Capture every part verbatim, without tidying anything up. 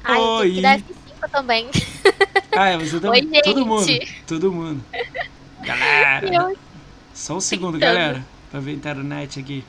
Ai, eu tenho que dar Oi! F cinco também. Ah, é, você Oi, também. Todo mundo. gente. Todo mundo. Galera! Eu Só um segundo, tentando. galera. Pra ver a internet aqui.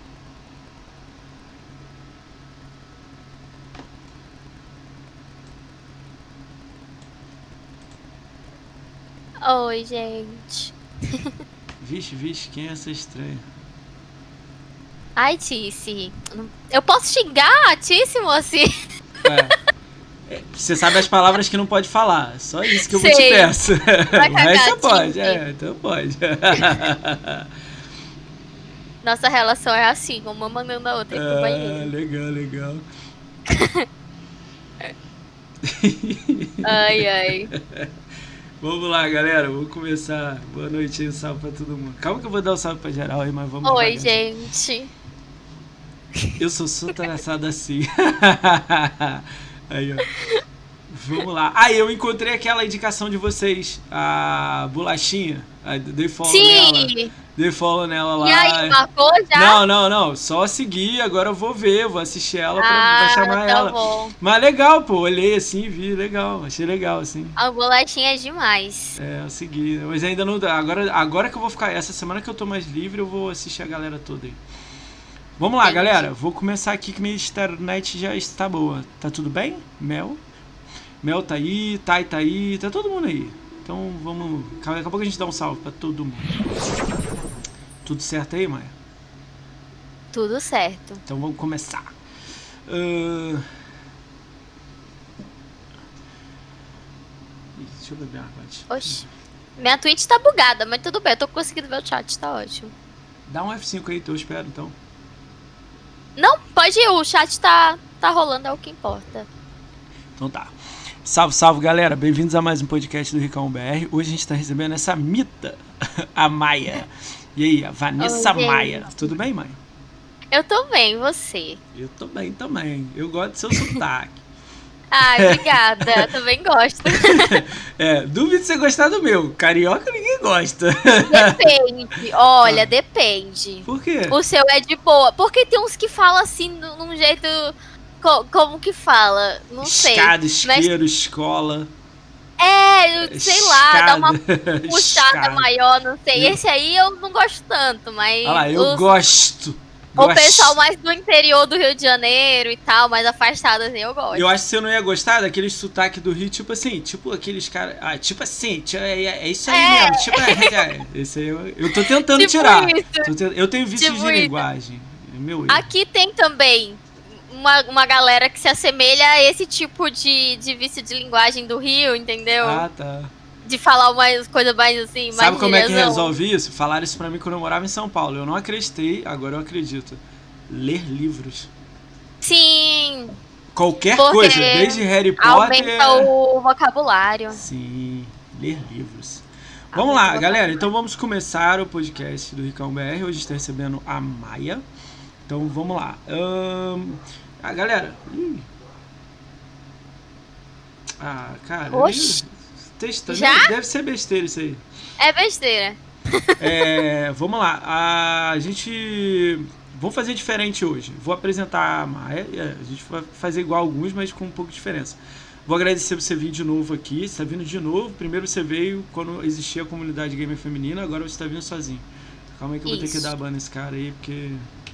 Oi, gente. Vixe, vixe, quem é essa estranha? Ai, Tice. Eu posso xingar a Tice, moça? É. É, você sabe as palavras que não pode falar. Só isso que eu vou te Sei. peço. Vai O resto cagar, você pode. Tice. É, então pode. Nossa relação é assim, uma mandando a outra ir pro Ah, banheiro. legal, legal. Ai, ai. Vamos lá, galera. Vamos começar. Boa noite aí, um salve pra todo mundo. Calma que eu vou dar um salve pra geral aí, mas vamos Oi, devagar. gente. Eu sou sotaçado assim. Aí, ó. Vamos lá. Ah, eu encontrei aquela indicação de vocês. A bolachinha. A dei follow nela. Sim! Dei follow nela lá. E aí, marcou já? Não, não, não. Só seguir. Agora eu vou ver. Vou assistir ela pra, Ah, pra chamar tá ela. bom. Mas legal, pô. Olhei assim, vi. Legal. Achei legal, assim. A bolachinha é demais. É, eu segui. Mas ainda não dá. Agora, agora que eu vou ficar. Essa semana que eu tô mais livre, eu vou assistir a galera toda aí. Vamos lá, Entendi. galera. Vou começar aqui que minha internet já está boa. Tá tudo bem? Mel? Mel tá aí, Tai tá aí, tá todo mundo aí. Então vamos. Daqui a pouco a gente dá um salve pra todo mundo. Tudo certo aí, Maia? Tudo certo. Então vamos começar. Uh... Ih, deixa eu beber água antes. Oxi. Minha Twitch tá bugada, mas tudo bem. Eu tô conseguindo ver o chat, tá ótimo. Dá um F cinco aí, eu espero então. Não, pode ir. O chat tá, tá rolando, é o que importa. Então tá. Salve, salve, galera. Bem-vindos a mais um podcast do Ricão B R. Hoje a gente tá recebendo essa mita, a Maia. E aí, a Vanessa Oi, Maia. gente. Tudo bem, Maia? Eu tô bem, e você? Eu tô bem também. Eu gosto do seu sotaque. Ai, obrigada. Eu também gosto. É, duvido você gostar do meu. Carioca ninguém gosta. Depende. Olha, depende. Por quê? O seu é de boa. Porque tem uns que falam assim, num num jeito... co- Como que fala? Não sei. Escada, isqueiro, escola. É, sei lá, dá uma escada, puxada escada. maior, não sei. Eu- Esse aí eu não gosto tanto, mas... Olha lá, eu os- gosto. O Gosto. pessoal mais do interior do Rio de Janeiro e tal, mais afastado assim, eu gosto. Eu acho que você não ia gostar daquele sotaque do Rio, tipo assim, tipo aqueles caras. Ah, tipo assim, tipo, é, é isso aí É. mesmo. Tipo, é, é, esse aí eu, eu tô tentando Tipo tirar. isso. Tô te- eu tenho vício Tipo de isso. linguagem. É meu erro. Aqui tem também uma, uma galera que se assemelha a esse tipo de, de vício de linguagem do Rio, entendeu? Ah, tá. De falar umas coisas mais assim, mais Sabe como é que gíriazão. resolve isso? Falaram isso pra mim quando eu morava em São Paulo. Eu não acreditei, agora eu acredito. Ler livros. Sim, Qualquer Porque coisa, desde Harry Potter. aumenta o vocabulário. Sim, ler livros. Vamos lá, Aumenta o galera. Então vamos começar o podcast do Ricão B R. Hoje a gente está recebendo a Maia. Então vamos lá. Ahn, Ah, galera. Ih. Ah, cara. Oxi. ih, Texto, né? Já? Deve ser besteira isso aí. É besteira. É, vamos lá. A gente. Vamos fazer diferente hoje. Vou apresentar a Maia. é, A gente vai fazer igual alguns, mas com um pouco de diferença. Vou agradecer você vir de novo aqui. Você está vindo de novo. Primeiro você veio quando existia a comunidade gamer feminina, agora você está vindo sozinho. Calma aí que eu vou ter que Isso. dar a ban nesse cara aí, porque.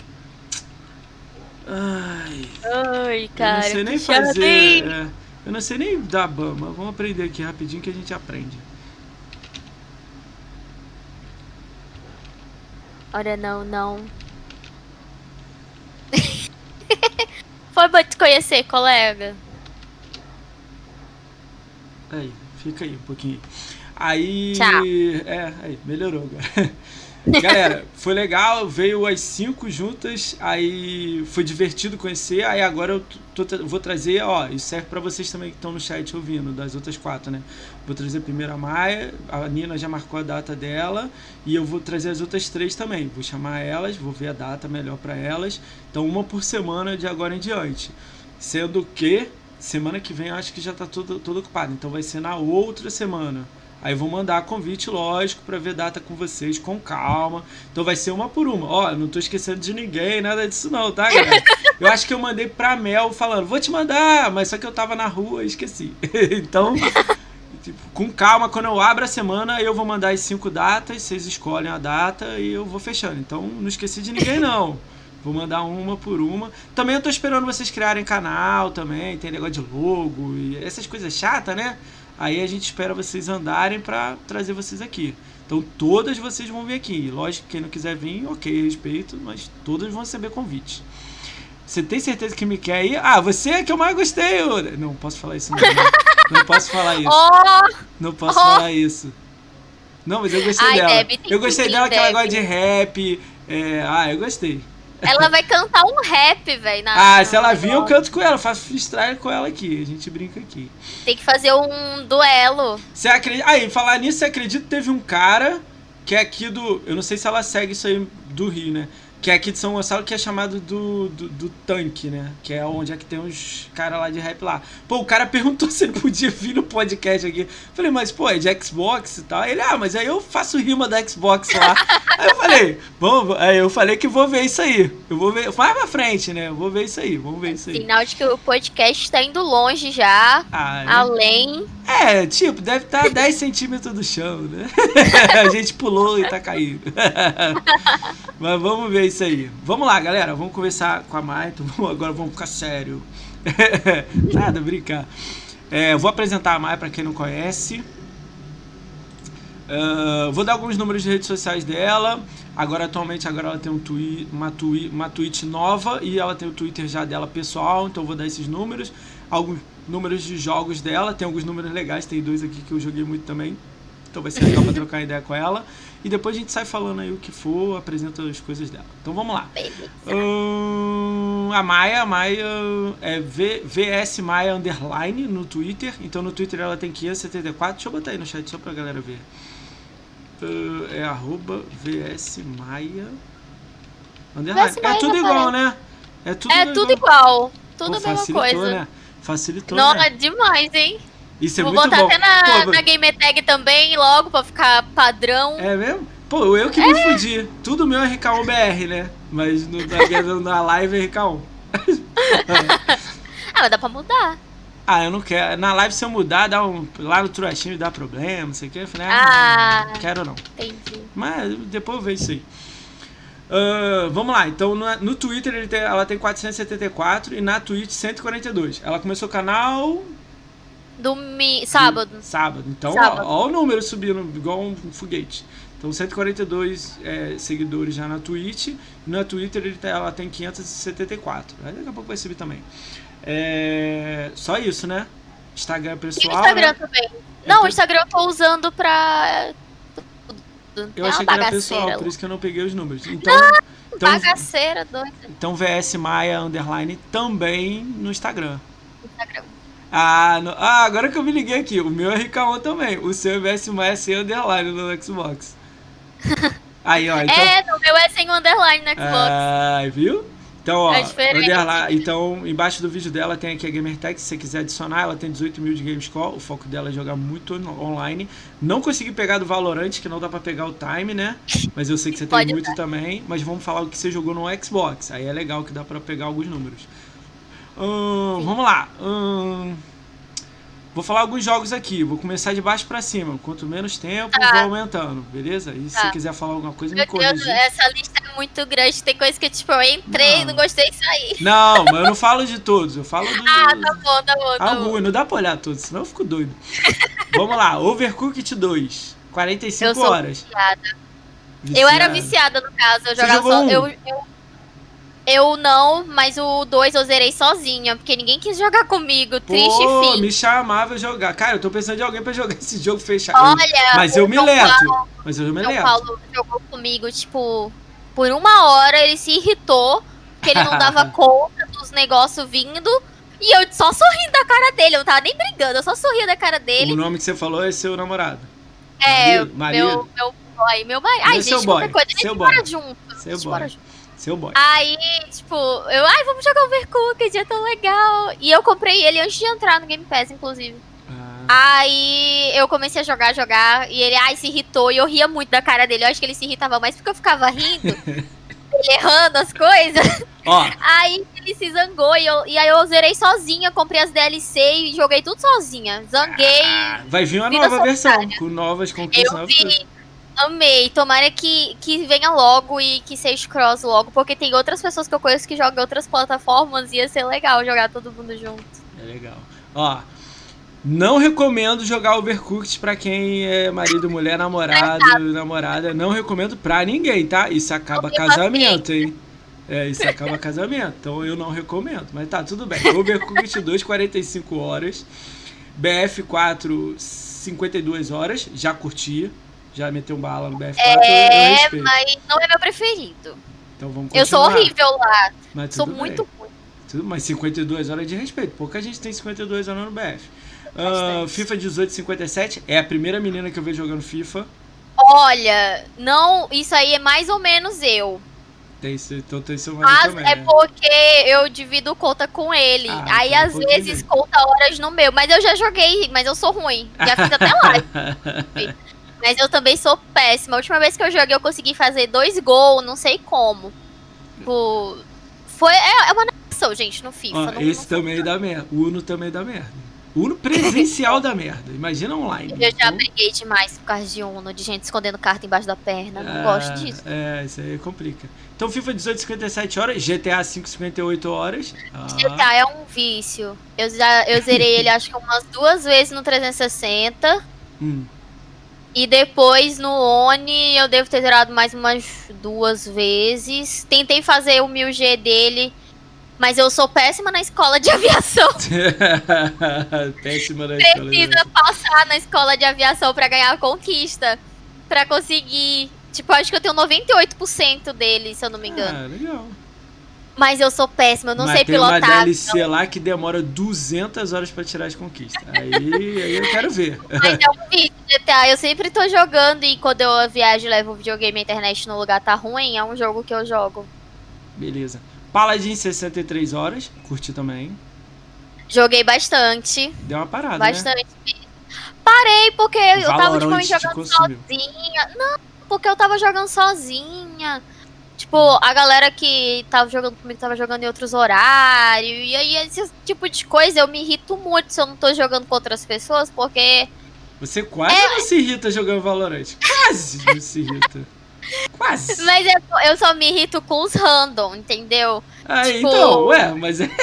Ai. Ai, Eu cara. não sei nem que chato, fazer. hein? é, eu não sei nem dar ban, mas vamos aprender aqui rapidinho que a gente aprende. Olha, não, não. Foi bom te conhecer, colega. Aí, fica aí um pouquinho. Aí. Tchau. É, aí, melhorou agora. Galera, foi legal, veio as cinco juntas, aí foi divertido conhecer, aí agora eu tô, tô- vou trazer, ó, isso serve pra vocês também que estão no chat ouvindo, das outras quatro, né? Vou trazer primeiro a Maia, a Nina já marcou a data dela, e eu vou trazer as outras três também, vou chamar elas, vou ver a data melhor pra elas, então uma por semana de agora em diante. Sendo que semana que vem eu acho que já tá tudo, tudo ocupado, então vai ser na outra semana. Aí eu vou mandar convite, lógico, pra ver data com vocês, com calma. Então vai ser uma por uma. Ó, eu não tô esquecendo de ninguém, nada disso não, tá, galera? Eu acho que eu mandei pra Mel falando, vou te mandar, mas só que eu tava na rua e esqueci. Então, tipo, com calma, quando eu abro a semana, eu vou mandar as cinco datas, vocês escolhem a data e eu vou fechando. Então, não esqueci de ninguém, não. Vou mandar uma por uma. Também eu tô esperando vocês criarem canal também, tem negócio de logo e essas coisas chatas, né? Aí a gente espera vocês andarem pra trazer vocês aqui. Então todas vocês vão vir aqui. Lógico que quem não quiser vir, ok, respeito, mas todas vão receber convite. Você tem certeza que me quer ir? Ah, você é que eu mais gostei. Eu... Não posso falar isso não. Não, não posso falar isso. Oh, não posso oh. falar isso. Não, mas eu gostei Ai, dela. Debbie, eu gostei vir, dela que Debbie. ela gosta de rap. É... Ah, eu gostei. Ela vai cantar um rap, velho. Ah, se ela vir, eu canto com ela. Faço freestyle com ela aqui. A gente brinca aqui. Tem que fazer um duelo. Você acredita... Aí, falar nisso, você acredita que teve um cara que é aqui do... Eu não sei se ela segue isso aí do Rio, né? Que é aqui de São Gonçalo, que é chamado do, do, do Tanque, né? Que é onde é que tem uns caras lá de rap lá. Pô, o cara perguntou se ele podia vir no podcast aqui. Falei, mas pô, é de Xbox e tal. Ele, ah, mas aí eu faço rima da Xbox lá. Aí eu falei, vamos, aí eu falei que vou ver isso aí. Eu vou ver, mais pra frente, né? Eu vou ver isso aí, vamos ver isso aí. Sinal de que o podcast tá indo longe já. Ah, além. É, tipo, deve estar tá dez centímetros do chão, né? A gente pulou e tá caindo. Mas vamos ver isso aí. Vamos lá, galera. Vamos conversar com a Mai. Então, agora vamos ficar sério. Nada, brincar. É, vou apresentar a Mai para quem não conhece. Uh, vou dar alguns números de redes sociais dela. Agora, atualmente, agora ela tem um twi uma, twi uma Twitch nova e ela tem o Twitter já dela pessoal. Então, eu vou dar esses números. Alguns números de jogos dela. Tem alguns números legais. Tem dois aqui que eu joguei muito também. Então, vai ser legal para trocar ideia com ela. E depois a gente sai falando aí o que for, apresenta as coisas dela. Então vamos lá. Hum, a Maia, a Maia é v, VS Maia Underline no Twitter. Então no Twitter ela tem quinhentos e setenta e quatro. Deixa eu botar aí no chat só pra galera ver. Uh, é arroba VS Maia Underline. É tudo igual, né? É tudo, é tudo igual. Tudo a mesma coisa. Né? Facilitou, Não, né? é demais, hein? Isso é Vou muito botar bom. até na, Pô, na Game Tag também, logo, pra ficar padrão. É mesmo? Pô, eu que me é. fudi. Tudo meu é R K um B R, né? Mas no, na, na live é R K um. Ah, mas dá pra mudar. Ah, eu não quero. Na live, se eu mudar, dá um, lá no Truachinho dá problema, não sei o que. Eu falei, ah, não, não quero não. Entendi. Mas depois eu vejo isso aí. Uh, vamos lá, então no, no Twitter ele tem, ela tem quatrocentos e setenta e quatro e na Twitch cento e quarenta e dois. Ela começou o canal... Domi... Sábado. Do, sábado. Então, sábado. Ó, ó o número subindo, igual um, um foguete. Então, cento e quarenta e dois é, seguidores já na Twitch. E na Twitter ele tá, ela tem quinhentos e setenta e quatro. Aí daqui a pouco vai subir também. É, só isso, né? Instagram pessoal. E o Instagram né? também. Não, o Instagram eu tô usando pra... Eu é achei que era pessoal, por isso que eu não peguei os números. Então, não, então, bagaceira, doida. Então, V S Maia Underline também no Instagram. Instagram. Ah, no, ah, agora que eu me liguei aqui, o meu é R K um também. O seu é V S Maia sem underline no Xbox. Aí, ó. Então, é, no meu é sem underline no Xbox. Ah, viu? Então, ó, é diferente. Underline, então, embaixo do vídeo dela tem aqui a Gamertag, se você quiser adicionar, ela tem dezoito mil de Gamescore, o foco dela é jogar muito online. Não consegui pegar do Valorant, que não dá pra pegar o time, né? Mas eu sei que você tem muito dar. também, mas vamos falar o que você jogou no Xbox, aí é legal que dá pra pegar alguns números. Hum, vamos lá. Hum, vou falar alguns jogos aqui. Vou começar de baixo pra cima. Quanto menos tempo, tá. vou aumentando. Beleza? E se tá. você quiser falar alguma coisa, Meu me corrija. Deus, essa lista é muito grande. Tem coisa que tipo, eu entrei e não gostei de sair. Não, mas eu não falo de todos. Eu falo dos... Ah, tá bom, tá bom. Tá alguns. bom. Não dá pra olhar todos, senão eu fico doido. Vamos lá. Overcooked dois. quarenta e cinco eu sou horas. Viciada. Viciada. Eu era viciada, no caso. Eu jogava só... Um? Eu, eu... Eu não, mas o dois eu zerei sozinha, porque ninguém quis jogar comigo. Triste Pô, fim. me chamava jogar. Cara, eu tô pensando de alguém pra jogar esse jogo fechado. Olha, mas eu me leto. Mas eu me leto. leto. O Paulo jogou comigo, tipo, por uma hora ele se irritou, que ele não dava conta dos negócios vindo. E eu só sorrindo da cara dele, eu não tava nem brigando, eu só sorria da cara dele. O nome que você falou é seu namorado. É, marido, marido. meu, meu boy, meu boy. Ai, é gente, boy. qualquer coisa, a gente bora junto. Seu boy. Junto. Seu boy. Aí, tipo, eu, ai, vamos jogar Overcooked, é tão legal. E eu comprei ele antes de entrar no Game Pass, inclusive. Ah. Aí eu comecei a jogar, jogar, e ele, ai, se irritou, e eu ria muito da cara dele. Eu acho que ele se irritava mais porque eu ficava rindo. ele errando as coisas. Ó. Aí ele se zangou e, eu, e aí eu zerei sozinha, comprei as D L C e joguei tudo sozinha. Zanguei. Ah, vai vir uma vida nova versão, solitária. com novas conquistas. Eu novas coisas. vi, amei. Tomara que, que venha logo e que seja cross logo, porque tem outras pessoas que eu conheço que jogam em outras plataformas e ia ser legal jogar todo mundo junto. É legal. Ó, não recomendo jogar Overcooked pra quem é marido, mulher, namorado, namorada. Não recomendo pra ninguém, tá? Isso acaba casamento, hein? É, isso acaba casamento. Então eu não recomendo. Mas tá, tudo bem. Overcooked dois, quarenta e cinco horas. B F quatro, cinquenta e duas horas. Já curti. Já meteu bala no B F quatro. É, eu respeito. mas não é meu preferido. Então vamos continuar. Eu sou horrível lá. Mas Sou tudo muito bem. ruim. Tudo, mas cinquenta e duas horas de respeito. Pouca gente tem cinquenta e duas horas no B F. Uh, FIFA dezoito cinquenta e sete é a primeira menina que eu vejo jogando FIFA. Olha, não, isso aí é mais ou menos eu. Tem, então tem seu marido Mas também. é né? porque eu divido conta com ele. Ah, aí então às um vezes pouquinho. conta horas no meu. Mas eu já joguei, mas eu sou ruim. Já fiz até live. Mas eu também sou péssima. A última vez que eu joguei eu consegui fazer dois gols, não sei como. Tipo, foi, é, é uma narração, gente, no FIFA. Ó, não, esse não também dá merda. O Uno também dá merda. O Uno presencial dá merda. Imagina online. Eu já Então, briguei demais por causa de Uno, de gente escondendo carta embaixo da perna. Não ah, gosto disso. É, isso aí complica. Então FIFA dezoito cinquenta e sete horas, G T A cinco cinquenta e oito horas. Ah, G T A é um vício. Eu, já, eu zerei ele acho que umas duas vezes no trezentos e sessenta. hum. E depois no Oni eu devo ter zerado mais umas duas vezes. Tentei fazer o mil G dele, mas eu sou péssima na escola de aviação. Péssima na escola. Precisa passar na escola de aviação pra ganhar a conquista. Pra conseguir. Tipo, acho que eu tenho noventa e oito por cento dele, se eu não me engano. Ah, legal. Mas eu sou péssima, eu não Mas sei tem pilotar. uma D L C então- lá que demora duzentas horas pra tirar as conquistas. Aí, aí eu quero ver. Mas é um vídeo G T A, eu sempre tô jogando e quando eu viajo e levo o videogame e a internet no lugar tá ruim, é um jogo que eu jogo. Beleza. Paladin sessenta e três horas, curti também. Joguei bastante, Deu uma parada, né? bastante. Parei porque eu tava Valorant ultimamente te jogando consumiu. sozinha. Não, porque eu tava jogando sozinha. Tipo, a galera que tava jogando comigo tava jogando em outros horários. E aí, esse tipo de coisa eu me irrito muito se eu não tô jogando com outras pessoas, porque. Você quase É. não se irrita jogando Valorant. Quase não se irrita. Quase. Mas é- eu só me irrito com os random, entendeu? Ah, tipo- então, ué, mas é.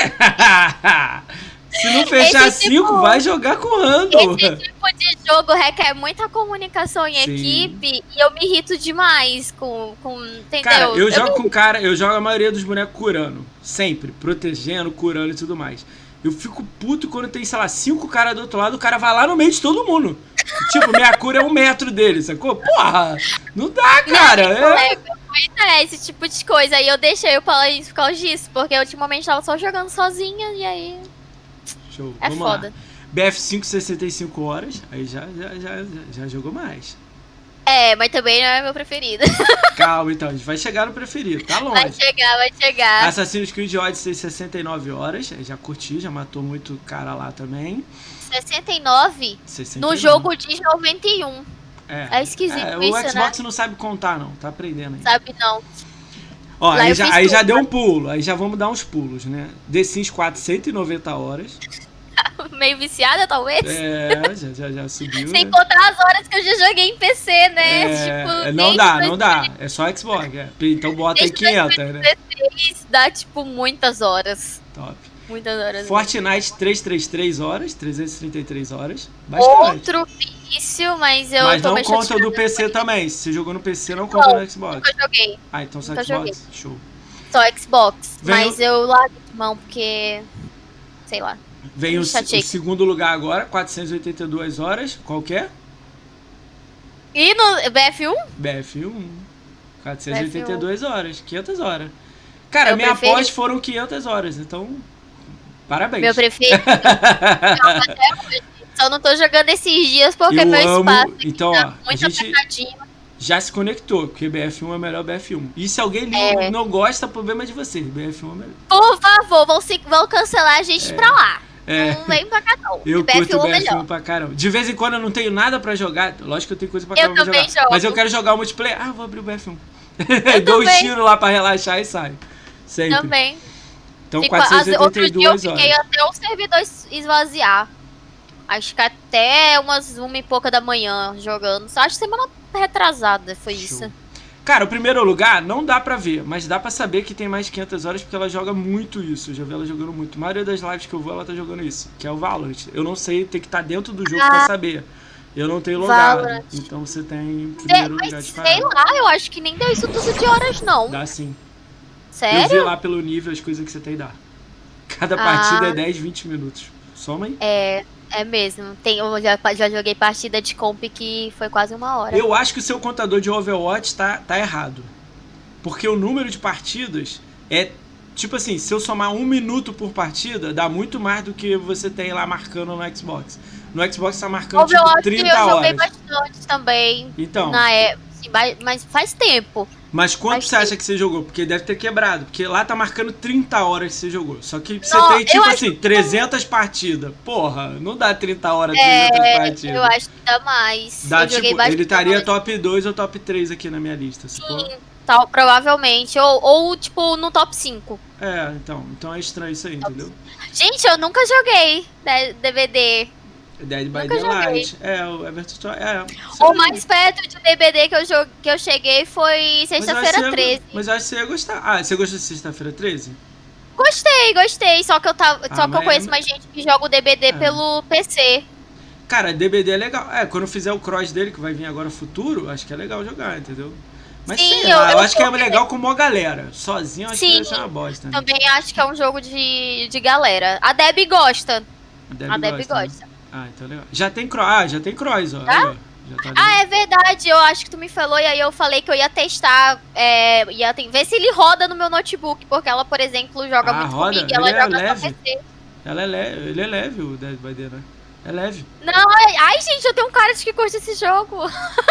Se não fechar Esse cinco, tipo- vai jogar com random. Esse tipo de jogo requer muita comunicação em Sim. equipe e eu me irrito demais com. com entendeu? Cara, eu jogo me- com cara, eu jogo a maioria dos bonecos curando. Sempre. Protegendo, curando e tudo mais. Eu fico puto quando tem, sei lá, cinco caras do outro lado, o cara vai lá no meio de todo mundo. Tipo, minha cura é um metro dele, sacou? Porra! Não dá, cara. É. Colega, Pois é, esse tipo de coisa. Aí eu deixei o Paladins por causa disso, porque eu ultimamente tava só jogando sozinha e aí. Show. É Vamos foda. lá. B F cinco, sessenta e cinco horas. Aí já, já, já, já, já jogou mais. É, mas também não é meu preferido. Calma, então. A gente vai chegar no preferido. Tá Vai longe. chegar, vai chegar. Assassin's Creed Odyssey, sessenta e nove horas. Já curti, já matou muito cara lá também. sessenta e nove? sessenta e No nove. jogo diz noventa e um. É, É esquisito é, o isso, Xbox né? não sabe contar, não. Tá aprendendo ainda. Sabe não. Ó, Lá aí eu já, fiz aí já tudo. deu um pulo. Aí já vamos dar uns pulos, né? The Sims quatro, cento e noventa horas. Meio viciada, talvez? É, já, já, já subiu. Sem né? contar as horas que eu já joguei em P C, né? É, tipo, é, não desde dá, dois não mil dá. É só Xbox. É. Então bota aí Desde quinhentas, né? e dezesseis dá, tipo, muitas horas. Top. Muitas horas. Fortnite, trezentas e trinta e três horas. trezentas e trinta e três horas. Bastante. Outro vício, mas eu Mas tô não meio conta chateada do P C também. Se você jogou no P C, não conta no Xbox. que eu joguei. Ah, então só nunca Xbox. Show. Só Xbox. Vem Mas o- eu largo de mão porque. Sei lá. Vem o, Me se- chateei. o segundo lugar agora, quatrocentas e oitenta e duas horas. Qual que é? E no B F um? B F um. quatrocentas e oitenta e duas horas. quinhentas horas. Meu Cara, minha preferido- pós foram quinhentas horas. Então, parabéns. Meu preferido. Não, até hoje. Só não tô jogando esses dias porque Eu meu amo. espaço Então, tá ó, a muito gente apertadinho. já se conectou, porque B F um é o melhor B F um. E se alguém É. não gosta, problema de vocês. B F um é o melhor. Por favor, vão, se, vão cancelar a gente pra lá. É. Não vem pra cá, não. Eu B F um curto é B F um melhor. pra caramba. De vez em quando eu não tenho nada pra jogar. Lógico que eu tenho coisa pra Eu caramba pra também jogar. jogo. Mas eu quero jogar o multiplayer. Ah, vou abrir o B F um. Dou os tiros lá pra relaxar e saio. Sempre. Também. Então, Fico, quatrocentas e oitenta e duas outro dia eu fiquei horas. até o servidor esvaziar. Acho que até umas uma e pouca da manhã jogando. Só acho que semana retrasada foi Show. Isso. Cara, o primeiro lugar não dá pra ver, mas dá pra saber que tem mais de quinhentas horas porque ela joga muito isso. Eu já vi ela jogando muito. A maioria das lives que eu vou, ela tá jogando isso, que é o Valorant. Eu não sei, tem que estar dentro do jogo ah, pra saber. Eu não tenho logado. Valorant. Então você tem primeiro Sei, lugar de parada. Sei lá, eu acho que nem deu isso tudo de horas, não. Dá sim. Sério? Eu vi lá pelo nível as coisas que você tem dá. Cada ah. partida é dez, vinte minutos. Soma aí. É... É mesmo, tem, eu já, já joguei partida de comp que foi quase uma hora. Eu acho que o seu contador de Overwatch tá, tá errado. Porque o número de partidas é, tipo assim, se eu somar um minuto por partida, dá muito mais do que você tem lá marcando no Xbox. No Xbox tá marcando Overwatch, tipo trinta horas. Eu joguei bastante também. Então. Na época, mas faz tempo. Mas quanto você acha que você jogou? Porque deve ter quebrado. Porque lá tá marcando trinta horas que você jogou. Só que você não, tem, tipo assim, trezentas que... partidas. Porra, não dá trinta horas, é, trezentas partidas. Eu acho que dá mais. Dá, eu tipo, ele estaria top dois ou top três aqui na minha lista. Sim, tal, provavelmente. Ou, ou, tipo, no top cinco. É, então. Então é estranho isso aí, entendeu? Gente, eu nunca joguei D V D. Dead by Daylight. É, o Everton. É, o mais perto de D B D que eu, jogue, que eu cheguei foi sexta-feira treze. Mas eu acho que você ia gostar. Ah, você gostou de sexta-feira treze? Gostei, gostei. Só que eu, tava, ah, só que eu conheço é... mais gente que joga o D B D é. pelo P C. Cara, D B D é legal. É, quando fizer o cross dele, que vai vir agora no futuro, acho que é legal jogar, entendeu? Mas sim, sei lá, eu, eu, eu acho que é que... legal com uma galera. Sozinho, eu acho sim, que vai ser uma bosta. Né? Também acho que é um jogo de, de galera. A Deb gosta. A Deb, a Deb gosta. gosta. Né? Ah, então legal. Já tem cross, ah, já tem cross, ó. Tá? Aí, ó. Já tá ah, é verdade. Eu acho que tu me falou e aí eu falei que eu ia testar, é, ia ter, ver se ele roda no meu notebook, porque ela, por exemplo, joga ah, muito roda? comigo e ela ele joga é leve. no P C. Ela é leve, ele é leve, o Dead by Daylight, né? É leve. Não, é... ai, gente, eu tenho um cara de que curte esse jogo.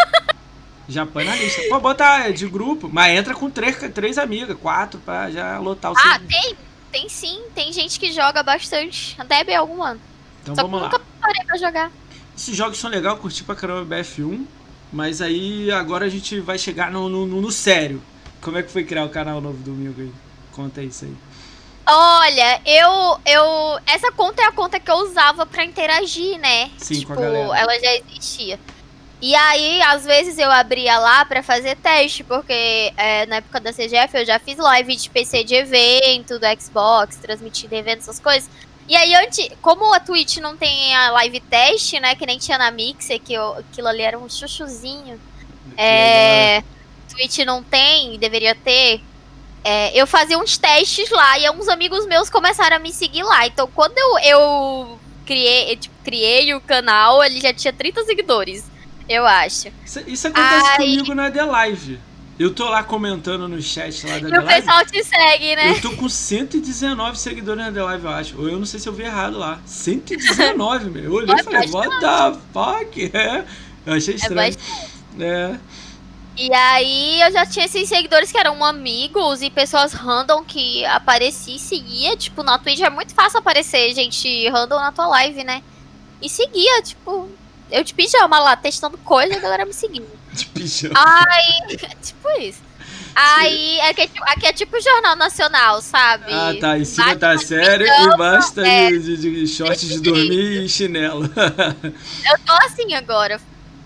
Já põe na lista. Pô, bota de grupo, mas entra com três, três amigas, quatro, pra já lotar o Ah, servidor. tem? Tem sim. Tem gente que joga bastante. A Deb é alguma. Então Só vamos que lá. nunca parei pra jogar. Esses jogos são legais, eu curti pra caramba B F um, mas aí agora a gente vai chegar no, no, no sério. Como é que foi criar o canal Novo Domingo aí? Conta isso aí. Olha, eu, eu... Essa conta é a conta que eu usava pra interagir, né? Sim, tipo, com a galera. Ela já existia. E aí, às vezes eu abria lá pra fazer teste, porque é, na época da C G F eu já fiz live de P C de evento, do Xbox, transmitindo eventos, essas coisas. E aí, antes, como a Twitch não tem a live teste, né, que nem tinha na Mixer, que eu, aquilo ali era um chuchuzinho, é, Twitch não tem, deveria ter, é, eu fazia uns testes lá e uns amigos meus começaram a me seguir lá. Então, quando eu, eu criei, eu, tipo, criei o canal, ele já tinha trinta seguidores. Eu acho. Isso, isso acontece Ai. comigo na The Live. Eu tô lá comentando no chat lá da The Live. E o pessoal te segue, né? Eu tô com cento e dezenove seguidores na The Live, eu acho. Ou eu não sei se eu vi errado lá. cento e dezenove, meu. Eu olhei e falei, what the fuck? É. Eu achei estranho. É, é. E aí eu já tinha esses seguidores que eram amigos e pessoas random que aparecia e seguia. Tipo, na Twitch é muito fácil aparecer gente random na tua live, né? E seguia, tipo... Eu de pijama lá, testando coisa e a galera me seguindo. De pijama? Aí, tipo isso. Aí, é que, aqui é tipo Jornal Nacional, sabe? Ah, tá. Em cima tá sério e embaixo tá é, de, de, de short de dormir e chinelo. Eu tô assim agora.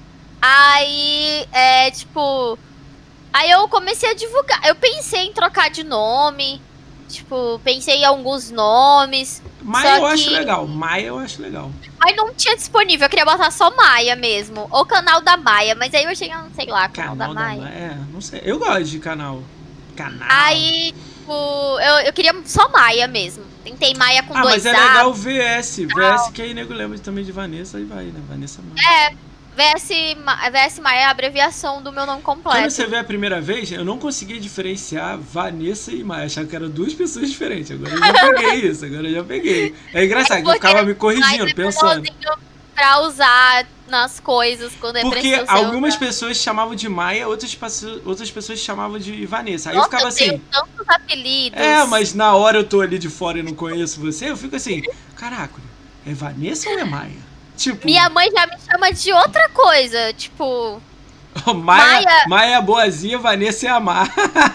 Aí, é tipo... Aí eu comecei a divulgar. Eu pensei em trocar de nome. Tipo, pensei em alguns nomes. Maia eu acho legal. Maia eu acho legal. Mas não tinha disponível. Eu queria botar só Maia mesmo. Ou canal da Maia. Mas aí eu achei, não sei lá, canal, canal da, da Maia. Maia. É, não sei. Eu gosto de canal. Canal. Aí, tipo, eu, eu queria só Maia mesmo. Tentei Maia com ah, dois Ah, mas é legal o V S. V S que aí nego lembra também de Vanessa. Aí vai, né? Vanessa Maia. É. V S, V S Maia é a abreviação do meu nome completo. Quando você vê a primeira vez, eu não conseguia diferenciar Vanessa e Maia. Achava que eram duas pessoas diferentes. Agora eu já peguei isso, agora eu já peguei. É engraçado, é que eu ficava me corrigindo, é pensando. Pra usar nas coisas quando é preciso. Porque algumas pessoas chamavam de Maia, outras, outras pessoas chamavam de Vanessa. Aí Nossa, eu ficava assim. Eu tenho tantos apelidos. É, mas na hora eu tô ali de fora e não conheço você, eu fico assim, caraca, é Vanessa ou é Maia? Tipo... Minha mãe já me chama de outra coisa, tipo... Oh, Maia, Maia... Maia é boazinha, Vanessa é a má.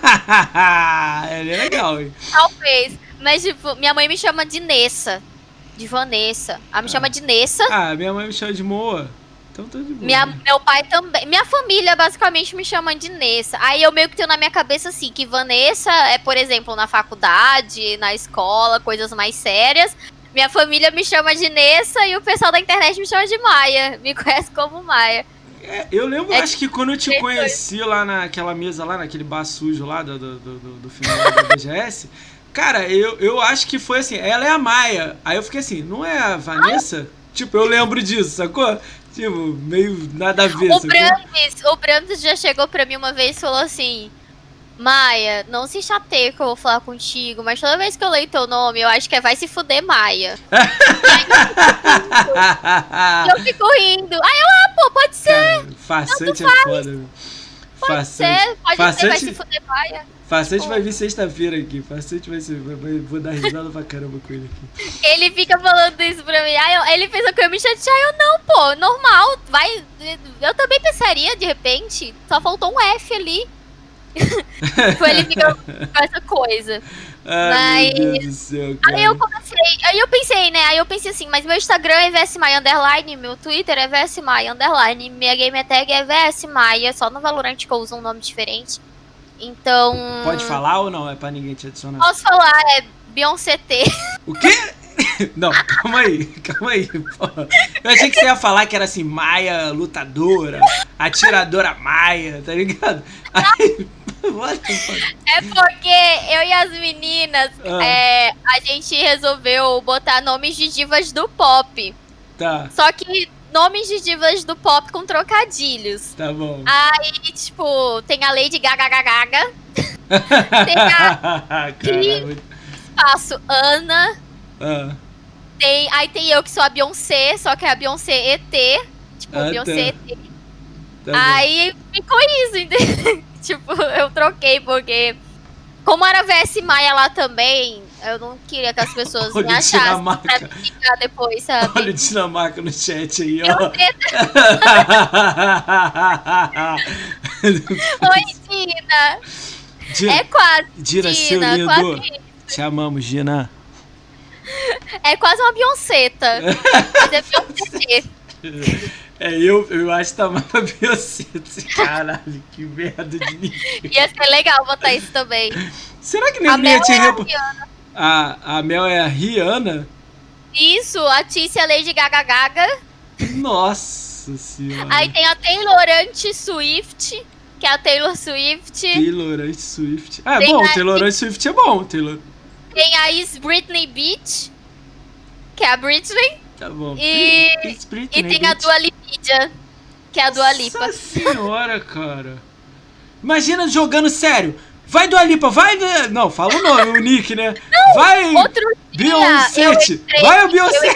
É legal, hein? Talvez. Mas, tipo, minha mãe me chama de Nessa. De Vanessa. Ela me ah. chama de Nessa. Ah, minha mãe me chama de Moa. Então tá de boa. Minha, meu pai também. Minha família basicamente me chama de Nessa. Aí eu meio que tenho na minha cabeça assim, que Vanessa é, por exemplo, na faculdade, na escola, coisas mais sérias. Minha família me chama de Nessa e o pessoal da internet me chama de Maia. Me conhece como Maia. É, eu lembro, é acho que quando eu te conheci lá naquela mesa lá, naquele bar sujo lá do, do, do, do final da B G S, cara, eu, eu acho que foi assim, ela é a Maia. Aí eu fiquei assim, não é a Vanessa? Ah. Tipo, eu lembro disso, sacou? Tipo, meio nada a ver. O Brandes, o Brandes já chegou pra mim uma vez e falou assim, Maia, não se chateia que eu vou falar contigo, mas toda vez que eu leio teu nome, eu acho que é vai se fuder, Maia. E eu fico rindo. Aí eu, ah, pô, pode ser. Cara, façante é foda, meu. Pode façante. ser, pode façante, ser, vai se fuder, Maia. Façante vai vir sexta-feira aqui. Façante vai ser. Vai, vai, vou dar risada pra caramba com ele aqui. Ele fica falando isso pra mim. Aí eu, ele pensou que eu ia me chatear. Eu não, pô, normal. Vai. Eu também pensaria, de repente. Só faltou um F ali. Foi ele fica com essa coisa. Ai, mas... meu Deus do céu, cara. Aí eu comecei, aí eu pensei, né? Aí eu pensei assim, mas meu Instagram é vsmaia underline, meu Twitter é vsmaia underline, minha gamer tag é vsmaia, só no Valorant que eu uso um nome diferente. Então. Pode falar ou não? É pra ninguém te adicionar? Posso falar, é Beyoncé T. O quê? Não, calma aí, calma aí, porra. Eu achei que você ia falar que era assim, Maia lutadora, atiradora Maia, tá ligado? Aí, é porque eu e as meninas, ah. é, a gente resolveu botar nomes de divas do pop. Tá. Só que nomes de divas do pop com trocadilhos. Tá bom. Aí, tipo, tem a Lady Gaga Gaga. Tem a Caramba. Espaço Ana. Ah. Tem, aí tem eu que sou a Beyoncé, só que é a Beyoncé E T. Tipo, ah, Beyoncé tá. E T. Tá aí bom. Ficou isso, entendeu? Tipo, eu troquei porque... Como era V S Maia lá também, eu não queria que as pessoas Olha me achassem pra me ligar depois, sabe? Olha o Dinamarca no chat aí, ó. Oi, Dina. Gina. É quase, Gina, seu Dina, lindo. quase. Te amamos, Gina. É quase uma Beyoncéta. Mas é Beyoncé. É, eu, eu acho que tá mais pra Beyoncé. Caralho, que merda de nível. Ia ser legal botar isso também. Será que nem ia te rep... a, a Mel é a Rihanna? Isso, a Tícia Lady Gaga Gaga. Nossa senhora. Aí tem a Taylor Swift, que é a Taylor Swift. Taylor Swift. Ah, é tem bom, a... Taylor Swift é bom, Taylor. Tem a Is Britney Beach, que é a Britney. Tá bom. E, Britney, e tem Beach. a Dua Lipa, que é a Dua Lipa. Nossa senhora, cara. Imagina jogando sério. Vai, Dua Lipa, vai. Não, fala o nome, o nick, né? Não, vai, outro dia Beyoncé. entrei, vai, o Beyoncé.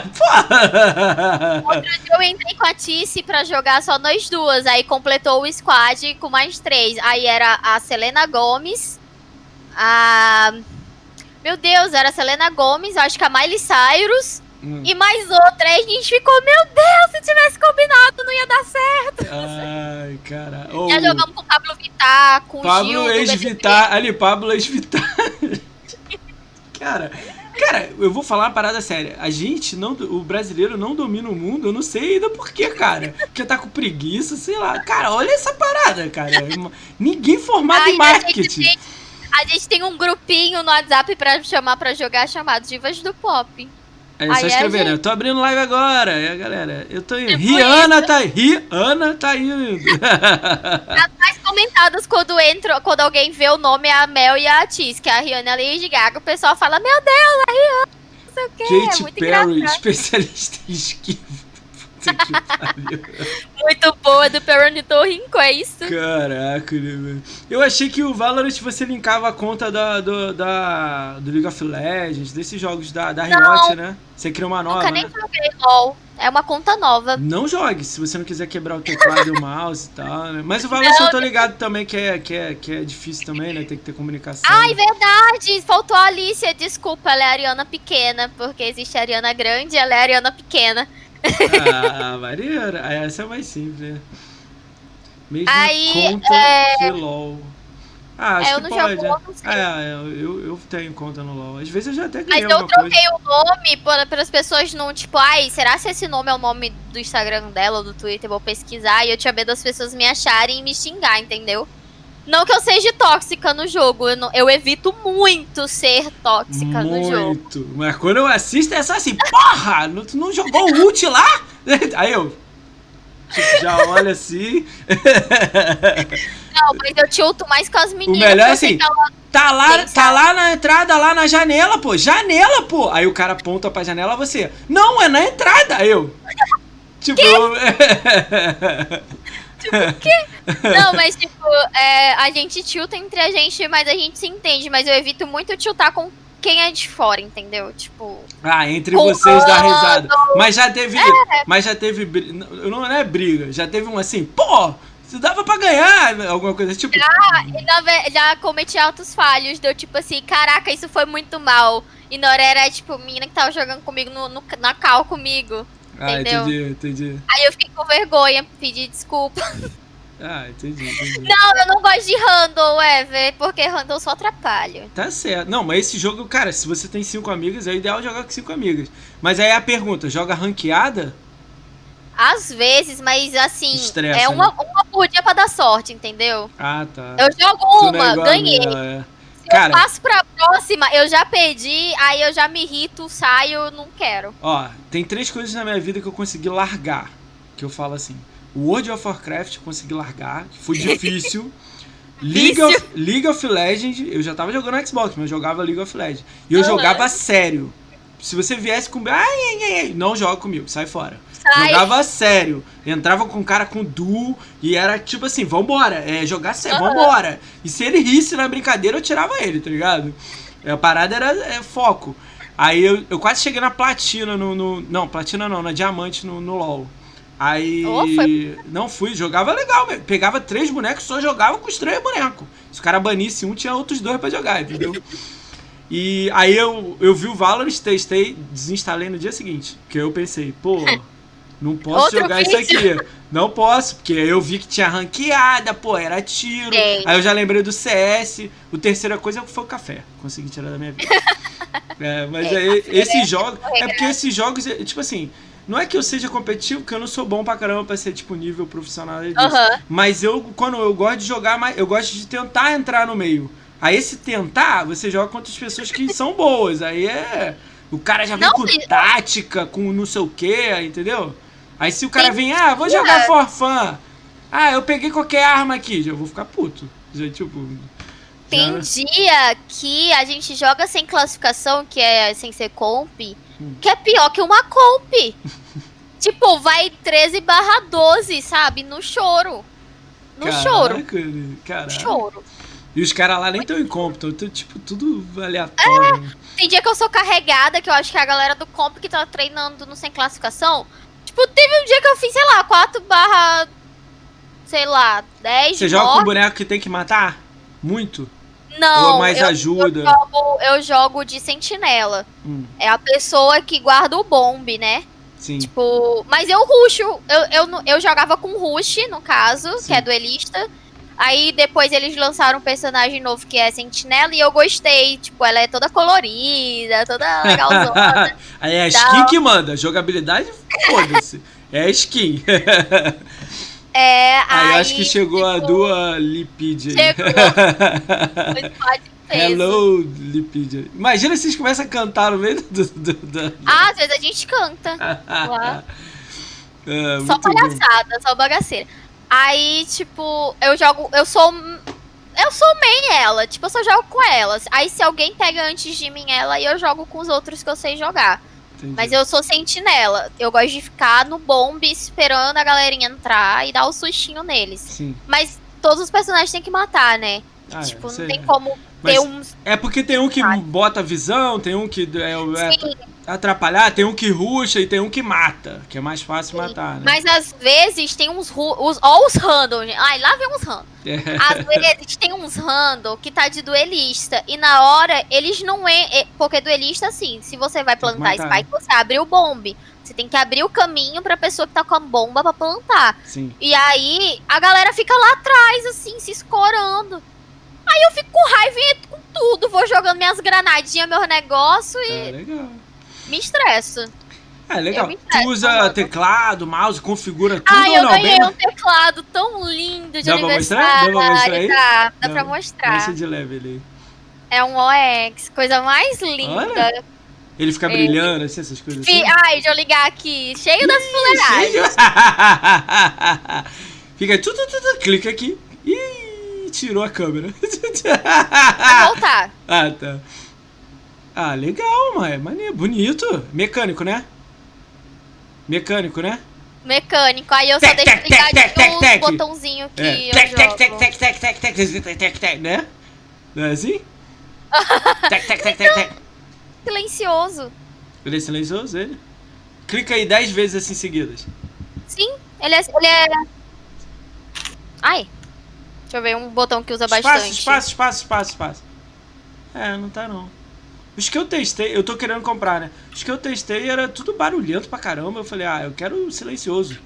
Eu... Outro dia eu entrei com a Tice pra jogar só nós duas. Aí completou o squad com mais três. Aí era a Selena Gomez, a... Meu Deus, era a Selena Gomez, acho que a Miley Cyrus hum. e mais outra. Aí a gente ficou, meu Deus, se tivesse combinado não ia dar certo. Ai, cara. Oh. Já jogamos com o Pablo Vittar, com Pablo o Gil. ex-Vittar, ali, Pablo ex-Vittar. Cara, cara, eu vou falar uma parada séria. A gente, não, o brasileiro não domina o mundo, eu não sei ainda por quê, cara. Porque tá com preguiça, sei lá. Cara, olha essa parada, cara. Ninguém formado Ai, em marketing. A gente tem um grupinho no WhatsApp pra chamar pra jogar chamado Divas do Pop. É só Aí escrever, gente... né? Eu tô abrindo live agora. É, galera, eu tô indo. Tipo Rihanna isso. tá aí. Rihanna tá indo. As mais comentadas quando entra, quando alguém vê o nome é a Mel e a Tis, que é a Rihanna e a Lady Gaga. O pessoal fala, meu Deus, a Rihanna, não sei o quê. Katy é muito Perry, engraçado. Especialista em esquivo. Muito boa do Peronitorrinco, é isso? Caraca, né, velho? Eu achei que o Valorant você linkava a conta da, do, da, do League of Legends, desses jogos da, da Riot, né? Você criou uma nova, Nunca né? nem joguei LOL. É uma conta nova. Não jogue, se você não quiser quebrar o teclado e o mouse e tal, né? Mas o Valorant eu tô ligado também que é, que, é, que é difícil também, né? Tem que ter comunicação. Ai, verdade! Faltou a Alicia, desculpa, ela é a Ariana pequena, porque existe a Ariana grande e ela é a Ariana pequena. Ah, maneiro. Essa é mais simples, né? Mesma Aí, conta é... que LOL. Ah, acho é, eu que não pode. jogo LOL, não sei. É, eu, eu tenho conta no LOL. Às vezes eu já até Mas ganhei eu alguma troquei coisa. o nome para as pessoas não, tipo, ai, será que esse nome é o nome do Instagram dela ou do Twitter? Vou pesquisar. E eu tinha medo das pessoas me acharem e me xingar, entendeu? Não que eu seja tóxica no jogo, eu, não, eu evito muito ser tóxica muito. no jogo. Muito. Mas quando eu assisto é só assim, porra, não, tu não jogou o ult lá? Aí eu tipo, já olha assim. Não, mas eu tilto mais com as meninas. O melhor é assim, ela... tá, lá, Tem, tá lá na entrada, lá na janela, pô, janela, pô. Aí o cara aponta pra janela, você, não, é na entrada. Aí eu, tipo... Tipo, o quê? Não, mas tipo, é, a gente tilta entre a gente, mas a gente se entende. Mas eu evito muito tiltar com quem é de fora, entendeu? Tipo... Ah, entre com vocês dá risada. Mas já teve... É. Mas já teve... Não é briga, já teve um assim, pô, você dava pra ganhar, alguma coisa tipo... Já, e na, já cometi altos falhos, deu tipo assim, caraca, isso foi muito mal. E na hora era tipo, menina que tava jogando comigo no, no, na cal comigo. Ah, entendeu? entendi, entendi. Aí eu fiquei com vergonha, pedi desculpa. Ah, entendi, entendi. Não, eu não gosto de handle, Ever, porque handle só atrapalha. Tá certo. Não, mas esse jogo, cara, se você tem cinco amigas, é ideal jogar com cinco amigas. Mas aí a pergunta, joga ranqueada? Às vezes, mas assim, Estressa, é uma, né? uma por dia pra dar sorte, entendeu? Ah, tá. Eu jogo Tu não é uma, igual a ganhei. minha, é. Se Cara, eu passo pra próxima, eu já perdi, aí eu já me irrito, saio, não quero. ó, tem três coisas na minha vida que eu consegui largar. Que eu falo assim, o World of Warcraft eu consegui largar, que foi difícil. League of, League of Legends, eu já tava jogando no Xbox, mas eu jogava League of Legends. E eu Uhum. jogava sério. Se você viesse com... Ai, ai, ai, ai, não joga comigo, sai fora. Sai. Jogava sério. Entrava com um cara com duo e era tipo assim, vambora. É, jogar sério, Uhum. vambora. E se ele risse na brincadeira, eu tirava ele, tá ligado? A parada era é, foco. Aí eu, eu quase cheguei na platina no, no... Não, platina não, na diamante no, no LoL. Aí... Oh, foi... Não fui, jogava legal, mesmo. Pegava três bonecos, só jogava com os três bonecos. Se o cara banisse um, tinha outros dois pra jogar, entendeu? E aí eu, eu vi o Valorant, testei, desinstalei no dia seguinte. Porque eu pensei, pô, não posso Outro jogar vídeo. isso aqui. Não posso, porque eu vi que tinha ranqueada, pô, era tiro. Sim. Aí eu já lembrei do C S. O terceira coisa foi o café. Consegui tirar da minha vida. É, mas É, aí, café esses é jogos... É regrado. porque esses jogos, é, tipo assim... Não é que eu seja competitivo, porque eu não sou bom pra caramba pra ser, tipo, nível profissional disso. Uhum. Mas eu, quando eu gosto de jogar, mais, eu gosto de tentar entrar no meio. Aí esse tentar, você joga contra as pessoas que são boas. Aí é... O cara já vem Não, com mas- tática, com não sei o que, entendeu? Aí se o cara Tem vem, ah, vou dia- jogar for fun. Ah, eu peguei qualquer arma aqui, já vou ficar puto. Já, tipo... Tem já- dia que a gente joga sem classificação, que é sem ser comp, Hum. que é pior que uma comp. Tipo, vai treze barra doze, sabe? No choro. No choro. Caraca, caraca. Choro. E os caras lá nem tão em comp, tão, tão, tipo, tudo aleatório. né? Tem dia que eu sou carregada, que eu acho que é a galera do comp que tá treinando no sem classificação. Tipo, teve um dia que eu fiz, sei lá, quatro barra, sei lá, dez. Você joga com morte. boneco que tem que matar? Muito? Não, Ou mais eu, ajuda? Eu jogo, eu jogo de sentinela. Hum, É a pessoa que guarda o bombe, né? sim. Tipo, mas eu rusho. Eu, eu, não- eu jogava com rush, no caso, Sim. que é duelista. Aí depois eles lançaram um personagem novo que é sentinela e eu gostei. Tipo, ela é toda colorida, toda legalzona. Aí é a Tal. skin que manda. Jogabilidade, foda-se. É a skin. É, Aí aí, eu acho que chegou a tipo, Dua Lipidia. Chegou. O squad fez. Hello, Lipidia. Imagina se vocês começam a cantar no meio do... do, do... Ah, às vezes a gente canta. lá. É, Só muito bom. palhaçada, só bagaceira. Aí, tipo, eu jogo. Eu sou. Eu sou main ela. Tipo, eu só jogo com elas. Aí se alguém pega antes de mim ela, eu jogo com os outros que eu sei jogar. Entendi. Mas eu sou sentinela. Eu gosto de ficar no bombe esperando a galerinha entrar e dar o sustinho neles. Sim. Mas todos os personagens tem que matar, né? Ah, tipo, é, não sei. tem como Mas ter uns. É porque tem um que bota a visão, tem um que... É, o- é, Sim, atrapalhar, tem um que rusha e tem um que mata, que é mais fácil Sim. matar, né? Mas às vezes tem uns... Os, ó os random, gente. Ai, lá vem uns random. É. Às vezes tem uns random que tá de duelista. E na hora, eles não é... Porque duelista, assim, se você vai plantar spike, você abre o bombe. Você tem que abrir o caminho pra pessoa que tá com a bomba pra plantar. Sim. E aí, a galera fica lá atrás, assim, se escorando. Aí eu fico com raiva e entro com tudo. Vou jogando minhas granadinhas, meus negócios e... É, legal. Me estresso. É, legal. Estresso, tu usa mano. teclado, mouse, configura tudo ah, ou não? Ah, eu ganhei Bem... um teclado tão lindo de dá aniversário. Pra mostrar? Dá pra mostrar aí? Dá, dá Não, pra mostrar. Deixa de leve ele. É um O X, coisa mais linda. Olha. Ele fica ele... brilhando, assim, essas coisas assim? Ai, deixa eu ligar aqui. Cheio das fuleiragens. Fica tudo, tudo, clica aqui. Ih, tirou a câmera. Vai voltar. Ah, tá. Ah, legal, mano. É maneiro, bonito. Mecânico, né? Mecânico, né? Mecânico. Aí eu só deixo ligadinho os botãozinhos que eu tec, jogo. Tec, tec, tec, tec, tec, tec, tec, tec, né? Não é assim? Tec, tec, tec, tec, tec. Silencioso. Ele é silencioso, ele? Clica aí dez vezes assim seguidas. Sim, ele é... Ele é... Ai. Deixa eu ver um botão que usa espaço, bastante. Espaço, espaço, espaço, espaço. É, não tá não. Os que eu testei, eu tô querendo comprar, né? Os que eu testei era tudo barulhento pra caramba. Eu falei, ah, eu quero silencioso.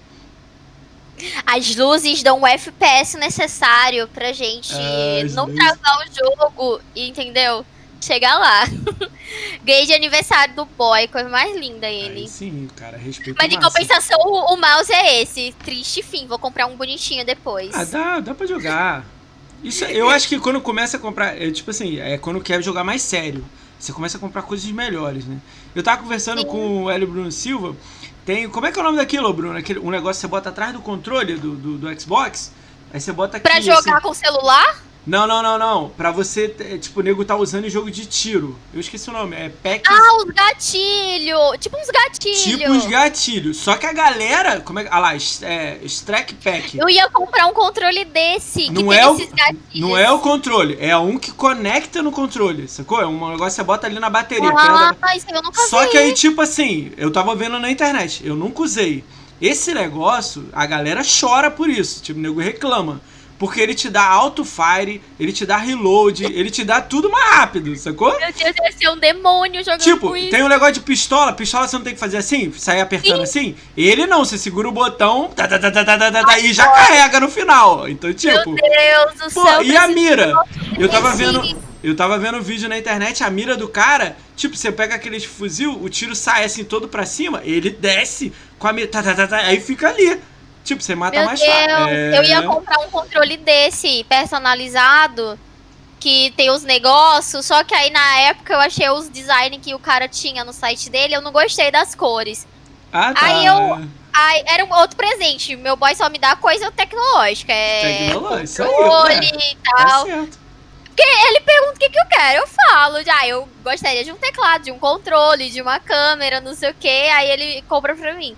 As luzes dão o F P S necessário pra gente é, não luzes. travar o jogo, entendeu? Chegar lá. Ganhei de aniversário do boy, coisa mais linda ele. Aí sim, cara, respeito. Mas de compensação, o, o mouse é esse. Triste fim, vou comprar um bonitinho depois. Ah, dá, dá pra jogar. Isso, eu acho que quando começa a comprar, é, tipo assim, é quando quer jogar mais sério. Você começa a comprar coisas melhores, né? Eu tava conversando Sim. com o Hélio Bruno Silva. Tem, como é que é o nome daquilo, Bruno? Aquele, um negócio que você bota atrás do controle do, do, do Xbox. Aí você bota aqui. Pra jogar assim, com o celular? Não, não, não, não. Pra você, tipo, o nego tá usando em jogo de tiro. Eu esqueci o nome. É pack. Ah, os gatilhos. Tipo uns gatilhos. Tipo uns gatilhos. Só que a galera. Como é que. Ah lá, é, Strike Pack. Eu ia comprar um controle desse. Que não, tem é o, esses gatilhos. Não é o controle. É um que conecta no controle. Sacou? É um negócio que você bota ali na bateria. Ah, pega... isso eu nunca Só vi. que aí, tipo assim, eu tava vendo na internet. Eu nunca usei. Esse negócio, a galera chora por isso. Tipo, o nego reclama. Porque ele te dá auto-fire, ele te dá reload, ele te dá tudo mais rápido, sacou? Meu Deus, deve ser um demônio jogando tipo, com isso. Tem um negócio de pistola, pistola você não tem que fazer assim, sair apertando Sim. assim. Ele não, você segura o botão tá, tá, tá, tá, tá, tá, tá, e já carrega no final. Então, tipo... Meu Deus do pô, céu. E a mira? Eu tava vendo... Eu tava vendo um vídeo na internet, a mira do cara, tipo, você pega aquele fuzil, o tiro sai assim todo pra cima, ele desce com a mira, tá, tá, tá, tá, aí fica ali. Tipo, você mata Meu mais Deus, fácil. É... Eu ia comprar um controle desse, personalizado, que tem os negócios, só que aí na época eu achei os design que o cara tinha no site dele, eu não gostei das cores. Ah, tá. Aí eu... Aí era um outro presente, meu boy só me dá coisa tecnológica, é... Tecnológica, controle aí, e tal. Tá certo. Porque ele pergunta o que, que eu quero, eu falo, ah, eu gostaria de um teclado, de um controle, de uma câmera, não sei o que, aí ele compra pra mim.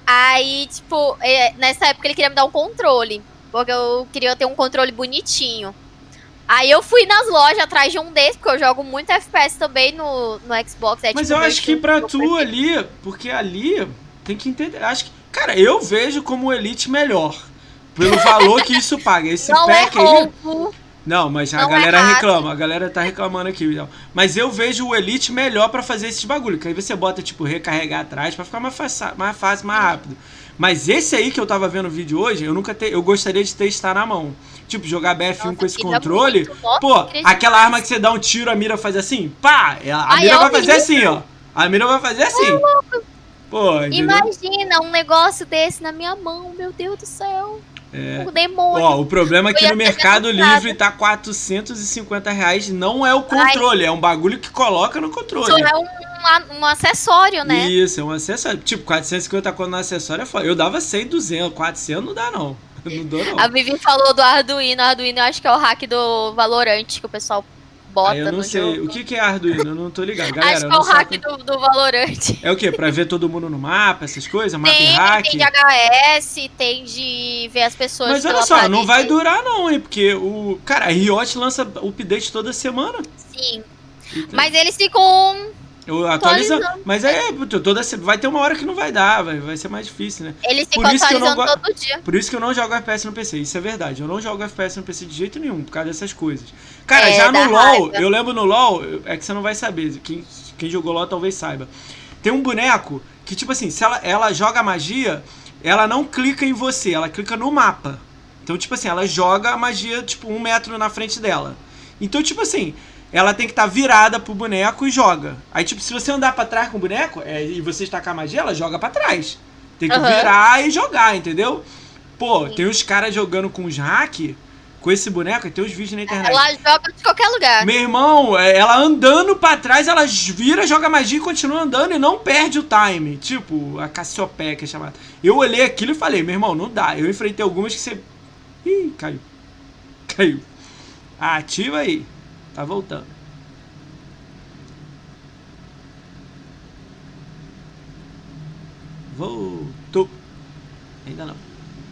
Aí, tipo, nessa época ele queria me dar um controle, porque eu queria ter um controle bonitinho. Aí eu fui nas lojas atrás de um desses, porque eu jogo muito F P S também no, no Xbox. É, Mas tipo, eu acho que pra tu ali, porque ali tem que entender, acho que, cara, eu vejo como o Elite melhor, pelo valor que isso paga. Esse Não pack é roubo. aí... Não, mas a Não galera é reclama, a galera tá reclamando aqui. Então. Mas eu vejo o Elite melhor pra fazer esses bagulho, que aí você bota, tipo, recarregar atrás pra ficar mais fácil, mais, fácil, mais rápido. Mas esse aí que eu tava vendo o vídeo hoje, eu nunca te, eu gostaria de testar na mão. Tipo, jogar B F um Nossa, com esse controle. Nossa, pô, aquela arma que você dá um tiro, a mira faz assim, pá! A, a mira vai fazer assim, ó. A mira vai fazer assim. Pô, imagina um negócio desse na minha mão, meu Deus do céu. É. O demônio. Ó, o problema é que no Mercado Livre tá quatrocentos e cinquenta reais, não é o controle, Ai. é um bagulho que coloca no controle. Isso é um, um, um acessório, né? Isso, é um acessório. Tipo, quatrocentos e cinquenta conto no acessório é foda. Eu dava cem, duzentos, quatrocentos não dá não. Não dou não. A Vivi falou do Arduino, Arduino eu acho que é o hack do Valorant que o pessoal bota ah, eu não no sei. jogo. O que, que é Arduino? Eu não tô ligado. Galera, acho que é o hack do, do Valorant. É o quê? Pra ver todo mundo no mapa, essas coisas? Mapa tem, em hack? Tem de H S, tem de ver as pessoas. Mas olha só, não vai durar não, hein? Porque o... Cara, a Riot lança update toda semana. Sim. Então... Mas eles ficam... Eu atualizando. Mas é, toda, vai ter uma hora que não vai dar, vai, vai ser mais difícil, né? Eles ficam atualizando go... todo dia. Por isso que eu não jogo F P S no P C, isso é verdade. Eu não jogo F P S no P C de jeito nenhum, por causa dessas coisas. Cara, é, já no LoL, raiva. Eu lembro no LoL, é que você não vai saber, quem, quem jogou LoL talvez saiba. Tem um boneco que, tipo assim, se ela, ela joga magia, ela não clica em você, ela clica no mapa. Então, tipo assim, ela joga a magia, tipo, um metro na frente dela. Então, tipo assim... Ela tem que estar tá virada pro boneco e joga. Aí, tipo, se você andar pra trás com o boneco é, e você estacar magia, ela joga pra trás. Tem que uhum. virar e jogar, entendeu? Pô, Sim. tem uns caras jogando com os hack, com esse boneco, e tem uns vídeos na internet. Ela joga de qualquer lugar. Meu irmão, ela andando pra trás, ela vira, joga magia e continua andando e não perde o time. Tipo, a Cassiopeia, que é chamada. Eu olhei aquilo e falei, meu irmão, não dá. Eu enfrentei algumas que você... Ih, caiu. Caiu. Ativa aí. Tá voltando. Voltou. Ainda não.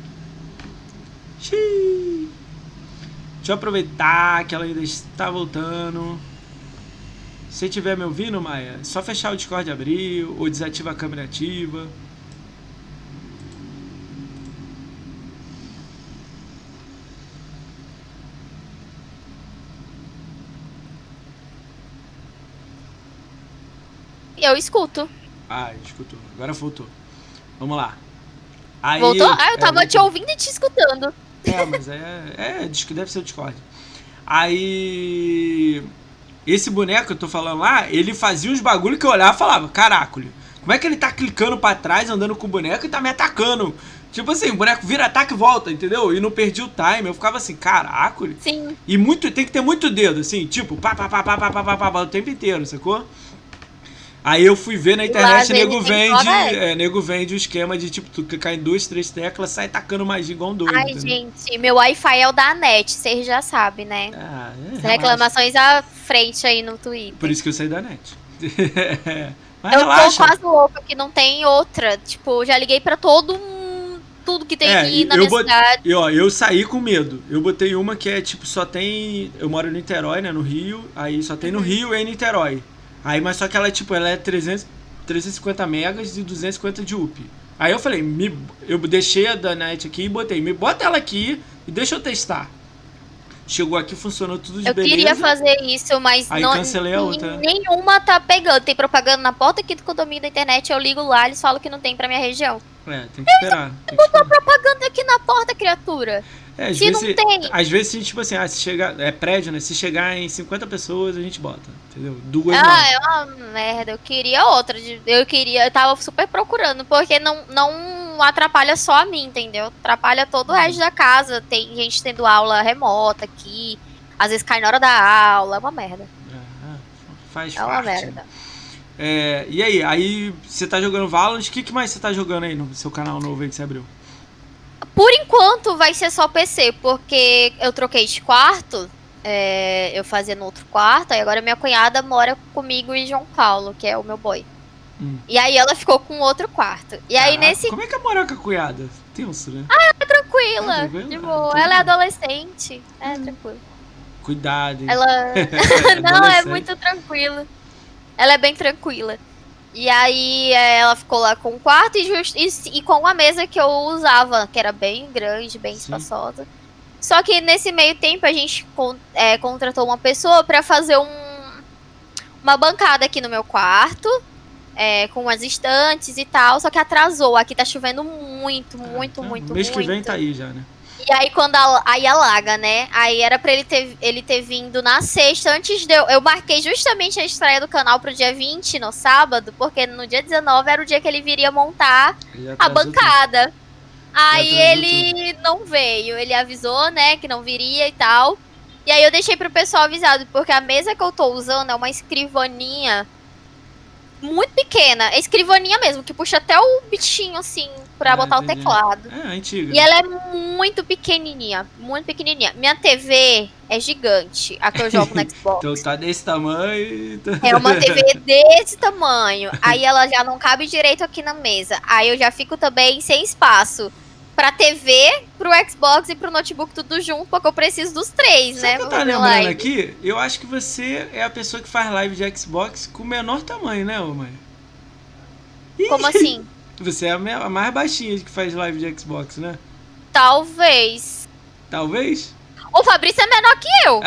Xiii. Deixa eu aproveitar que ela ainda está voltando. Se você estiver me ouvindo, Maia, é só fechar o Discord e abrir, ou desativa a câmera ativa. Eu escuto. Ah, escutou. Agora voltou. Vamos lá. Aí, voltou? Ah, eu tava é, te ouvindo e te escutando. É, mas é, é, deve ser o Discord. Aí, esse boneco que eu tô falando lá, ele fazia uns bagulho que eu olhava e falava, caracolho, como é que ele tá clicando pra trás, andando com o boneco e tá me atacando? Tipo assim, o boneco vira, ataque e volta, entendeu? E não perdi o time. Eu ficava assim, caracolho. Sim. E muito, tem que ter muito dedo, assim, tipo, pá, pá, pá, pá, pá, pá, pá, pá, o tempo inteiro, sacou? Aí eu fui ver na internet, nego vende, é, nego vende o esquema de, tipo, tu clicar em duas, três teclas, sai tacando magia igual um doido. Ai, entendeu? Gente, meu Wi-Fi é o da net, vocês já sabem, né? Ah, é, reclamações à frente aí no Twitter. Por isso que eu saí da net. Mas eu relaxa. Tô quase louca, que não tem outra. Tipo, já liguei pra todo mundo, tudo que tem é, aqui na minha bot... cidade. E, ó, eu saí com medo. Eu botei uma que é, tipo, só tem... Eu moro em Niterói, né, no Rio. Aí só tem no Rio e em Niterói. Aí, mas só que ela, tipo, ela é trezentos, trezentos e cinquenta megas e duzentos e cinquenta de U P. Aí eu falei, me, eu deixei a da net aqui e botei, me bota ela aqui e deixa eu testar. Chegou aqui, funcionou tudo de eu beleza. Eu queria fazer isso, mas aí não, cancelei a outra. Nenhuma tá pegando. Tem propaganda na porta aqui do condomínio da internet, eu ligo lá, eles falam que não tem pra minha região. É, tem que esperar. Você botou propaganda aqui na porta, criatura. É, às se vezes, não tem. Às vezes, tipo assim, ah, se chegar, é prédio, né? Se chegar em cinquenta pessoas, a gente bota, entendeu? Duas ah, não. Ah, é uma merda. Eu queria outra. Eu queria, eu tava super procurando, porque não, não atrapalha só a mim, entendeu? Atrapalha todo o resto da casa. Tem gente tendo aula remota aqui. Às vezes cai na hora da aula. É uma merda. Ah, faz É uma parte. merda. É, e aí, aí você tá jogando Valorant, o que, que mais você tá jogando aí no seu canal novo aí que você abriu? Por enquanto vai ser só P C, porque eu troquei de quarto, é, eu fazia no outro quarto, e agora minha cunhada mora comigo em João Paulo, que é o meu boy. Hum. E aí ela ficou com outro quarto. E aí ah, nesse... Como é que é morar com a cunhada? Tenso, né? Ah, ela é tranquila, ah, de boa. Ah, ela é adolescente, é hum. tranquila. Cuidado, hein? Ela... Não, é muito tranquila. Ela é bem tranquila. E aí ela ficou lá com o quarto e, just, e, e com a mesa que eu usava, que era bem grande, bem Sim. espaçosa. Só que nesse meio tempo a gente é, contratou uma pessoa pra fazer um, uma bancada aqui no meu quarto, é, com as estantes e tal, só que atrasou. Aqui tá chovendo muito, muito, ah, tá. muito, Mês muito. que vem tá aí já, né? E aí quando a, aí alaga, né? Aí era pra ele ter, ele ter vindo na sexta, antes de eu... Eu marquei justamente a estreia do canal pro dia vinte, no sábado, porque no dia dezenove era o dia que ele viria montar a bancada. Tudo. Aí ele tudo. não veio, ele avisou, né, que não viria e tal. E aí eu deixei pro pessoal avisado, porque a mesa que eu tô usando é uma escrivaninha muito pequena, é escrivaninha mesmo, que puxa até o bichinho assim, pra ah, botar entendi. o teclado. É, antiga. E ela é muito pequenininha, muito pequenininha. Minha T V é gigante, a que eu jogo no Xbox. Então tá desse tamanho. É uma T V desse tamanho. Aí ela já não cabe direito aqui na mesa. Aí eu já fico também sem espaço pra T V, pro Xbox e pro notebook tudo junto, porque eu preciso dos três, Sabe né? o que eu tava lembrando aqui? Eu acho que você é a pessoa que faz live de Xbox com o menor tamanho, né, ô mãe? Como assim? Você é a mais baixinha que faz live de Xbox, né? Talvez. Talvez? O Fabrício é menor que eu.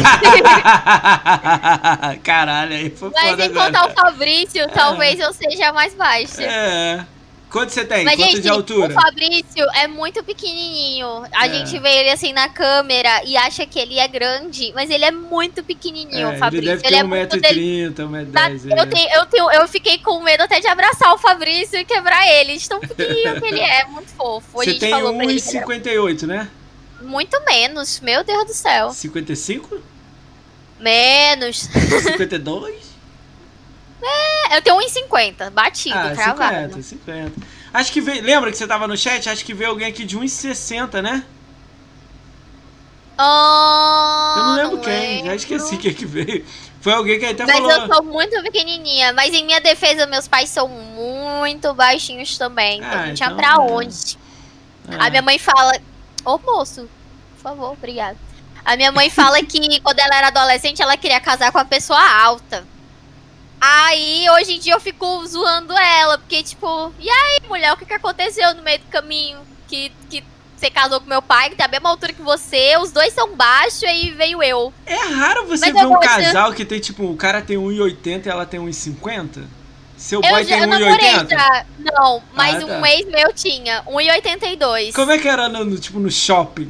Caralho, aí foi Mas foda em contar agora. o Fabrício, talvez eu seja mais baixa. É. Quanto você tem? Mas, Quanto gente, de altura? o Fabrício é muito pequenininho. A É. gente vê ele assim na câmera e acha que ele é grande, mas ele é muito pequenininho, É, o Fabrício. ele deve ter é um metro e trinta, um metro e Tá, dez. eu, tenho, eu, tenho, eu fiquei com medo até de abraçar o Fabrício e quebrar ele. De tão pequenininho que ele é, muito fofo. A Você gente tem falou pra um ele e que ele cinquenta e oito, né? é muito menos, meu Deus do céu. cinquenta e cinco? Menos. cinquenta e dois? É, eu tenho um e cinquenta, batido, Ah, cravado. cinquenta, cinquenta. Acho que veio. Lembra que você tava no chat? Acho que veio alguém aqui de um e sessenta, né? Oh, Eu não lembro não quem, lembro. já esqueci quem que veio. Foi alguém que até Mas falou. eu sou muito pequenininha. Mas em minha defesa, meus pais são muito baixinhos também. Então Ah, não tinha então, pra é. onde. É. A minha mãe fala... Ô, moço, por favor, obrigada. A minha mãe fala que quando ela era adolescente, ela queria casar com uma pessoa alta. Aí, hoje em dia, eu fico zoando ela. Porque, tipo, e aí, mulher, o que, que aconteceu no meio do caminho? Que, que você casou com meu pai, que tem a mesma altura que você. Os dois são baixos, aí veio eu. É raro você Mas ver eu um gosto- casal que tem, tipo, o cara tem um e oitenta e ela tem um e cinquenta? Seu Eu, boy já, tem eu um e namorei oitenta? já. Não, mas Ah, tá. um ex meu tinha. um e oitenta e dois. Como é que era, no, no- tipo, no shopping?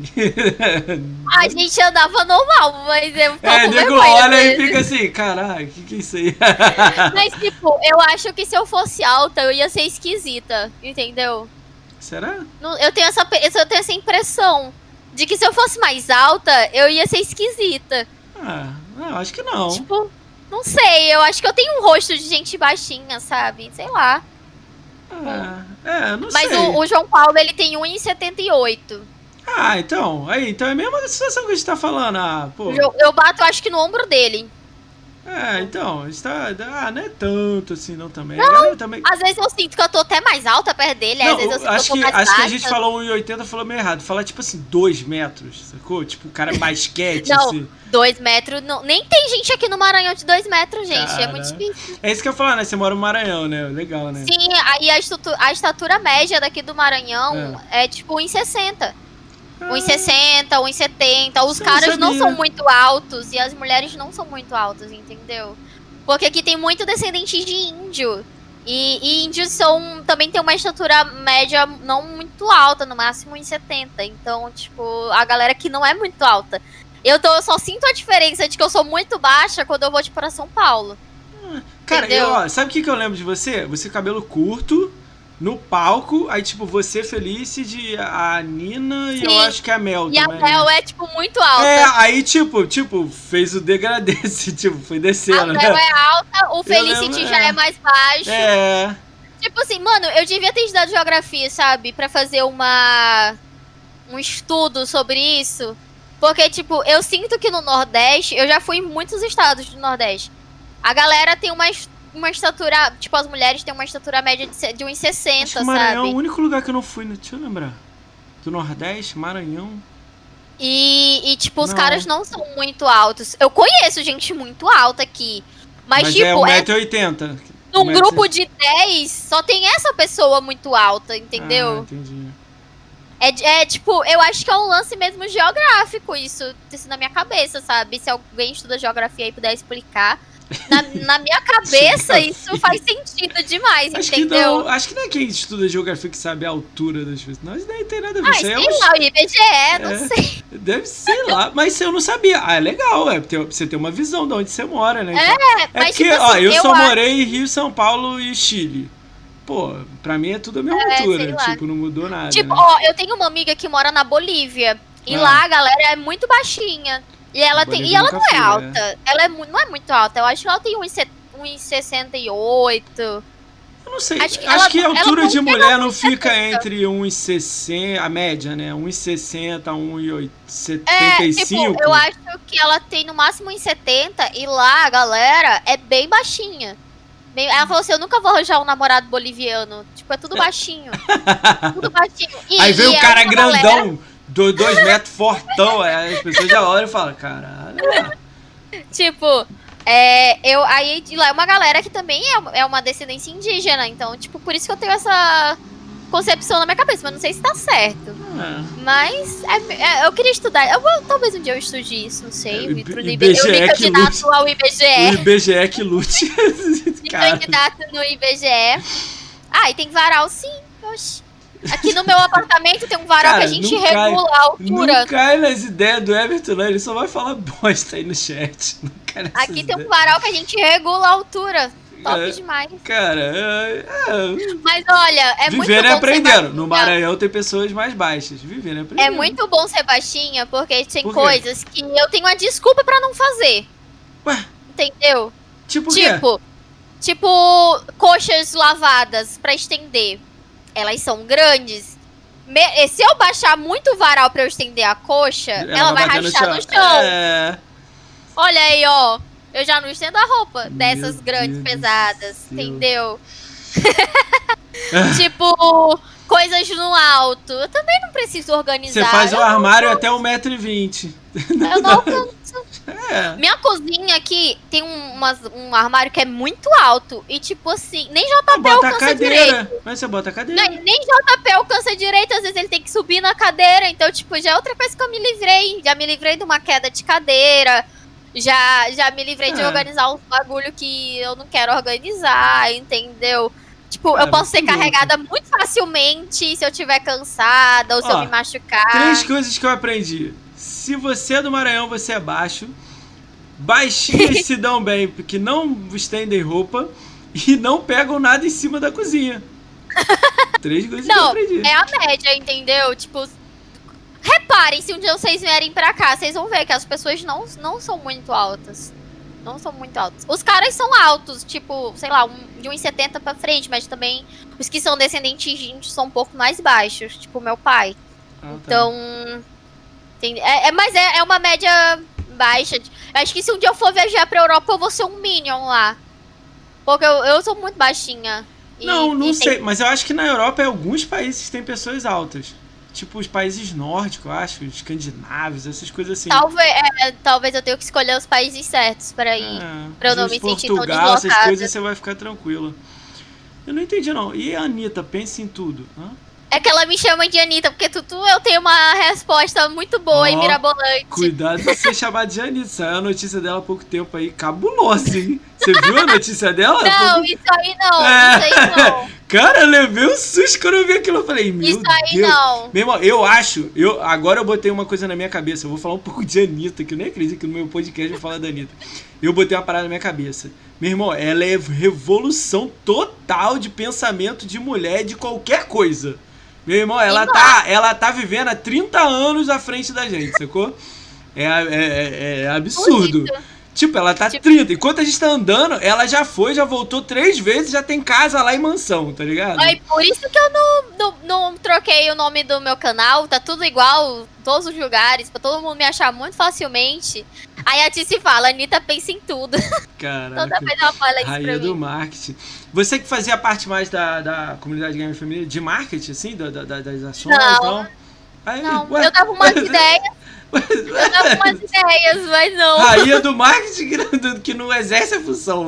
A gente andava normal, mas eu ficava É, com nego vergonha. olha às e vezes. fica assim, caralho, o que que é isso aí? Mas, tipo, eu acho que se eu fosse alta, eu ia ser esquisita, entendeu? Será? Não- Eu tenho, essa, eu tenho essa impressão de que se eu fosse mais alta, eu ia ser esquisita. Ah, não, acho que não. Tipo, não sei, eu acho que eu tenho um rosto de gente baixinha, sabe? Sei lá. Ah, é, não Mas sei. o, o João Paulo, ele tem um e setenta e oito. Ah, então, aí, então é a mesma situação que a gente tá falando, ah, pô. Eu, eu bato, acho que no ombro dele. É, então, a gente tá, ah, não é tanto assim não também. A galera também... Às vezes eu sinto que eu tô até mais alta perto dele, Não, às vezes eu sinto acho que eu que, tô mais acho que a baixa. gente falou um e oitenta, falou meio errado. Falar tipo assim, dois metros, sacou? Tipo, o cara é basquete, Não, assim. dois metros, não, nem tem gente aqui no Maranhão de dois metros, gente, é Cara. muito difícil. É isso que eu ia falar, né? Você mora no Maranhão, né? Legal, né? Sim, aí a, estrutu- a estatura média daqui do Maranhão é, tipo um e sessenta. um e sessenta, um e setenta. Os Eu não caras não sabia. são muito altos e as mulheres não são muito altas, entendeu? Porque aqui tem muito descendente de índio. E, e índios são, também tem uma estatura média não muito alta, no máximo um e setenta. Então, tipo, a galera aqui não é muito alta. Eu, tô, eu só sinto a diferença de que eu sou muito baixa quando eu vou, tipo, pra São Paulo. Cara, Entendeu? eu, ó, sabe o que, que eu lembro de você? Você cabelo curto, no palco, aí tipo, você, Felicity, a Nina e Sim. eu acho que a Mel E a também. Mel é, tipo, muito alta. É, aí tipo, tipo, fez o degradê, tipo, foi A descendo, Mel né? é alta, o Felicity lembro, já é. é mais baixo. É, Tipo assim, mano, eu devia ter estudado geografia, sabe? Pra fazer uma... um estudo sobre isso. Porque, tipo, eu sinto que no Nordeste, eu já fui em muitos estados do Nordeste. A galera tem uma, est- uma estatura, tipo, as mulheres têm uma estatura média de, se- de uns acho que sessenta, o Maranhão é o sabe? único lugar que eu não fui, né? Deixa eu lembrar. Do Nordeste, Maranhão. E, e, tipo, os Não. caras não são muito altos. Eu conheço gente muito alta aqui. Mas, Mas tipo, é é, um metro e oitenta. num grupo de dez, só tem essa pessoa muito alta, entendeu? Ah, entendi. É, de- é, tipo, eu acho que é um lance mesmo geográfico isso, isso na minha cabeça, sabe? Se alguém estuda geografia e puder explicar. Na, na minha cabeça, Geografia. isso faz sentido demais, Acho que, entendeu? não, acho que não é quem estuda geografia que sabe a altura das pessoas. Não, isso daí não tem nada a ver. Ah, Isso sei aí é um lá, o I B G E, não É. sei. Deve ser lá, mas eu não sabia. Ah, é legal, é ter, você ter uma visão de onde você mora, né? É, é mas porque, tipo ó, assim, eu, eu só acho- morei em Rio, São Paulo e Chile. Pô, pra mim é tudo a mesma É, altura, sei lá. tipo, não mudou nada, Tipo, né? ó, eu tenho uma amiga que mora na Bolívia. E Ah. lá a galera é muito baixinha. E ela tem. E Bolívia ela nunca não é fui, alta. Ela é, mu- não é muito alta. Eu acho que ela tem uns sessenta e oito. Eu não sei, acho acho que que, ela- a ela altura não de chega mulher a não um e fica setenta. entre um e sessenta, a média, né? um e sessenta, um e setenta É, e tipo, cinco. eu acho que ela tem no máximo uns setenta e lá a galera é bem baixinha. Bem, ela falou assim, eu nunca vou arranjar um namorado boliviano. Tipo, é tudo baixinho. Tudo baixinho. E, aí vem e o cara é grandão, galera... do, dois metros, fortão. Aí as pessoas já olham e falam, caralho. Tipo, é, eu, aí de lá é uma galera que também é, é uma descendência indígena. Então, tipo, por isso que eu tenho essa concepção na minha cabeça. Mas não sei se tá certo. É. Mas é, é, eu queria estudar. Eu vou, talvez um dia eu estude isso, não sei. É, eu entro no I B G E, eu me candidato ao I B G E. O I B G E que lute. Me candidato no I B G E. Ah, e tem varal sim. Oxi. Aqui no meu apartamento tem um varal cara, que a gente regula cai, a altura. Não cai nas ideias do Everton, não. Ele só vai falar bosta aí no chat. Não cai Aqui tem ideias. um varal que a gente regula a altura. Top é, demais. Cara, é, é... Mas olha, é muito bom Vivendo e aprendendo. ser No Maranhão tem pessoas mais baixas. Vivendo e aprendendo. É muito bom ser baixinha, porque tem Por quê? coisas que eu tenho uma desculpa pra não fazer. Ué? Entendeu? Tipo o Tipo, quê? tipo, coxas lavadas pra estender. Elas são grandes. Me... Se eu baixar muito o varal pra eu estender a coxa, ela, ela vai rachar no chão. No chão. É... Olha aí, ó. Eu já não estendo a roupa dessas Meu grandes, Deus pesadas, do céu. entendeu? Tipo, coisas no alto. Eu também não preciso organizar. Você faz o eu armário não... até um metro e vinte. Eu não alcanço. É. Minha cozinha aqui tem um, umas, um armário que é muito alto. E tipo assim, nem J P Bota a alcança cadeira. direito. Mas você bota a cadeira. Nem, nem J P alcança direito, às vezes ele tem que subir na cadeira. Então, tipo, já é outra coisa que eu me livrei. Já me livrei de uma queda de cadeira. Já, já me livrei é. de organizar uns bagulho que eu não quero organizar, entendeu? Tipo, Cara, eu posso ser carregada louco. muito facilmente se eu estiver cansada ou se Ó, eu me machucar. Três coisas que eu aprendi. Se você é do Maranhão, você é baixo. Baixinhos se dão bem, porque não estendem roupa e não pegam nada em cima da cozinha. Três coisas não, que eu aprendi. É a média, entendeu? Tipo, reparem, se um dia vocês vierem pra cá, vocês vão ver que as pessoas não, não são muito altas. Não são muito altas. Os caras são altos, tipo, sei lá, um, de um e setenta pra frente, mas também os que são descendentes de índios são um pouco mais baixos, tipo meu pai. Ah, tá. Então, tem, é, é, mas é, é uma média baixa. Acho que se um dia eu for viajar pra Europa, eu vou ser um Minion lá. Porque eu, eu sou muito baixinha. E, não, não sei, tem... mas eu acho que na Europa, em alguns países tem pessoas altas. Tipo os países nórdicos, eu acho, escandinavos, essas coisas assim. Talvez, é, talvez eu tenha que escolher os países certos pra ir. É, pra eu não me sentir tão deslocada. Essas coisas você vai ficar tranquila. Eu não entendi, não. E a Anitta, pensa em tudo. Hã? É que ela me chama de Anitta, porque Tutu eu tenho uma resposta muito boa oh, e mirabolante. Cuidado de ser chamada de Anitta. Saiu a notícia dela há pouco tempo aí, cabulosa, hein? Você viu a notícia dela? Não, pouco... isso aí não, é. isso aí não. Cara, eu levei um susto quando eu vi aquilo. Eu falei, meu Isso aí Deus. não. Meu irmão, eu acho, eu, agora eu botei uma coisa na minha cabeça. Eu vou falar um pouco de Anitta, que eu nem acredito que no meu podcast eu vou falar da Anitta. Eu botei uma parada na minha cabeça. Meu irmão, ela é revolução total de pensamento de mulher de qualquer coisa. Meu irmão, ela tá, ela tá vivendo há trinta anos à frente da gente, sacou? É, é, é, é absurdo. Bonito. Tipo, ela tá tipo... trinta. Enquanto a gente tá andando, ela já foi, já voltou três vezes, já tem casa lá em mansão, tá ligado? É por isso que eu não, não, não troquei o nome do meu canal. Tá tudo igual, todos os lugares, pra todo mundo me achar muito facilmente. Aí a Tice fala, Anitta pensa em tudo. Caraca. Toda vez ela fala isso Rainha pra do mim. Marketing. Você que fazia parte mais da, da comunidade gamer feminina, de marketing, assim, da, da, das ações não, e tal? Aí, não, ué, eu dava umas ideias. Eu dava umas ideias, mas não. Rainha do marketing que, que não exerce a função.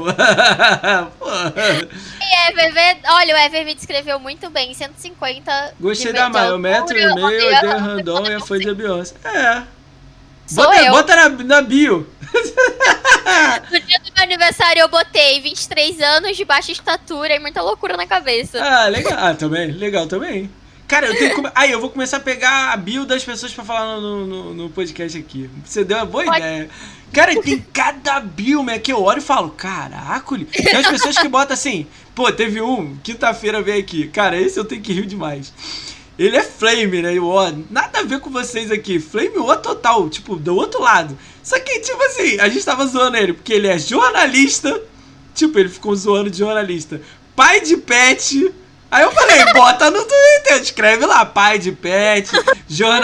E Ever, olha, o Ever me descreveu muito bem, cento e cinquenta. Gostei da Maia, o metro e meio, eu odeio Randon e a fã de Beyoncé. É. Sou bota eu. bota na, na bio. No dia do meu aniversário eu botei vinte e três anos de baixa estatura e muita loucura na cabeça. Ah, legal. Ah, também, legal também. Cara, eu tenho que come... Aí, eu vou começar a pegar a bio das pessoas pra falar no, no, no podcast aqui. Você deu uma boa Pode. ideia. Cara, tem cada bio, né, que eu olho e falo, caraca, tem as pessoas que botam assim, pô, teve um, quinta-feira veio aqui. Cara, esse eu tenho que rir demais. Ele é flame, né, o ó, nada a ver com vocês aqui. Flame o total, tipo, do outro lado. Só que, tipo assim, a gente tava zoando ele, porque ele é jornalista. Tipo, ele ficou zoando de jornalista. Pai de pet... Aí eu falei, bota no Twitter, escreve lá, pai de pet,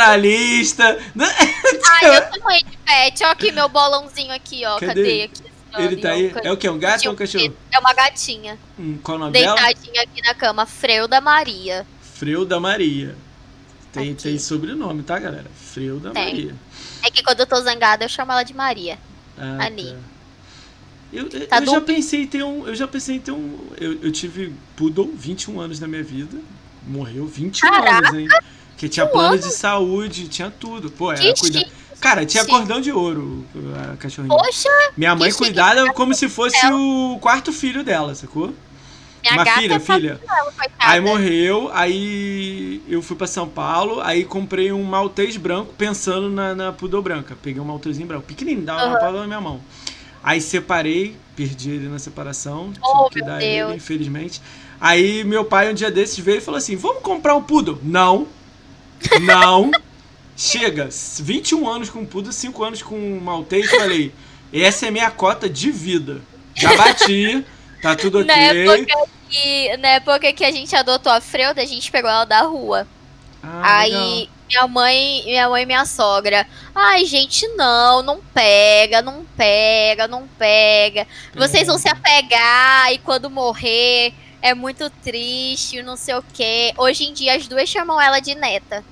jornalista. Ai, eu sou mãe de pet, ó aqui meu bolãozinho aqui, ó, cadê, cadê aqui? Ele tá aí. É o quê? Um gato ou um cachorro? É uma gatinha. Hum, qual o nome dela? Deitadinha aqui na cama. Freuda Maria. Freuda Maria. Tem, tem sobrenome, tá, galera? Freuda tem. Maria. É que quando eu tô zangada, eu chamo ela de Maria. Ah, ali. Tá. Eu, tá eu já pensei em ter um. Eu já pensei em ter um. Eu, eu tive Poodle vinte e um anos na minha vida. Morreu vinte e um Caraca, anos, hein? Porque tinha plano de saúde, tinha tudo. Pô, era cuidar. Cara, tinha cordão de ouro, a cachorrinha. Poxa! Minha mãe cuidava como se fosse ela. o quarto filho dela, sacou? Minha Uma gata filha, é filha. Dela, aí morreu, aí eu fui pra São Paulo, aí comprei um maltês branco pensando na, na Poodle branca. Peguei um maltezinho branco, pequenininho, dava uma palma na minha mão. Aí separei, perdi ele na separação, oh, tive que dar Deus. ele, infelizmente. Aí meu pai um dia desses veio e falou assim, vamos comprar um Poodle? Não, não, chega, vinte e um anos com Poodle, cinco anos com maltês, falei, essa é minha cota de vida, já bati, tá tudo ok. Na época que, na época que a gente adotou a Freuda, a gente pegou ela da rua. Ah, aí... legal. Minha mãe, minha mãe e minha sogra. Ai, gente, não, não pega, não pega, não pega. Vocês vão se apegar e quando morrer é muito triste, não sei o quê. Hoje em dia as duas chamam ela de neta.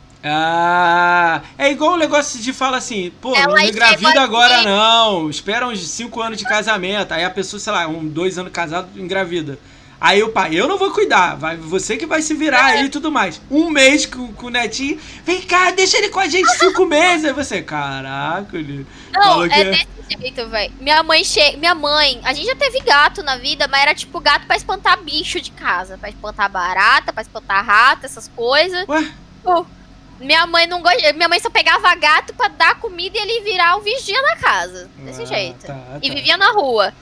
Ah, é igual o negócio de fala assim, pô, ela não engravida agora assim. Não, espera uns cinco anos de casamento. Aí a pessoa, sei lá, um, dois anos casado, engravida. Aí o pai, eu não vou cuidar, vai, você que vai se virar aí e tudo mais. Um mês com, com o netinho, vem cá, deixa ele com a gente cinco meses. Aí você, caraca, ele não, falou que... é desse jeito, velho. Minha mãe, che... Minha mãe, a gente já teve gato na vida, mas era tipo gato pra espantar bicho de casa. Pra espantar barata, pra espantar rato, essas coisas. Ué? Pô, minha mãe não gosta. Minha mãe só pegava gato pra dar comida e ele virar o vigia da casa. Desse ah, jeito. Tá, tá. E vivia na rua.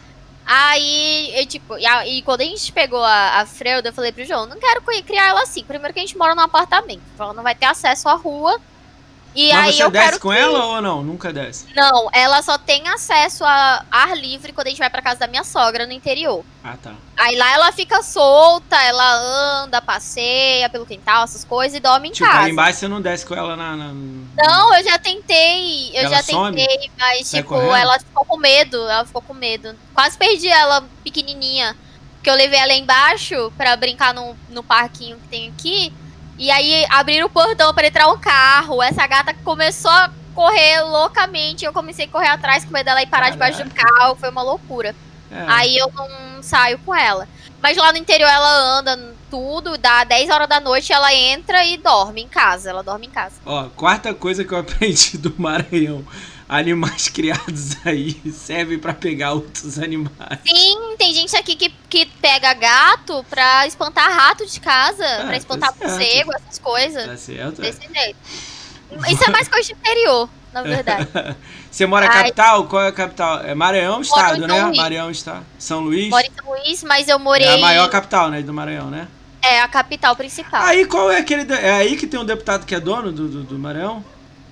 Aí, eu, tipo, e, a, e quando a gente pegou a, a Freuda, eu falei pro João, não quero criar ela assim. Primeiro que a gente mora num apartamento, ela não vai ter acesso à rua. E Mas aí você eu desce quero com que... ela ou não? Nunca desce? Não, ela só tem acesso a ar livre quando a gente vai pra casa da minha sogra no interior. Ah, tá. Aí lá ela fica solta, ela anda, passeia pelo quintal, essas coisas e dorme em tipo, casa. Aí embaixo você não desce com ela na... na... Não, eu já tentei, eu ela já some? tentei, mas Sai tipo, correndo? ela ficou com medo, ela ficou com medo. Quase perdi ela pequenininha, porque eu levei ela embaixo pra brincar no, no parquinho que tem aqui. E aí abriram o portão pra entrar um carro. Essa gata começou a correr loucamente. Eu comecei a correr atrás com medo dela ir parar Caraca. debaixo do carro. Foi uma loucura. É. Aí eu não saio com ela. Mas lá no interior ela anda tudo. Dá dez horas da noite, ela entra e dorme em casa. Ela dorme em casa. Ó, quarta coisa que eu aprendi do Maranhão. Animais criados aí servem pra pegar outros animais. Sim, tem gente aqui que, que pega gato pra espantar rato de casa, ah, pra espantar tá morcego, essas coisas. Tá certo. Desse jeito. Isso é mais coisa de interior, na verdade. Você mora na capital? Qual é a capital? É Maranhão, estado, né? Luís. Maranhão, estado. São Luís? Moro em São Luís, mas eu morei... É a maior capital, né, do Maranhão, né? É, a capital principal. Aí qual é aquele... É aí que tem um deputado que é dono do, do, do Maranhão?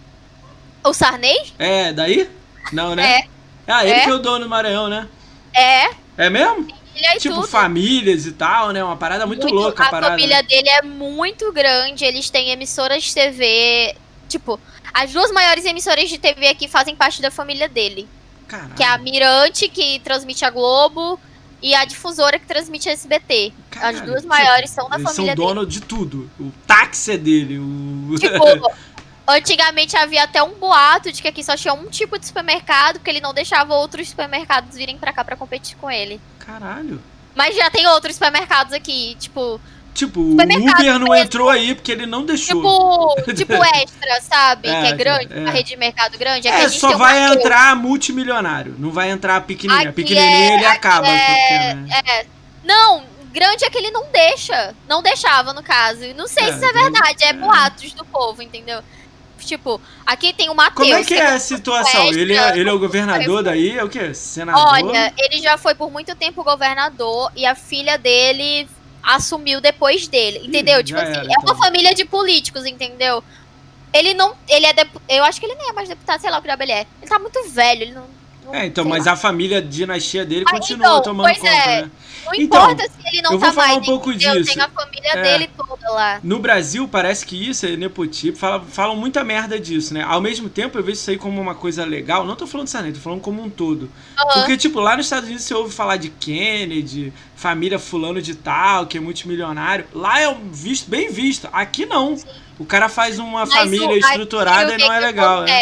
O Sarney? É, daí? Não, né? É. Ah, ele é. que é o dono do Maranhão, né? É. É mesmo? Ele é tipo, tudo. famílias e tal, né? Uma parada muito, muito louca. A, a parada. família dele é muito grande, eles têm emissoras de T V... Tipo, as duas maiores emissoras de T V aqui fazem parte da família dele. Caralho. Que é a Mirante, que transmite a Globo, e a Difusora, que transmite a S B T. Caralho, as duas tipo, maiores são da eles família são dono dele. de tudo. O táxi é dele. O... Tipo... Antigamente havia até um boato de que aqui só tinha um tipo de supermercado, porque ele não deixava outros supermercados virem pra cá pra competir com ele. Caralho. Mas já tem outros supermercados aqui, tipo... Tipo, o Uber não entrou aí porque ele não deixou. Tipo, tipo Extra, sabe? É, que é grande, é. uma rede de mercado grande. É, só vai entrar multimilionário, não vai entrar pequenininho. Pequenininho ele acaba. É, porque, né? é. Não, grande é que ele não deixa. Não deixava, no caso. Não sei É, se isso é verdade, é boatos do povo, entendeu? Tipo, aqui tem o Matheus. Como é que é é a situação? Extra, ele, é, ele é o governador daí? É o quê? Senador? Olha, ele já foi por muito tempo governador e a filha dele assumiu depois dele, entendeu? Ih, tipo assim, era, é uma então. família de políticos, entendeu? Ele não, ele é, depu- eu acho que ele nem é mais deputado, sei lá o que diabo ele é. Ele tá muito velho, ele não, É, então, sei mas lá. a família, a dinastia dele Ah, continua então, tomando pois conta, é. né? Não Então, importa se ele não eu vou tá falar mais, um pouco entendeu? disso. Tem a família É, dele toda lá. no Brasil, parece que isso é nepotismo, falam, falam muita merda disso, né? Ao mesmo tempo, eu vejo isso aí como uma coisa legal. Não tô falando de Sarney, tô falando como um todo. Uhum. Porque, tipo, lá nos Estados Unidos você ouve falar de Kennedy, família fulano de tal, que é multimilionário. Lá é visto, bem visto. Aqui não. Sim. O cara faz uma Mas família o, estruturada aqui, e não é legal, né?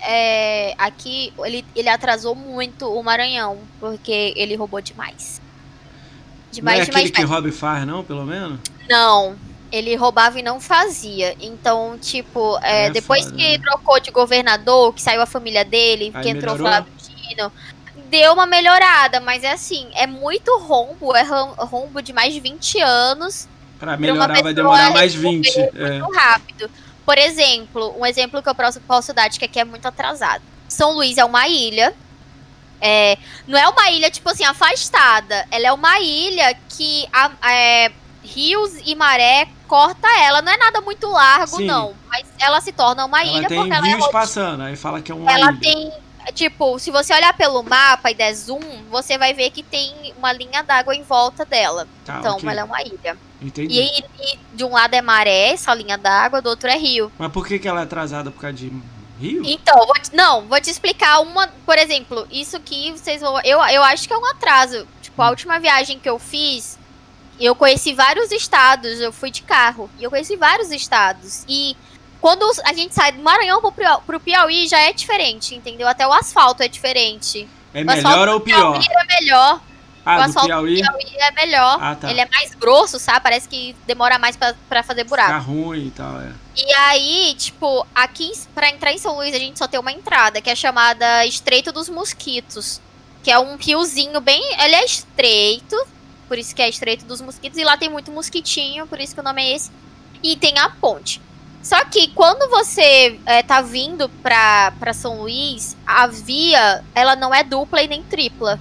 É, aqui ele, ele atrasou muito o Maranhão, porque ele roubou demais. Demais, não é aquele demais, que rouba e faz, não, pelo menos? Não, ele roubava e não fazia. Então, tipo, é, é depois foda, que né? trocou de governador, que saiu a família dele, Aí que entrou o Flávio Dino, deu uma melhorada, mas é assim, é muito rombo, é rombo de mais de vinte anos. Pra melhorar vai demorar mais vinte. Muito é. rápido. Por exemplo, um exemplo que eu posso dar de que aqui é muito atrasado. São Luís é uma ilha. É, não é uma ilha, tipo assim, afastada. Ela é uma ilha que a, é, rios e maré corta ela. Não é nada muito largo, Sim. não. Mas ela se torna uma ela ilha tem porque rios ela é passando, aí fala que é uma ela ilha. Tem, tipo, se você olhar pelo mapa e der zoom, você vai ver que tem uma linha d'água em volta dela. Tá, então, okay. ela é uma ilha. Entendi. E, e de um lado é maré, essa linha d'água, do outro é rio. Mas por que, que ela é atrasada por causa de rio? Então, vou te, não, vou te explicar uma, por exemplo, isso que vocês vão, eu, eu acho que é um atraso. Tipo, a última viagem que eu fiz, eu conheci vários estados, eu fui de carro, e eu conheci vários estados. E quando a gente sai do Maranhão pro, pro Piauí, já é diferente, entendeu? Até o asfalto é diferente. É melhor ou pior? O Piauí é melhor. Ah, o asfalto do Piauí? do Piauí é melhor. Ah, tá. Ele é mais grosso, sabe? Parece que demora mais pra, pra fazer buraco. Fica ruim e tal, é. E aí, tipo, aqui pra entrar em São Luís, a gente só tem uma entrada, que é chamada Estreito dos Mosquitos. Que é um riozinho bem... Ele é estreito, por isso que é Estreito dos Mosquitos. E lá tem muito mosquitinho, por isso que o nome é esse. E tem a ponte. Só que quando você é, tá vindo pra, pra São Luís, a via, ela não é dupla e nem tripla.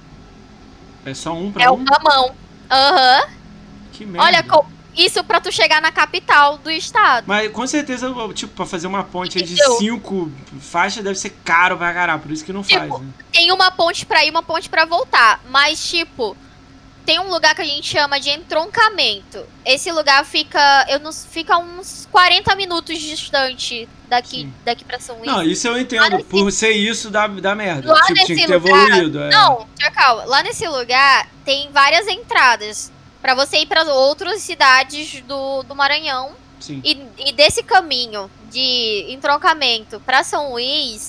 É só um pra É um? uma mão. Aham. Uhum. Que merda. Olha, isso pra tu chegar na capital do estado. Mas com certeza, tipo, pra fazer uma ponte aí de cinco faixas deve ser caro pra caralho, por isso que não tipo, faz, né? Tem uma ponte pra ir, uma ponte pra voltar. Mas, tipo, tem um lugar que a gente chama de entroncamento. Esse lugar fica, eu não, fica uns quarenta minutos distante daqui, daqui pra São Luís. Não, isso eu entendo. Nesse... Por ser isso, dá, dá merda. Lá tipo, nesse tinha que ter lugar... evoluído. É. Não, calma. Lá nesse lugar tem várias entradas pra você ir pra outras cidades do, do Maranhão. Sim. E, e desse caminho de entroncamento pra São Luís,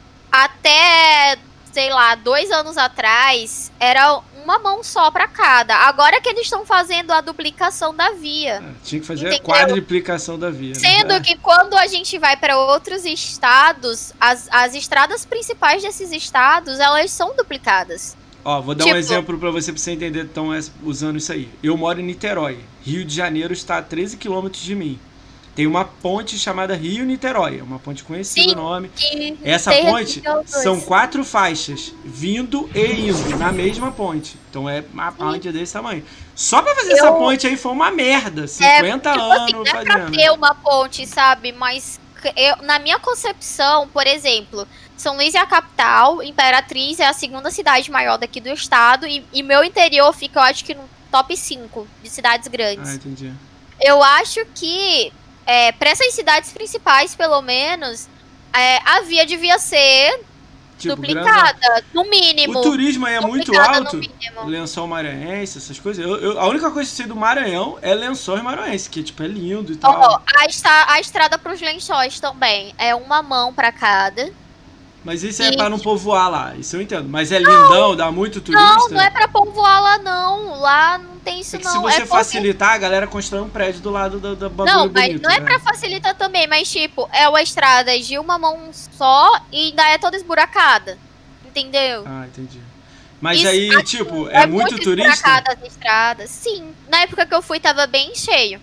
até, sei lá, dois anos atrás, era uma mão só pra cada. Agora que eles estão fazendo a duplicação da via. É, tinha que fazer entendeu? a quadriplicação da via. Sendo né? que quando a gente vai para outros estados, as, as estradas principais desses estados, elas são duplicadas. Ó, vou dar tipo, um exemplo pra você, pra você entender, então, usando isso aí. Eu moro em Niterói. Rio de Janeiro está a treze quilômetros de mim. Tem uma ponte chamada Rio-Niterói. É uma ponte conhecida o nome. Essa ponte são quatro faixas, vindo e indo na mesma ponte. Então é uma ponte desse tamanho. Só pra fazer eu... essa ponte aí foi uma merda. cinquenta é, tipo anos assim, não fazendo. É pra ter uma ponte, sabe? Mas eu, na minha concepção, por exemplo, São Luís é a capital, Imperatriz é a segunda cidade maior daqui do estado. E, e meu interior fica, eu acho que no top cinco de cidades grandes. Ah, entendi. Eu acho que... É, para essas cidades principais, pelo menos, é, a via devia ser tipo, duplicada, grande... no mínimo. O turismo aí é muito alto, Lençol Maranhense, essas coisas. Eu, eu, a única coisa que eu sei do Maranhão é Lençóis Maranhense, que tipo, é lindo e tal. Oh, a, estra a estrada para os lençóis também é uma mão para cada. Mas isso é e... pra não povoar lá, isso eu entendo. Mas é lindão, não, dá muito turista. Não, não é pra povoar lá, não. Lá não tem isso, é que não. Se você é facilitar, porque... a galera constrói um prédio do lado do, do bagulho Não, mas bonito, não é né? pra facilitar também, mas tipo, é uma estrada de uma mão só e ainda é toda esburacada. Entendeu? Ah, entendi. Mas isso, aí, aqui, tipo, é, é muito, muito turista? Esburacada as estradas. Sim, na época que eu fui tava bem cheio.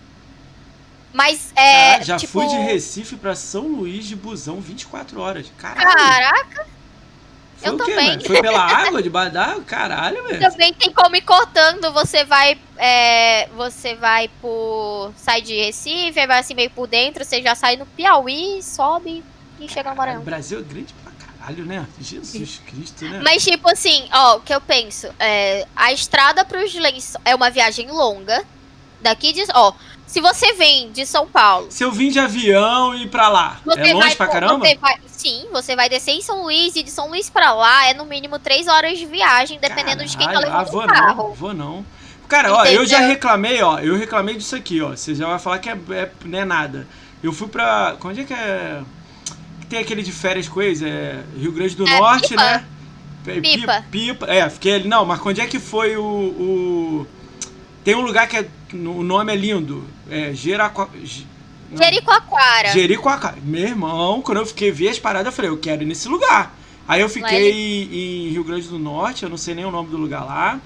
Mas é. Ah, já tipo... fui de Recife pra São Luís de busão vinte e quatro horas. Caralho. Caraca! Foi eu o quê, também. Mano? Foi pela água de badar? Caralho, velho. Também tem como ir cortando. Você vai. É, você vai por. Sai de Recife, aí vai assim meio por dentro. Você já sai no Piauí, sobe e chega no Maranhão. O Brasil é grande pra Caralho, né? Jesus Cristo, né? Mas, tipo assim, ó, o que eu penso, é, a estrada pros Lençóis é uma viagem longa, daqui de, ó, se você vem de São Paulo... Se eu vim de avião e ir pra lá, é longe pra caramba? Você vai, sim, você vai descer em São Luís, e de São Luís pra lá é no mínimo três horas de viagem, dependendo Caralho, de quem tá levando ah, vou o carro. Não, vou não. Cara, ó, eu já reclamei, ó, eu reclamei disso aqui, ó, você já vai falar que é, é, não é nada. Eu fui pra, onde é que é... Tem aquele de férias coisa, é Rio Grande do é, Norte, pipa. né? Pipa. Pipa. É, fiquei ali. Não, mas onde é que foi o, o... Tem um lugar que é, o nome é lindo. É Jericoacoara. Jericoacoara. Jericoacoara. Meu irmão, quando eu fiquei vi as paradas, eu falei, eu quero ir nesse lugar. Aí eu fiquei em Rio Grande do Norte, eu não sei nem o nome do lugar lá.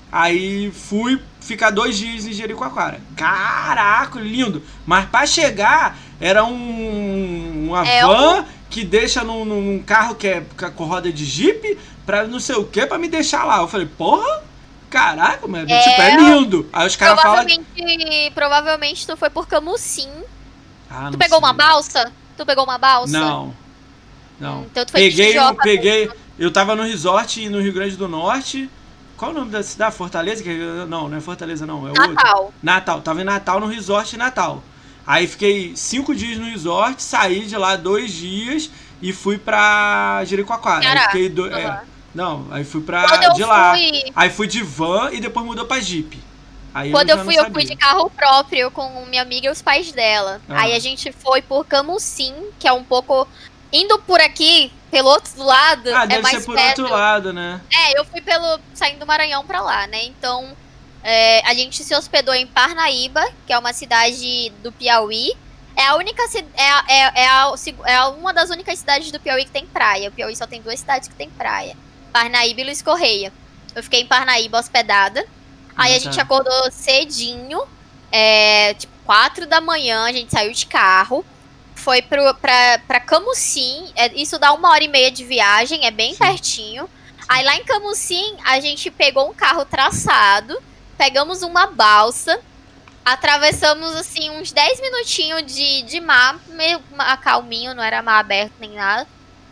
Aí fui ficar dois dias em Jericoacoara. Caraca, lindo. Mas pra chegar, era um, uma é van um... que deixa num, num carro que é com roda de jipe pra não sei o que, pra me deixar lá. Eu falei, porra, caraca, mas é, tipo, é lindo. Aí os caras falam... Provavelmente, provavelmente tu foi por Camusim. Ah, tu pegou sei. uma balsa? Tu pegou uma balsa? Não. Não. Hum, então tu foi peguei, eu, peguei. Mesmo. Eu tava no resort no Rio Grande do Norte. Qual o nome da cidade? Fortaleza? Não, não é Fortaleza não, é Natal. Outro. Natal. Tava em Natal, no resort de Natal. Aí fiquei cinco dias no resort, saí de lá dois dias e fui pra Jericoacoara. Aí fiquei do... uhum. é, não, aí fui pra Quando de lá. Fui... Aí fui de van e depois mudou pra Jeep. Aí Quando eu, eu fui, eu fui de carro próprio com minha amiga e os pais dela. Ah. Aí a gente foi por Camusim, que é um pouco... Indo por aqui, pelo outro lado, ah, deve é mais ser por perto. outro lado, né? É, eu fui pelo saindo do Maranhão pra lá, né? Então, é, a gente se hospedou em Parnaíba, que é uma cidade do Piauí. É a única é, é, é, a, é uma das únicas cidades do Piauí que tem praia. O Piauí só tem duas cidades que tem praia. Parnaíba e Luiz Correia. Eu fiquei em Parnaíba hospedada. Aí ah, a gente tá. acordou cedinho, é, tipo quatro da manhã, a gente saiu de carro. Foi pro, pra, pra Camusim, é, isso dá uma hora e meia de viagem, é bem Sim. pertinho. Sim. Aí lá em Camusim, a gente pegou um carro traçado, pegamos uma balsa, atravessamos assim uns dez minutinhos de, de mar, meio calminho, não era mar aberto nem nada.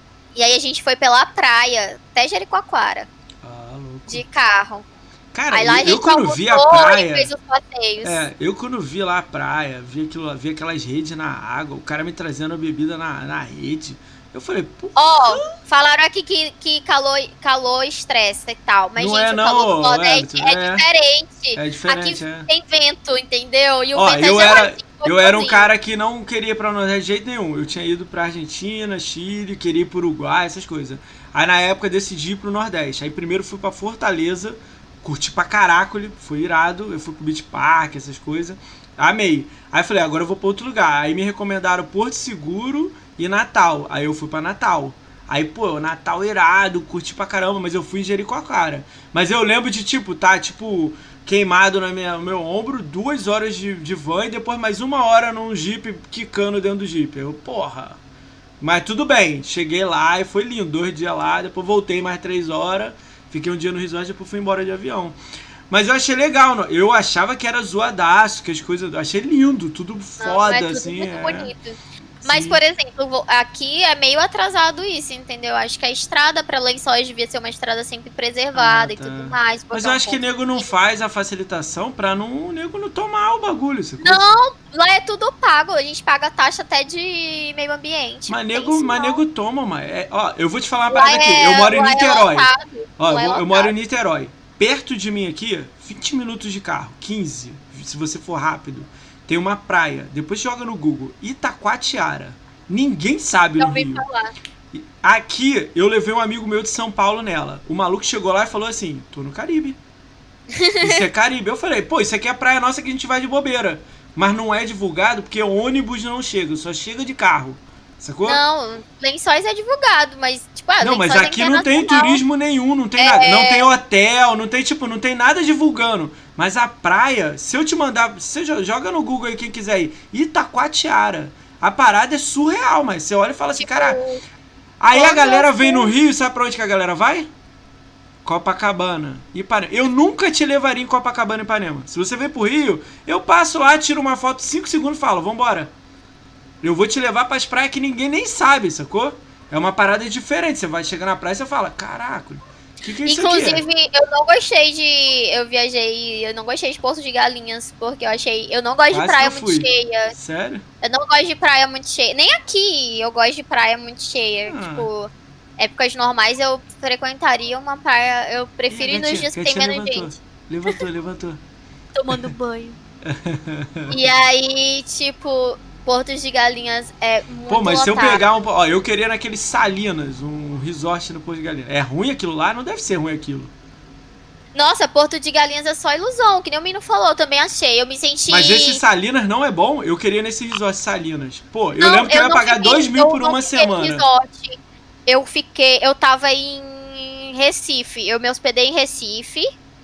E aí a gente foi pela praia, até Jericoacoara, ah, louco. de carro. Cara, aí lá eu, eu quando vi a praia, fez os passeios. É, eu quando vi lá a praia, vi, aquilo, vi aquelas redes na água, o cara me trazendo a bebida na, na rede, eu falei, pô... Ó, oh, falaram aqui que, que calor, calor estressa e tal, mas não gente, é, o não, calor do Nordeste é, é diferente. É diferente, Aqui é. tem vento, entendeu? E o Ó, vento eu é era, eu era um cara que não queria ir pra Nordeste de jeito nenhum, eu tinha ido pra Argentina, Chile, queria ir pro Uruguai, essas coisas. Aí na época decidi ir pro Nordeste, aí primeiro fui pra Fortaleza, curti pra caraca, foi irado, eu fui pro Beach Park, essas coisas, amei. Aí falei, agora eu vou pra outro lugar. Aí me recomendaram Porto Seguro e Natal, aí eu fui pra Natal. Aí, pô, Natal irado, curti pra caramba, mas eu fui em Jericoacoara. Mas eu lembro de, tipo, tá, tipo, queimado na minha, no meu ombro, duas horas de, de van e depois mais uma hora num Jeep, quicando dentro do Jeep. Eu, porra... Mas tudo bem, cheguei lá e foi lindo, dois dias lá, depois voltei mais três horas... Fiquei um dia no resort e depois fui embora de avião. Mas eu achei legal, eu achava que era zoadaço, que as coisas... Achei lindo, tudo Não, foda, é tudo assim. Muito é... bonito. Mas, Sim. por exemplo, aqui é meio atrasado isso, entendeu? Acho que a estrada para Lençóis devia ser uma estrada sempre preservada ah, tá. e tudo mais. Mas eu acho que o nego não faz a facilitação pra não, o nego não tomar o bagulho. Não, lá é tudo pago. A gente paga taxa até de meio ambiente. Mas nego, mas nego toma, mas é, ó, eu vou te falar uma parada aqui. É, eu moro em Niterói. É ó, eu, eu moro em Niterói. Perto de mim aqui, vinte minutos de carro, quinze, se você for rápido. Tem uma praia, depois joga no Google, Itacoatiara. Ninguém sabe no Rio. Falar. Aqui, eu levei um amigo meu de São Paulo nela. O maluco chegou lá e falou assim, tô no Caribe. Isso é Caribe. Eu falei, pô, isso aqui é a praia nossa que a gente vai de bobeira. Mas não é divulgado porque ônibus não chega, só chega de carro. Sacou? Não, Lençóis é divulgado, mas tipo, ah, não, mas Lençóis aqui não tem turismo nenhum, não tem é... nada, não tem hotel, não tem tipo, não tem nada divulgando. Mas a praia, se eu te mandar, você joga no Google aí quem quiser ir, Itacoatiara. A parada é surreal, mas você olha e fala assim, tipo, cara. Aí a galera vem no Rio, sabe pra onde que a galera vai? Copacabana, Ipanema. Eu nunca te levaria em Copacabana e Ipanema. Se você vem pro Rio, eu passo lá, tiro uma foto, cinco segundos e falo, vambora. Eu vou te levar pras praias que ninguém nem sabe, sacou? É uma parada diferente. Você vai chegar na praia e você fala, caraca, o que, que é isso Inclusive, aqui? eu não gostei de... Eu viajei... Eu não gostei de Porto de Galinhas, porque eu achei... Eu não gosto Quase de praia que eu muito fui. cheia. Sério? Eu não gosto de praia muito cheia. Nem aqui eu gosto de praia muito cheia. Ah. Tipo, épocas normais eu frequentaria uma praia... Eu prefiro Ih, ir nos gatinha, dias que tem gatinha menos levantou. gente. Levantou, levantou. Tomando banho. E aí, tipo... Porto de Galinhas é muito Pô, mas se eu lotado. pegar um... Ó, eu queria naquele Salinas, um resort no Porto de Galinhas. É ruim aquilo lá? Não deve ser ruim aquilo. Nossa, Porto de Galinhas é só ilusão, que nem o menino falou, eu também achei. Eu me senti... Mas esse Salinas não é bom? Eu queria nesse resort Salinas. Pô, eu Não, lembro que eu, eu ia não pagar fiquei- dois mil eu por não uma fiquei no semana. resort. Eu fiquei... Eu tava em Recife. Eu me hospedei em Recife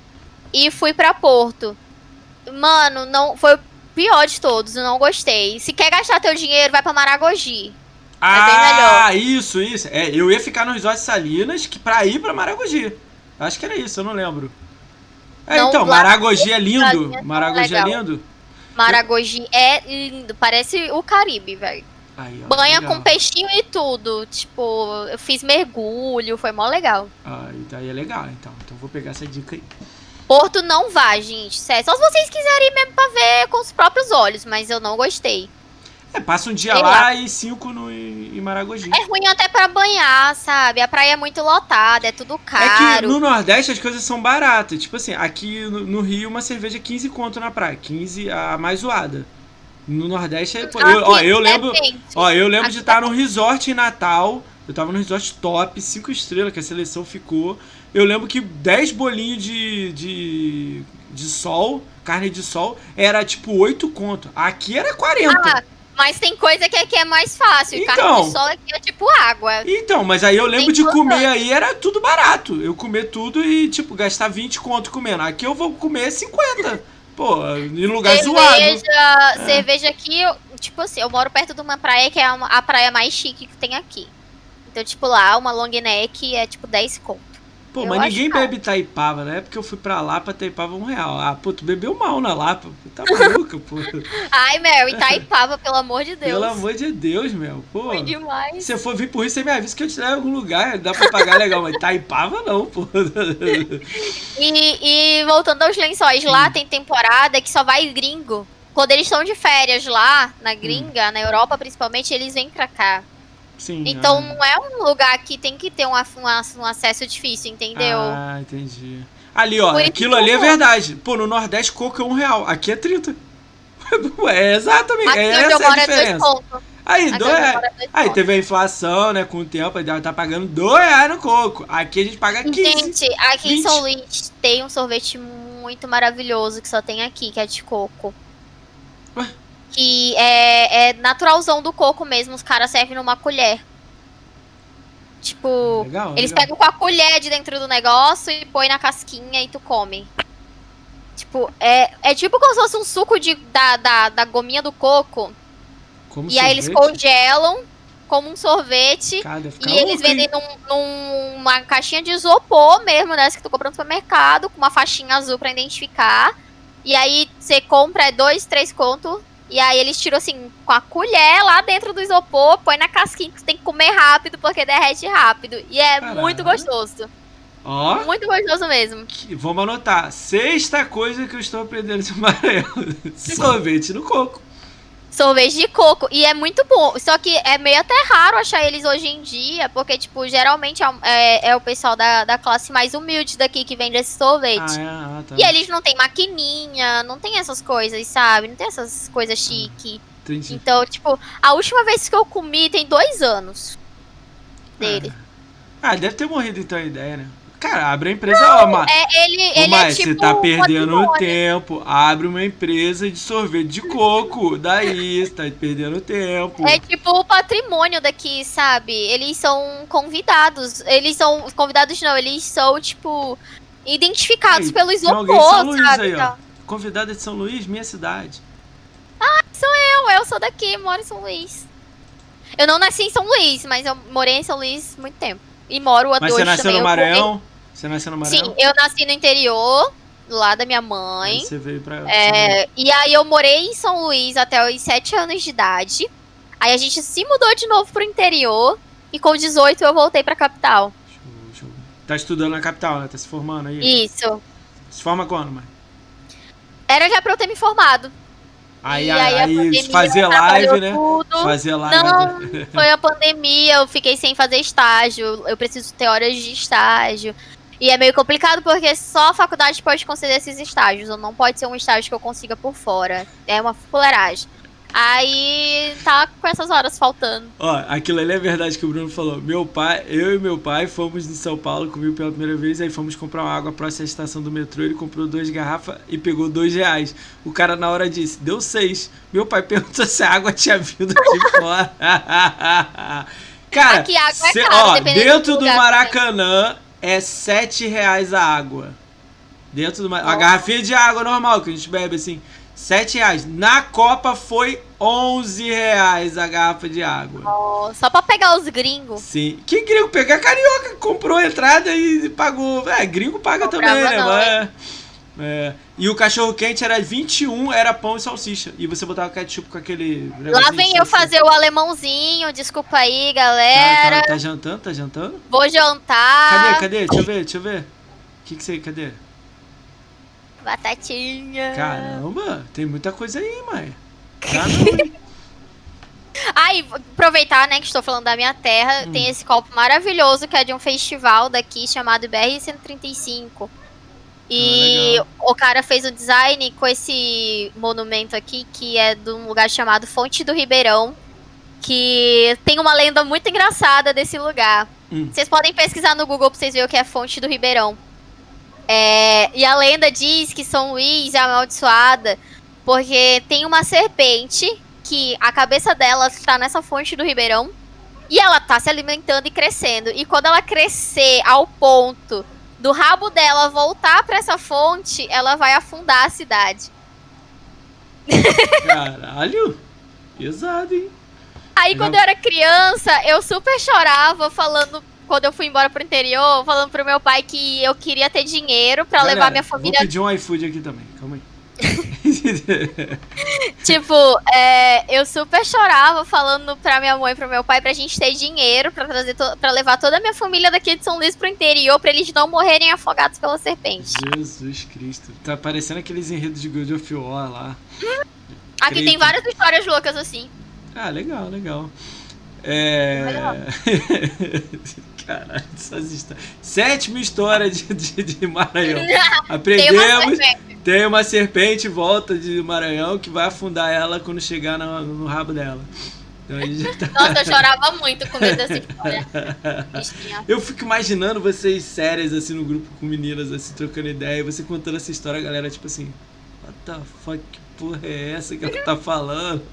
e fui pra Porto. Mano, não... Foi o pior de todos, eu não gostei. Se quer gastar teu dinheiro, vai pra Maragogi. Ah, bem melhor. isso, isso. É, eu ia ficar no resort Salinas que pra ir pra Maragogi. Acho que era isso, eu não lembro. É, Não, então, lá- Maragogi é lindo. Galinhas são Maragogi é legal. lindo. Maragogi é lindo, parece o Caribe, velho. Aí, ó, Banha legal. com peixinho e tudo. Tipo, eu fiz mergulho, foi mó legal. Ah, daí é legal, então. Então vou pegar essa dica aí. Porto não vá, gente. Sério. Só se vocês quiserem ir mesmo pra ver com os próprios olhos, mas eu não gostei. É, passa um dia Sei lá, lá. e cinco no, em Maragogi. É ruim até pra banhar, sabe? A praia é muito lotada, é tudo É que caro. no Nordeste as coisas são baratas. Tipo assim, aqui no, no Rio uma cerveja é quinze conto na praia. quinze a mais zoada. No Nordeste é. Pô, eu, ó, Aqui eu lembro. depende. Ó, eu lembro de Aqui estar num resort em Natal. Eu tava num resort top, cinco estrelas, que a seleção ficou. Eu lembro que dez bolinhos de, de, de sol, carne de sol, era tipo oito conto. Aqui era quarenta. Ah, mas tem coisa que aqui é mais fácil. Então. Carne de sol aqui é tipo água. Então, mas aí eu lembro Tem de quanto comer anos? aí, era tudo barato. Eu comer tudo e, tipo, gastar vinte conto comendo. Aqui eu vou comer cinquenta. Pô, em lugar zoado. Cerveja, cerveja aqui, eu- tipo assim, eu moro perto de uma praia que é a, a praia mais chique que tem aqui. Então, tipo, lá, uma long neck é tipo dez conto. Pô, Eu mas acho ninguém caro. bebe Taipava, né? Porque eu fui pra Lapa, Taipava um real. Ah, pô, tu bebeu mal na Lapa. Tá maluca, pô. Ai, Mel, Itaipava, pelo amor de Deus. Pelo amor de Deus, meu. Pô, Foi se demais. você for vir por isso, você me avisa que eu te levo em algum lugar. Dá pra pagar legal, mas Taipava não, pô. E, e voltando aos lençóis, lá tem temporada que só vai gringo. Quando eles estão de férias lá, na gringa, na Europa principalmente, eles vêm pra cá. Sim. Então ah. não é um lugar que tem que ter um, af- um, ac- um acesso difícil, entendeu? Ah, entendi. Ali, ó, Por isso aquilo que ali é eu vou. verdade. Pô, no Nordeste, coco é um real. Aqui é trinta. É exatamente. Aqui é onde eu essa a moro é dois diferença. pontos. Aí, Aqui dois onde eu reais. moro é dois Aí pontos. teve a inflação, né? Com o tempo, aí tá pagando dois reais no coco. Aqui a gente paga quinze. Gente, aqui em vinte. São Luís tem um sorvete muito maravilhoso que só tem aqui, que é de coco. Ué? Que é, é naturalzão do coco mesmo, os caras servem numa colher. Tipo, Legal, eles legal. pegam com a colher de dentro do negócio e põe na casquinha e tu come. Tipo, é, é tipo como se fosse um suco de, da, da, da gominha do coco. Como E aí eles sorvete? congelam como um sorvete. Cara, deve ficar E eles louco, hein? vendem num- numa caixinha de isopor mesmo, dessa que tu compra no supermercado, com uma faixinha azul pra identificar. E aí você compra é dois, três conto. E aí eles tiram assim, com a colher lá dentro do isopor, põe na casquinha que você tem que comer rápido, porque derrete rápido. E é Caralho. muito gostoso. Ó, Muito gostoso mesmo. que- vamos anotar. Sexta coisa que eu estou aprendendo de Maranhão. Sorvete no coco. Sorvete de coco. E é muito bom. Só que é meio até raro achar eles hoje em dia, porque, tipo, geralmente é, é- é o pessoal da, da classe mais humilde daqui que vende esse sorvete. Ah, é, ah, tá. E eles não tem maquininha, não tem essas coisas, sabe? Não tem essas coisas chique. Entendi. Então, tipo, a última vez que eu comi tem dois anos dele. Ah, deve ter morrido então a ideia, né? Cara, abre a empresa, ó, Mar... É, ele, Ô, ele Mar, é tipo você tá um perdendo patrimônio. tempo. Abre uma empresa de sorvete de coco. Daí, você tá perdendo tempo. É tipo o patrimônio daqui, sabe? Eles são convidados. Eles são. Convidados não, eles são, tipo, identificados Aí, pelo tem isopor, alguém de São Luís sabe? aí, ó. Então, Convidada de São Luís, minha cidade. eu, eu sou daqui, moro em São Luís. Eu não nasci em São Luís, mas eu morei em São Luís muito tempo. E moro até Mas hoje você nasceu também. no Eu Maranhão? Você nasceu no morei- Maranhão? Sim, eu nasci no interior, lá da minha mãe. Aí você veio pra... É, e aí eu morei em São Luís até os sete anos de idade. Aí a gente se mudou de novo pro interior. e com dezoito eu voltei pra capital. Show, show. Tá estudando na capital, né? Tá se formando aí? Isso. Se forma quando, mãe? Era já pra eu ter me formado. Aí, aí, aí fazer live, né? Tudo. Fazer live. Não, foi a pandemia, eu fiquei sem fazer estágio. Eu preciso ter horas de estágio. E é meio complicado porque só a faculdade pode conceder esses estágios. Ou não pode ser um estágio que eu consiga por fora. É uma fuleiragem. Aí tá com essas horas faltando. Ó, aquilo ali é verdade que o Bruno falou. Meu pai, eu e meu pai fomos em São Paulo comigo pela primeira vez, aí fomos comprar uma água próxima à estação do metrô, ele comprou duas garrafas e pegou dois reais. O cara na hora disse, deu seis. Meu pai perguntou se a água tinha vindo de fora. Cara, aqui a água cê, é caro, ó, dentro do, do Maracanã é sete reais a água. Dentro do a garrafinha de água normal que a gente bebe assim. sete reais. Na Copa foi onze reais a garrafa de água. Oh, só pra pegar os gringos. Sim. Que gringo? Pegar carioca. Comprou a entrada e pagou. É, gringo paga também, né? Não, Mas, é. E o cachorro quente era vinte e um, era pão e salsicha. E você botava ketchup com aquele... Lá vem eu fazer o alemãozinho. Desculpa aí, galera. Tá, tá, tá jantando? Tá jantando? Vou jantar. Cadê? Cadê? Deixa eu ver, deixa eu ver. O que que você... Cadê? Batatinha. Caramba, tem muita coisa aí, mãe. Caramba. Aí, aproveitar, né, que estou falando da minha terra, hum. tem esse copo maravilhoso que é de um festival daqui chamado B R cento e trinta e cinco. E ah, o cara fez o design com esse monumento aqui, que é de um lugar chamado Fonte do Ribeirão, que tem uma lenda muito engraçada desse lugar. Hum. Vocês podem pesquisar no Google pra vocês verem o que é Fonte do Ribeirão. É, e a lenda diz que São Luís é amaldiçoada porque tem uma serpente que a cabeça dela está nessa fonte do Ribeirão e ela tá se alimentando e crescendo. E quando ela crescer ao ponto do rabo dela voltar para essa fonte, ela vai afundar a cidade. Caralho! Pesado, hein? Aí quando eu era criança, eu super chorava falando... Quando eu fui embora pro interior, falando pro meu pai que eu queria ter dinheiro pra Galera, levar minha família... Vou pedir um iFood aqui também, calma aí. Tipo, é, eu super chorava falando pra minha mãe e pro meu pai pra gente ter dinheiro pra, trazer to... pra levar toda a minha família daqui de São Luís pro interior pra eles não morrerem afogados pela serpente. Jesus Cristo. Tá parecendo aqueles enredos de God of War lá. Aqui Creito. Tem várias histórias loucas assim. Ah, legal, legal. É... Caralho, essas histórias. Sétima história de, de, de Maranhão. Aprendemos. Tem uma, tem uma serpente em volta de Maranhão que vai afundar ela quando chegar no, no rabo dela. Então, a gente tá... Nossa, eu chorava muito com medo dessa história. Eu fico imaginando vocês sérias assim no grupo com meninas assim trocando ideia e você contando essa história, a galera tipo assim, what the fuck, que porra é essa que ela tá falando?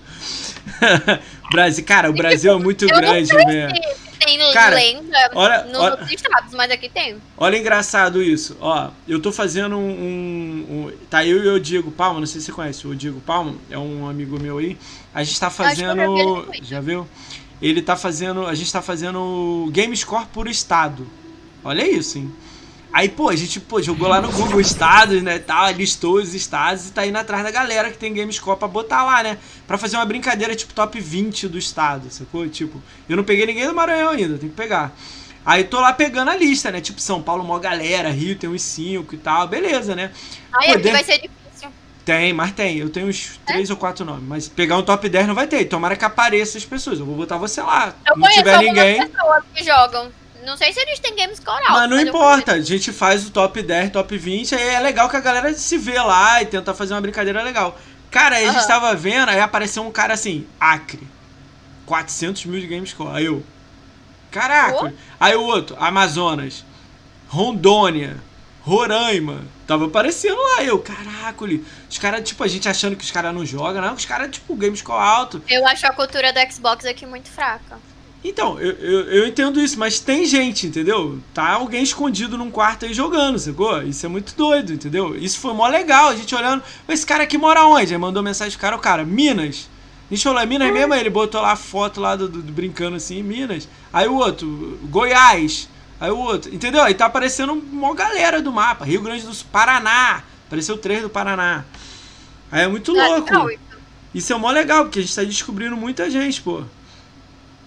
Brasil, cara, o Brasil é muito grande mesmo. Tem Cara, lenda olha, nos olha, outros estados, mas aqui tem. Olha engraçado isso. Ó, eu tô fazendo um, um, um... Tá, eu e o Diego Palma, não sei se você conhece. O Diego Palma é um amigo meu aí. A gente tá fazendo... Já viu? Ele tá fazendo... A gente tá fazendo Gamescore por estado. Olha isso, hein? Aí, pô, a gente pô, jogou lá no Google estados, né, tal, listou os estados e tá indo atrás da galera que tem Gamescore pra botar lá, né, pra fazer uma brincadeira, tipo, top vinte do estado, sacou? Tipo, eu não peguei ninguém do Maranhão ainda, tem que pegar. Aí tô lá pegando a lista, né, tipo, São Paulo, mó galera, Rio tem uns cinco e tal, beleza, né. Aí pô, aqui de... vai ser difícil. Tem, mas tem, eu tenho uns três é? ou quatro nomes, mas pegar um top dez não vai ter, tomara que apareça as pessoas, eu vou botar você lá, eu não tiver ninguém... Eu conheço pessoas que jogam. Não sei se eles têm Gamescore alto. Mas não mas importa, a gente faz o top dez, top vinte, aí é legal que a galera se vê lá e tenta fazer uma brincadeira legal. Cara, aí uhum. a gente tava vendo, aí apareceu um cara assim, Acre, quatrocentos mil de Gamescore, aí eu, caraca. Uh? Aí o outro, Amazonas, Rondônia, Roraima, tava aparecendo lá, eu, caraca, os caras, tipo, a gente achando que os caras não jogam, não, os caras, tipo, Gamescore alto. Eu acho a cultura do Xbox aqui muito fraca. Então, eu, eu, eu entendo isso, mas tem gente, entendeu? Tá alguém escondido num quarto aí jogando, sacou? Isso é muito doido, entendeu? Isso foi mó legal, a gente olhando, esse cara aqui mora onde? Aí mandou mensagem pro cara, o cara, Minas. A gente falou, é Minas mesmo? Aí ele botou lá a foto lá do, do, do brincando assim, Minas. Aí o outro, Goiás. Aí o outro, entendeu? Aí tá aparecendo uma galera do mapa, Rio Grande do Sul, Paraná. Apareceu três do Paraná. Aí é muito louco. Isso é mó legal, porque a gente tá descobrindo muita gente, pô.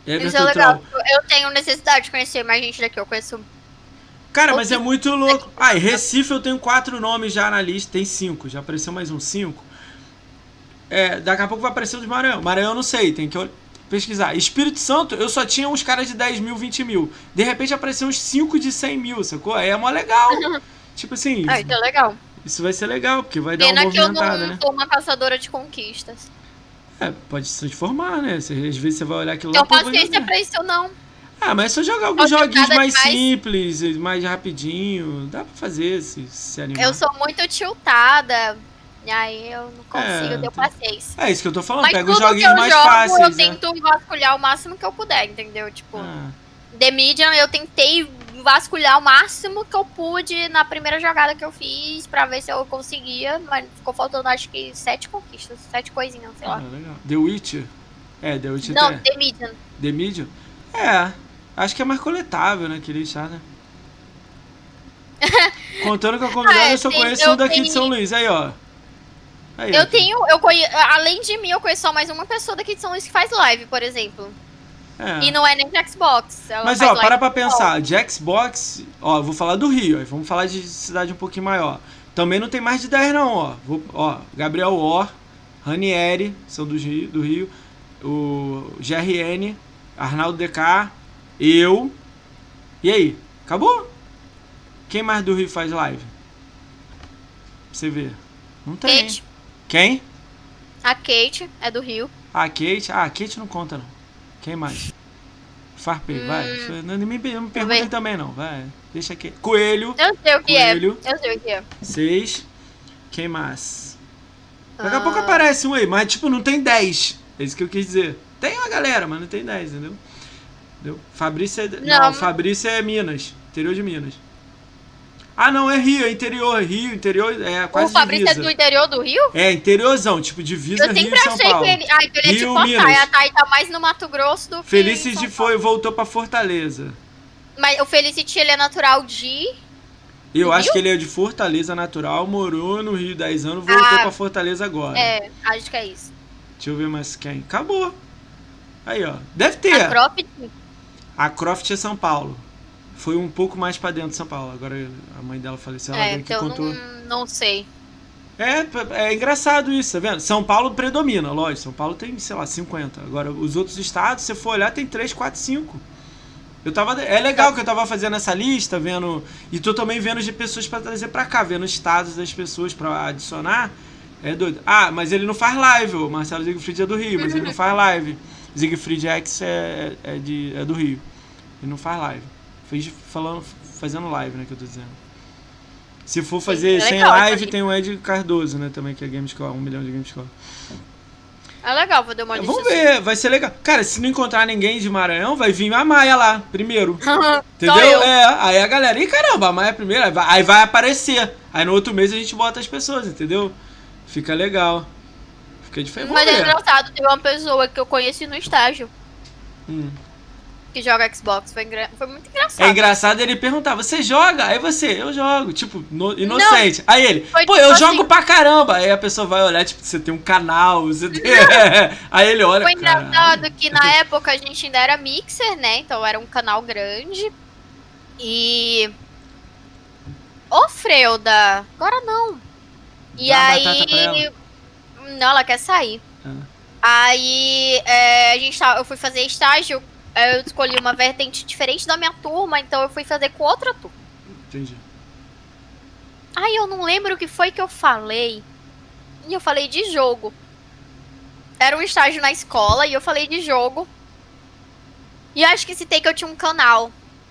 Everton Isso é legal. Troll. Eu tenho necessidade de conhecer mais gente daqui. Eu conheço. Cara, mas é muito louco. Ah, em Recife eu tenho quatro nomes já na lista. Tem cinco. Já apareceu mais um cinco. É, daqui a pouco vai aparecer o de Maranhão. Maranhão eu não sei, tem que pesquisar. Espírito Santo, eu só tinha uns caras de dez mil, vinte mil. De repente apareceu uns cinco de cem mil, sacou? Aí é mó legal. Tipo assim... Ah, então é legal. Isso vai ser legal, porque vai dar Pena uma movimentada, que eu não né? sou uma caçadora de conquistas. É, pode se transformar, né? Você, às vezes você vai olhar aquilo Não lá... tenho paciência pra isso, não. Ah, mas é só jogar alguns Posso joguinhos mais, mais simples, mais rapidinho. Dá pra fazer, se, se animar. Eu sou muito tiltada. E aí eu não consigo, É, eu tenho tá. paciência. É isso que eu tô falando, Mas pega os tudo que joguinhos eu mais jogo, fáceis, eu né? tento vasculhar o máximo que eu puder, entendeu? Tipo, Ah. The Medium eu tentei vasculhar o máximo que eu pude na primeira jogada que eu fiz pra ver se eu conseguia, mas ficou faltando acho que sete conquistas, sete coisinhas, sei lá. Ah, legal. The Witcher? É, The Witcher Não, tem. The Medium. The Medium? É, acho que é mais coletável, né, aquele chá, né? Contando com a convidada, Ah, é, eu só tem- conheço eu um daqui de tenho- São Luís, aí, ó. Aí, Eu ó. tenho, eu conheço, além de mim, eu conheço só mais uma pessoa daqui de São Luís que faz live, por exemplo. É. E não é nem de Xbox. Ela Mas, faz ó, live para pra de pensar, de Xbox, ó, eu vou falar do Rio, aí vamos falar de cidade um pouquinho maior. Também não tem mais de dez não, ó. Vou, ó, Gabriel Or, Ranieri, são do Rio, do Rio, o G R N, Arnaldo D K, eu. E aí? Acabou? Quem mais do Rio faz live? Pra você ver. Não tem. Kate. Quem? A Kate é do Rio. Ah, a Kate. Ah, a Kate não conta, não. Quem mais? Farpei, Hum. vai. Não, não me, não me ver. perguntem também, não. Vai. Deixa aqui. Coelho. Eu sei o que Coelho. é. Eu sei o que é. Seis. Quem mais? Daqui a Ah. pouco aparece um aí, mas tipo, não tem dez. É isso que eu quis dizer. Tem uma galera, mas não tem dez, entendeu? entendeu? Fabrício é. Não, Não. Fabrício é Minas. Interior de Minas. Ah, não, é Rio, é interior. Rio, interior, é quase O Fabrício divisa. é do interior do Rio? É, interiorzão, tipo divisa Eu Rio sempre e São achei Paulo. que ele. Ah, então ele é Rio, tipo a Minas. Thay. A Thay tá mais no Mato Grosso do que. em Felicity São foi, voltou pra Fortaleza. Paulo. Mas o Felicity ele é natural de. Eu Do acho Rio? que ele é de Fortaleza natural, morou no Rio dez anos, voltou Ah, pra Fortaleza agora. É, acho que é isso. Deixa eu ver mais quem. Acabou. Aí, ó. Deve ter. A Croft. A Croft é São Paulo. Foi um pouco mais pra dentro de São Paulo. Agora a mãe dela faleceu, ela É, veio que então contou. não, não sei. É, é engraçado isso, tá vendo? São Paulo predomina, lógico. São Paulo tem, sei lá, cinquenta. Agora, os outros estados, se você for olhar, tem três, quatro, cinco. Eu tava, é legal que eu tava fazendo essa lista, vendo. E tô também vendo de pessoas pra trazer pra cá, vendo estados das pessoas pra adicionar. É doido. Ah, mas ele não faz live, o Marcelo Siegfried é do Rio, mas ele não faz live. Siegfried X é, é, de, é do Rio. Ele não faz live. Fez falando, fazendo live, né, que eu tô dizendo. Se for fazer Sim, é sem legal, live, tá? tem o Ed Cardoso, né, também, que é Gamescore, um milhão de Gamescore. É legal, vou dar uma lista. Vamos ver, vai ser legal. Cara, se não encontrar ninguém de Maranhão, vai vir a Maia lá, primeiro. Só Entendeu? eu. É, aí a galera, ih, caramba, a Maia é primeiro, aí vai, aí vai aparecer. Aí no outro mês a gente bota as pessoas, entendeu? Fica legal. Fica diferente. Mas Vamos é ver. engraçado, tem uma pessoa que eu conheci no estágio Hum. que joga Xbox. Foi, engra... Foi muito engraçado. É engraçado ele perguntar, você joga? Aí você, eu jogo, tipo, no- inocente. Aí ele, Foi pô, tipo eu assim- jogo pra caramba. Aí a pessoa vai olhar, tipo, você tem um canal, você tem... Aí ele olha, Foi engraçado caralho. que na época a gente ainda era mixer, né? Então era um canal grande. E. Ô, Freuda! Agora não. E Dá aí. batata pra ela. Não, ela quer sair. Ah. Aí é, a gente tava, eu fui fazer estágio, eu escolhi uma vertente diferente da minha turma, então eu fui fazer com outra turma. Entendi. Aí eu não lembro o que foi que eu falei. E eu falei de jogo. Era um estágio na escola e eu falei de jogo. E eu acho que citei que eu tinha um canal.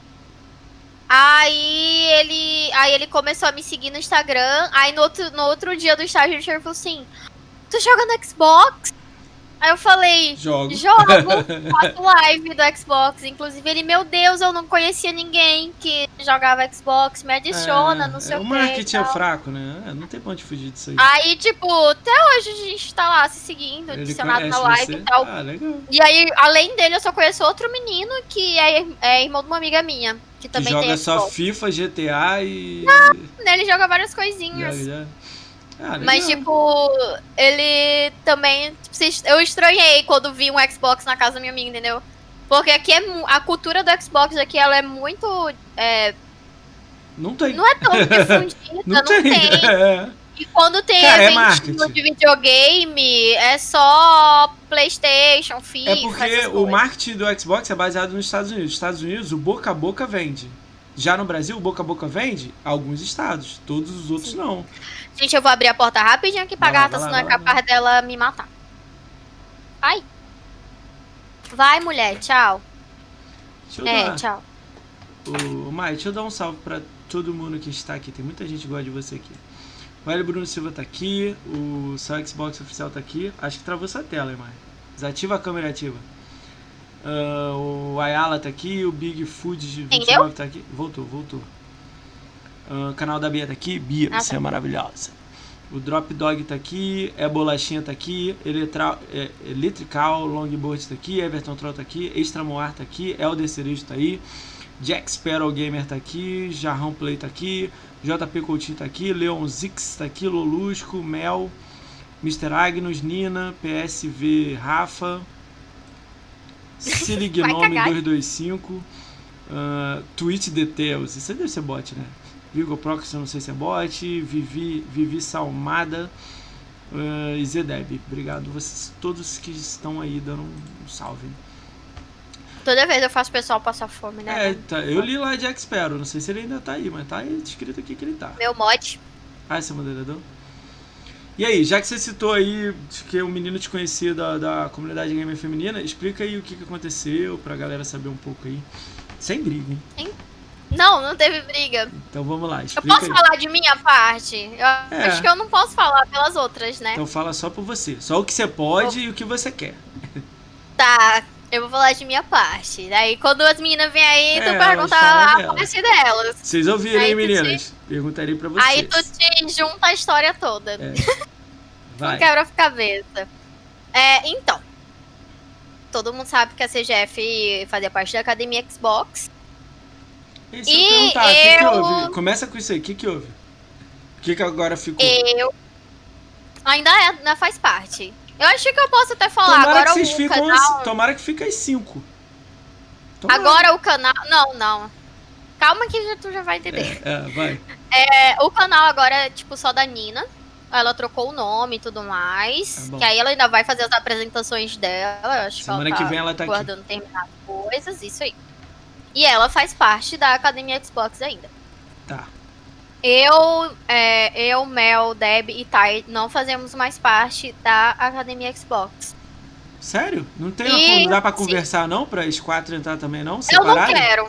Aí ele, aí ele começou a me seguir no Instagram. Aí no outro, no outro dia do estágio ele falou assim: tu joga no Xbox? Aí eu falei, Jogo. jogo, faço live do Xbox. Inclusive ele, meu Deus, eu não conhecia ninguém que jogava Xbox, me adiciona, É, não sei é, o o que. marketing é fraco, né? É, não tem pra onde fugir disso aí. Aí, tipo, até hoje a gente tá lá se seguindo, Ele adicionado na conhece live você? e tal. Ah, legal. E aí, além dele, eu só conheço outro menino que é, é irmão de uma amiga minha, que Que também joga tem só Xbox. FIFA, G T A e... Ele joga várias coisinhas. Joga, já. Ah, Mas, legal. tipo, ele também. Tipo, se- eu estranhei quando vi um Xbox na casa da minha amiga, entendeu? Porque aqui é a cultura do Xbox aqui, ela é muito... É, não tem. Não é tão difundida, não, não tem. tem. É. E quando tem Cara, eventinho é de videogame, é só PlayStation, FIFA. É porque o marketing do Xbox é baseado nos Estados Unidos. Nos Estados Unidos, o boca a boca vende. Já no Brasil, o boca a boca vende alguns estados, todos os outros Sim. não. Gente, eu vou abrir a porta rapidinho aqui pra vai gata, lá, senão lá, é capaz lá. dela me matar. Ai. Vai, mulher, tchau. Deixa eu é, dar... tchau. Ô, Mai, deixa eu dar um salve pra todo mundo que está aqui. Tem muita gente que gosta de você aqui. O Hélio Bruno Silva tá aqui, o seu Xbox oficial tá aqui. Acho que travou sua tela, hein, Mai? Desativa a câmera ativa. Uh, o Ayala tá aqui, o Big Food de vinte e nove tá aqui. Voltou, voltou. O uh, canal da Bia tá aqui. Bia, ah, você tá. é maravilhosa. O Drop Dog tá aqui, é Bolachinha tá aqui, Eletra, é, Electrical, Longboard tá aqui, Everton Troll tá aqui, Extra Moar tá aqui, Elder Cerejo tá aí, Jack Sparrow Gamer tá aqui, Jarrão Play tá aqui, J P Coutinho tá aqui, Leon Zix tá aqui, Lolusco, Mel, mister Agnus, Nina, P S V Rafa, Silignome dois dois cinco, uh, Twitch Details, isso aí deve ser bot, né? Vigo Prox, eu não sei se é bot, Vivi, Vivi Salmada uh, e Zedeb. Obrigado vocês todos que estão aí dando um salve. Toda vez eu faço o pessoal passar fome, né? É, tá, eu li lá de Expero, não sei se ele ainda tá aí, mas tá aí escrito aqui que ele tá. Meu mod. Ah, esse é o moderador? E aí, já que você citou aí que o menino te conhecia da, da comunidade gamer feminina, explica aí o que, que aconteceu pra galera saber um pouco aí. Sem briga, hein? Hein? Não, não teve briga. Então vamos lá, explica Eu posso aí. falar de minha parte? Eu é. acho que eu não posso falar pelas outras, né? Então fala só por você. Só o que você pode oh. e o que você quer. Tá, eu vou falar de minha parte. Daí quando as meninas vêm aí, tu é, pergunta a dela. parte delas. Vocês ouviram, aí, hein, meninas? Te... Perguntarei pra vocês. Aí tu te junta a história toda. É. Vai. Não quebra a cabeça. É, então. Todo mundo sabe que a C G F fazia parte da Academia Xbox. E se eu perguntar, o que, que houve? Começa com isso aí, o que, que houve? O que, que agora ficou? Eu. Ainda, é, ainda faz parte. Eu acho que eu posso até falar. Tomara agora que vocês o ficam. canal... Tomara que fique às cinco. Tomara. Agora o canal. Não, não. Calma que já, tu já vai entender. É, é vai. É, o canal agora é tipo só da Nina. Ela trocou o nome e tudo mais. É que aí ela ainda vai fazer as apresentações dela. Eu acho Semana que, ela que tá vem ela tá guardando aqui. terminar coisas, isso aí. E ela faz parte da Academia Xbox ainda. Tá. Eu, é, eu, Mel, Deb e Ty não fazemos mais parte da Academia Xbox. Sério? Não tem e, não dá pra sim. conversar não? Pra as quatro entrar também não? Separado? Eu não quero.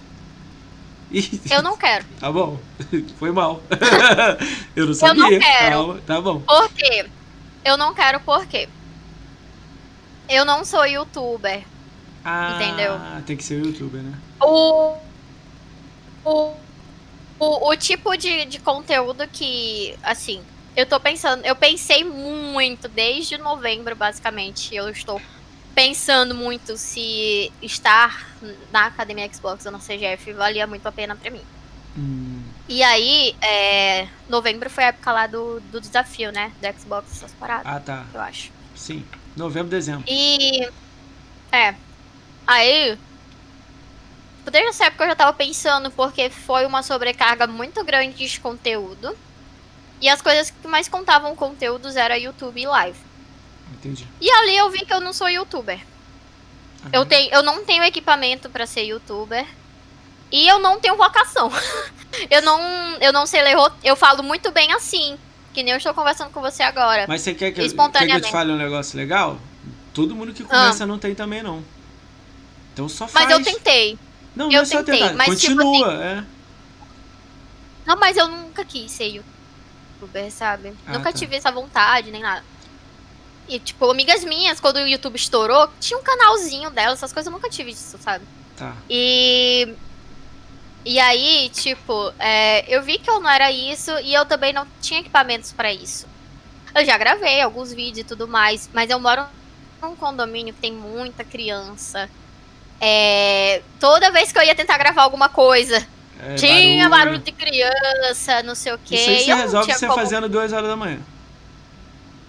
Eu não quero. Tá bom. Foi mal. Eu não sabia. Eu não quero. Tá, tá bom. Por quê? Eu não quero por quê? Eu não sou youtuber. Ah, entendeu? Tem que ser youtuber, né? O, o, o, o tipo de, de conteúdo que, assim, eu tô pensando, eu pensei muito, desde novembro, basicamente, eu estou pensando muito se estar na Academia Xbox ou na C G F valia muito a pena pra mim. Hum. E aí, é, novembro foi a época lá do, do desafio, né, do Xbox, essas paradas. Ah, tá. Eu acho. Sim, novembro, dezembro. E, é, aí... Desde essa época eu já tava pensando, porque foi uma sobrecarga muito grande de conteúdo. E as coisas que mais contavam conteúdos era YouTube e live. Entendi. E ali eu vi que eu não sou youtuber. Uhum. Eu, tenho, eu não tenho equipamento pra ser youtuber. E eu não tenho vocação. eu, não, eu não sei ler roteiro. Eu falo muito bem assim. Que nem eu estou conversando com você agora. Mas você quer que, eu, quer que eu te fale um negócio legal? Todo mundo que começa ah. não tem também, não. Então só faz. Mas eu tentei. Não, não eu é só tentei, tentar. mas Continua, tipo assim, é. Não, mas eu nunca quis ser youtuber, sabe? Ah, nunca tá. tive essa vontade, nem nada. E, tipo, amigas minhas, quando o YouTube estourou, tinha um canalzinho dela, essas coisas eu nunca tive disso, sabe? Tá. E... E aí, tipo, é, eu vi que eu não era isso e eu também não tinha equipamentos pra isso. Eu já gravei alguns vídeos e tudo mais, mas eu moro num condomínio que tem muita criança. É, toda vez que eu ia tentar gravar alguma coisa, é, tinha barulho. barulho de criança, não sei o quê. Isso aí você eu resolve você como... fazendo duas horas da manhã.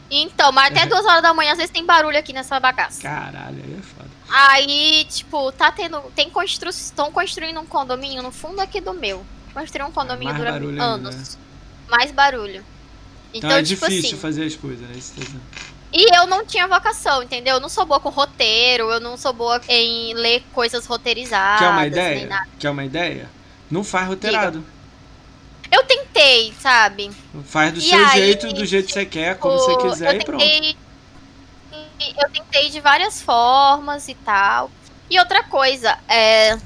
Então, mas até duas horas da manhã às vezes tem barulho aqui nessa bagaça. Caralho, aí é foda. Aí, tipo, tá tendo. Tem constru... Estão construindo um condomínio no fundo aqui do meu. Construir um condomínio mais dura barulho anos. ainda, né? Mais barulho. Então, Então, é tipo difícil assim. fazer as coisas, né? Isso tá dizendo. E eu não tinha vocação, entendeu? Eu não sou boa com roteiro, eu não sou boa em ler coisas roteirizadas. Quer uma Nem ideia? nada. Quer uma ideia? Não faz roteirado. Eu tentei, sabe? Faz do E seu aí, jeito, do jeito que você quer, como você tipo, quiser eu e pronto. tentei, eu tentei de várias formas e tal. E outra coisa, é.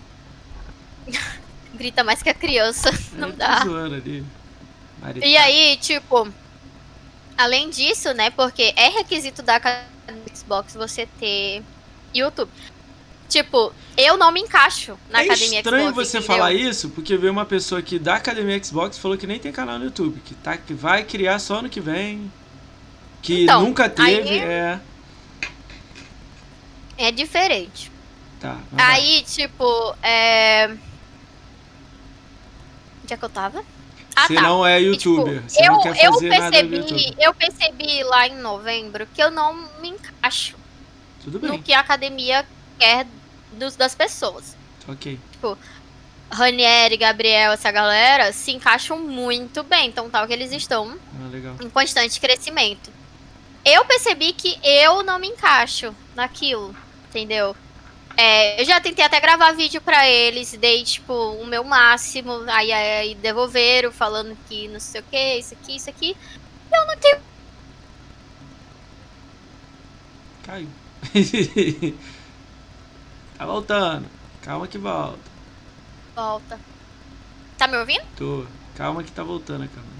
Grita mais que a criança, não Eu tô dá. zoando ali. Marita. E aí, tipo, além disso, né, porque é requisito da Xbox você ter YouTube. Tipo, eu não me encaixo na É academia estranho Xbox, você entendeu? falar isso, porque veio uma pessoa aqui da Academia Xbox e falou que nem tem canal no YouTube, que, tá, que vai criar só ano que vem, que Então, nunca teve, aí- é... É diferente. Tá, mas vai. Aí, tipo, é... Onde é que eu tava? Ah, Você tá. não é E, youtuber, tipo, você eu, não quer eu fazer nada no percebi, YouTube. eu percebi lá em novembro que eu não me encaixo Tudo no bem, que a academia quer dos, das pessoas. ok. Ranieri, Gabriel, essa galera se encaixam muito bem. Então, tal que eles estão Ah, legal. em constante crescimento. Eu percebi que eu não me encaixo naquilo, entendeu? É, eu já tentei até gravar vídeo pra eles, dei, tipo, o meu máximo, aí, aí devolveram, falando que não sei o que, isso aqui, isso aqui. Eu não tenho... Caiu. Tá voltando. Calma que volta. Volta. Tá me ouvindo? Tô. Calma que tá voltando a câmera.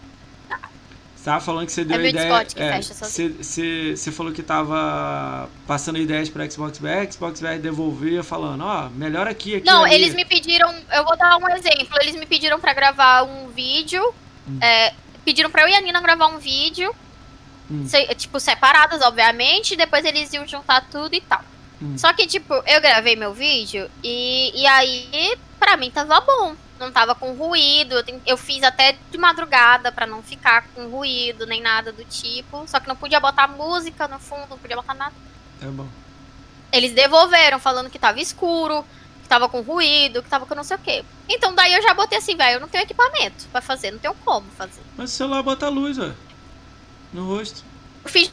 Você tava falando que você deu É meu ideia. Discord que é, fecha sozinho. você, você, você falou que tava passando ideias pra Xbox V R, Xbox V R devolvia falando, ó, melhor aqui, aqui. Não, ali. eles me pediram, eu vou dar um exemplo, eles me pediram pra gravar um vídeo, Hum. é, pediram pra eu e a Nina gravar um vídeo, Hum. se- tipo, separadas, obviamente, e depois eles iam juntar tudo e tal. Hum. Só que, tipo, eu gravei meu vídeo e, e aí, pra mim, tava bom. Não tava com ruído. Eu, ten- eu fiz até de madrugada pra não ficar com ruído nem nada do tipo. Só que não podia botar música no fundo, não podia botar nada. É bom. Eles devolveram, falando que tava escuro, que tava com ruído, que tava com não sei o quê. Então daí eu já botei assim, velho, eu não tenho equipamento pra fazer, não tenho como fazer. Mas o celular bota a luz, ó. No rosto. Eu fiz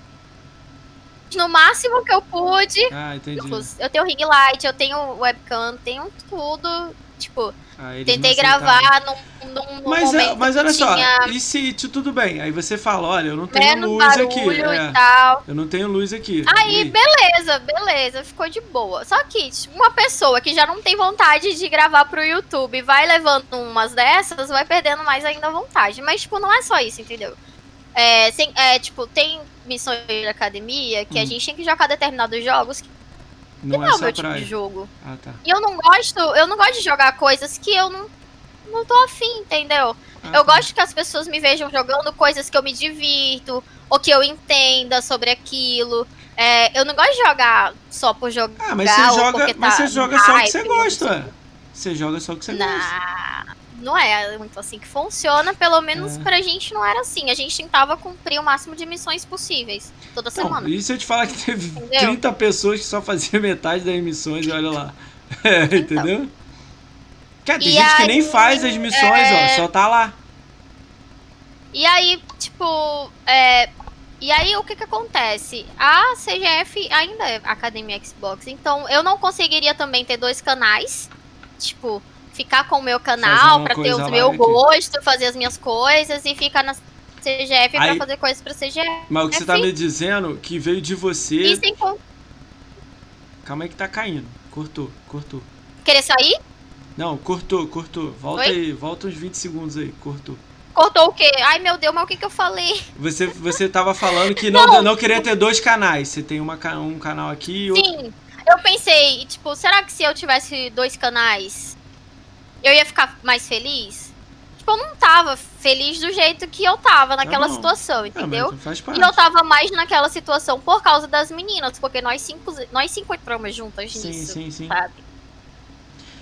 no máximo que eu pude. Ah, entendi. Eu tenho ring light, eu tenho webcam, tenho tudo. Tipo, Ah, eles tentei não aceitaram. gravar num, num, num Mas, é- momento mas que olha só, tinha e se tu- tudo bem? Aí você fala, olha, eu não tenho menos luz barulho aqui. É, e tal. eu não tenho luz aqui. Aí, E beleza, beleza, ficou de boa. Só que tipo, uma pessoa que já não tem vontade de gravar pro YouTube vai levando umas dessas, vai perdendo mais ainda a vontade. Mas, tipo, não é só isso, entendeu? É, sem- é, tipo, tem missões de academia que a Hum. gente tem que jogar determinados jogos que não não é é o só meu tipo praia. de jogo. Ah, tá. E eu não gosto, eu não gosto de jogar coisas que eu não, não tô afim, entendeu? Ah, Eu tá. gosto que as pessoas me vejam jogando coisas que eu me divirto, ou que eu entenda sobre aquilo. É, eu não gosto de jogar só por jogar. Ah, mas você ou joga, porque mas tá você joga só o que você hype, gosta. não sei. ué. Você joga só o que você gosta. Não, não é muito assim que funciona, pelo menos É. pra gente não era assim. A gente tentava cumprir o máximo de missões possíveis toda Não, semana. e se eu te falar que teve Entendeu? trinta pessoas que só faziam metade das missões e olha lá. É, entendeu? Cara, tem E gente que nem aí, faz as missões, é, ó, só tá lá. E aí, tipo, é, e aí o que que acontece? A C G F ainda é Academia Xbox, então eu não conseguiria também ter dois canais, tipo, ficar com o meu Fazer canal uma pra ter coisa o lá meu aqui. gosto, fazer as minhas coisas e ficar na C G F Aí- pra fazer coisas pra C G F. Mas o que É você tá fim. me dizendo que veio de você. E sem con- Calma aí que tá caindo. Cortou, cortou. querer sair? Não, cortou, cortou. Volta Oi? aí, volta uns vinte segundos aí, cortou. Cortou o quê? Ai, meu Deus, mas o que que eu falei? Você, você tava falando que não, Não. não queria ter dois canais. Você tem uma, ca- um canal aqui e outro. Sim, eu pensei, tipo, será que se eu tivesse dois canais, eu ia ficar mais feliz? Tipo, eu não tava feliz do jeito que eu tava naquela bom. situação, Ah, entendeu? mas faz parte. E eu tava mais naquela situação por causa das meninas, porque nós cinco, nós cinco entramos juntas Sim, nisso, sim, sim. sabe?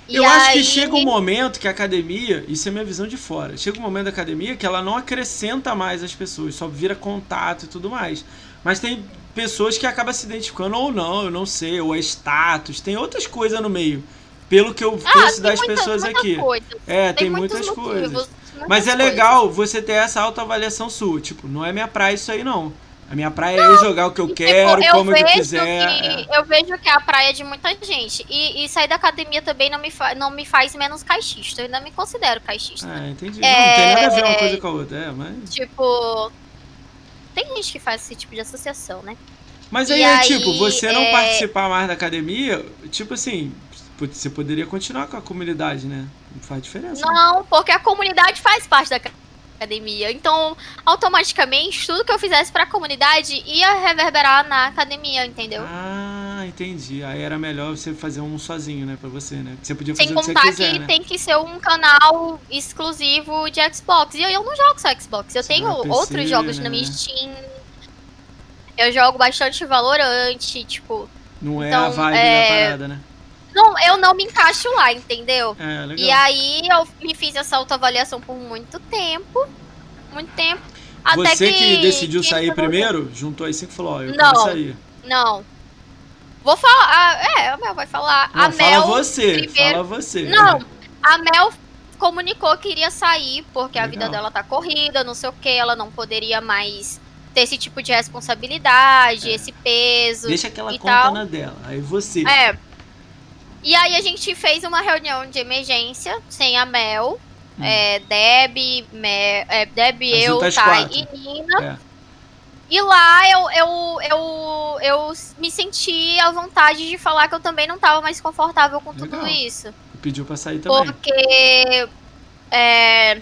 E Eu acho aí... que chega um momento que a academia, isso é minha visão de fora, chega um momento da academia que ela não acrescenta mais as pessoas, só vira contato e tudo mais. Mas tem pessoas que acabam se identificando ou não, eu não sei, ou é status, tem outras coisas no meio. Pelo que eu Ah, penso tem das muitas, pessoas muitas aqui. coisas. É, tem, Tem muitas muitos coisas. motivos, muitas Mas é coisas. legal você ter essa autoavaliação sua. Tipo, não é minha praia isso aí, não. A minha praia é eu jogar o que eu E, quero, tipo, eu como eu vejo quiser. que, é. eu vejo que é a praia de muita gente. E, e sair da academia também não me, fa não me faz menos caixista. Eu ainda me considero caixista. Ah, entendi. É, Não, não tem nada a ver uma coisa com a outra, é, mas... Tipo, tem gente que faz esse tipo de associação, né? Mas E aí, é aí, tipo, você não é... participar mais da academia, tipo assim, você poderia continuar com a comunidade, né? Não faz diferença. Não, né? Porque a comunidade faz parte da academia. Então, automaticamente, tudo que eu fizesse pra comunidade ia reverberar na academia, entendeu? Ah, entendi. Aí era melhor você fazer um sozinho, né, pra você, né? Você podia fazer Sem o que você contar quiser, que né? tem que ser um canal exclusivo de Xbox. E eu não jogo só Xbox. Eu Você tenho joga P C, outros jogos né? na minha Steam. Eu jogo bastante Valorant, tipo... Não é então, a vibe é... da parada, né? Não, eu não me encaixo lá, entendeu? É, legal. E aí eu me fiz essa autoavaliação por muito tempo. Muito tempo. Até Você que, que decidiu que sair chegou- primeiro, juntou aí cinco e falou, ó, eu Não. quero sair. Não. Vou falar. ah, É, a Mel vai falar. Não, a fala Mel. você, primeiro- fala você. Não, a Mel comunicou que iria sair, porque a Legal. vida dela tá corrida, não sei o que, ela não poderia mais ter esse tipo de responsabilidade, É. esse peso. Deixa aquela e conta tal. na dela. Aí você. É. E aí a gente fez uma reunião de emergência sem a Mel. Hum. É, Deb, Me, é, Deb, As eu, outras Thay quatro. e Nina. É. E lá eu, eu, eu, eu me senti à vontade de falar que eu também não tava mais confortável com Legal. tudo isso. Pediu pra sair também. Porque. É.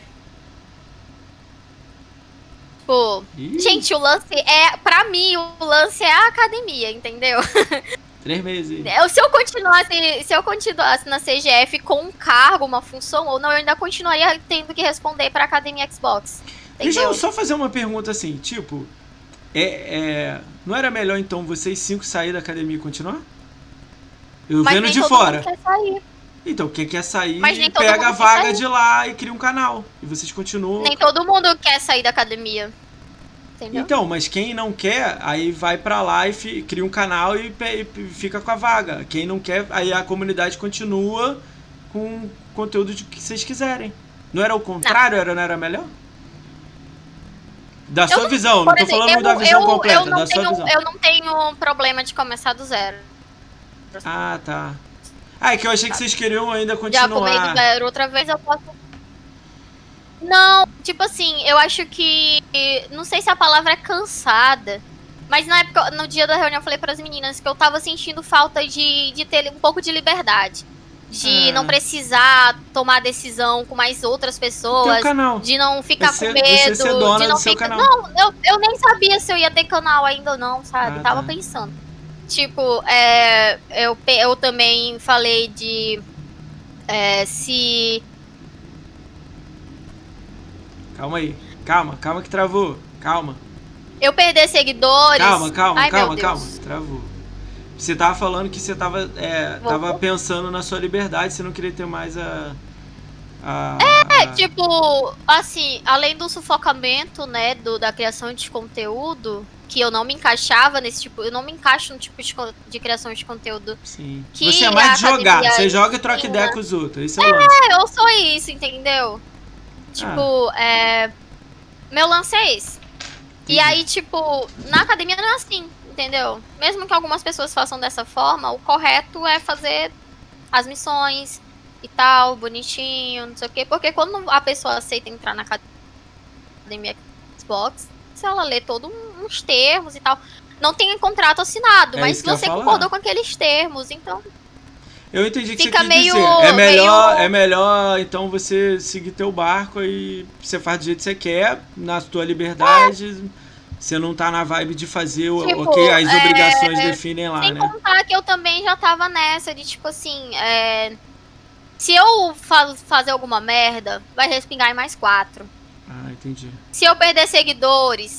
Tipo. Ih, Gente, o lance é. Pra mim, o lance é a academia, entendeu? três meses. Eu, se eu continuasse, se eu continuasse na C G F com um cargo, uma função ou não, eu ainda continuaria tendo que responder pra academia Xbox. Deixa Entendeu? eu só fazer uma pergunta assim, tipo, é, é, não era melhor então vocês cinco sair da academia e continuar? Eu Mas vendo nem de todo fora. mundo quer sair. Então, quem quer sair, Mas nem todo pega a mundo quer vaga sair. de lá e cria um canal. E vocês continuam. Nem todo mundo quer sair da academia. Entendeu? Então, mas quem não quer, aí vai pra lá e fi, cria um canal e, pe, e fica com a vaga. Quem não quer, aí a comunidade continua com conteúdo de que vocês quiserem. Não era o contrário? Era, não era melhor? Da sua não- visão, não Por tô exemplo, falando eu, da visão eu, completa, eu não da sua tenho, visão. eu não tenho problema de começar do zero. Ah, tá. Ah, é que eu achei que vocês queriam ainda Já comei do continuar. zero outra vez, eu posso... Não, tipo assim, eu acho que... Não sei se a palavra é cansada, mas na época, no dia da reunião eu falei pras meninas que eu tava sentindo falta de, de ter um pouco de liberdade. De Ah. não precisar tomar decisão com mais outras Teu pessoas. canal. De não ficar Você- com você medo. ser dona de não do seu ficar... canal. Não, eu, eu nem sabia se eu ia ter canal ainda ou não, sabe? Ah, Tava tá. pensando. Tipo, é, eu, pe- eu também falei de é, se... Calma aí. Calma, calma que travou. Calma. eu perder seguidores... Calma, calma, Ai, calma, meu calma. Deus. Travou. Você tava falando que você tava, é, Voltou? tava pensando na sua liberdade, você não queria ter mais a. a É, a- tipo, assim, além do sufocamento, né, do, da criação de conteúdo, que eu não me encaixava nesse tipo... Eu não me encaixo no tipo de, co- de criação de conteúdo. Sim. que Você é mais de a jogar. academia Você joga e troca ensina. ideia com os outros. Esse é o lance. É, eu sou isso, entendeu? Tipo, Ah. é... Meu lance é esse. E Entendi. aí, tipo, na academia não é assim, entendeu? Mesmo que algumas pessoas façam dessa forma, o correto é fazer as missões e tal, bonitinho, não sei o quê. Porque quando a pessoa aceita entrar na academia Xbox, se ela lê todos uns termos e tal, não tem contrato assinado, É mas isso que eu ia você falar. concordou com aqueles termos, então... Eu entendi o que Fica você quis meio- dizer. É melhor, meio- é melhor, então, você seguir teu barco e você faz do jeito que você quer, na tua liberdade. Você não tá na vibe de fazer o, Tipo, o que as é, obrigações definem lá, Sem né? contar que eu também já tava nessa de, tipo assim, é, se eu fa fazer alguma merda, vai respingar em mais quatro. Ah, entendi. Se eu perder seguidores,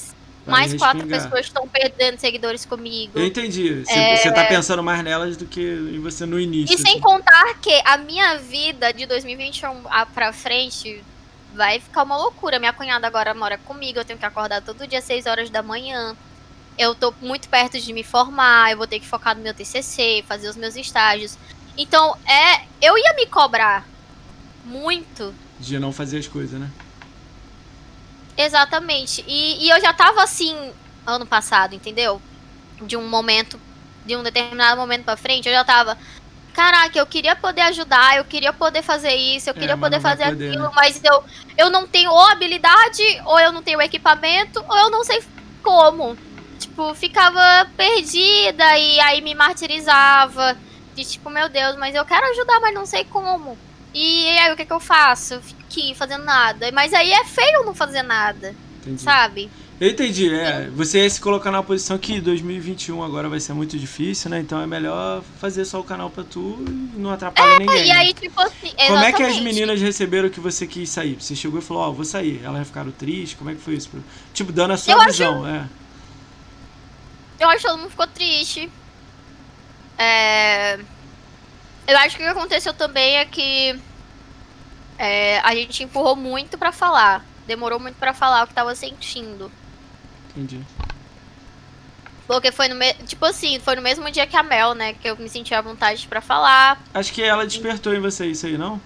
Vai mais quatro respingar. pessoas estão perdendo seguidores comigo. Eu entendi. Você É... tá pensando mais nelas do que em você no início. E sem assim. contar que a minha vida de dois mil e vinte e um pra frente vai ficar uma loucura. Minha cunhada agora mora comigo, eu tenho que acordar todo dia às seis horas da manhã. Eu tô muito perto de me formar, eu vou ter que focar no meu T C C, fazer os meus estágios. Então, é, eu ia me cobrar muito. De não fazer as coisas, né? Exatamente. E, e eu já tava assim, ano passado, entendeu? De um momento, de um determinado momento pra frente, eu já tava... Caraca, eu queria poder ajudar, eu queria poder fazer isso, eu queria É, mas poder não vai fazer poder, aquilo, né? mas eu, eu não tenho ou habilidade, ou eu não tenho equipamento, ou eu não sei como. Tipo, ficava perdida e aí me martirizava. De tipo, meu Deus, mas eu quero ajudar, mas não sei como. E aí o que, que eu faço? Eu fico aqui fazendo nada. Mas aí é feio não fazer nada. Entendi. Sabe? Eu entendi, é. Você ia se colocar numa posição que dois mil e vinte e um agora vai ser muito difícil, né? Então é melhor fazer só o canal pra tu e não atrapalha É, ninguém. e aí, tipo assim, exatamente. Como é que as meninas receberam que você quis sair? Você chegou e falou, ó, oh, vou sair. Elas ficaram tristes? Como é que foi isso? Tipo, dando a sua eu visão, acho... é. Eu acho que todo mundo ficou triste. É... Eu acho que o que aconteceu também é que é, a gente empurrou muito pra falar. Demorou muito pra falar o que tava sentindo. Entendi. Porque foi no me... tipo assim, foi no mesmo dia que a Mel, né? Que eu me senti à vontade pra falar. Acho que ela despertou em você isso aí, não?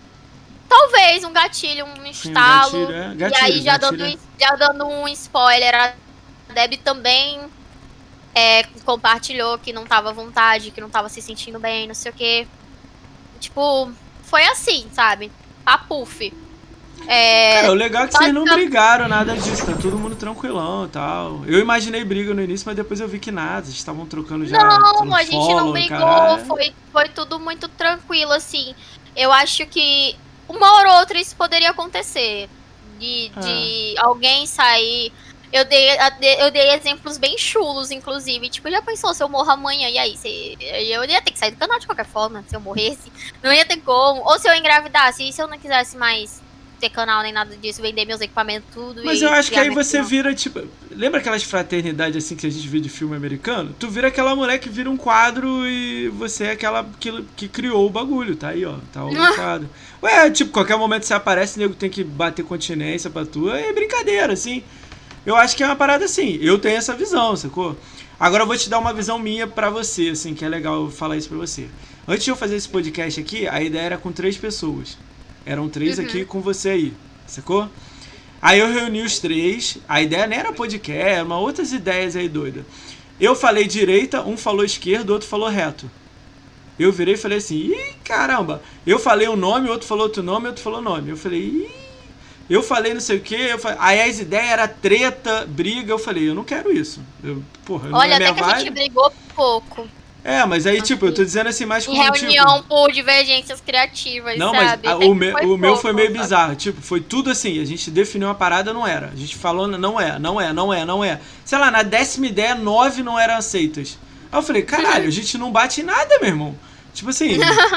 Talvez um gatilho, um estalo. Sim, um gatilho, é. Gatilho, e aí, já, gatilho. Dando, já dando um spoiler, a Deb também é, compartilhou que não tava à vontade, que não tava se sentindo bem, não sei o quê. Tipo, foi assim, sabe? A puff. É, Cara, o legal é que vocês não basicamente- brigaram, nada disso, tá todo mundo tranquilão e tal. Eu imaginei briga no início, mas depois eu vi que nada, vocês estavam trocando já. Não, no a gente follow, não brigou, caralho. foi, foi tudo muito tranquilo, assim. Eu acho que uma hora ou outra isso poderia acontecer. De, de alguém sair. Eu dei, eu dei exemplos bem chulos, inclusive. Tipo, já pensou se eu morro amanhã? E aí? Se, eu ia ter que sair do canal de qualquer forma, se eu morresse. Não ia ter como. Ou se eu engravidasse, e se eu não quisesse mais ter canal nem nada disso, vender meus equipamentos, tudo. Mas e eu acho que criar aí minha você filha? vira, tipo... Lembra aquelas fraternidades assim que a gente vê de filme americano? Tu vira aquela mulher que vira um quadro e você é aquela que, que criou o bagulho, tá aí, ó. Tá o quadro. Ué, tipo, qualquer momento você aparece, o nego tem que bater continência pra tu. É brincadeira, assim. Eu acho que é uma parada assim. Eu tenho essa visão, sacou? Agora eu vou te dar uma visão minha pra você, assim, que é legal falar isso pra você. Antes de eu fazer esse podcast aqui, a ideia era com três pessoas. Eram três Uhum. aqui com você aí, sacou? Aí eu reuni os três, a ideia nem era podcast, era uma outras ideias aí doidas. Eu falei direita, um falou esquerda, o outro falou reto. Eu virei e falei assim, ih, caramba. Eu falei um nome, o outro falou outro nome, o outro falou nome. Eu falei, ih. Eu falei não sei o que, eu falei... aí as ideias eram treta, briga, eu falei, eu não quero isso. Eu, porra, não Olha, é minha até que a vibe. gente brigou pouco. É, mas aí, Assim, tipo, eu tô dizendo assim mais Em como, reunião tipo... por divergências criativas, Não, sabe? mas a- Até o, que meu, foi o meu pouco, foi meio sabe? bizarro. Tipo, foi tudo assim. A gente definiu uma parada, não era. A gente falou, não é, não é, não é, não é. Sei lá, na décima ideia, nove não eram aceitas. Aí eu falei, caralho, a gente não bate em nada, meu irmão. Tipo assim,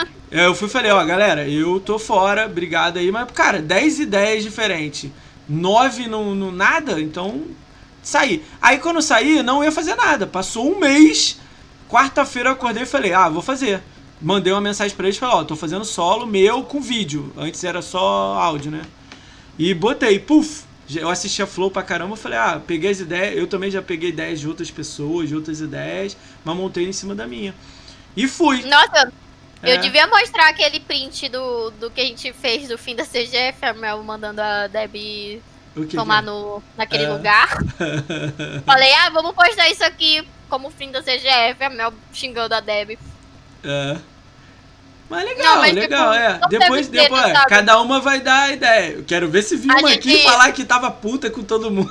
eu fui e falei, ó, galera, eu tô fora, obrigado aí. Mas, cara, dez ideias diferentes. Nove no, no nada, então saí. Aí quando eu saí, não ia fazer nada. Passou um mês... Quarta-feira eu acordei e falei, ah, vou fazer. Mandei uma mensagem pra eles e falei, ó, oh, tô fazendo solo meu com vídeo. Antes era só áudio, né? E botei, puf. Eu assisti a Flow pra caramba, falei, ah, peguei as ideias. Eu também já peguei ideias de outras pessoas, de outras ideias, mas montei em cima da minha. E fui. Nossa, É. eu devia mostrar aquele print do, do que a gente fez do fim da C G F, a Mel mandando a Debbie O que tomar que é? no, naquele É. lugar. Falei, ah, vamos postar isso aqui como fim da C G F, a Mel xingando a Debbie. É. Mas legal, Não, mas, legal, tipo, é. não Depois, teve depois, medo, é, sabe? cada uma vai dar a ideia. Eu quero ver se viu A uma gente- aqui falar que tava puta com todo mundo.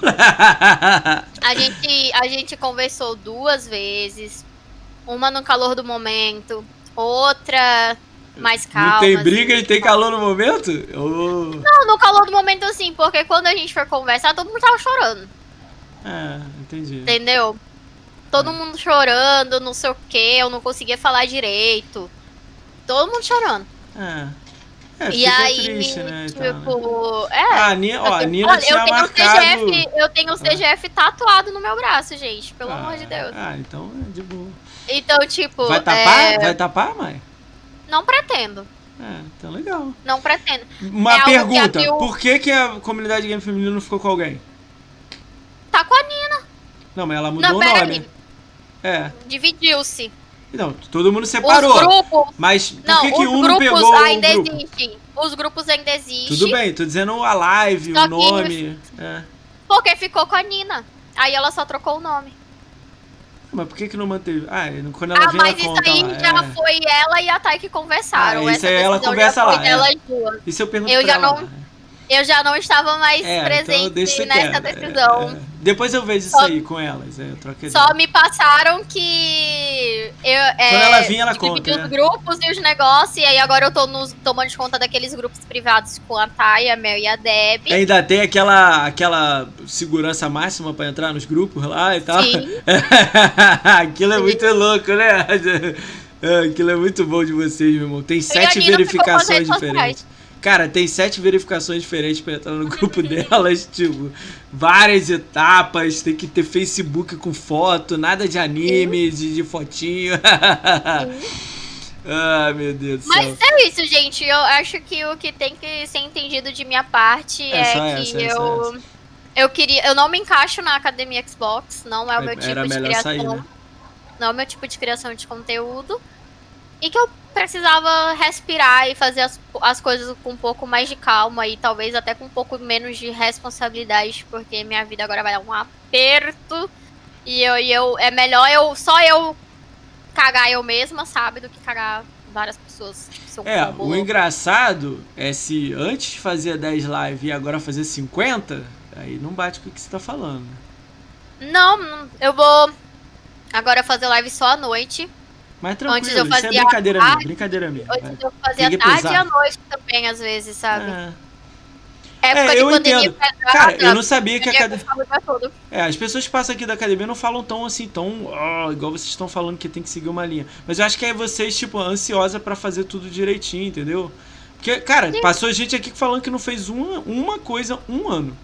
A gente, a gente conversou duas vezes, uma no calor do momento, outra mais calma. Não tem briga assim. e tem calor no momento? Oh. Não, no calor do momento assim, porque quando a gente foi conversar, todo mundo tava chorando, É, entendi. entendeu? Todo mundo chorando, não sei o que, eu não conseguia falar direito. Todo mundo chorando. É. É, E fica aí, triste, né? tipo, Então, né? é. Ah, a Nina, ó, a eu, Nina olha, tinha eu tenho marcado... o C G F, eu tenho o C G F tatuado no meu braço, gente, pelo ah, amor de Deus. Ah, então é de boa. Então, tipo, Vai tapar? é... Vai tapar, mãe? não pretendo. É, então legal. Não pretendo. Uma é pergunta, Bill... por que, que a comunidade game feminina não ficou com alguém? Tá com a Nina. Não, mas ela mudou não, o pera nome. aí. É. Dividiu-se. Não, todo mundo separou. Os grupos... Mas por não, que, que os um não grupos pegou ainda o grupo? existem. Os grupos ainda existem. Tudo bem, tô dizendo a live, Só o nome. que... É. Porque ficou com a Nina. Aí ela só trocou o nome. Mas por que que não manteve? Ah, quando ela Ah, vem, mas ela isso conta aí lá. já é. foi ela e a Thay que conversaram. Ah, isso Essa aí ela decisão conversa já foi lá, é. delas duas. Isso eu pergunto Eu pra já ela não- lá. Eu já não estava mais É, presente então deixa nessa quieto. decisão. É, é. Depois eu vejo Só- isso aí com elas. É, eu troco ideia. Só me passaram que eu é, Quando ela vinha, ela dividi conta, os né? grupos e os negócios, e aí agora eu tô nos, tomando de conta daqueles grupos privados com a Thay, a Mel e a Deb. Ainda tem aquela, aquela segurança máxima pra entrar nos grupos lá e tal. Sim. Aquilo é Sim. muito louco, né? É, aquilo é muito bom de vocês, meu irmão. Tem sete a Nina ficou com as verificações redes sociais. diferentes. Cara, tem sete verificações diferentes pra entrar no grupo delas, tipo, várias etapas, tem que ter Facebook com foto, nada de anime, de, de fotinho. Ah, meu Deus do Mas céu. é isso, gente. Eu acho que o que tem que ser entendido de minha parte É é, só que essa, essa, eu. Eu queria. Eu não me encaixo na academia Xbox, não é o meu tipo Era de melhor criação. sair, né? Não é o meu tipo de criação de conteúdo. E que eu precisava respirar e fazer as, as coisas com um pouco mais de calma e talvez até com um pouco menos de responsabilidade, porque minha vida agora vai dar um aperto. E eu, e eu é melhor eu só eu cagar eu mesma, sabe, do que cagar várias pessoas. Tipo, seu É, combo o louco. engraçado engraçado é se antes fazia dez live e agora fazer cinquenta, aí não bate com o que você tá falando. Não, não, eu vou agora fazer live só à noite. Mas tranquilo, Antes eu isso é fazia brincadeira a minha, tarde, brincadeira minha. vai. Antes eu fazia Fiquei tarde pesado. e à noite também, às vezes, sabe? Ah, Época É, de eu pandemia entendo. pesada, Cara, eu não sabia que a eu academia... ficava o dia todo. É, as pessoas que passam aqui da academia não falam tão assim, tão... ó, igual vocês estão falando que tem que seguir uma linha. Mas eu acho que é vocês, tipo, ansiosa pra fazer tudo direitinho, entendeu? Porque, cara, Sim. passou gente aqui falando que não fez uma, uma coisa um ano.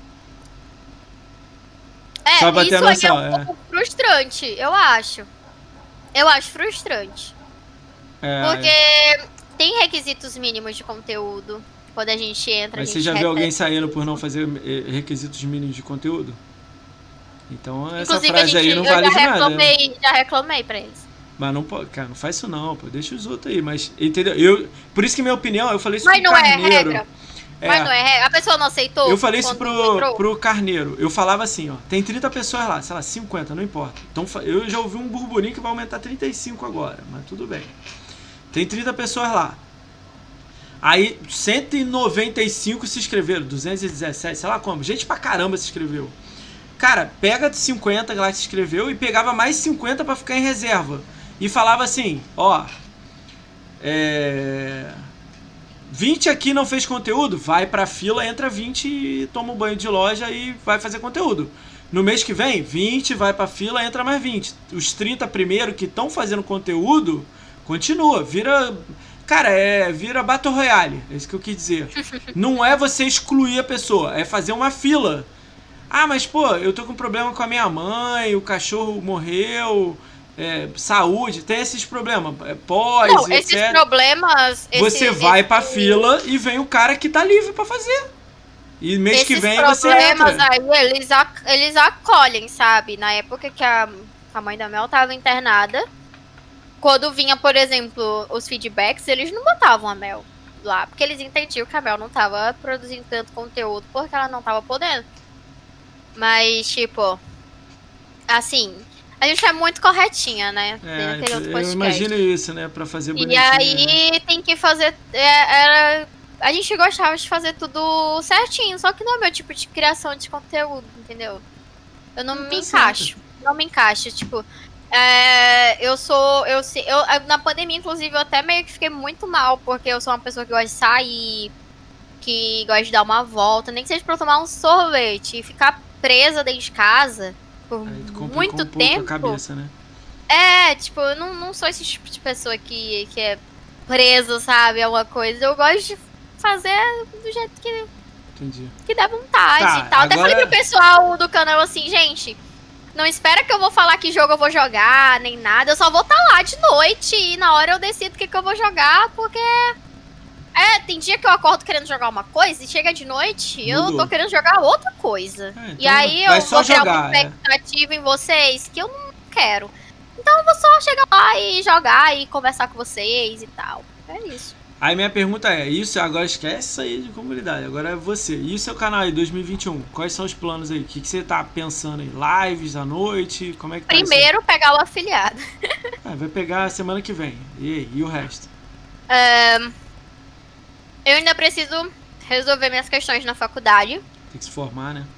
É, Só pra ter isso aí é noção, um é. pouco frustrante, eu acho. Eu acho frustrante. É, Porque tem requisitos mínimos de conteúdo. Quando a gente entra, Mas a você gente já viu alguém recebe. saindo por não fazer eh, requisitos mínimos de conteúdo? Então essa Inclusive, a frase gente, aí não eu vale já de nada. né? reclamei, já reclamei pra eles. Mas não pode, cara, não faz isso não, pô. Deixa os outros aí, mas entendeu? Eu, por isso que minha opinião, eu falei isso Mas pro não é Carneiro. regra. É, Mas não é regra. A pessoa não aceitou? eu falei isso quando pro, entrou? pro Carneiro. Eu falava assim, ó, tem trinta pessoas lá, sei lá, cinquenta, não importa. Então fa- eu já ouvi um burburinho que vai aumentar trinta e cinco agora, mas tudo bem. Tem trinta pessoas lá. Aí cento e noventa e cinco se inscreveram, duzentos e dezessete, sei lá como. Gente pra caramba se inscreveu. Cara, pega de cinquenta lá que se inscreveu e pegava mais cinquenta pra ficar em reserva. E falava assim, ó, é... vinte aqui não fez conteúdo, vai pra fila, entra vinte e toma um banho de loja e vai fazer conteúdo. No mês que vem, vinte, vai pra fila, entra mais vinte. Os trinta primeiro que estão fazendo conteúdo, continua, vira... Cara, é, vira Battle Royale, é isso que eu quis dizer. Não é você excluir a pessoa, é fazer uma fila. Ah, mas pô, eu tô com problema com a minha mãe, o cachorro morreu, é, saúde, tem esses problemas, é, pós, Não, esses etcétera. problemas... esse- Você vai esse- pra fila e vem o cara que tá livre pra fazer. E mês Esses que vem você problemas entra. aí, eles, ac- eles acolhem, sabe? Na época que a, a mãe da Mel tava internada, quando vinha, por exemplo, os feedbacks, eles não botavam a Mel lá, porque eles entendiam que a Mel não tava produzindo tanto conteúdo porque ela não tava podendo. Mas, tipo, assim, a gente é muito corretinha, né? É, Naquele outro eu podcast. imagino isso, né? Pra fazer E bonitinho. né? aí tem que fazer. é, era, a gente gostava de fazer tudo certinho, só que não é meu tipo de criação de conteúdo, entendeu? Eu não Não me tá encaixo. certo. Não me encaixo. Tipo, é, eu sou. Eu, se- eu, na pandemia, inclusive, eu até meio que fiquei muito mal, porque eu sou uma pessoa que gosta de sair, que gosta de dar uma volta, nem que seja pra eu tomar um sorvete e ficar presa dentro de casa por Aí tu complicou muito um pouco tempo. a cabeça, né? É, tipo, eu não, não sou esse tipo de pessoa que, que é presa, sabe? É uma coisa. Eu gosto de fazer do jeito que, Entendi. que dá vontade Tá, e tal. Até agora- falei pro pessoal do canal assim, gente, não espera que eu vou falar que jogo eu vou jogar, nem nada. Eu só vou estar lá de noite e na hora eu decido o que, que eu vou jogar, porque... É, tem dia que eu acordo querendo jogar uma coisa e chega de noite e eu Mudou. tô querendo jogar outra coisa. É, então e aí vai eu só vou criar jogar, uma é. expectativa em vocês que eu não quero. Então eu vou só chegar lá e jogar e conversar com vocês e tal. É isso. Aí minha pergunta é, isso agora esquece aí de comunidade, agora é você. E o seu canal aí, dois mil e vinte e um? Quais são os planos aí? O que, que você tá pensando aí? Lives à noite? Como é que tá isso aí? Primeiro, pegar o afiliado. Ah, vai pegar semana que vem. E aí, e o resto? Ahn, eu ainda preciso resolver minhas questões na faculdade. Tem que se formar, né?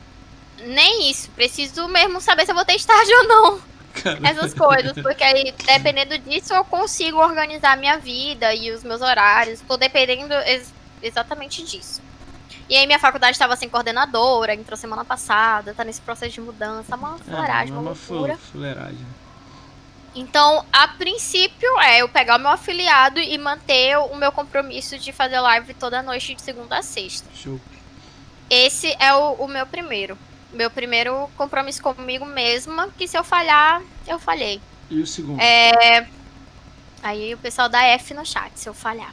Nem isso. Preciso mesmo saber se eu vou ter estágio ou não. Cara, Essas coisas. Porque aí, dependendo disso, eu consigo organizar a minha vida e os meus horários. Tô dependendo ex- exatamente disso. E aí, minha faculdade estava sem coordenadora, entrou semana passada, tá nesse processo de mudança, uma é, fuleiragem, é uma uma fu- loucura. fuleiragem. Então, a princípio, é eu pegar o meu afiliado e manter o meu compromisso de fazer live toda noite de segunda a sexta. Show. Esse é o, o meu primeiro. Meu primeiro compromisso comigo mesma, que se eu falhar, eu falhei. E o segundo? É... Aí o pessoal dá F no chat, se eu falhar.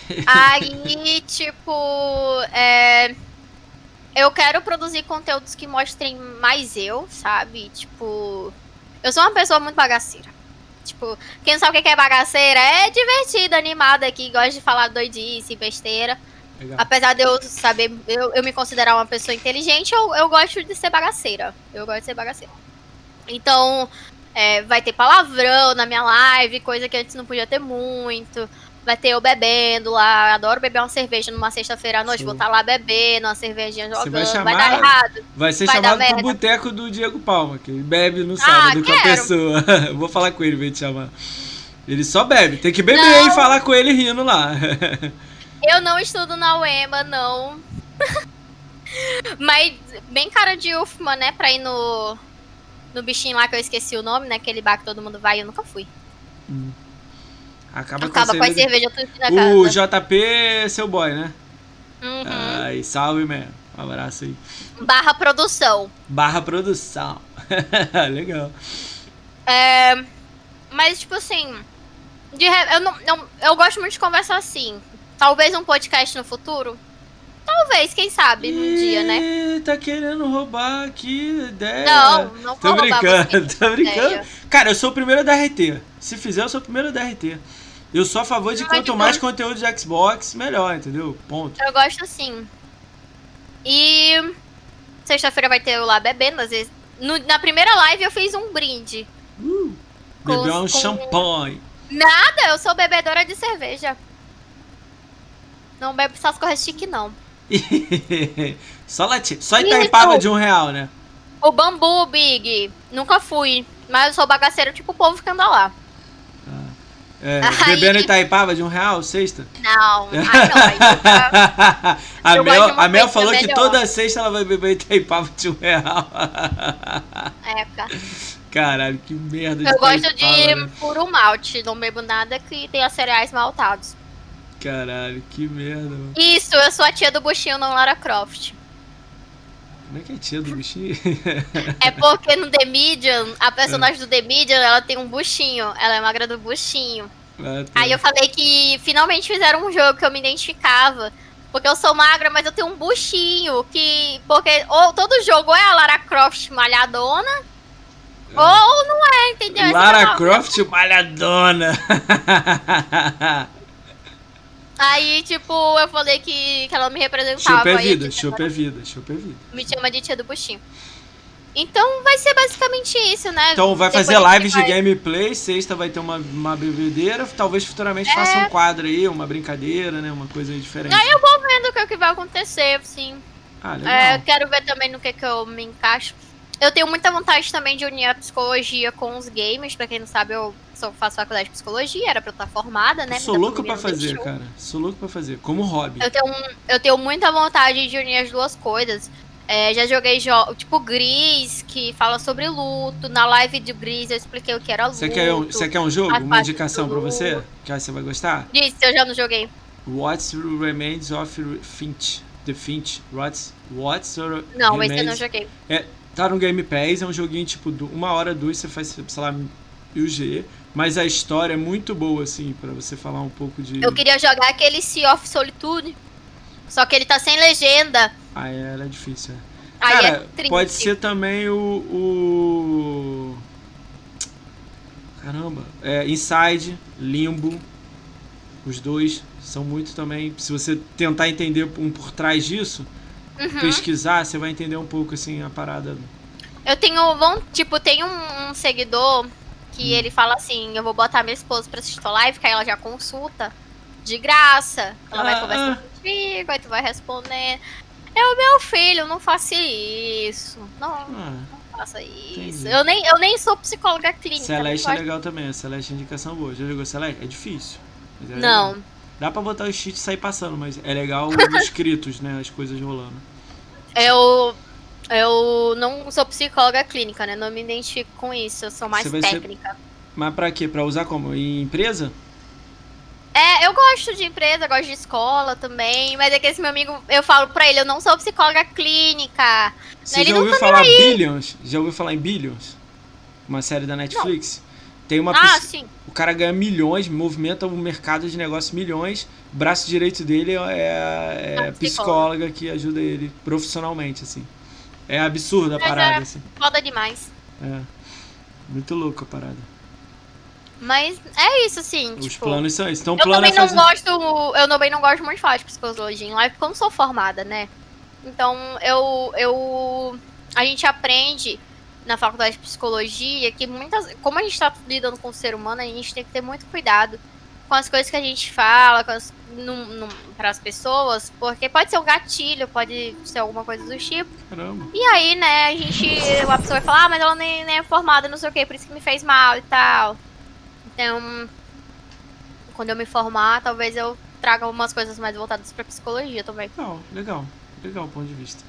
Aí, tipo, é... eu quero produzir conteúdos que mostrem mais eu, sabe? Tipo, eu sou uma pessoa muito bagaceira. Tipo, quem não sabe o que é bagaceira é divertida, animada, que gosta de falar doidice, besteira. Legal. Apesar de eu saber, eu, eu me considerar uma pessoa inteligente, eu, eu gosto de ser bagaceira. Eu gosto de ser bagaceira. Então, é, vai ter palavrão na minha live, coisa que antes não podia ter muito. Vai ter eu bebendo lá. Adoro beber uma cerveja numa sexta-feira à noite. Show. Vou estar lá bebendo, uma cervejinha Você jogando. vai Vai, chamar- dar errado. Vai ser vai dar chamado pro merda. boteco do Diego Palma, que ele bebe no sábado com a quero. pessoa. Eu vou falar com ele, vem te chamar. Ele só bebe, tem que beber Não. e falar com ele rindo lá. Eu não estudo na U E M A, não. Mas bem cara de U F M A, né? Pra ir no, no bichinho lá que eu esqueci o nome, né? Aquele bar que todo mundo vai, eu nunca fui. Acaba, Acaba com a as cervejas tudo na O casa. J P é seu boy, né? Uhum. Ai, salve, man. Um abraço aí. Barra produção. Barra produção. Legal. É, mas, tipo assim, de re- eu, não, não- eu gosto muito de conversar assim. Talvez um podcast no futuro. Talvez, quem sabe, um dia, né? Ih, tá querendo roubar aqui a ideia. Não, não Tô vou roubar brincando, você, tô brincando. ideia. Cara, eu sou o primeiro da R T. Se fizer, eu sou o primeiro da R T. Eu sou a favor de Não, quanto tipo, mais conteúdo de Xbox, melhor, entendeu? Ponto. Eu gosto assim. E sexta-feira vai ter eu lá bebendo, às vezes. No- na primeira live eu fiz um brinde. Uh, Com- beber um com- champanhe. Nada, eu sou bebedora de cerveja. Não bebo essas coisas chique, não. Só latinha. Só Isso. Itaipava de um real, né? O bambu, Big, nunca fui. Mas eu sou bagaceiro tipo o povo que anda lá. É, Aí- bebendo Itaipava de um real, sexta? Não, ai não, aí nunca. a Eu Mel, gosto de uma a Mel coisa falou que melhor. toda sexta ela vai beber Itaipava de um real. É, cara. Caralho, que merda Eu gosto Itaipava, de né? puro malte, não bebo nada que tenha cereais maltados. Caralho, que merda, mano. Isso, eu sou a tia do buchinho, não Lara Croft. Como é que é tia do bichinho? É porque no The Medium, a personagem do The Medium, ela tem um buchinho. Ela é magra do buchinho. Ah, tá. Aí eu falei que finalmente fizeram um jogo que eu me identificava. Porque eu sou magra, mas eu tenho um buchinho. Que. Porque ou, todo jogo é a Lara Croft malhadona. Ou não é, entendeu? Essa Lara é a- Croft malhadona. Aí, tipo, eu falei que, que ela me representava. Chupa é aí, vida, tipo, chupa é vida, chupa é vida. me chama de tia do buchinho. Então vai ser basicamente isso, né? Então vai Depois fazer a gente lives de vai- gameplay, sexta vai ter uma, uma bebedeira, talvez futuramente É. faça um quadro aí, uma brincadeira, né? Uma coisa aí diferente. Aí eu vou vendo o que, é que vai acontecer, assim. Ah, legal. É, eu quero ver também no que, que eu me encaixo. Eu tenho muita vontade também de unir a psicologia com os games. Pra quem não sabe, eu sou, faço faculdade de psicologia, era pra eu estar formada, né? Eu sou Mas a louco pra pandemia não fazer, deixou. cara. Sou louco pra fazer, como hobby. Eu tenho, um- eu tenho muita vontade de unir as duas coisas. É, já joguei jogos tipo Gris, que fala sobre luto. Na live de Gris eu expliquei o que era luto. Você quer, um, você quer um jogo? faz Uma parte indicação do pra você? luto. Que aí você vai gostar? Disse, eu já não joguei. What Remains of Finch. The Finch. What's, what's Não, remains... esse eu não joguei. É, tá no Game Pass, é um joguinho tipo uma hora, duas, você faz, sei lá, U G. Mas a história é muito boa, assim, pra você falar um pouco de... Eu queria jogar aquele Sea of Solitude, só que ele tá sem legenda. Ah, é, ela é difícil, é. Aí Cara, é triste. pode ser também o... o... Caramba. É, Inside, Limbo. Os dois são muito também... Se você tentar entender um por trás disso, Uhum. pesquisar, você vai entender um pouco, assim, a parada. Eu tenho, bom, tipo, tem um, um seguidor que Hum. ele fala assim, eu vou botar minha esposa pra assistir tua live, que aí ela já consulta de graça. Ela Ah, vai conversando ah. contigo, aí tu vai responder. É o meu filho, não faça isso. Não, Ah, não faça isso. entendi. Eu nem, eu nem sou psicóloga clínica. Celeste não é gosto- legal também, a Celeste é indicação boa. Já jogou Celeste? É difícil. Mas é Não. legal. Dá pra botar os cheats e sair passando, mas é legal os escritos, né? As coisas rolando. Eu, eu não sou psicóloga clínica, né? Não me identifico com isso. Eu sou mais Você vai ser- técnica. Mas pra quê? Pra usar como? Em empresa? É, eu gosto de empresa, gosto de escola também, mas é que esse meu amigo, eu falo pra ele, eu não sou psicóloga clínica. Você Ele já não ouviu tá falar Billions? Já ouviu falar em Billions? Uma série da Netflix? Tem uma Ah, pessoa- sim. O cara ganha milhões, movimenta o mercado de negócio milhões. O braço direito dele é, é Ah, a psicóloga que ajuda ele profissionalmente, assim. É absurda a Mas parada, é assim. foda demais. É. Muito louco a parada. Mas é isso, assim, Os tipo... planos são esses. Então, o Eu plano também é não fazer... gosto, eu também não gosto muito de falar de psicologia em live, porque eu não sou formada, né? Então, eu, eu... A gente aprende na faculdade de psicologia que muitas... Como a gente tá lidando com o ser humano, a gente tem que ter muito cuidado com as coisas que a gente fala, com as, num, num, pras pessoas, porque pode ser um gatilho, pode ser alguma coisa do tipo. Caramba. E aí, né, a gente... A pessoa vai falar, ah, mas ela nem, nem é formada, não sei o que, por isso que me fez mal e tal. Então, quando eu me formar, talvez eu traga umas coisas mais voltadas pra psicologia também. Legal, legal. Legal o ponto de vista.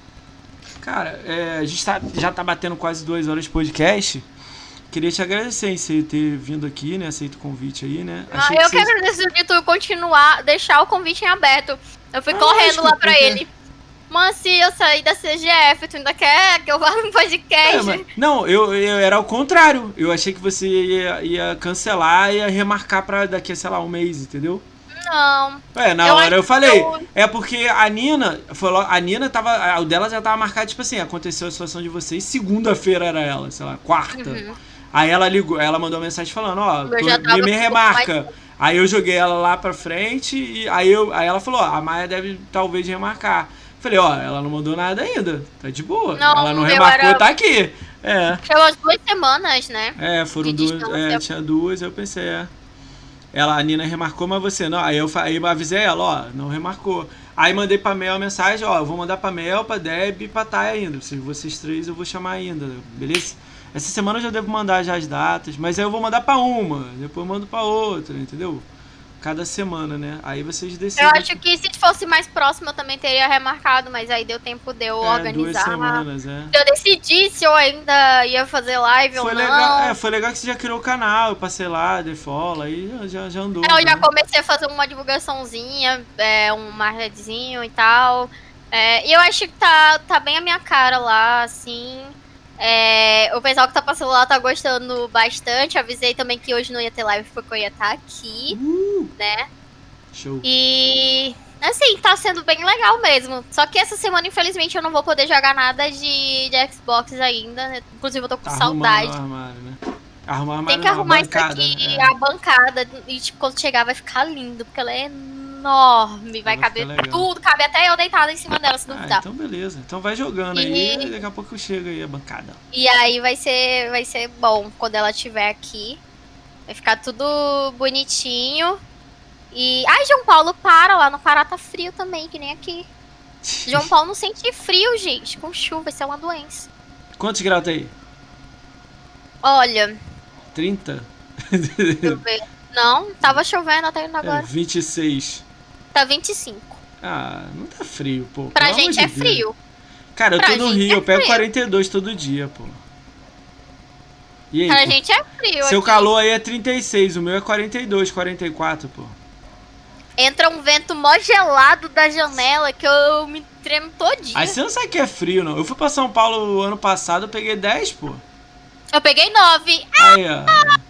Cara, é, a gente tá, já tá batendo quase duas horas de podcast. Queria te agradecer em você ter vindo aqui, né? Aceito o convite aí, né? Ah, Achei eu que quero você... agradecer de tu continuar, deixar o convite em aberto. Eu fui Ah, correndo lógico, lá pra porque- ele. Mansi, eu saí da C G F, tu ainda quer que eu vá no podcast? É, mas- não, eu, eu era ao contrário. Eu achei que você ia, ia cancelar e ia remarcar pra daqui a, sei lá, um mês, entendeu? Não. É, na Eu hora acho eu que falei. eu- É porque a Nina falou, a Nina tava. O dela já tava marcado, tipo assim, aconteceu a situação de vocês, segunda-feira era ela, sei lá, quarta. Uhum. Aí ela ligou, ela mandou uma mensagem falando, ó, Eu tô- já tava me, me com um remarca. pouco Aí eu joguei ela lá pra frente e aí, eu, aí ela falou, ó, a Maia deve talvez remarcar. Falei, ó, ela não mandou nada ainda, tá de boa. Não, ela não eu remarcou, era- tá aqui. É, Chegou as duas semanas, né? é, foram De duas, distância. é, tinha duas, eu pensei, é. Ela, a Nina remarcou, mas você não. Aí eu, fa- aí eu avisei ela, ó, não remarcou. Aí mandei pra Mel a mensagem, ó, eu vou mandar pra Mel, pra Deb e pra Thay ainda. Se vocês três eu vou chamar ainda, beleza? Essa semana eu já devo mandar já as datas, mas aí eu vou mandar pra uma, depois eu mando pra outra, entendeu? Cada semana, né? Aí vocês decidem. Eu acho que se fosse mais próximo eu também teria remarcado, mas aí deu tempo de eu é, organizar. duas semanas, é. Eu decidi se eu ainda ia fazer live Foi ou legal, não. é, foi legal que você já criou o canal, eu passei lá, dei follow, aí já, já, já andou. Eu já né? comecei a fazer uma divulgaçãozinha, é, um marketzinho e tal. É, e eu acho que tá, tá bem a minha cara lá, assim. É, o pessoal que tá passando lá tá gostando bastante. Avisei também que hoje não ia ter live porque eu ia estar aqui, Uh, né? show. E assim, tá sendo bem legal mesmo. Só que essa semana, infelizmente, eu não vou poder jogar nada de, de Xbox ainda. Inclusive, eu tô com Tá arrumando saudade. o armário, né? Arrumar o armário Tem que não, a arrumar bancada, isso aqui, né? a bancada. E tipo, quando chegar vai ficar lindo, porque ela é enorme. Vai Vai caber ficar legal. tudo, cabe até eu deitada em cima dela, se Ah, duvidar. então beleza. Então vai jogando E- aí e daqui a pouco chega aí a bancada. E aí vai ser, vai ser bom quando ela estiver aqui. Vai ficar tudo bonitinho. E. Ai, João Paulo, para lá no Pará tá frio também, que nem aqui. João Paulo não sente frio, gente. Com chuva, isso é uma doença. Quantos graus tá aí? Olha, trinta? deixa eu ver. Não, tava chovendo até É, agora. vinte e seis. Tá vinte e cinco. Ah, não tá frio, pô. Pra pelo amor gente de é Deus. frio. Cara, eu Pra tô no gente Rio, é eu pego frio. quarenta e dois todo dia, pô. E aí, Pra pô? gente é frio. Seu aqui. calor aí é trinta e seis, o meu é quarenta e dois, quarenta e quatro, pô. entra um vento mó gelado da janela que eu me tremo todinha. Aí você não sabe que é frio, não. Eu fui pra São Paulo ano passado, eu peguei dez, pô. Eu peguei nove. Aí, ó.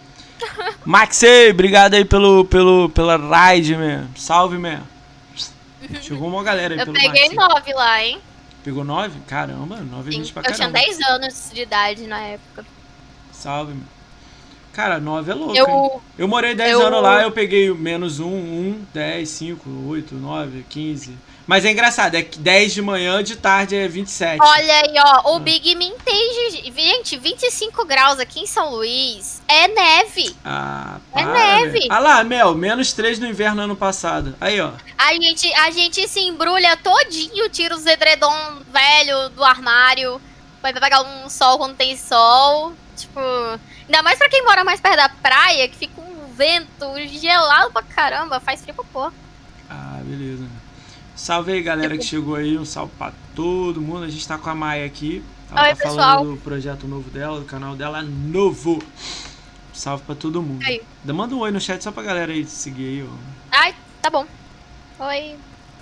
Maxei, obrigado aí pelo, pelo, pela ride, man. Salve, man. Chegou uma galera aí Eu pelo peguei Maxei. nove lá, hein? Pegou nove? Caramba, nove é gente pra Eu caramba. tinha dez anos de idade na época. Salve, man. Cara, nove é louco, Eu, hein? Eu morei dez eu- anos lá, eu peguei menos um, um, dez, cinco, oito, nove, quinze. Mas é engraçado, é que dez de manhã, de tarde é vinte e sete. Olha aí, ó, o Ah. Big Me entende. Gente, vinte e cinco graus aqui em São Luís é neve. Ah, É para, neve. velho. Ah lá, Mel, menos três no inverno ano passado. Aí, ó. A gente, a gente se embrulha todinho, tira os edredom velho do armário, vai pegar um sol quando tem sol. Tipo, ainda mais pra quem mora mais perto da praia, que fica um vento gelado pra caramba, faz frio pra pôr. Ah, beleza. Salve aí, galera que chegou aí. Um salve pra todo mundo. A gente tá com a Maia aqui. Ela Oi, tá pessoal. falando do projeto novo dela, do canal dela novo. Salve pra todo mundo. Aí. Manda um oi no chat só pra galera aí seguir aí, ó. Ai, tá bom. Oi.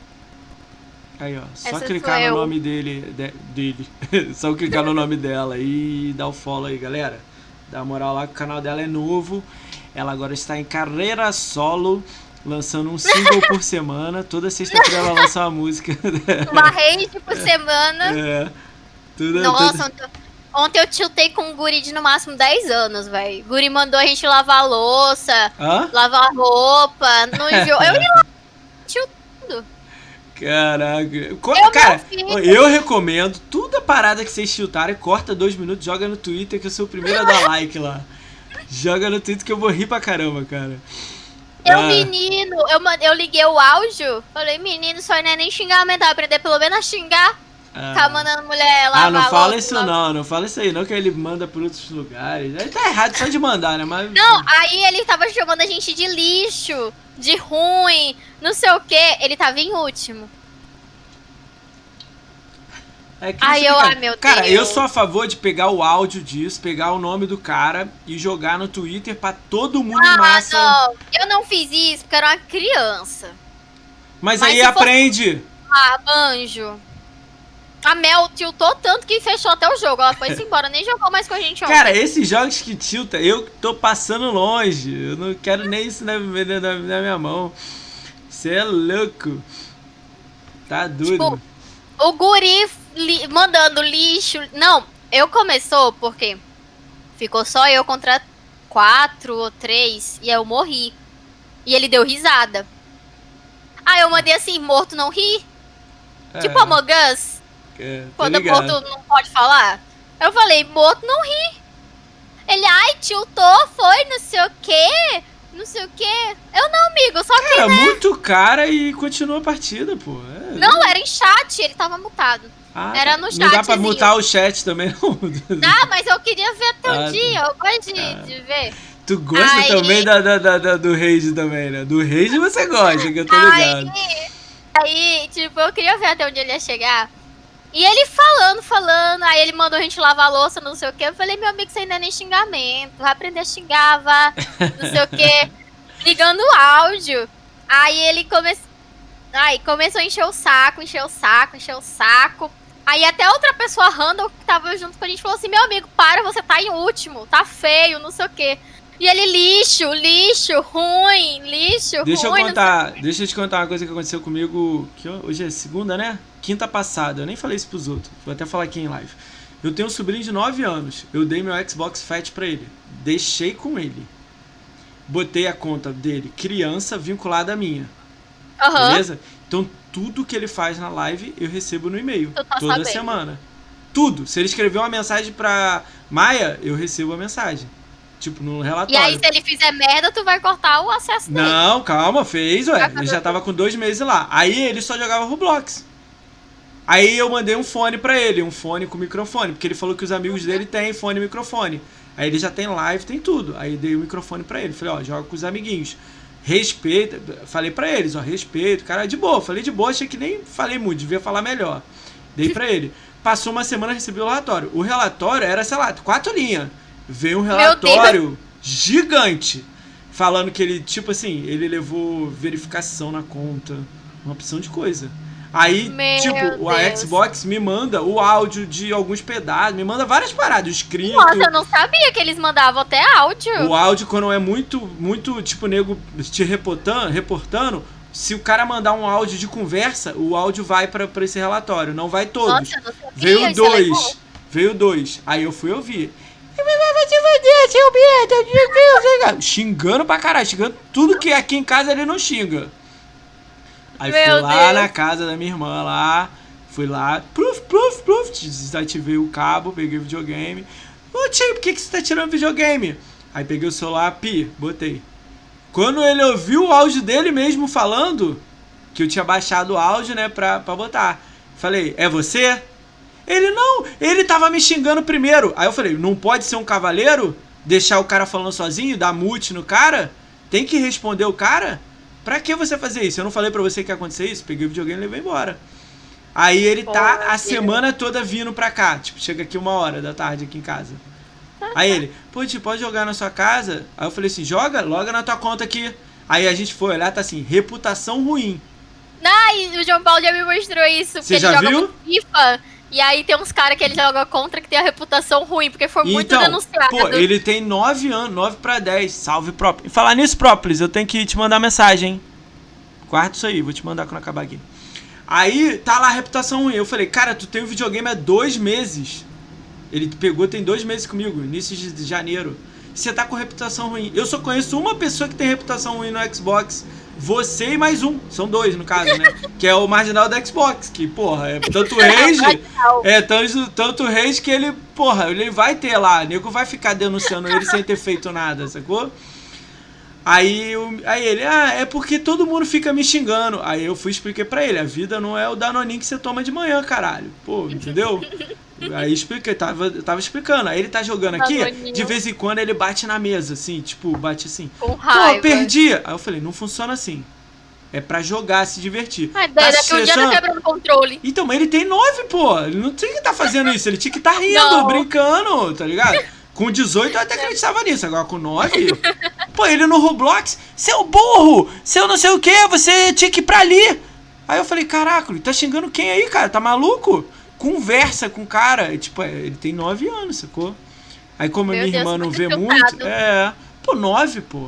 Aí, ó. Só Essa clicar sou no eu. nome dele. de- dele. Só clicar no nome dela e dar o follow aí, galera. Dá moral lá que o canal dela é novo. Ela agora está em carreira solo, lançando um single por semana. Toda sexta-feira ela lança uma música. Uma rede por semana. É. Tudo, Nossa, tudo- ontem, ontem eu tiltei com um guri de no máximo dez anos, velho. O guri mandou a gente lavar a louça, Hã? lavar a roupa, no jogo. Eu ia lá, tiltando. Caraca. Co- Eu Cara, não fiz. eu recomendo toda parada que vocês chutarem, corta dois minutos, joga no Twitter que eu sou o primeiro a dar like lá. Joga no Twitter que eu vou rir pra caramba, cara. Eu, Ah, menino, eu, man- eu liguei o áudio, falei, menino, isso aí não é nem xingamento, vai aprender pelo menos a xingar. ah. Tá mandando mulher lavar Ah, não a fala louça, isso lavar- não, não fala isso aí não, que ele manda pra outros lugares. Aí tá errado só de mandar, né? Mas. Não, aí ele tava chamando a gente de lixo, de ruim, não sei o que. Ele tava em último. É que Ai, isso eu- fica- ai, meu Cara, Deus. eu sou a favor de pegar o áudio disso, pegar o nome do cara e jogar no Twitter pra todo mundo em Ah, massa. não, eu não fiz isso porque eu era uma criança. Mas, Mas aí se fosse- aprende. Ah, anjo. A Mel tiltou tanto que fechou até o jogo. Ela foi embora, nem jogou mais com a gente ontem. Cara, esses jogos que tilta, eu tô passando longe. Eu não quero nem isso na, na, na minha mão. Você é louco. Tá doido. Tipo, o guri li- mandando lixo. Não, eu começou porque ficou só eu contra quatro ou três e eu morri. E ele deu risada. Aí eu mandei assim, morto não ri. É, Tipo Among Us, é, tô quando o ligado. morto não pode falar. Eu falei, morto não ri. Ele, ai, tiltou, foi, não sei o quê. Não sei o quê. Eu não, amigo, só que... Cara, muito cara e continua a partida, pô. É. Não, era em chat, ele tava mutado. Ah, era tá. no Não dá pra chatzinho. mutar o chat também, não. Ah, mas eu queria ver até Ah, um dia, eu gosto de, ah. de ver. Tu gosta Aí- também da, da, da, da- do Rage também, né? Do Rage você gosta, que eu tô ligado. Aí, aí, tipo, eu queria ver até onde ele ia chegar. E ele falando, falando, aí ele mandou a gente lavar a louça, não sei o que. Eu falei, meu amigo, isso ainda é nem xingamento, vai aprender a xingar, vá, não sei o que. Ligando o áudio. Aí ele começou. Aí começou a encher o saco, encher o saco, encher o saco. Aí até outra pessoa random que tava junto com a gente falou assim, meu amigo, para, você tá em último, tá feio, não sei o que. E ele, lixo, lixo, ruim, lixo, Deixa eu ruim. não sei- contar, deixa eu te contar uma coisa que aconteceu comigo, que hoje é segunda, né? Quinta passada, eu nem falei isso pros outros, vou até falar aqui em live. Eu tenho um sobrinho de nove anos, eu dei meu Xbox Fat pra ele, deixei com ele. Botei a conta dele, criança, vinculada à minha, Aham. beleza? Então tudo que ele faz na live eu recebo no e-mail, Tu tá toda sabendo. semana. Tudo, se ele escrever uma mensagem pra Maia, eu recebo a mensagem. Tipo, no E relatório. aí, se ele fizer merda, tu vai cortar o acesso dele. Não, calma, fez, ué. Vai Ele fazer já o tava com dois meses lá. Aí ele só jogava Roblox. Aí eu mandei um fone pra ele, um fone com microfone, porque ele falou que os amigos dele têm fone e microfone. Aí ele já tem live, tem tudo. Aí dei o microfone pra ele. Falei, ó, joga com os amiguinhos. Respeita. Falei pra eles, ó, respeito. Cara, de boa. Falei de boa, achei que nem falei muito, devia falar melhor. Dei pra ele. Passou uma semana, recebi o relatório. O relatório era, sei lá, quatro linhas. Veio um relatório gigante. falando que ele, tipo assim, ele levou verificação na conta, uma opção de coisa. Aí, Meu tipo, a Deus. Xbox me manda o áudio de alguns pedaços, me manda várias paradas, escrito. Nossa, eu não sabia que eles mandavam até áudio. O áudio, quando é muito, muito, tipo, nego te reportando, reportando, se o cara mandar um áudio de conversa, o áudio vai pra, pra esse relatório, não vai todos. Nossa, eu não sabia, Veio isso é legal. dois, veio dois. Aí eu fui ouvir. Vai te foder, seu merda, xingando pra caralho, xingando tudo que aqui em casa ele não xinga. Aí Meu fui lá Deus. na casa da minha irmã lá, fui lá, pluf, pluf, pluf, desativei o cabo, peguei o videogame. Ô tio, por que, que você tá tirando videogame? Aí peguei o celular, pi, botei. Quando ele ouviu o áudio dele mesmo falando, que eu tinha baixado o áudio, né, pra, pra botar. Falei, é você? Ele, não, ele tava me xingando primeiro. Aí eu falei, não pode ser um cavaleiro? Deixar o cara falando sozinho, dar mute no cara? Tem que responder o cara? Pra que você fazer isso? Eu não falei pra você que ia acontecer isso? Peguei o videogame e levei embora. Aí ele tá Pô, a semana toda vindo pra cá. Tipo, chega aqui uma hora da tarde aqui em casa. Aí ele, pô, tio, pode jogar na sua casa? Aí eu falei assim, joga, loga na tua conta aqui. Aí a gente foi olhar, tá assim, reputação ruim. Ai, o João Paulo já me mostrou isso. Porque Você ele já joga viu? muito FIFA. E aí tem uns caras que ele joga contra que tem a reputação ruim, porque foi muito Então, denunciado. pô, ele tem nove anos, nove pra dez. Salve, Própolis. Falar nisso, Própolis, eu tenho que te mandar mensagem, hein? Guarda isso aí, vou te mandar quando acabar aqui. Aí, tá lá a reputação ruim. Eu falei, cara, tu tem um videogame há dois meses. Ele pegou, tem dois meses comigo, início de janeiro. Você tá com reputação ruim. Eu só conheço uma pessoa que tem reputação ruim no Xbox. Você e mais um. São dois, no caso, né? Que é o marginal da Xbox. Que, porra, é tanto rage. É tanto, tanto rage que ele, porra, ele vai ter lá. O nego vai ficar denunciando ele sem ter feito nada, sacou? Aí, eu, aí ele, ah, é porque todo mundo fica me xingando. Aí eu fui e expliquei pra ele, a vida não é o Danoninho que você toma de manhã, caralho. Pô, entendeu? Aí expliquei, tava, tava explicando. Aí ele tá jogando aqui, Danoninho. de vez em quando ele bate na mesa, assim, tipo, bate assim. Com Pô, raiva. perdi. Aí eu falei, não funciona assim. É pra jogar, se divertir. Ai, daí Tá daqui um dia estressando? tá quebrando o controle. Então, mas ele tem nove, pô. Ele não tinha que estar fazendo isso. Ele tinha que estar rindo, Não. brincando, tá ligado? Com dezoito eu até acreditava nisso. Agora com nove... Pô, ele no Roblox... Seu burro! Seu não sei o que, você tinha que ir pra ali. Aí eu falei, caraca, ele tá xingando quem aí, cara? Tá maluco? Conversa com o cara. E, tipo, é, ele tem nove anos, sacou? Aí como a Meu minha Deus, irmã não muito vê tiltado. muito... É... Pô, nove, pô.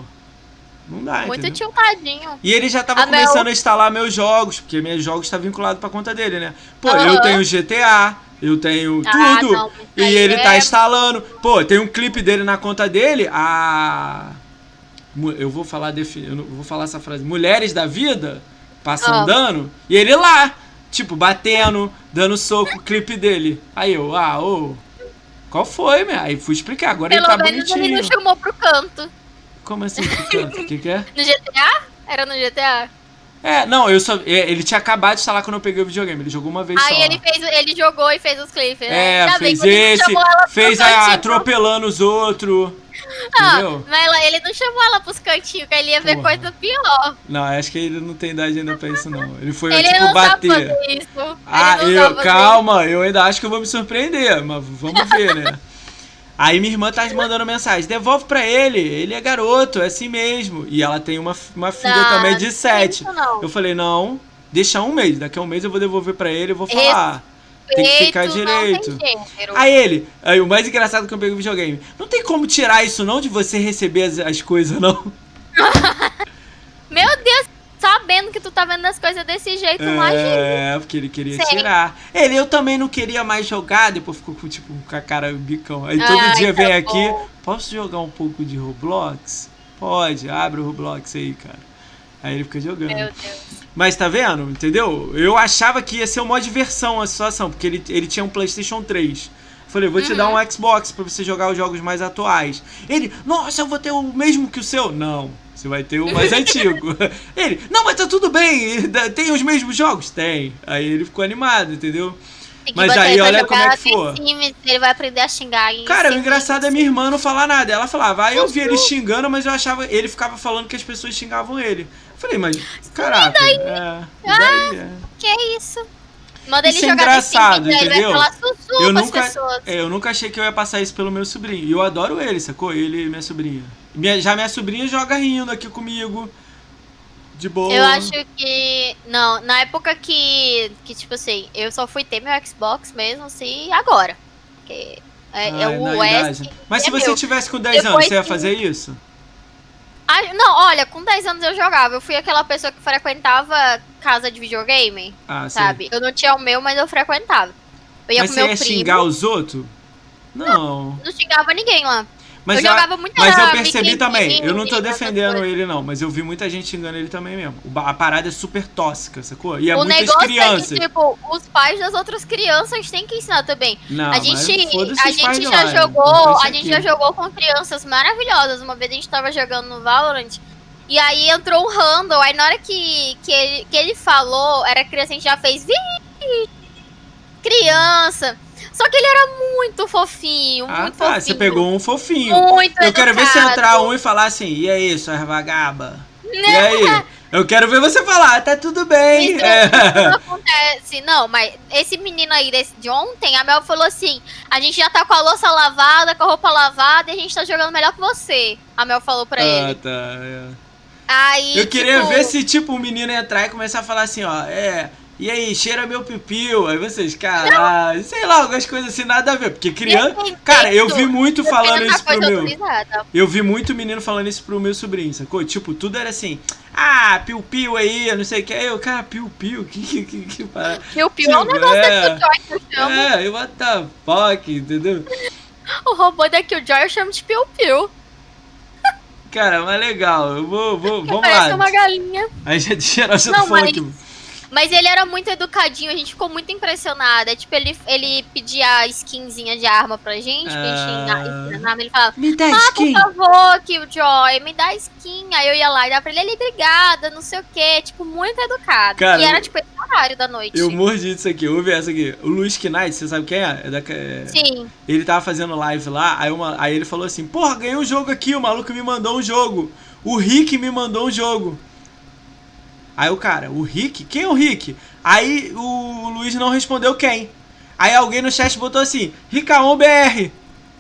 Não dá, Muito entendeu? tiltadinho. E ele já tava Ah, começando não. a instalar meus jogos, porque meus jogos tá vinculado pra conta dele, né? Pô, Aham. eu tenho G T A, eu tenho Ah, tudo. não, e aí ele é- tá instalando. Pô, tem um clipe dele na conta dele, a... Mu- Eu vou falar, defi... eu não vou falar essa frase. Mulheres da vida, passando Ah. dano, e ele lá, tipo, batendo, dando soco, clipe dele. Aí eu, ah, ô... Qual foi, meu? Aí fui explicar, agora Pelo ele tá menos bonitinho. ele não chamou pro canto. Como assim, que canto? O que que é? No G T A? Era no G T A? É, não, eu só. é, Ele tinha acabado de instalar quando eu peguei o videogame. Ele jogou uma vez só. Aí ele fez, ele jogou e fez os clipes, né? É, Ainda bem fez que ele não esse, chamou ela pros fez a cantinhos. atropelando os outros. Ah, Entendeu? mas ela- ele não chamou ela pros cantinhos, que ele ia ver Porra. coisa pior. Não, acho que ele não tem idade ainda pra isso, não. Ele foi, Ele tipo, não bater. sabe fazer isso. Ah, ele não eu, sabe fazer calma, eu ainda acho que eu vou me surpreender, mas vamos ver, né? Aí minha irmã tá mandando mensagem, devolve pra ele, ele é garoto, é assim mesmo. E ela tem uma, uma filha Não, também de não sete. tem isso, não. Eu falei, não, deixa um mês, daqui a um mês eu vou devolver pra ele e vou falar. Tem que ficar Respeito, direito. Não tem gênero. Aí ele, aí o mais engraçado que eu peguei o videogame, não tem como tirar isso não de você receber as, as coisas, não? Meu Deus, sabendo que tu tá vendo as coisas desse jeito, imagina. É, porque ele queria Sei. tirar. Ele, eu também não queria mais jogar, depois ficou com, tipo, com a cara bicão. Aí todo Ai, dia tá vem aqui, bom. posso jogar um pouco de Roblox? Pode, abre o Roblox aí, cara. Aí ele fica jogando. Meu Deus. Mas tá vendo? Entendeu? Eu achava que ia ser uma diversão a situação, porque ele, ele tinha um PlayStation três. Falei, vou te dar Uhum. um Xbox pra você jogar os jogos mais atuais. Ele, nossa, eu vou ter o mesmo que o seu. Não, você vai ter o mais antigo. Ele, não, mas tá tudo bem, tem os mesmos jogos? Tem. Aí ele ficou animado, entendeu? Tem que Mas botar aí, ele pra olha como é jogar que for. The Sims, ele vai aprender a xingar. em Cara, o Sims. engraçado é minha irmã não falar nada. Ela falava, ah, eu vi ele xingando, mas eu achava, ele ficava falando que as pessoas xingavam ele. Eu falei, mas, caraca, é, e daí, é. Que isso? Manda ele Isso é jogar engraçado, The Sims, aí ele entendeu? vai falar sussurro Eu pras nunca, pessoas. é, eu nunca achei que eu ia passar isso pelo meu sobrinho. E eu adoro ele, sacou? Ele e minha sobrinha. Minha, já minha sobrinha joga rindo aqui comigo. De boa. Eu acho que... Não, na época que, que tipo assim, eu só fui ter meu Xbox mesmo, assim, agora. Porque é, é Ai, o na S. idade. Mas é se você meu. tivesse com dez Depois anos, você ia que- fazer isso? Ah, não, olha, com dez anos eu jogava. Eu fui aquela pessoa que frequentava casa de videogame, Ah, sim. sabe? Eu não tinha o meu, mas eu frequentava. Eu ia Mas com você meu ia primo, xingar os outros? Não. não xingava ninguém lá. Mas, eu a- jogava muito mas eu era percebi Mickey também, eu não tô Mouse, essas defendendo coisas. ele não, mas eu vi muita gente xingando ele também mesmo. O ba- A parada é super tóxica, sacou? E é O muitas negócio crianças. é que, tipo, os pais das outras crianças têm que ensinar também. Não, a mas gente, foda-se a os pais gente de já lá, jogou, importante a é gente já aquilo. jogou com crianças maravilhosas. Uma vez a gente tava jogando no Valorant e aí entrou um Randall, aí na hora que, que, ele, que ele falou, era criança, a gente já fez "Vih, criança". Só que ele era muito fofinho, Ah, muito tá, fofinho. você pegou um fofinho. Muito Eu quero ver se educado. entrar um e falar assim, e aí, sua vagaba? E aí? Eu quero ver você falar, tá tudo bem. Isso, É. isso não acontece. Não, mas esse menino aí desse, de ontem, a Mel falou assim: a gente já tá com a louça lavada, com a roupa lavada e a gente tá jogando melhor que você. A Mel falou pra Ah, ele. tá. é. Aí, Eu queria tipo, ver se, tipo, o menino entrar e começar a falar assim, ó, é, e aí, cheira meu pipiu. Aí vocês, caralho, sei lá, algumas coisas assim, nada a ver. Porque criança. Cara, eu vi muito falando isso pro meu. Eu vi muito menino falando isso pro meu sobrinho, sacou? Tipo, tudo era assim, ah, piu-piu aí, não sei o que. Aí eu, cara, piu-piu, que que que que para. Piu-piu é um Tipo, negócio é. da Killjoy que eu chamo. É, eu what the fuck, entendeu? O robô da Killjoy eu chamo de Piu-piu. Cara, mas legal, eu vou, vou, Que vamos parece lá. uma galinha. Aí já geral já Não, tô falando mas- aqui. Mas ele era muito educadinho, a gente ficou muito impressionada. Tipo, ele, ele pedia skinzinha de arma pra gente, pra Ah. gente ensinar. Ele falava, Me dá ah, por favor, Killjoy, me dá skin. Aí eu ia lá e dava pra ele, ele, obrigada, não sei o quê. Tipo, muito educado. Cara, e era, eu- tipo, esse horário da noite. Eu mordi disso aqui, ouve essa aqui. O Luiz Knight, você sabe quem é? É da- é- Sim. Ele tava fazendo live lá, aí, uma, aí ele falou assim, porra, ganhei um jogo aqui, o maluco me mandou um jogo. O Rick me mandou um jogo. Aí o cara, o Rick? Quem é o Rick? Aí o Luiz não respondeu quem. Aí alguém no chat botou assim, Ricaon B R.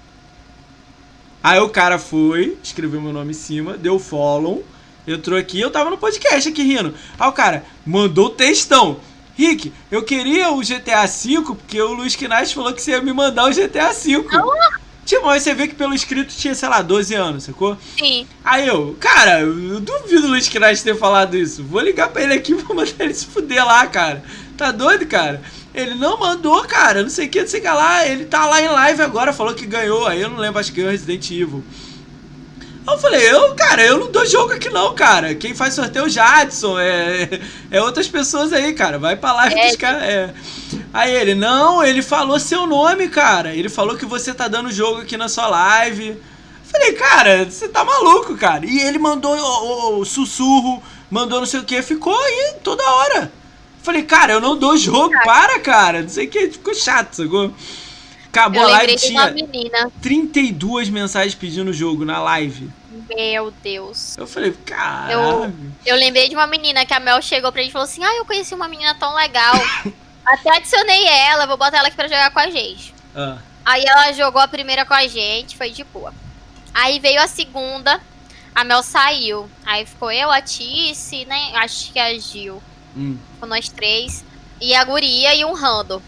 Aí o cara foi, escreveu meu nome em cima, deu follow, entrou aqui, eu tava no podcast aqui rindo. Aí o cara mandou textão. Rick, eu queria o G T A cinco, porque o Luiz Knight falou que você ia me mandar o G T A cinco. Tipo, aí você vê que pelo escrito tinha, sei lá, doze anos, sacou? Sim. Aí eu, cara, eu duvido o Luiz Knight ter falado isso. Vou ligar pra ele aqui e vou mandar ele se fuder lá, cara. Tá doido, cara? Ele não mandou, cara, não sei o que, não sei o que lá. Ele tá lá em live agora, falou que ganhou. Aí eu não lembro, acho que ganhou Resident Evil. Aí eu falei, eu, cara, eu não dou jogo aqui não, cara. Quem faz sorteio é o Jadson, é, é outras pessoas aí, cara. Vai pra live É. dos caras. É. Aí ele, não, ele falou seu nome, cara. Ele falou que você tá dando jogo aqui na sua live. Falei, cara, você tá maluco, cara. E ele mandou o, o sussurro, mandou não sei o que, ficou aí toda hora. Falei, cara, eu não dou jogo, para, cara. Não sei o que, ficou chato, sacou? Acabou Eu a live, lembrei de uma tinha menina. trinta e duas mensagens pedindo jogo na live. Meu Deus. Eu falei, caralho. Eu, eu lembrei de uma menina que a Mel chegou pra gente e falou assim, ah, eu conheci uma menina tão legal. Até adicionei ela, vou botar ela aqui pra jogar com a gente. Ah, Aí ela jogou a primeira com a gente, foi de boa. Aí veio a segunda, a Mel saiu. Aí ficou eu, a Tice, né? Acho que a Gil. hum. Com nós três. E a guria e um Rando.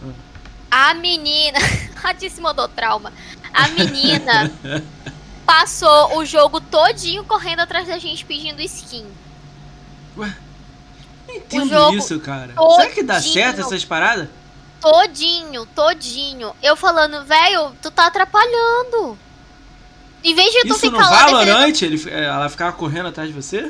Ah. A menina... A Tice mandou trauma. A menina passou o jogo todinho correndo atrás da gente pedindo skin. Ué, não entendo jogo isso, cara. Será que dá todinho. certo essas paradas? Todinho, todinho. Eu falando, velho, tu tá atrapalhando. Em vez de tu Isso no ficar lá defendendo, Valorant, ele, ela ficava correndo atrás de você?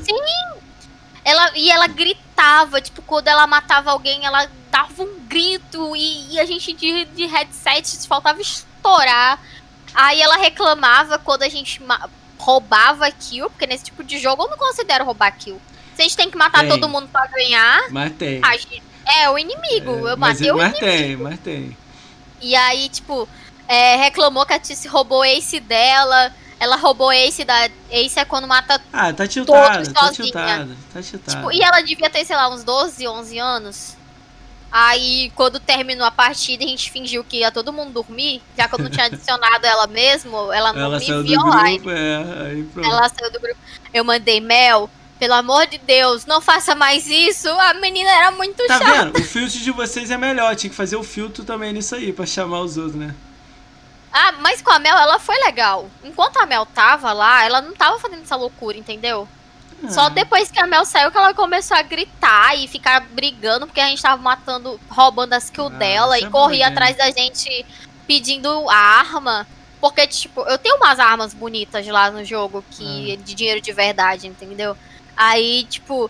ela, e ela gritava, tipo, quando ela matava alguém, ela dava um grito e, e a gente de, de headset faltava estourar. Aí ela reclamava quando a gente ma- roubava kill, porque nesse tipo de jogo eu não considero roubar kill. Se a gente tem que matar Tem. todo mundo pra ganhar, Mas tem. a gente- é o inimigo. É, eu mas, matei o mas inimigo. tem, mas tem. E aí, tipo, é, reclamou que a Tice roubou o ace dela. Ela roubou ace da. Ace é quando mata. Ah, tá tiltada, Todos tá sozinha. tiltada, tá tiltada. Tipo, e ela devia ter, sei lá, uns doze, onze anos. Aí, quando terminou a partida, a gente fingiu que ia todo mundo dormir, já que eu não tinha adicionado ela mesmo, ela não Ela me saiu viu do online. grupo, é, aí pronto. Ela saiu do grupo. Eu mandei, Mel, pelo amor de Deus, não faça mais isso. A menina era muito Tá chata. vendo? O filtro de vocês é melhor, tinha que fazer o filtro também nisso aí, pra chamar os outros, né? Ah, mas com a Mel, ela foi legal. Enquanto a Mel tava lá, ela não tava fazendo essa loucura, entendeu? Ah. Só depois que a Mel saiu que ela começou a gritar e ficar brigando, porque a gente tava matando, roubando as kills Ah, dela isso e é corria bom, atrás da gente pedindo arma. Porque, tipo, eu tenho umas armas bonitas lá no jogo que Ah. de dinheiro de verdade, entendeu? Aí, tipo,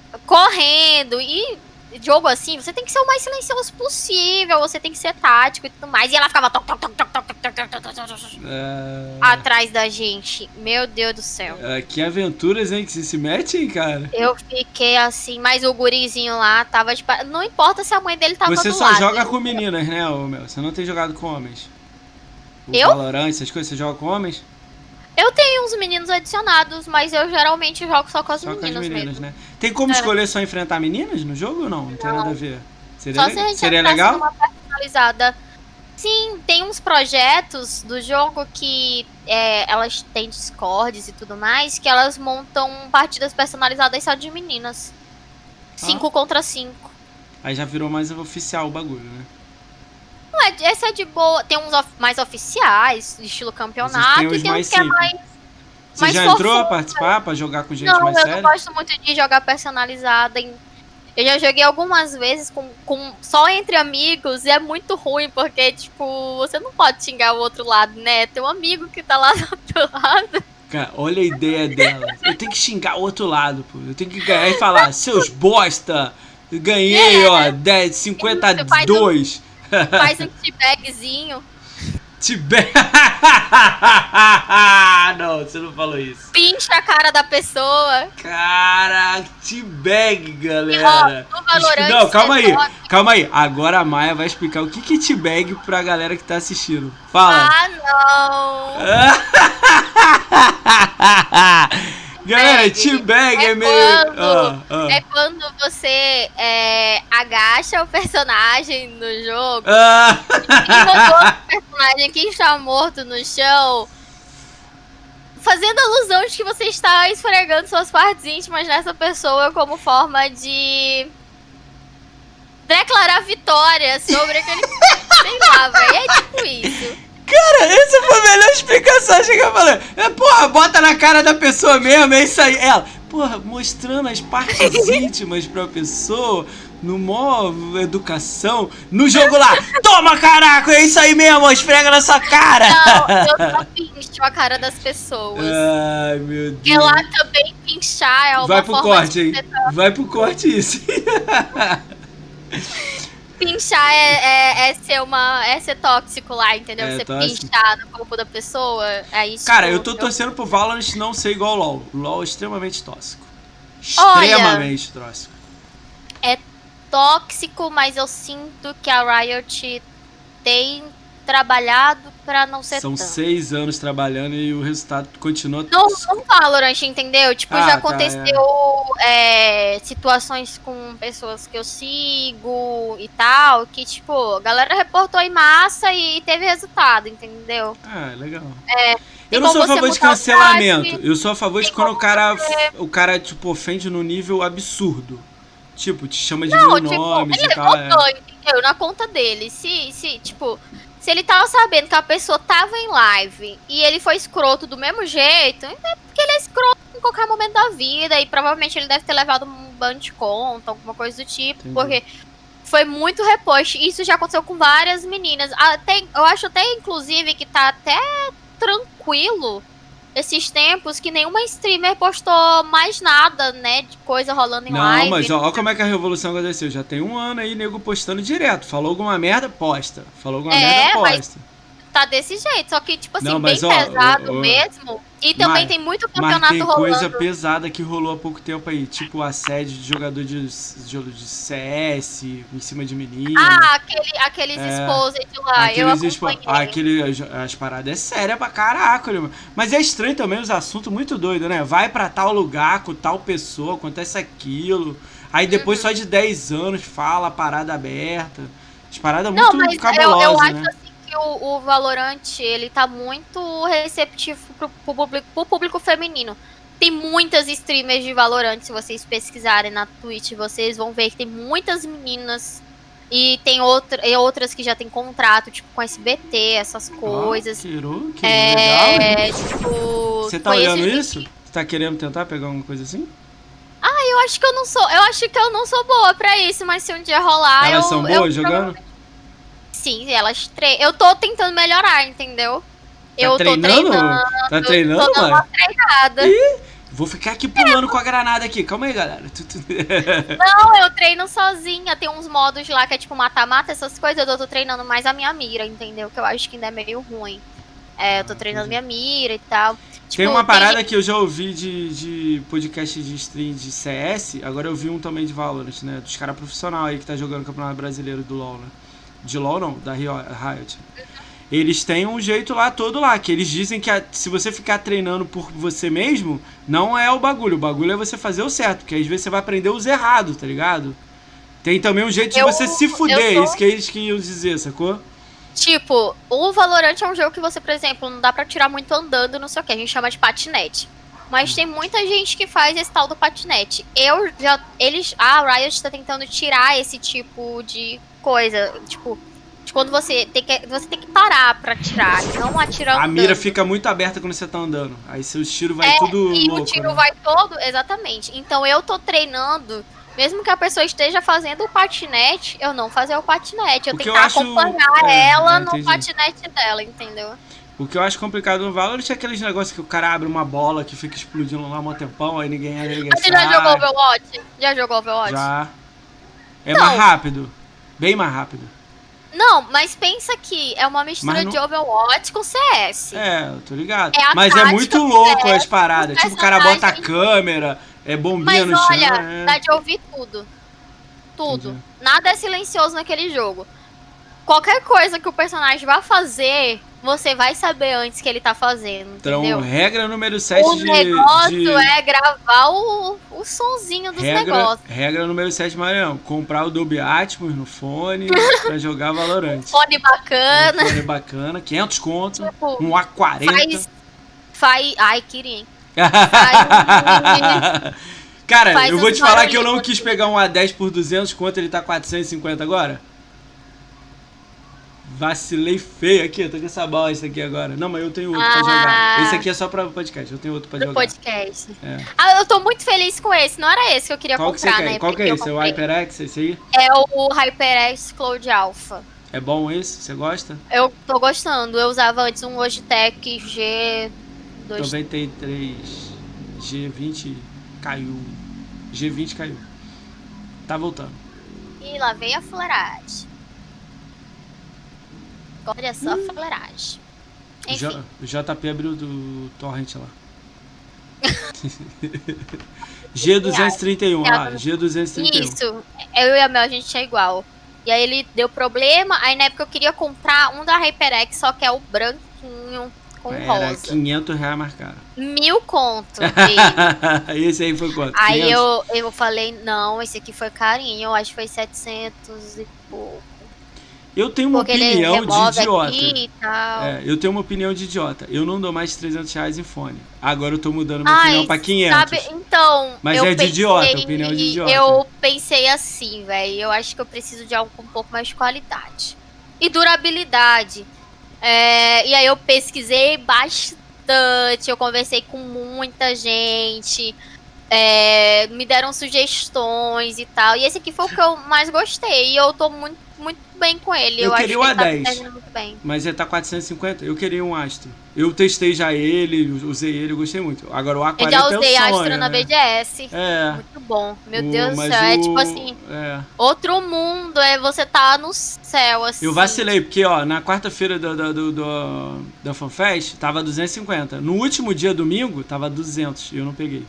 correndo e jogo assim, você tem que ser o mais silencioso possível, você tem que ser tático e tudo mais. E ela ficava toc, toc, toc, toc, toc, toc, toc, toc, toc, toc, É... atrás da gente. Meu Deus do céu. É, que aventuras, hein, que se se metem, cara. Eu fiquei assim, mas o gurizinho lá tava de... Não importa se a mãe dele tava Você do só lado. joga com meninas, né, ô Mel? Você não tem jogado com homens. O Eu? Valorant, essas coisas, você joga com homens? Eu tenho uns meninos adicionados, mas eu geralmente jogo só com as Só com as meninas meninas, mesmo. né? Tem como É. escolher só enfrentar meninas no jogo ou não? Não tem Não. nada a ver. Seria, Só le- se a gente Seria entrasse legal? numa personalizada. Sim, tem uns projetos do jogo que é, elas têm Discords e tudo mais, que elas montam partidas personalizadas só de meninas. Cinco Ah. contra cinco. Aí já virou mais oficial o bagulho, né? Não é, essa é de boa. Tem uns of- mais oficiais, estilo campeonato, tem os e tem mais uns que é simples. mais. Você mais já entrou fofinho, a participar pra jogar com gente Não, mais eu séria? não gosto muito de jogar personalizada. Em... Eu já joguei algumas vezes com, com só entre amigos e é muito ruim, porque, tipo, você não pode xingar o outro lado, né? Tem um amigo que tá lá do outro lado. Cara, olha a ideia dela. Eu tenho que xingar o outro lado, pô. Eu tenho que ganhar e falar, seus bosta! Eu ganhei, É. ó, dez, cinquenta a Isso, faz dois. Faz um teabagzinho, Tibete. Não, você não falou isso. pincha a cara da pessoa. Cara, T-Bag, E, ó, galera. no Valorant, Não, calma você aí, pode- calma aí. Agora a Maia vai explicar o que que é T-Bag pra galera que tá assistindo. Fala. Ah, não. Galera, Bag T-Bag é, é meio... quando- Ah, ah. É quando você é, agacha o personagem no jogo Ah. e o outro personagem que está morto no chão, fazendo alusão de que você está esfregando suas partes íntimas nessa pessoa como forma de declarar vitória sobre aquele... Sei lá, velho, é tipo isso. Cara, essa foi a melhor explicação. Chega falando, é, porra, bota na cara da pessoa mesmo, é isso aí. Ela, porra, mostrando as partes íntimas pra pessoa, no mó educação, no jogo lá, toma caraca, é isso aí mesmo, esfrega na sua cara. Não, eu só pincho a cara das pessoas. Ai, meu Deus. Porque lá também pinchar é uma Vai pro forma corte, de hein? Vai pro corte isso. Pinchar é, é, é ser uma. É ser tóxico lá, entendeu? É, Você tóxico. pinchar no corpo da pessoa. É isso. Cara, eu tô torcendo pro Valorant não ser igual ao LoL. O LoL é extremamente tóxico. Olha. Extremamente tóxico. Tóxico, mas eu sinto que a Riot tem trabalhado pra não ser São tanto. seis anos trabalhando e o resultado continua Não, tóxico. não Valorant, entendeu? Tipo, Ah, já tá, aconteceu é, situações com pessoas que eu sigo e tal, que, tipo, a galera reportou em massa e teve resultado, entendeu? Ah, legal. É, Eu tem não sou a como favor você de mudar o cancelamento. type, Eu sou a favor de tem quando o como cara, você- o cara, tipo, ofende no nível absurdo. Tipo, te chama de Não, mil tipo, nomes ele e tal. é. votou, entendeu? Na conta dele. Se, se, tipo, se ele tava sabendo que a pessoa tava em live e ele foi escroto do mesmo jeito, é porque ele é escroto em qualquer momento da vida e provavelmente ele deve ter levado um ban de conta, alguma coisa do tipo, Entendi. porque foi muito repost. Isso já aconteceu com várias meninas. Até, eu acho até, inclusive, que tá até tranquilo esses tempos que nenhuma streamer postou mais nada, né, de coisa rolando em Não, live. mas ó, ó como é que a revolução aconteceu. Já tem um ano aí, nego postando direto. Falou alguma merda, posta. Falou alguma É, merda, mas- posta. tá desse jeito, só que, tipo assim, Não, mas, bem ó, pesado ó, ó, mesmo. E também mas, tem muito mas campeonato tem rolando. coisa pesada que rolou há pouco tempo aí, tipo assédio de jogador de, de, de C S em cima de menina. Ah, aquele, aqueles É, exposed lá, eu aqueles expo... acompanhei. aquele, as paradas é séria pra caraca, né, mano? Mas é estranho também os assuntos muito doidos, né? Vai pra tal lugar com tal pessoa, acontece aquilo. Aí depois Uhum. só de dez anos fala a parada aberta. As paradas Não, muito mas eu, cabulosas, eu acho né? assim que o, o Valorant, ele tá muito receptivo pro, pro, público, pro público feminino. Tem muitas streamers de Valorant, se vocês pesquisarem na Twitch, vocês vão ver que tem muitas meninas. E tem outra, e outras que já tem contrato, tipo, com S B T, essas coisas. Oh, que, iro, que é, legal, hein? tipo, Você tá olhando isso? Você tá querendo tentar pegar alguma coisa assim? Ah, eu acho que eu não sou. Eu acho que eu não sou boa pra isso, mas se um dia rolar, Elas eu. são boas eu, jogando? Sim, elas treinam. Eu tô tentando melhorar, entendeu? Tá eu treinando? tô treinando. Tá treinando, tô dando mano? uma treinada. Ih, vou ficar aqui pulando é. com a granada aqui. Calma aí, galera. Não, eu treino sozinha. Tem uns modos lá que é tipo mata-mata, essas coisas. Eu tô treinando mais a minha mira, entendeu? Que eu acho que ainda é meio ruim. É, eu tô treinando minha mira e tal. Tipo, tem uma parada tem... que eu já ouvi de, de podcast de stream de C S, agora eu vi um também de Valorant, né? Dos caras profissionais aí que tá jogando o Campeonato Brasileiro do LoL, né? De LoL não, da Riot. Eles têm um jeito lá todo lá, que eles dizem que a, se você ficar treinando por você mesmo, não é o bagulho. O bagulho é você fazer o certo, porque às vezes você vai aprender os errados, tá ligado? Tem também um jeito de eu, você se fuder, tô... isso que eles que iam dizer, sacou? Tipo, o Valorant é um jogo que você, por exemplo, não dá pra tirar muito andando, não sei o que, a gente chama de patinete. Mas tem muita gente que faz esse tal do patinete. Eu já. Eles. A Riot tá tentando tirar esse tipo de coisa. Tipo, de quando você tem que. Você tem que parar pra atirar, não atirar andando. A mira fica muito aberta quando você tá andando. Aí seu tiro vai é, tudo. E louco, o tiro né? vai todo. Exatamente. Então eu tô treinando. Mesmo que a pessoa esteja fazendo o patinete, eu não fazer o patinete. Eu tenho que acho... acompanhar é, ela é, no patinete dela, entendeu? O que eu acho complicado no Valorant é aqueles negócios que o cara abre uma bola que fica explodindo lá um tempão, aí ninguém entra, ninguém sai. Você já jogou Overwatch? Já jogou Overwatch? Já. É então, mais rápido. Bem mais rápido. Não, mas pensa que é uma mistura não... de Overwatch com C S. É, eu tô ligado. É mas é muito louco C S, as paradas. Tipo, o cara bota a câmera, é bombinha mas no chão. Mas olha, é... dá de ouvir tudo. Tudo. Entendi. Nada é silencioso naquele jogo. Qualquer coisa que o personagem vá fazer, você vai saber antes que ele tá fazendo, então, entendeu? regra número sete o de... O negócio de... é gravar o, o sonzinho dos regra, negócios. Regra número sete, Marião. Comprar o Dolby Atmos no fone pra jogar Valorant. Fone bacana. Um fone bacana, quinhentos conto, tipo, um A quarenta. Faz... faz ai, queria, hein? Faz... Cara, faz eu vou te falar que eu não quis pegar um A dez por duzentos, quanto ele tá quatrocentos e cinquenta agora? Vacilei feio aqui, eu tô com essa bosta aqui agora. Não, mas eu tenho outro ah, pra jogar. Esse aqui é só pra podcast, eu tenho outro pra jogar. podcast. É. Ah, eu tô muito feliz com esse. Não era esse que eu queria Qual comprar, que né? Qual que é esse? É o HyperX, esse aí? É o HyperX Cloud Alpha. É bom esse? Você gosta? Eu tô gostando. Eu usava antes um Logitech G... noventa e três. G vinte caiu. G vinte caiu. Tá voltando. E lá veio a fuleiragem. Olha só hum. a fuleiragem. Enfim. O J P abriu do torrent lá. G duzentos e trinta e um, ah, G duzentos e trinta e um. Isso, eu e a Mel, a gente é igual. E aí ele deu problema, aí na época eu queria comprar um da HyperX, só que é o branquinho com Era rosa. Era quinhentos reais mais caro. Mil conto. Esse aí foi quanto? Aí eu, eu falei, não, esse aqui foi carinho, eu acho que foi setecentos e pouco. Eu tenho uma Porque opinião de idiota. E tal. É, eu tenho uma opinião de idiota. Eu não dou mais de trezentos reais em fone. Agora eu tô mudando minha Ai, opinião pra quinhentos. Sabe, então, mas eu é de pensei, idiota, opinião de idiota. Eu pensei assim, velho. Eu acho que eu preciso de algo com um pouco mais de qualidade. E durabilidade. É, e aí eu pesquisei bastante. Eu conversei com muita gente. É, me deram sugestões e tal. E esse aqui foi o que eu mais gostei. E eu tô muito, muito bem com ele. Eu, eu queria acho o A dez. que ele tá muito bem. Mas ele tá quatrocentos e cinquenta. Eu queria um Astro. Eu testei já ele, usei ele, eu gostei muito. Agora o A quarenta eu já usei é o sonho, Astro na né? B G S. É. Muito bom. Meu o, Deus do céu. O... É tipo assim. É. Outro mundo, é você tá no céu, assim. Eu vacilei, porque, ó, na quarta-feira do, do, do, do, da FanFest, tava duzentos e cinquenta. No último dia, domingo, tava duzentos. E eu não peguei.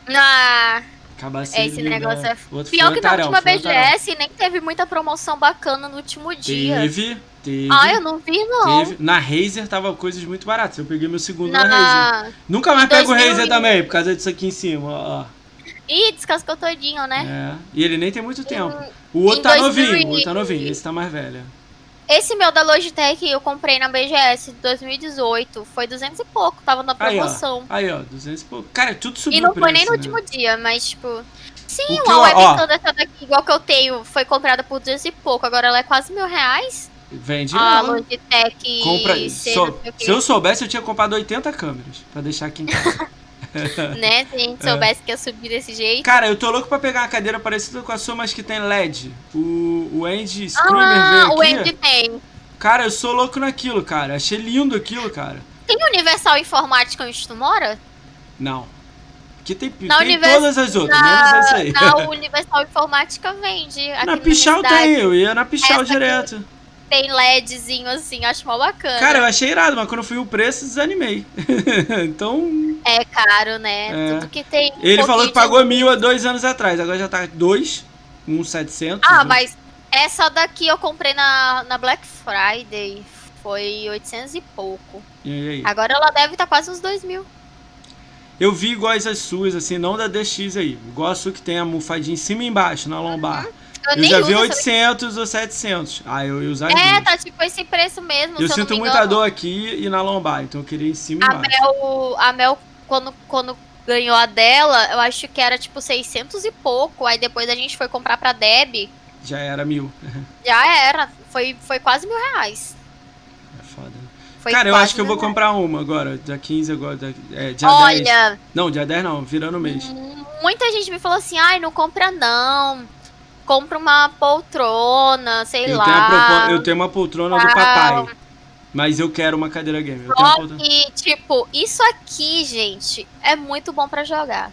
Ah, Acabasse esse de negócio é... Outro Pior que na tarão, última foi B G S nem teve muita promoção bacana no último dia. Teve, teve. Ah, eu não vi, não. Teve. Na Razer tava coisas muito baratas. Eu peguei meu segundo na, na Razer. Nunca mais pego o Razer e... também, por causa disso aqui em cima, ó. Ih, descascou todinho, né? É. E ele nem tem muito tempo. Em, o outro tá dois mil novinho, e... o outro tá novinho. Esse tá mais velho. Esse meu da Logitech eu comprei na B G S de dois mil e dezoito. Foi duzentos e pouco, tava na promoção. Aí, ó, aí, ó duzentos e pouco. Cara, tudo subiu. E não o preço, foi nem no né? último dia, mas tipo... Sim, que uma eu, webcam dessa daqui, igual que eu tenho, foi comprada por duzentos e pouco. Agora ela é quase mil reais. Vende a não. Logitech. Compra... C, so... Se eu soubesse, eu tinha comprado oitenta câmeras pra deixar aqui em casa. Né? Se a gente soubesse é. que ia subir desse jeito. Cara, eu tô louco pra pegar uma cadeira parecida com a sua, mas que tem L E D. O, o Andy Screamer ah, veio aqui. O Andy tem. Cara, eu sou louco naquilo, cara. Achei lindo aquilo, cara. Tem Universal Informática onde tu mora? Não. Que tem, na tem univers... todas as outras, na... menos essa aí. Na Universal Informática vende. Aqui na Pichal tem, eu ia na Pichal essa direto. Tem LEDzinho assim, acho mó bacana. Cara, eu achei irado, mas quando eu fui o preço, desanimei. Então... É caro, né? É. Tudo que tem... Um Ele falou que pagou de... mil há dois anos atrás, agora já tá dois, uns setecentos. Ah, um... mas essa daqui eu comprei na, na Black Friday, foi oitocentos e pouco. E aí? Agora ela deve estar tá quase uns dois mil. Eu vi iguais as suas, assim, não da D X aí. Igual a sua que tem a almofadinha em cima e embaixo, na lombar. Uhum. Eu, eu já vi oitocentos essa... ou setecentos. Ah, eu ia usar as É, duas. Tá tipo esse preço mesmo. Eu se sinto eu não me muita engano. dor aqui e na lombar, então eu queria em cima e a embaixo. Mel, a Mel, quando, quando ganhou a dela, eu acho que era tipo seiscentos e pouco. Aí depois a gente foi comprar pra Deb. Já era mil. Já era. Foi, foi quase mil reais. É foda. Foi Cara, eu acho que eu vou reais. comprar uma agora, dia quinze agora, é, dia Olha, dez. Não, dia dez não, virando o mês. Muita gente me falou assim, ai, não compra não. Compra uma poltrona, sei eu lá. Tenho a, eu tenho uma poltrona ah. do papai, mas eu quero uma cadeira gamer. Eu Só tenho que, tipo, isso aqui, gente, é muito bom pra jogar.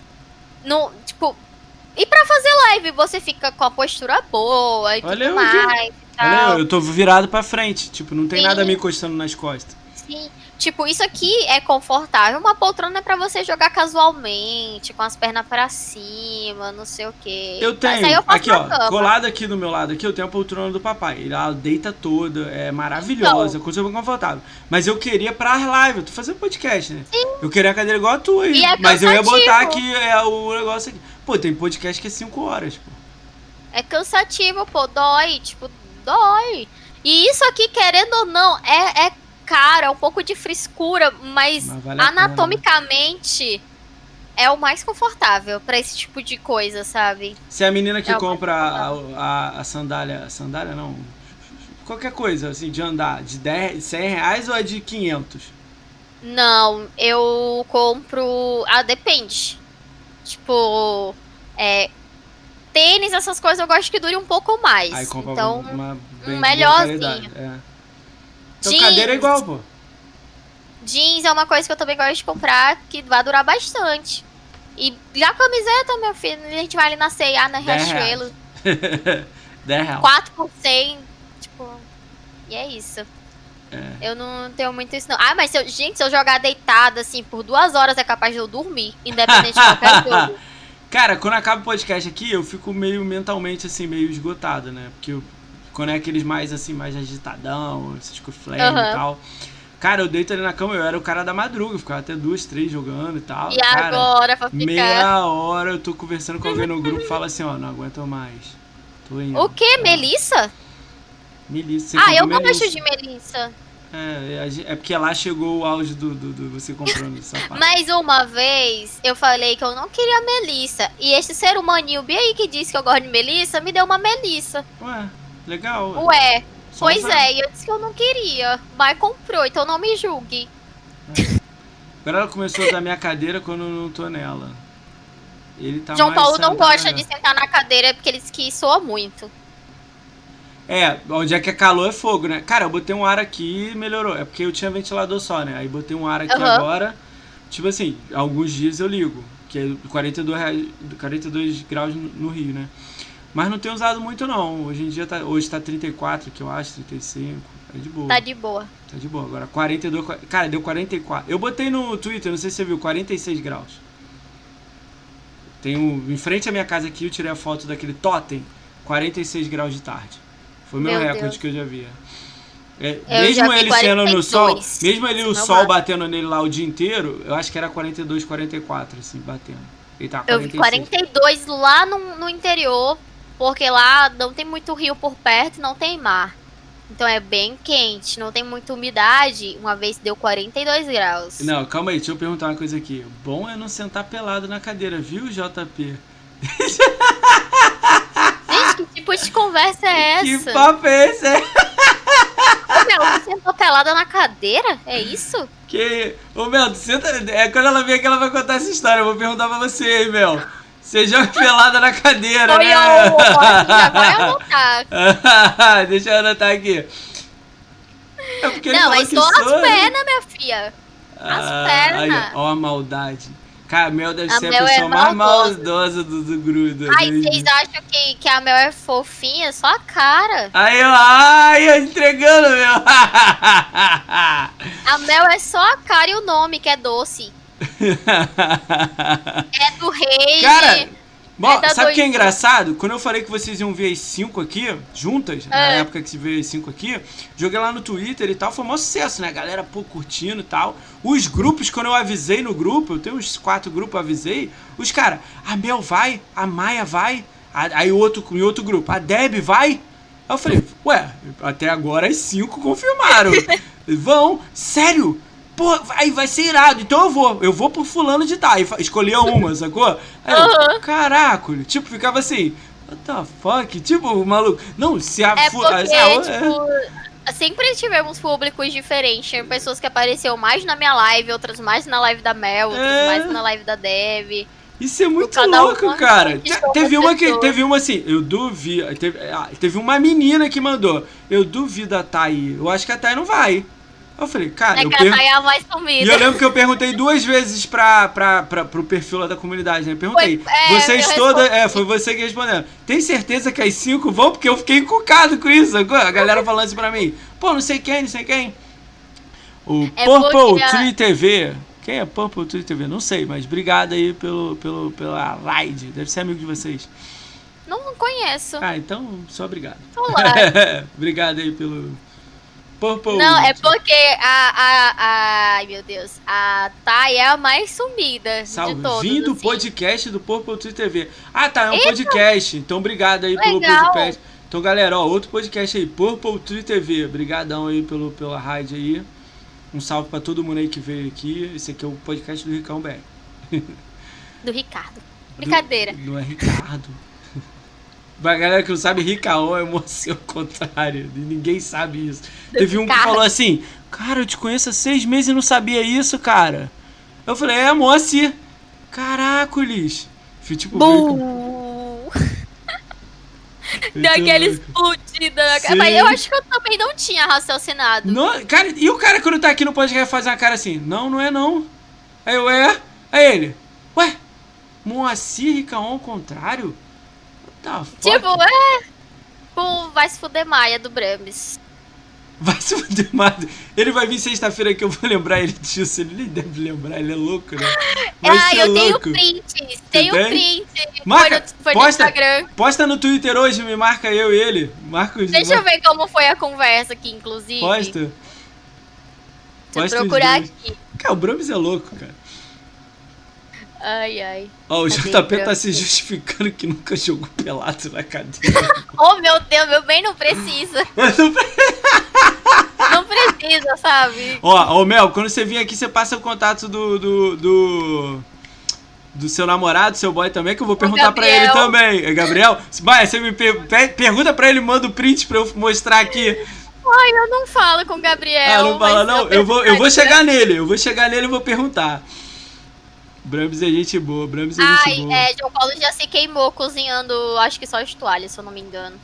No, tipo, e pra fazer live, você fica com a postura boa e Olha tudo mais. E tal. Olha eu, eu tô virado pra frente, tipo, não tem Sim. nada me encostando nas costas. Sim. Tipo, isso aqui é confortável. Uma poltrona é pra você jogar casualmente, com as pernas pra cima, não sei o quê. Eu tenho, Mas aí eu faço aqui ó, cama. colado aqui do meu lado aqui, eu tenho a poltrona do papai. Ela deita toda, é maravilhosa, então, coisa muito confortável. Mas eu queria pra live, eu tô fazendo podcast, né? Sim. Eu queria a cadeira igual a tua aí, é mas eu ia botar aqui é, o negócio aqui. Pô, tem podcast que é cinco horas, pô. É cansativo, pô, dói, tipo, dói. E isso aqui, querendo ou não, é... é cara, é um pouco de friscura, mas, mas vale anatomicamente é o mais confortável pra esse tipo de coisa, sabe? Se a menina que é compra a, a, a sandália, sandália não, qualquer coisa assim, de andar, de dez, cem reais ou é de quinhentos? Não, eu compro, ah, depende. Tipo, é, tênis, essas coisas eu gosto que dure um pouco mais. Aí compra então, uma bem melhorzinho. É. Então, jeans, cadeira é igual, pô. Jeans é uma coisa que eu também gosto de comprar, que vai durar bastante. E já camiseta, meu filho, a gente vai ali na C e A, na Riachuelo. dez reais. quatro por cento, tipo, e é isso. É. Eu não tenho muito isso, não. Ah, mas, se eu, gente, se eu jogar deitada, assim, por duas horas, é capaz de eu dormir, independente de qualquer jogo. Cara, quando acaba o podcast aqui, eu fico meio mentalmente, assim, meio esgotado, né? Porque eu... Quando é aqueles mais assim, mais agitadão, esses com flame uhum. e tal. Cara, eu deito ali na cama, eu era o cara da madruga, ficava até duas, três jogando e tal. E cara, agora, pra ficar... meia hora eu tô conversando com alguém no grupo e falo assim, ó, não aguento mais. Tô indo. O quê? Tá. Melissa? Melissa. Ah, eu Melissa. gosto de Melissa. É, é porque lá chegou o auge do, do, do você comprando esse sapato. Mas uma vez eu falei que eu não queria Melissa. E esse ser humaninho bem aí que disse que eu gosto de Melissa, me deu uma Melissa. Ué. Legal. Ué, Só pois usar. é, e eu disse que eu não queria, mas comprou, então não me julgue. É. Agora ela começou a usar minha cadeira quando eu não tô nela. Ele tá João mais Paulo não gosta melhor. de sentar na cadeira porque ele disse que soa muito. É, onde é que é calor é fogo, né? Cara, eu botei um ar aqui e melhorou. É porque eu tinha ventilador só, né? Aí botei um ar aqui uhum. agora. Tipo assim, alguns dias eu ligo. Que é quarenta e dois, quarenta e dois graus no Rio, né? Mas não tenho usado muito não. Hoje em dia tá, hoje tá trinta e quatro, que eu acho, trinta e cinco. É de boa. Tá de boa. Tá de boa. Agora quarenta e dois, cara, deu quarenta e quatro. Eu botei no Twitter, não sei se você viu, quarenta e seis graus. Tem um, em frente à minha casa aqui, eu tirei a foto daquele totem, quarenta e seis graus de tarde. Foi o meu, meu recorde Deus. Que eu já via. É, mesmo ele sendo no sol, mesmo ele o sol batendo nele lá o dia inteiro, eu acho que era quarenta e dois, quarenta e quatro, assim, batendo. Ele tá quarenta e seis. Eu vi quarenta e dois lá no, no interior, porque lá não tem muito rio por perto, não tem mar. Então é bem quente, não tem muita umidade. Uma vez deu quarenta e dois graus. Não, calma aí, deixa eu perguntar uma coisa aqui. Bom é não sentar pelado na cadeira, viu, J P? Gente, que tipo de conversa é essa? Que papo é esse? Ô, Mel, você sentou pelada na cadeira? É isso? Que... Ô, Mel, tu senta... É quando ela vier que ela vai contar essa história. Eu vou perguntar pra você, hein, Mel. Você joga pelada na cadeira, Oi, né? Eu, já vai anotar. Deixa eu anotar aqui. É porque não, mas só as sou... pernas, minha filha. As ah, pernas. Ó a maldade. Cara, a Mel deve a ser Mel a pessoa é mais maldosa, maldosa do, do grudo. Ai, vocês acham que, que a Mel é fofinha? Só a cara. Aí, ai, entregando, Mel. A Mel é só a cara e o nome, que é doce. É do rei. Cara, bom, é sabe o que é engraçado? Quando eu falei que vocês iam ver as cinco aqui, juntas, é. na época que se veio as cinco aqui, joguei lá no Twitter e tal, foi um maior sucesso, né? A galera, pô, curtindo e tal. Os grupos, quando eu avisei no grupo, eu tenho uns quatro grupos, eu avisei, os caras, a Mel vai, a Maia vai, a, aí outro, em outro grupo, a Deb vai. Aí eu falei, ué, até agora as cinco confirmaram. Vão, sério? Pô, aí vai ser irado, então eu vou, eu vou pro fulano de tal, escolhia uma, sacou? Aí eu, uhum. Caraca, tipo, ficava assim, what the fuck, tipo, o maluco, não, se a... É porque, a, a, tipo, é... sempre tivemos públicos diferentes, tinha pessoas que apareceram mais na minha live, outras mais na live da Mel, outras é... mais na live da Dev. Isso é muito louco, um, cara. Teve uma que, teve uma assim, eu duvido, teve, teve uma menina que mandou, eu duvido a Thay, eu acho que a Thay não vai. Eu falei, cara, é eu que per... a Thay é a mais sumida. E eu lembro que eu perguntei duas vezes pra, pra, pra, pro perfil lá da comunidade, né? Perguntei, foi, é, vocês todas, é, foi você que respondeu. Tem certeza que as cinco vão? Porque eu fiquei encucado com isso, a galera falando isso pra mim. Pô, não sei quem, não sei quem. O é Purple a... Tree T V. Quem é Purple Tree T V? Não sei, mas obrigado aí pelo, pelo, pela raid. Deve ser amigo de vocês. Não, não conheço. Ah, então, só obrigado. Olá. Obrigado aí pelo... Purple. Não, é porque a, a, a... Ai, meu Deus. A Thay é a mais sumida Salve. de todos. Vim do assim. podcast do Purple Tree T V. Ah, tá, é um Eita. podcast. Então, obrigado aí Legal. pelo podcast. Então, galera, ó, outro podcast aí, Purple Tree T V. Obrigadão aí pelo, pela raid aí. Um salve pra todo mundo aí que veio aqui. Esse aqui é o podcast do Ricão B R. Do Ricardo. Brincadeira. Do, não é Ricardo. Pra galera que não sabe, Ricaon é moça ao contrário. Ninguém sabe isso. Do Teve um Ricardo. que falou assim, cara, eu te conheço há seis meses e não sabia isso, cara. Eu falei, é, moça. Caracoles. Fui tipo... Bum. Deu aquele explodido na cara. Mas eu acho que eu também não tinha raciocinado. Não, cara, e o cara quando tá aqui no podcast faz uma cara assim, não, não é não. Aí eu, é? Aí ele, ué, Moacir Ricaon ao contrário? Tá, tipo, é. Tipo, vai se fuder Maia do Brames. Vai se fuder Maia. Ele vai vir sexta-feira que eu vou lembrar ele disso. Ele nem deve lembrar, ele é louco, né? Vai ah, eu louco. tenho print. Tenho tem? print. Marca, foi no, foi posta, no Instagram. Posta no Twitter hoje, me marca eu e ele. Marca os, Deixa marca. eu ver como foi a conversa aqui, inclusive. Posta. Deixa Posta eu procurar aqui. Cara, o Brames é louco, cara. Ai, ai. Ó, oh, o J P tá se justificando que nunca jogou pelado na cadeira. Oh, meu Deus, meu bem não precisa. Mas não... não precisa, sabe? Ó, ô Mel, quando você vir aqui, você passa o contato do... do, do... do seu namorado, seu boy também, que eu vou perguntar pra ele também. É Gabriel? Vai, você me per pergunta pra ele, manda o print pra eu mostrar aqui. Ai, eu não falo com o Gabriel. Ah, não fala não? Eu, eu vou, eu vou chegar nele, eu vou chegar nele e vou perguntar. Brames é gente boa, Brames é Ai, gente boa. Ai, é, João Paulo já se queimou cozinhando, acho que só de toalha, se eu não me engano.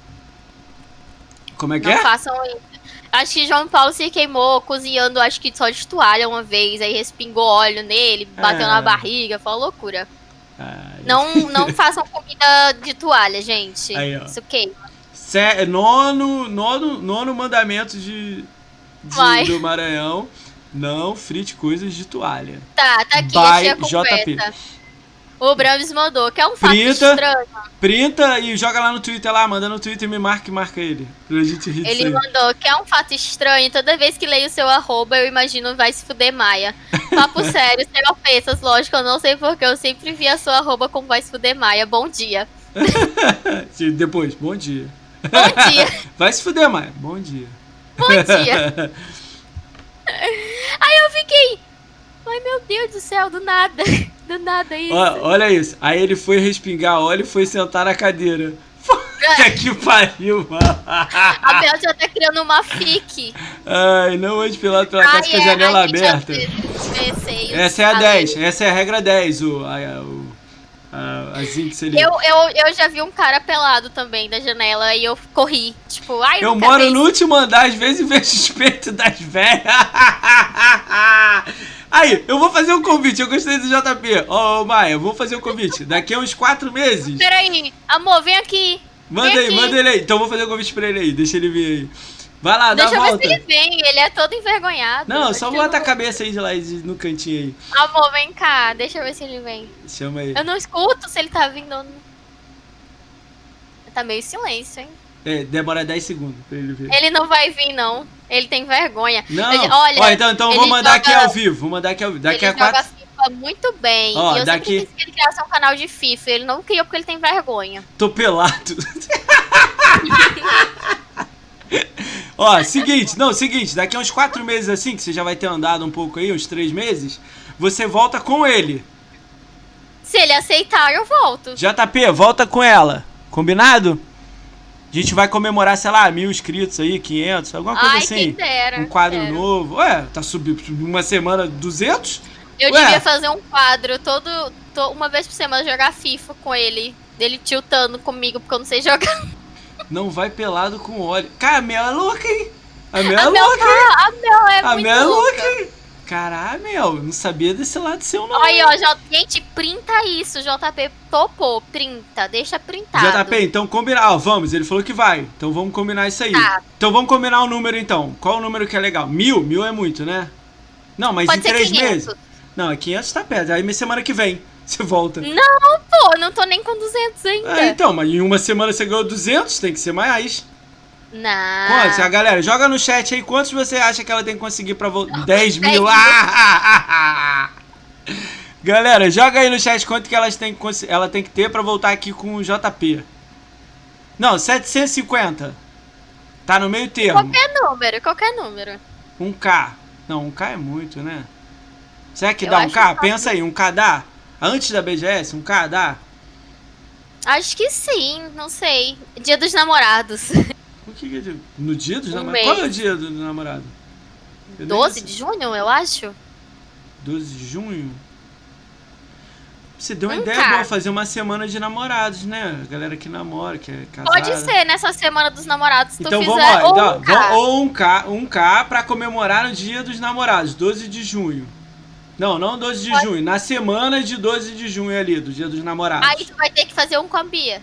Como é que não é? Não façam isso. Acho que João Paulo se queimou cozinhando, acho que só de toalha uma vez, aí respingou óleo nele, bateu é. na barriga, foi uma loucura. Ah, Não, não façam comida de toalha, gente. Aí, ó. Isso queima. Sé- nono, nono, nono mandamento de, de- do Maranhão. Não frite coisas de toalha. Tá, tá aqui, By achei a J P. conversa. O Brams mandou, que é um fato Printa. estranho. Printa e joga lá no Twitter lá, manda no Twitter e me marca e marca ele. Pra gente rir disso Ele aí. mandou que é um fato estranho. Toda vez que leio o seu arroba, eu imagino vai se fuder Maia. Papo sério, sem ofensas, lógico, eu não sei porque eu sempre vi a sua arroba como vai se fuder Maia. Bom dia. Depois, bom dia. Bom dia. Vai se fuder, Maia. Bom dia. Bom dia. Aí eu fiquei... Ai, meu Deus do céu, do nada. Do nada isso. Ó, olha isso. Aí ele foi respingar óleo e foi sentar na cadeira. Puta que pariu, mano. A Bel já tá criando uma fic. Ai, não hoje pelado pela casa com a janela aberta. Essa é a dez. Essa é a regra dez. O, a, o, a, a Zinx ali. Eu, eu, eu já vi um cara pelado também da janela e eu corri. Tipo, ai, Eu moro no último andar, às vezes vejo os peitos das velhas. Aí, eu vou fazer um convite, eu gostei do J P. Ó, oh, Maia, eu vou fazer um convite. Daqui a uns quatro meses. Peraí, amor, vem aqui. Manda vem aí, aqui. manda ele aí. Então eu vou fazer um convite pra ele aí, deixa ele vir aí. Vai lá, dá Deixa a eu ver volta. se ele vem, ele é todo envergonhado. Não, Acho só que bota eu a cabeça aí de lá no cantinho aí. Amor, vem cá, deixa eu ver se ele vem. Chama aí. Eu não escuto se ele tá vindo ou não. Tá meio silêncio, hein? É, demora dez segundos pra ele ver. Ele não vai vir, não. Ele tem vergonha. Não, Ele- olha, ó, então, então eu vou ele mandar joga- aqui ao vivo. Vou mandar aqui ao vivo. Daqui ele a quatro. joga FIFA muito bem. Ó, e eu daqui- sempre quis que ele criasse um canal de FIFA. Ele não criou porque ele tem vergonha. Tô pelado. Ó, seguinte, não, seguinte, daqui a uns quatro meses assim, que você já vai ter andado um pouco aí, uns três meses, você volta com ele. Se ele aceitar, eu volto. J P, volta com ela. Combinado? A gente vai comemorar, sei lá, mil inscritos aí, quinhentos, alguma coisa Ai, assim. quem dera. Um quadro quero. novo. Ué, tá subindo uma semana duzentos? Eu Ué. devia fazer um quadro todo, to- uma vez por semana jogar FIFA com ele. Dele tiltando comigo porque eu não sei jogar. Não vai pelado com óleo. Cara, a Mel é louca, hein? A Mel é A Mel louca, hein? tá, a Mel é A muito Mel é louca, louca. hein? Caralho, Mel, não sabia desse lado seu, não. Olha, ó, J- gente, printa isso. J P topou, printa, deixa printado. J P, então combinar. Ó, vamos, ele falou que vai. Então vamos combinar isso aí. Tá. Então vamos combinar o número, então. Qual o número que é legal? Mil? Mil é muito, né? Não, mas Pode em ser três quinhentos. meses. Não, é quinhentos tá perto. Aí semana que vem você volta. Não, pô, não tô nem com duzentos ainda. É, então, mas em uma semana você ganhou duzentos, tem que ser mais. Não. Quantos? A galera, joga no chat aí quantos você acha que ela tem que conseguir pra voltar. dez mil. mil. Ah, ah, ah, ah. Galera, joga aí no chat quanto que elas têm que cons- ela tem que ter pra voltar aqui com o J P. Não, setecentos e cinquenta. Tá no meio termo. Qualquer número, qualquer número. um K. Não, um K é muito, né? Será que Eu dá um acho K? que Pensa aí, um K dá? Antes da B G S, um K dá? Acho que sim, não sei. Dia dos namorados. O que que é de- No dia dos Um namorados? mês. Qual é o dia do namorado? Eu nem doze sei. de junho, eu acho. doze de junho? Você deu uma Um ideia K. boa, fazer uma semana de namorados, né? A galera que namora, que é casada. Pode ser, nessa semana dos namorados, se tu Então fizer vamos lá, ou então, um vamos- K. ou um K, um K pra comemorar o dia dos namorados, doze de junho. Não, não doze de Pode- junho, na semana de doze de junho ali, do dia dos namorados. Aí tu vai ter que fazer um com a Bia.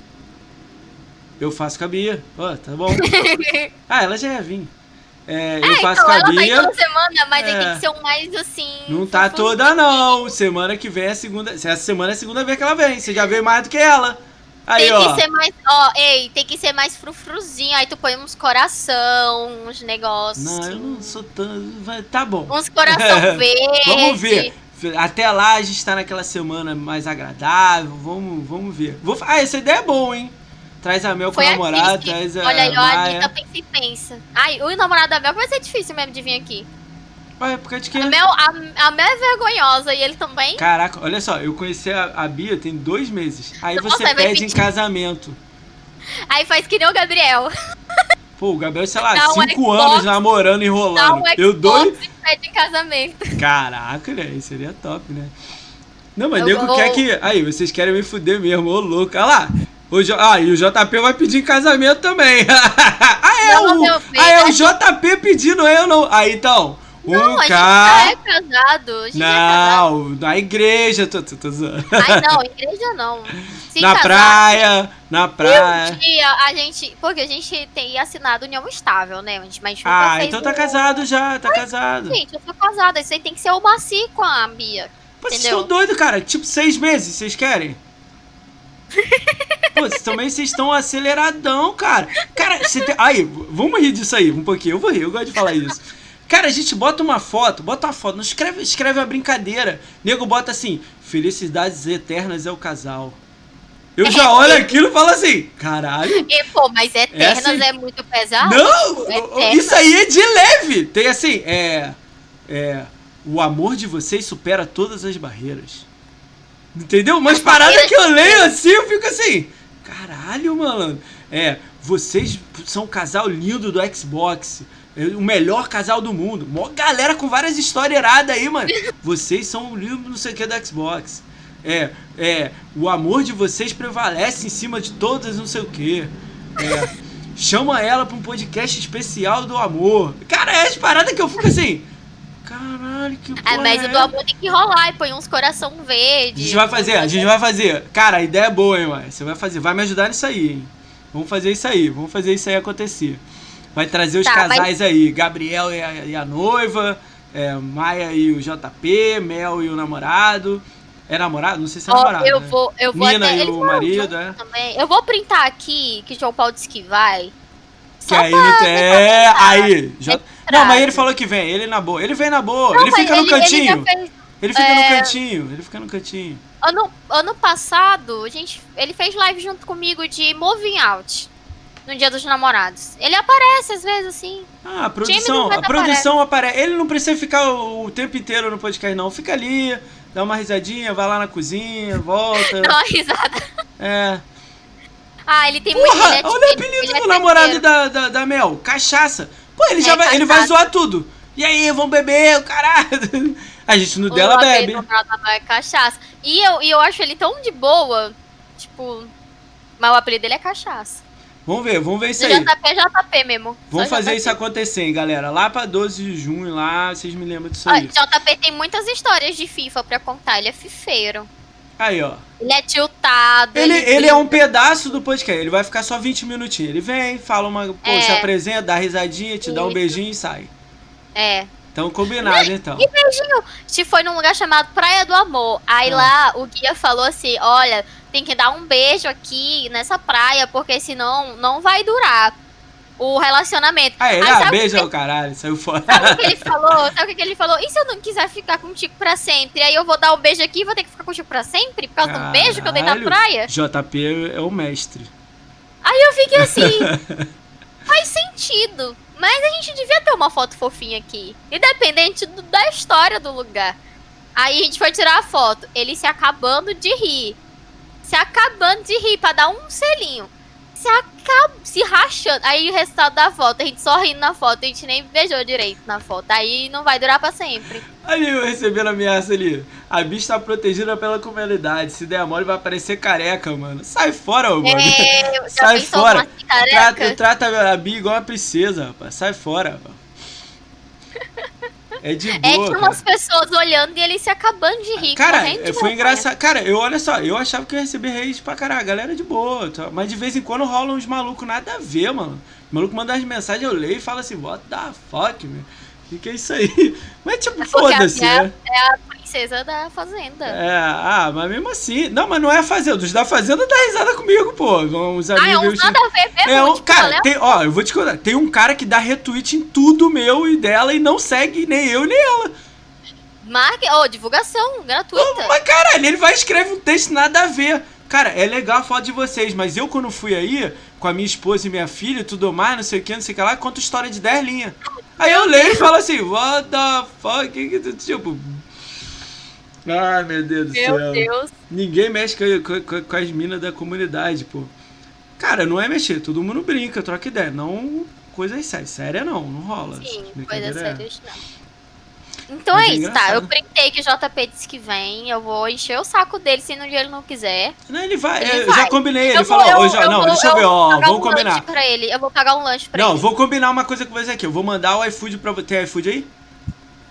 Eu faço com a Bia. Ó, tá bom. Ah, ela já ia vir. É, eu É, faço então, com a ela tá Bia. toda semana, mas aí É. tem que ser um mais assim... Não tá fufuzinho. toda não. Semana que vem é a segunda. Essa semana é a segunda vez que ela vem. Você já veio mais do que ela. Aí, Tem ó. que ser mais, ó, ei, tem que ser mais frufruzinho. Aí tu põe uns coração, uns negócios. Não, eu não sou tão. vai- Tá bom. Uns coração verde. Vamos ver. Até lá a gente tá naquela semana mais agradável. Vamos, vamos ver. Vou... Ah, essa ideia é boa, hein? Traz a Mel com Foi o a namorado, Cris que- traz a Olha aí, ó, a Maia. Anitta pensa e pensa. Ai, o namorado da Mel vai ser difícil mesmo de vir aqui. Ué, por causa de quê? A Mel, a, a Mel é vergonhosa e ele também. Caraca, olha só, eu conheci a, a Bia tem dois meses. Aí Nossa, você aí vai pede em pedir. casamento. Aí faz que nem o Gabriel. Pô, o Gabriel, sei lá, Dá um cinco Xbox, anos namorando, Dá enrolando. um eu dou. Xbox e pede em casamento. Caraca, né? Isso seria top, né? Não, mas Eu nego vou- quer que. Aí, vocês querem me fuder mesmo, ô louco. Olha lá. O J... Ah, e o J P vai pedir em casamento também. ah, é Não, o. meu filho, Ah, é o é- J P pedindo, eu não. Aí então, Um não, a K. gente já é casado. A gente não, é casado. na igreja, tô, tô, tô zoando. Ai, não, igreja não. Se na casar, praia, na praia. Um dia a gente. Porque a gente tem assinado união estável, né? Mas nunca Ah, fez então tá um- casado já, tá casado. Gente, eu sou casada. Isso aí tem que ser o macio com a Bia. Pô, vocês entendeu? estão doidos, cara. Tipo, seis meses, vocês querem? Pô, vocês também vocês estão aceleradão, cara. Cara, você tem... Aí, vamos rir disso aí um pouquinho. Eu vou rir, eu gosto de falar isso. Cara, a gente bota uma foto, bota uma foto, não escreve, escreve uma brincadeira. Nego bota assim, felicidades eternas é o casal. Eu já olho aquilo e falo assim, caralho. E, pô, mas Eternas Essa- é muito pesado. Não, Eternas. isso aí é de leve. Tem assim, é... É... O amor de vocês supera todas as barreiras. Entendeu? Umas paradas que eu leio assim, eu fico assim... Caralho, mano. É, vocês são um casal lindo do Xbox. É o melhor casal do mundo. Mó galera com várias histórias iradas aí, mano. Vocês são o lindo não sei o que do Xbox. É, é, o amor de vocês prevalece em cima de todas não sei o que. É, chama ela pra um podcast especial do amor. Cara, é as paradas que eu fico assim... Caralho, que porra Ah, mas é o do amor tem que rolar e põe uns coração A verde. gente vai fazer, a gente vai fazer. Cara, a ideia é boa, hein, mano. Você vai fazer, vai me ajudar nisso aí, hein. Vamos fazer isso aí, vamos fazer isso aí acontecer. Vai trazer os Tá, casais mas- aí, Gabriel e a, e a noiva, é, Maia e o J P, Mel e o namorado. É namorado? Não sei se é Ó, namorado, eu né? vou, eu vou Nina até. e Eles o vão marido, junto é. também. Eu vou printar aqui que João Paulo disse que vai. Que Só aí pra não tem. É, recomendar. aí. Já... Não, mas ele falou que vem, ele na boa. Ele vem na boa, Não, ele mas fica no Ele cantinho. já fez- Ele fica é, no cantinho, ele fica no cantinho. ano, ano passado, a gente, ele fez live junto comigo de Moving Out. No Dia dos Namorados. Ele aparece às vezes assim. Ah, a Time produção, não vai a dar produção aparece. Ele não precisa ficar o, o tempo inteiro no podcast, não. Fica ali, dá uma risadinha, vai lá na cozinha, volta. Dá uma risada. É. Ah, ele tem muito. Porra, Ele é, olha o ele- apelido ele é do namorado festeiro. da, da, da Mel, cachaça. Pô, ele já É, vai, ele vai cachaça. zoar tudo. E aí, vamos beber, o caralho. A gente no O dela apelido bebe. do namorado da Mel é cachaça. E eu, e eu acho ele tão de boa. Tipo. Mas o apelido dele é cachaça. Vamos ver, vamos ver isso Do aí. J P é J P mesmo. Vamos Só fazer J P. isso acontecer, hein, galera. Lá pra doze de junho, lá, vocês me lembram disso Ó, aí. J P tem muitas histórias de FIFA pra contar. Ele é fifeiro. Aí, ó. Ele é tiltado. Ele, ele é um brinca. pedaço do podcast, ele vai ficar só vinte minutinhos. Ele vem, fala uma. Pô, É. se apresenta, dá risadinha, te dá um Isso. beijinho e sai. É. Então, combinado, então. E beijinho. Se foi num lugar chamado Praia do Amor. Aí Ah. lá o guia falou assim: olha, tem que dar um beijo aqui nessa praia, porque senão não vai durar o relacionamento. Aí, ele, Aí ah, sabe beijo o ao caralho, saiu fora. Sabe o que ele falou? Sabe o que ele falou? E se eu não quiser ficar contigo pra sempre? Aí eu vou dar um beijo aqui e vou ter que ficar contigo pra sempre? Por causa do beijo que eu dei na Caralho. praia? J P é o mestre. Aí eu fiquei assim, faz sentido. Mas a gente devia ter uma foto fofinha aqui. Independente do- da história do lugar. Aí a gente foi tirar a foto. Ele se acabando de rir. Se acabando de rir pra dar um selinho. Se acaba, se rachando. Aí o resultado da foto, a gente só rindo na foto. A gente nem beijou direito na foto. Aí não vai durar pra sempre. Ali eu recebendo ameaça ali. A bicha tá protegida pela comunidade. Se der mole, vai aparecer careca, mano. Sai fora, ô, mano. É, já Sai pensou fora. uma assim, careca? Trata, trata a Bia igual uma princesa, rapaz. Sai fora, rapaz. É de É, boa, tinha cara. umas pessoas olhando e ele se acabando de rir. Cara, correndo de foi vergonha. engraçado. Cara, eu olha só, eu achava que eu ia receber hate pra caralho. A galera é de boa. Tá? Mas de vez em quando rolam uns malucos nada a ver, mano. O maluco manda as mensagens, eu leio e falo assim, what the fuck, meu? O que é isso aí? Mas tipo, É porque a foda-se, Bia né? é a princesa da fazenda. É, ah, mas mesmo assim. Não, mas não é a fazenda. Os da fazenda dá risada comigo, pô. Uns Ah, é amigos. um nada a ver mesmo. É um, tipo, cara, olha- tem, ó, eu vou te contar. Tem um cara que dá retweet em tudo meu e dela e não segue nem eu nem ela. Marque, oh, divulgação gratuita. Mas caralho, ele vai escrever um texto nada a ver. Cara, é legal a foto de vocês, mas eu quando fui aí, com a minha esposa e minha filha e tudo mais, não sei o que, não sei o que lá, conto história de dez linhas. Aí eu leio e falo assim, what the fuck, que que tu, tipo... Ai, meu Deus do Meu céu. Deus. Ninguém mexe com, com, com as minas da comunidade, pô. Cara, não é mexer, todo mundo brinca, troca ideia. Não coisas sérias. Séria não, não rola. Sim, Essas coisa brincadeiras é- séria não. Então Mas é é isso, tá? engraçado. Eu printei que o J P disse que vem. Eu vou encher o saco dele se no dia ele não quiser. Não, ele vai, Ele eu vai. já combinei, ele eu falou, vou, eu, hoje, ó, eu não, vou, deixa eu ver, vou ó, pagar vamos um combinar. lanche pra ele. Eu vou pagar um lanche pra Não, ele. vou combinar uma coisa com você aqui. Eu vou mandar o iFood pra você. Tem iFood aí?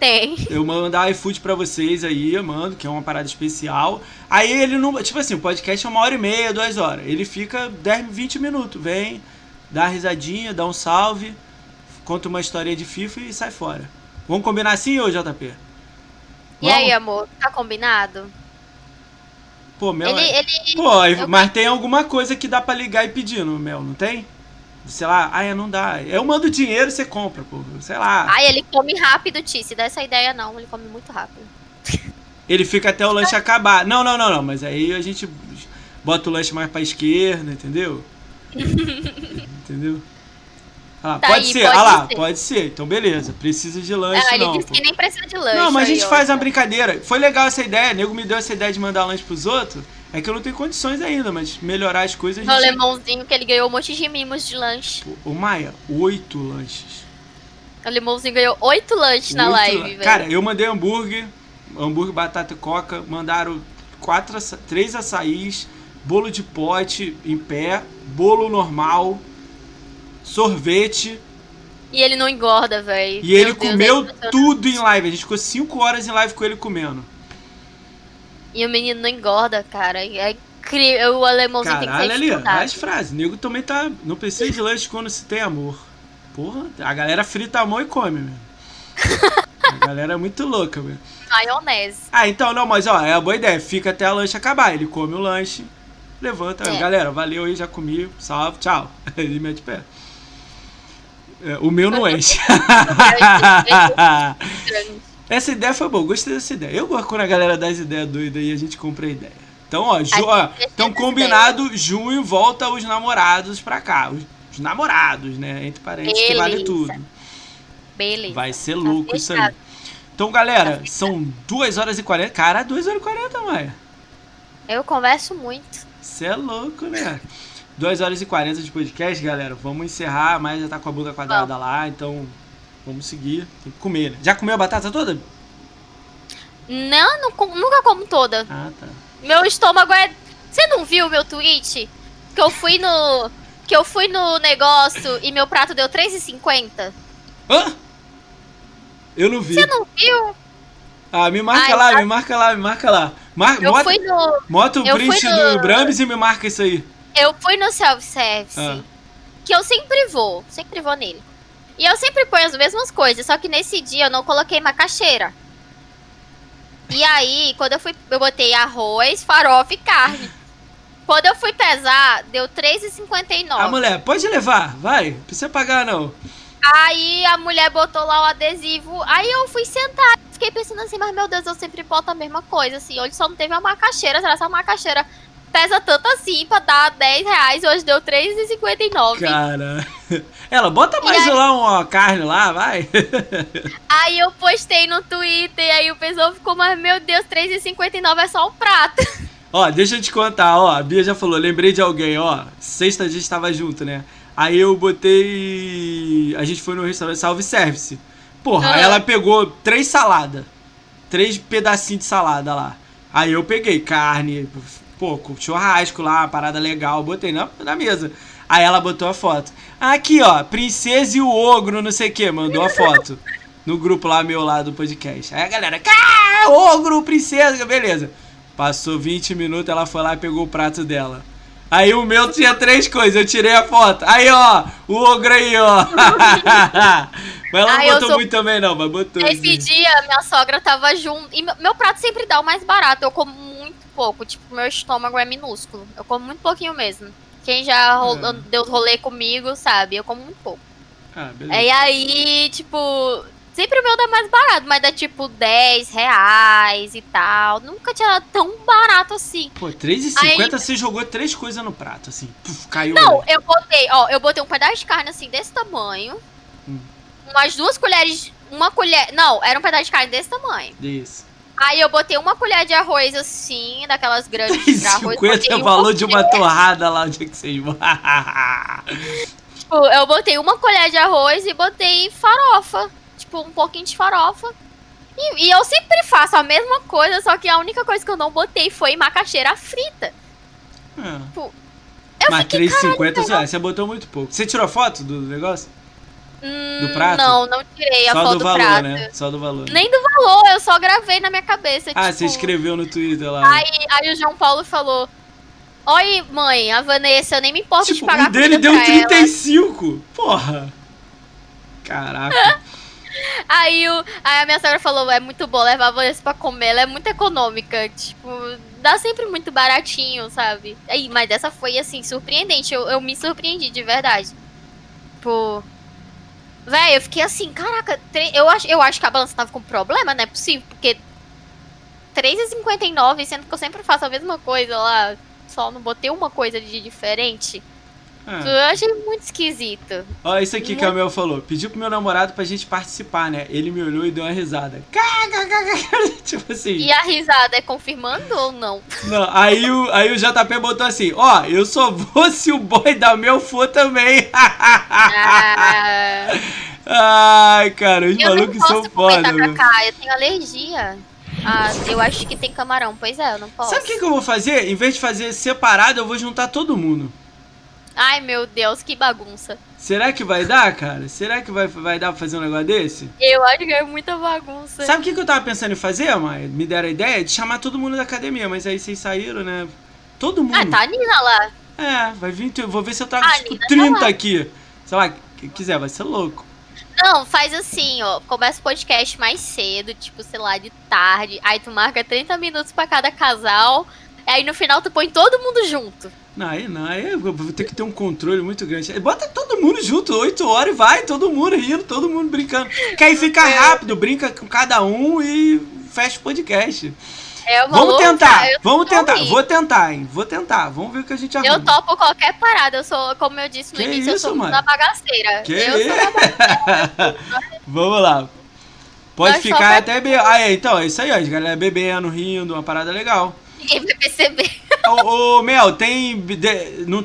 Tem. Eu mandar iFood pra vocês aí, eu mando, que é uma parada especial. Aí ele não... Tipo assim, o podcast é uma hora e meia, duas horas. Ele fica dez, vinte minutos. Vem, dá uma risadinha, dá um salve, conta uma história de FIFA e sai fora. Vamos combinar assim, ô J P? E Vamos? Aí, amor? Tá combinado? Pô, Mel... Ele, é... ele... Pô, eu... mas tem alguma coisa que dá pra ligar e pedir no Mel, não tem? Sei lá, ah, não dá. Eu mando dinheiro e você compra, pô. Sei lá. Ai, ele come rápido, Ti. Se dá essa ideia, não. Ele come muito rápido. Ele fica até o lanche acabar. Não, não, não, não. Mas aí a gente bota o lanche mais pra esquerda, entendeu? Entendeu? Ah, tá pode aí, ser, pode ah lá, ser. Pode ser. Então, beleza. Precisa de lanche, ah, ele não. Ele disse pô. que nem precisa de lanche. Não, mas aí, a gente ó, faz tá. uma brincadeira. Foi legal essa ideia. O nego me deu essa ideia de mandar lanche pros outros. É que eu não tenho condições ainda, mas melhorar as coisas... A gente... O alemãozinho que ele ganhou um monte de mimos de lanche. Ô, Maia, oito lanches. O alemãozinho ganhou oito lanches na live, la... velho. Cara, eu mandei hambúrguer, hambúrguer, batata e coca, mandaram quatro, aça... três açaís, bolo de pote em pé, bolo normal, sorvete... E ele não engorda, velho. E ele Deus, comeu é tudo em live. A gente ficou cinco horas em live com ele comendo. E o menino não engorda, cara. É incrível. O alemãozinho Caralho, tem que ser ali, as frases. O nego também tá... Não precisa de lanche quando se tem amor. Porra, a galera frita a mão e come, mesmo. A galera é muito louca, velho. Maionese. Ah, então, não, mas ó, é a boa ideia. Fica até o lanche acabar. Ele come o lanche, levanta. É. Galera, valeu aí, já comi. Salve, tchau. Ele mete pé. É, o meu não enche. Essa ideia foi boa, gostei dessa ideia. Eu gosto quando a galera dá as ideias doidas e a gente compra a ideia. Então, ó, ju, ó então combinado, ideia. Junho volta os namorados pra cá. Os, os namorados, né? Entre parênteses, Beleza. Que vale tudo. Beleza. Vai ser louco tá isso aí. Então, galera, tá são duas horas e quarenta. Cara, duas horas e quarenta, Maia. Eu converso muito. Você é louco, né? duas horas e quarenta de podcast, galera. Vamos encerrar, mas já tá com a boca quadrada Bom. lá, então... Vamos seguir. Tem que comer, né? Já comeu a batata toda? Não, não nunca como toda. Ah, tá. Meu estômago é... Você não viu o meu tweet? Que eu fui no... Que eu fui no negócio e meu prato deu três e cinquenta. Hã? Eu não vi. Você não viu? Ah, me marca Ai, lá, tá... me marca lá, me marca lá. Mar... Eu Mota... fui no... Mota o print no... do Brahms e me marca isso aí. Eu fui no self-service. Ah. Que eu sempre vou. Sempre vou nele. E eu sempre ponho as mesmas coisas, só que nesse dia eu não coloquei macaxeira. E aí, quando eu fui, eu botei arroz, farofa e carne. Quando eu fui pesar, deu três e cinquenta e nove. Ah, mulher, pode levar, vai, não precisa pagar não. Aí a mulher botou lá o adesivo, aí eu fui sentar, fiquei pensando assim, mas meu Deus, eu sempre boto a mesma coisa, assim, hoje só não teve a macaxeira, será que essa macaxeira pesa tanto assim pra dar dez reais, hoje deu três e cinquenta e nove. Cara, ela bota mais aí, lá uma carne lá, vai. Aí eu postei no Twitter, e aí o pessoal ficou, mas meu Deus, três e cinquenta e nove é só o prato. Ó, deixa eu te contar, ó, a Bia já falou, lembrei de alguém, ó, sexta a gente tava junto, né? Aí eu botei, a gente foi no restaurante Salve Service. Porra, uhum. Aí ela pegou três saladas, três pedacinhos de salada lá. Aí eu peguei carne, pô, churrasco lá, uma parada legal, botei na, na mesa. Aí ela botou a foto. Aqui, ó, princesa e o ogro, não sei o que, mandou a foto. No grupo lá, meu lá do podcast. Aí a galera, ah, ogro, princesa, beleza. Passou vinte minutos, ela foi lá e pegou o prato dela. Aí o meu tinha três coisas, eu tirei a foto. Aí, ó, o ogro aí, ó. Mas ela não ah, botou sou... muito também, não, mas botou. Esse assim. Dia, minha sogra tava junto. E meu prato sempre dá o mais barato, eu como muito pouco. Tipo, meu estômago é minúsculo. Eu como muito pouquinho mesmo. Quem já ro ah. deu rolê comigo, sabe? Eu como muito pouco. Ah, beleza. E aí, tipo... Sempre o meu dá mais barato, mas dá tipo dez reais e tal. Nunca tinha dado tão barato assim. Pô, três e cinquenta você jogou três coisas no prato, assim. Puf, caiu. Não, ali. eu botei, ó, eu botei um pedaço de carne assim, desse tamanho. Hum. Umas duas colheres, uma colher... Não, era um pedaço de carne desse tamanho. Isso. Aí eu botei uma colher de arroz assim, daquelas grandes três e cinquenta é o valor de uma torrada lá onde é que vocês vão. Tipo, eu botei uma colher de arroz e botei farofa. Tipo, um pouquinho de farofa. E, e eu sempre faço a mesma coisa, só que a única coisa que eu não botei foi macaxeira frita. É. Tipo, eu mas fiquei, três e cinquenta você, você botou muito pouco. Você tirou foto do negócio? Hum, do prato? Não, não tirei a Só foto do do valor, prato. né? Só do valor. Nem do valor, eu só gravei na minha cabeça. Ah, tipo... você escreveu no Twitter lá. Aí, aí o João Paulo falou: oi, mãe, a Vanessa, eu nem me importo tipo, de pagar o dele comida deu pra trinta e ela. cinco. Porra. Caraca. Aí, o, aí a minha sogra falou: é muito bom levar a Vanessa pra comer, ela é muito econômica. Tipo, dá sempre muito baratinho, sabe? Aí, mas essa foi, assim, surpreendente. Eu, eu me surpreendi, de verdade. Tipo. Véi, eu fiquei assim, caraca, tre... eu, acho, eu acho que a balança tava com problema, não é possível, porque três reais e cinquenta e nove, sendo que eu sempre faço a mesma coisa lá, só não botei uma coisa de diferente. Ah. Eu achei muito esquisito. Ó, isso aqui muito... que a Mel falou. Pediu pro meu namorado pra gente participar, né? Ele me olhou e deu uma risada. Tipo assim. E a risada é confirmando ou não? Não, aí o, aí o J P botou assim: ó, eu só vou se o boy da Mel for também. Ah, ai, cara, os malucos são foda, pra cá, eu tenho alergia. Ah, eu acho que tem camarão. Pois é, eu não posso. Sabe o que, que eu vou fazer? Em vez de fazer separado, eu vou juntar todo mundo. Ai, meu Deus, que bagunça. Será que vai dar, cara? Será que vai, vai dar pra fazer um negócio desse? Eu acho que é muita bagunça. Sabe o que, que eu tava pensando em fazer, Maia? Me deram a ideia de chamar todo mundo da academia, mas aí vocês saíram, né? Todo mundo. Ah, tá a Nina lá. É, vai vir. Vou ver se eu trago a tipo Nina trinta tá aqui. Sei lá, quem quiser, vai ser louco. Não, faz assim, ó. Começa o podcast mais cedo, tipo, sei lá, de tarde. Aí tu marca trinta minutos pra cada casal. Aí no final tu põe todo mundo junto. Não, aí não, aí eu vou ter que ter um controle muito grande. Bota todo mundo junto, oito horas e vai, todo mundo rindo, todo mundo brincando. Que aí fica rápido, brinca com cada um e fecha o podcast. É uma vamos louca, tentar, vamos tentar, aí. vou tentar, hein, vou tentar, vamos ver o que a gente arruma. Eu topo qualquer parada, eu sou, como eu disse no que início, isso, eu sou mano? da bagaceira. Que eu isso? sou da bagaceira. Vamos lá. Pode Nós ficar só até bem. Ah, é, então, é isso aí, ó, as galera bebendo, rindo, uma parada legal. Ninguém vai perceber. Ô, ô, Mel, tem. De, não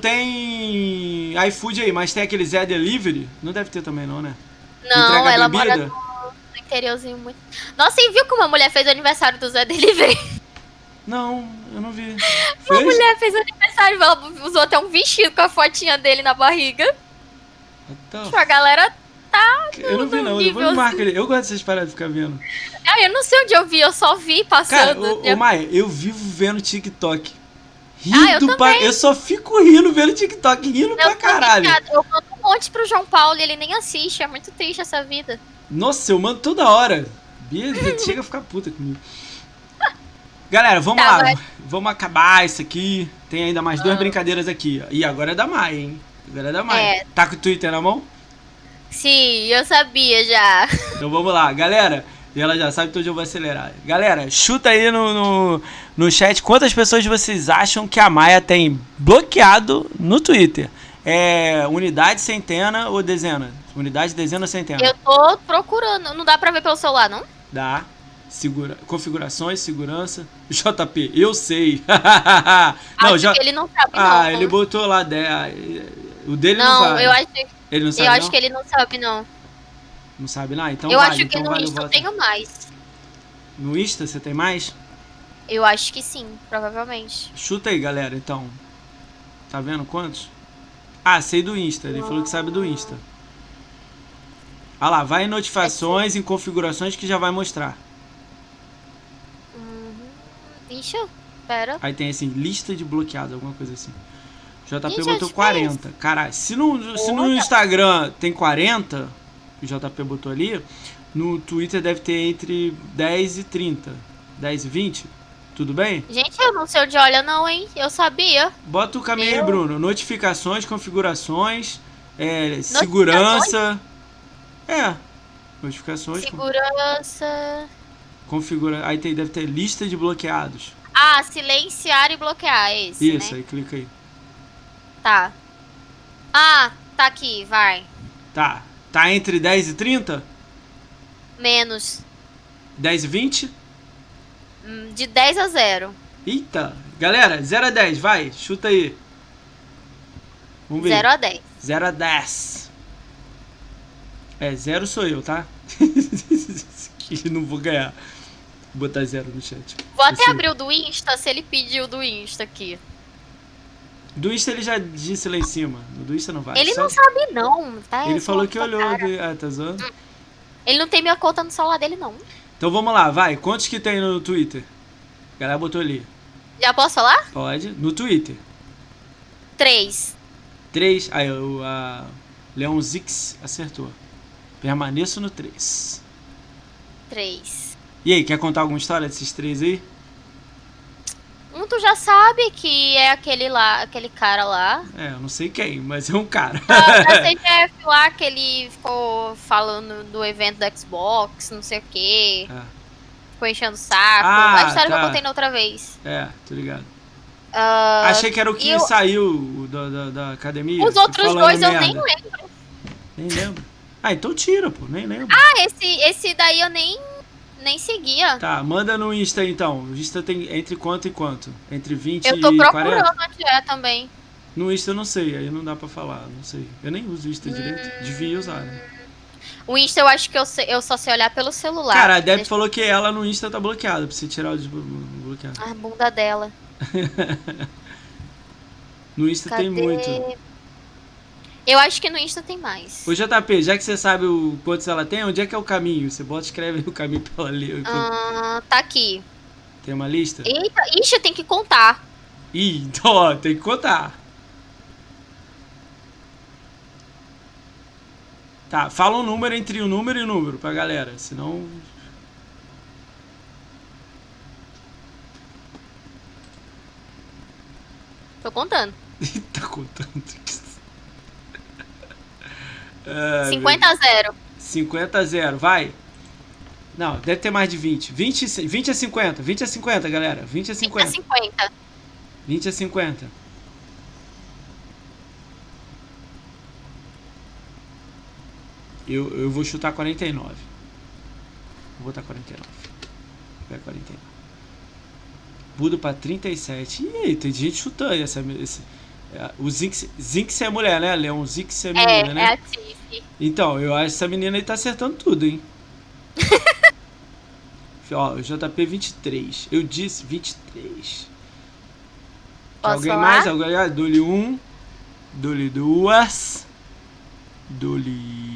tem iFood aí, mas tem aquele Zé Delivery? Não deve ter também, não, né? Não, Entrega ela bebida? mora no, no interiorzinho muito. Nossa, e viu como a mulher fez o aniversário do Zé Delivery? Não, eu não vi. Uma mulher fez o aniversário, ela usou até um vestido com a fotinha dele na barriga. Então, Tipo, a galera tá. eu não vi, não. Eu vou me marcar ele. Eu gosto dessas paradas de ficar vendo. Ah, eu não sei onde eu vi, eu só vi passando. Cara, ô, ô Maia, eu vivo vendo TikTok. Ah, eu Rindo pra. Eu só fico rindo vendo TikTok, rindo eu pra caralho. Ligada. Eu mando um monte pro João Paulo e ele nem assiste. É muito triste essa vida. Nossa, eu mando toda hora. Bia chega a ficar puta comigo. Galera, vamos tá, lá. Mas... Vamos acabar isso aqui. Tem ainda mais duas ah. brincadeiras aqui. E agora é da Maia, hein? Agora é da Maia. É. Tá com o Twitter na mão? Sim, eu sabia já. Então vamos lá, galera. E ela já sabe que hoje eu vou acelerar. Galera, chuta aí no, no, no chat quantas pessoas vocês acham que a Maia tem bloqueado no Twitter. É unidade, centena ou dezena? Unidade, dezena ou centena? Eu tô procurando. Não dá pra ver pelo celular, não? Dá. Segura... Configurações, segurança. J P, eu sei. não, acho já... que ele não sabe, ah, não. Ah, ele botou lá. De... O dele não, não vai. Eu acho... Ele não sabe, Eu não? acho que ele não sabe, não. Não sabe, não? Então eu vale. acho que então no vale Insta eu tenho mais. No Insta você tem mais? Eu acho que sim, provavelmente. Chuta aí, galera, então. Tá vendo quantos? Ah, sei do Insta. Ele falou que sabe do Insta. Ah lá, vai em notificações, é em configurações que já vai mostrar. Uhum. Ixi, pera. Aí tem assim, lista de bloqueados, alguma coisa assim. J P Ixi, botou quarenta. Caralho, se no, se no Instagram tem quarenta, o J P botou ali, no Twitter deve ter entre dez e trinta. dez e vinte? Tudo bem? Gente, eu não sei onde olha não, hein? Eu sabia. Bota o caminho eu... aí, Bruno. Notificações, configurações, é, notificações? Segurança. É. Notificações. Segurança. Configura. Aí tem, deve ter lista de bloqueados. Ah, silenciar e bloquear, é esse, Isso, né? aí clica aí. Tá. Ah, tá aqui, vai. Tá. Tá entre dez e trinta? Menos. dez e vinte? De dez a zero. Eita. Galera, zero a dez, vai. Chuta aí. Vamos ver. zero a dez. zero a dez. É, zero sou eu, tá? Não vou ganhar. Vou botar zero no chat. Vou até Esse... abrir o do Insta, se ele pediu do Insta aqui. Do Insta ele já disse lá em cima. No do Insta não vai. Ele Só... não sabe não, tá? Ele Eu falou sou que uma olhou. cara. De... Ah, tá zoando? Ele não tem minha conta no celular dele, não. Então vamos lá, vai. Quantos que tem no Twitter? A galera botou ali. Já posso falar? Pode. No Twitter. Três. Três. Aí o a Leon Zix acertou. Permaneço no três. Três. E aí, quer contar alguma história desses três aí? Um tu já sabe que é aquele lá, aquele cara lá. É, eu não sei quem, mas é um cara. Da, da C G F lá, que ele ficou falando do evento da Xbox, não sei o quê. É. Ficou enchendo o saco. Ah, a história tá. que eu contei na outra vez. É, tô ligado. Uh, Achei que era o que eu... saiu da, da, da academia. Os outros falando dois eu merda. nem lembro. Nem lembro. Ah, então tira, pô. Nem lembro. Ah, esse, esse daí eu nem, nem seguia. Tá, manda no Insta então. O Insta tem entre quanto e quanto? Entre vinte Eu tô e procurando quarenta? onde é também. No Insta eu não sei, aí não dá pra falar, não sei. Eu nem uso o Insta Hum... direito. Devia usar, né? O Insta eu acho que eu, sei, eu só sei olhar pelo celular. Cara, a Deb Deixa... falou que ela no Insta tá bloqueada, pra você tirar o desbloqueado. A bunda dela. No Insta Cadê? tem muito. Eu acho que no Insta tem mais. Ô J P, já que você sabe o quantos ela tem, onde é que é o caminho? Você bota e escreve o caminho pra ela ler. Ah, tá aqui. Tem uma lista? Eita, ixi, tem que contar. Ih, então ó, tem que contar. Tá, fala um número entre o número e o número pra galera, senão... Tô contando. tá contando. ah, cinquenta a zero. cinquenta a zero, vai. Não, deve ter mais de vinte. vinte, vinte a cinquenta, vinte a cinquenta, galera. vinte a cinquenta. vinte a cinquenta. vinte a cinquenta. Eu, eu vou chutar quarenta e nove. Vou botar quarenta e nove. Vai quarenta e nove. Mudo pra trinta e sete. E aí, tem gente chutando. Essa, esse, é, o Zinx, Zinx é mulher, né, Leon? Zinx é menina, É, né? é a Tiff. Então, eu acho que essa menina aí tá acertando tudo, hein? Ó, o J P vinte e três. Eu disse vinte e três. Posso Alguém falar? mais? Alguém? Ah, dou-lhe um. Dou-lhe duas. Dou-lhe...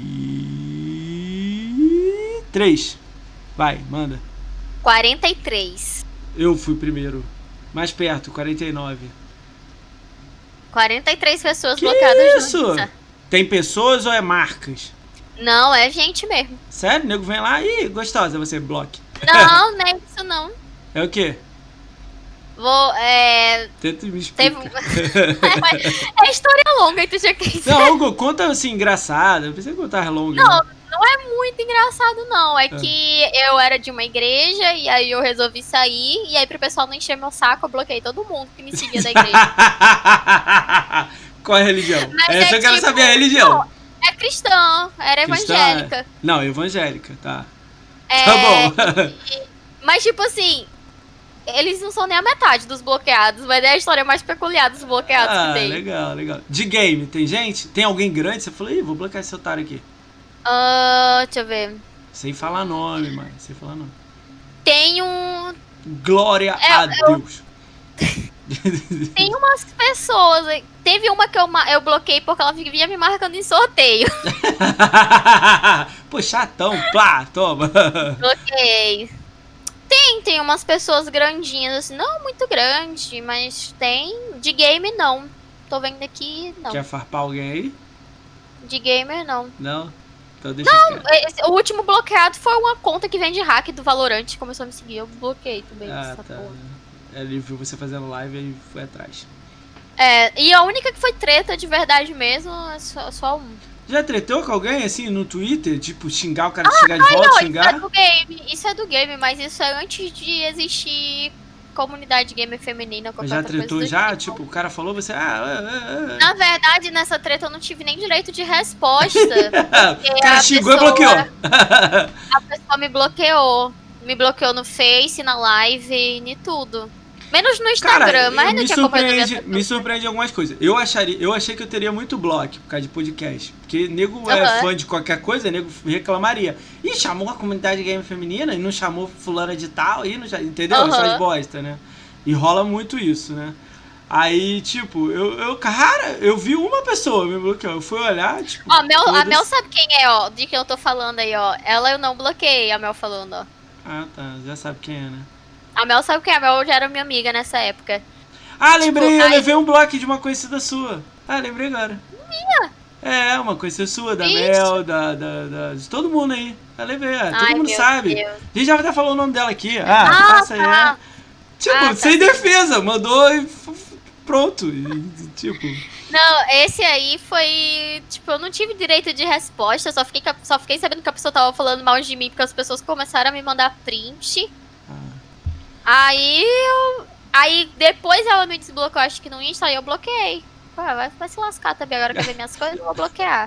Três. Vai, manda. quarenta e três. Eu fui primeiro. Mais perto, quarenta e nove. quarenta e três pessoas Que bloqueadas isso? no Insta. Tem pessoas ou é marcas? Não, é gente mesmo. Sério? O nego vem lá e gostosa, você bloque. Não, não é isso não. É o quê? Vou, é... Tenta me Teve... explicar. é história longa, então já quer dizer. Não, Hugo, conta assim, engraçada. Eu pensei que contar longa. Não, né? não é muito engraçado, não. É, é que eu era de uma igreja e aí eu resolvi sair. E aí, pro pessoal não encher meu saco, eu bloqueei todo mundo que me seguia da igreja. Qual é a religião? Mas Essa é eu quero tipo, saber a religião. Não, é cristã, era Cristã, evangélica. é. Não, evangélica, tá. É, Tá bom. e- mas, tipo assim, eles não são nem a metade dos bloqueados, mas é a história mais peculiar dos bloqueados Ah, que tem. legal, legal. De game, tem gente? Tem alguém grande? Você falou, ih, vou bloquear esse otário aqui. Ah, deixa eu ver. Sem falar nome, mano. Sem falar nome. Tem um. Glória É, a eu- Deus. Tem umas pessoas. Teve uma que eu, ma- eu bloqueei porque ela vivia me marcando em sorteio. Pô, chatão, plá, toma. Bloqueei. Tem, tem umas pessoas grandinhas, assim, não muito grande, mas tem. De game não. Tô vendo aqui, não. Quer farpar alguém aí? De gamer não. Não? Então deixa quieto. Esse- o último bloqueado foi uma conta que vende hack do Valorant, que começou a me seguir. Eu bloqueei também Ah, essa tá. porra. Ele viu você fazendo live e foi atrás. É, e a única que foi treta de verdade mesmo é só, só um. Já tretou com alguém assim no Twitter? Tipo, xingar o cara de xingar de volta, Não, isso é xingar? do game. Isso é do game, mas isso é antes de existir comunidade gamer feminina. Mas qualquer já outra coisa tretou do já? tipo. Tipo, o cara falou, você. Ah, ah, ah, Na verdade, nessa treta eu não tive nem direito de resposta. ah. porque O cara a xingou e pessoa- bloqueou. A pessoa me bloqueou. Me bloqueou no Face, na live e em tudo. Menos no Instagram, Cara, mas não me tinha como resolver surpreende, essa me surpreende algumas coisas. Eu, acharia, eu achei que eu teria muito bloco por causa de podcast. Porque nego é Aham. fã de qualquer coisa, nego reclamaria. Ih, chamou a comunidade game feminina e não chamou fulana de tal, e não, cha- entendeu? Aham. Essas bosta, né? E rola muito isso, né? Aí, tipo, eu, eu, cara, eu vi uma pessoa me bloqueou. Eu fui olhar, tipo. Ó, a Mel, a Mel sabe quem é, ó, de quem eu tô falando aí, ó. Ela eu não bloqueei, a Mel falando, ó. Ah, tá. Já sabe quem é, né? A Mel sabe quem é, a Mel já era minha amiga nessa época. Ah, lembrei, tipo, eu aí... levei um bloco de uma conhecida sua. Ah, lembrei agora. Minha? É, uma conhecida sua, da Ixi. Mel, da, da, da, de todo mundo aí. Eu levei, é, todo Ai, mundo meu sabe. Deus. A gente já até falou o nome dela aqui. Ah, Ah, passa aí, tá. é. Tipo, Ah, tá. sem defesa, mandou e f- f- pronto. E, tipo. Não, esse aí foi. Tipo, eu não tive direito de resposta, só fiquei, ca- só fiquei sabendo que a pessoa tava falando mal de mim porque as pessoas começaram a me mandar print. Ah. Aí eu. Aí depois ela me desbloqueou, acho que no Insta, aí eu bloqueei. Ué, vai, vai se lascar também, agora que eu ver minhas coisas, eu vou bloquear.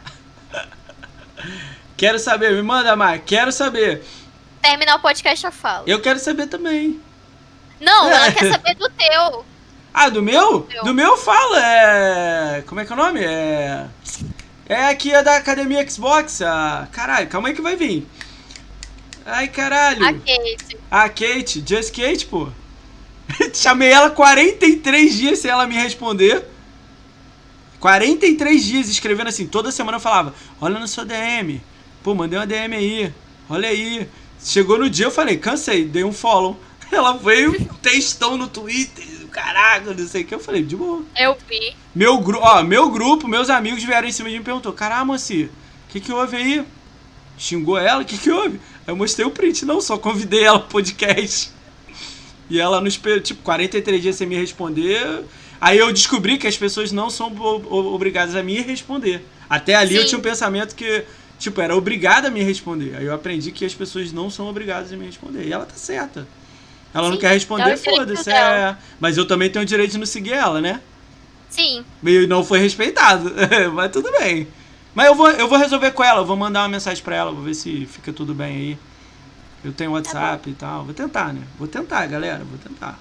Quero saber, me manda mais, quero saber. Terminar o podcast eu falo. Eu quero saber também. Não, ela É. quer saber do teu. Ah, do meu? Do meu. Do meu fala, é. Como é que é o nome? É. É aqui é da Academia Xbox. A... Caralho, calma aí que vai vir. Ai, caralho. A Kate. A Kate, Just Kate, pô. Chamei ela quarenta e três dias sem ela me responder. quarenta e três dias escrevendo assim. Toda semana eu falava: olha no seu D M. Pô, mandei uma D M aí. Olha aí. Chegou no dia eu falei: cansei, dei um follow. Ela veio, textão no Twitter. Caraca, não sei o que. Eu falei: de boa. Eu vi. Meu, gru ó, meu grupo, meus amigos vieram em cima de mim e perguntou: caramba, moça, o que que houve aí? Xingou ela? O que que houve? Aí eu mostrei o print. Não, só convidei ela pro podcast. E ela não esperou, tipo, quarenta e três dias sem me responder. Aí eu descobri que as pessoas não são obrigadas a me responder. Até ali Sim. eu tinha um pensamento que, tipo, era obrigada a me responder. Aí eu aprendi que as pessoas não são obrigadas a me responder. E ela tá certa. Ela Sim, não quer responder, foda-se. É. Mas eu também tenho o direito de não seguir ela, né? Sim. E não foi respeitado. Mas tudo bem. Mas eu vou, eu vou resolver com ela. Eu vou mandar uma mensagem pra ela. Vou ver se fica tudo bem aí. Eu tenho WhatsApp tá e tal. Vou tentar, né? Vou tentar, galera. Vou tentar.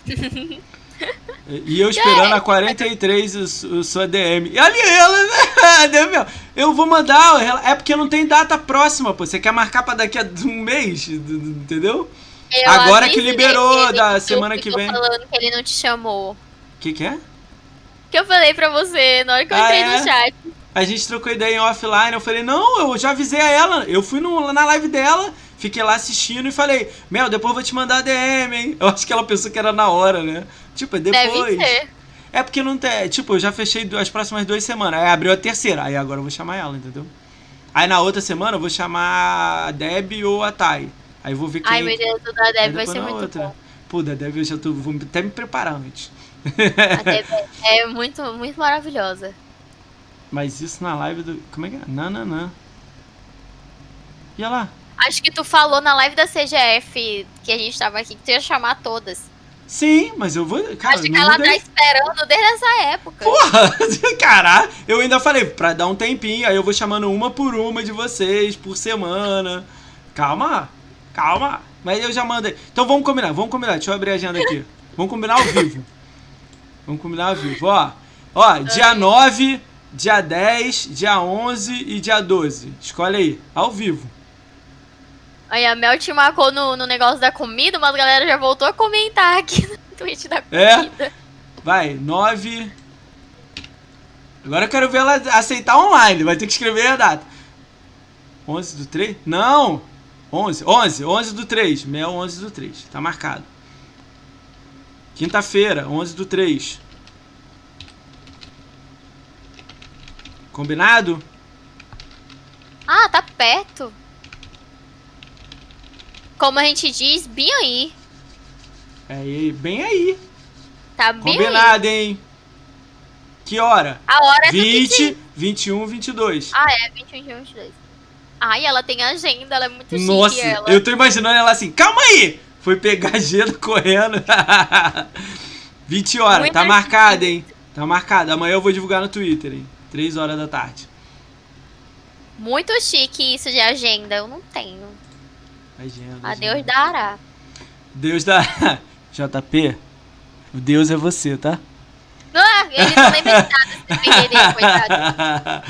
E eu esperando a quarenta e três o, o sua D M. E olha ela, né? Eu vou mandar. É porque não tem data próxima, pô. Você quer marcar pra daqui a um mês? Entendeu? Eu Agora que liberou da semana que vem. Falando que ele não te chamou. O que, que é? Que eu falei pra você na hora que eu ah, entrei é? no chat. A gente trocou ideia em offline. Eu falei: não, eu já avisei a ela. Eu fui no, na live dela. Fiquei lá assistindo e falei: Mel, depois eu vou te mandar a D M, hein? Eu acho que ela pensou que era na hora, né? Tipo, é depois. Deve ser. É porque não tem. Tipo, eu já fechei as próximas duas semanas. Aí abriu a terceira. Aí agora eu vou chamar ela, entendeu? Aí na outra semana eu vou chamar a Deb ou a Thay. Aí eu vou ver quem. Ai, meu Deus, o da Deb vai ser muito outra. bom. Pô, da Deb eu já tô. Vou até me preparar antes. A Deb é muito, muito maravilhosa. Mas isso na live do. Como é que é? Não, não, não. E olha lá. Acho que tu falou na live da C G F que a gente tava aqui que tu ia chamar todas. Sim, mas eu vou. Cara, acho que ela mudei. tá esperando desde essa época. Porra! Caralho, eu ainda falei, pra dar um tempinho, aí eu vou chamando uma por uma de vocês, por semana. Calma, calma. Mas eu já mandei. Então vamos combinar, vamos combinar. Deixa eu abrir a agenda aqui. Vamos combinar ao vivo. Vamos combinar ao vivo, ó. Ó, dia nove, dia dez, dia onze e dia doze. Escolhe aí, ao vivo. Aí a Mel te marcou no, no negócio da comida, mas a galera já voltou a comentar aqui no tweet da comida. É? Vai, nove... Agora eu quero ver ela aceitar online, vai ter que escrever a data. onze do três? Não! onze, onze, onze do três. Mel, onze do três. Tá marcado. Quinta-feira, onze do três. Combinado? Ah, tá perto. Como a gente diz, bem aí. É, bem aí. Tá bem Combinado, aí. hein? Que hora? A hora é vinte, vinte e um, vinte e dois. Ah, é, vinte e um, vinte e dois. Ai, ela tem agenda, ela é muito chique. Nossa, ela. eu tô imaginando ela assim, calma aí! Foi pegar agenda correndo. vinte horas, Muito tá chique. marcado, hein? Tá marcado. Amanhã eu vou divulgar no Twitter, hein? três horas da tarde. Muito chique isso de agenda, eu não tenho. Agenda, A agenda. Deus dará. Deus dá. J P, o Deus é você, tá? Não, ele não lembra de nada se defender dele, coitado.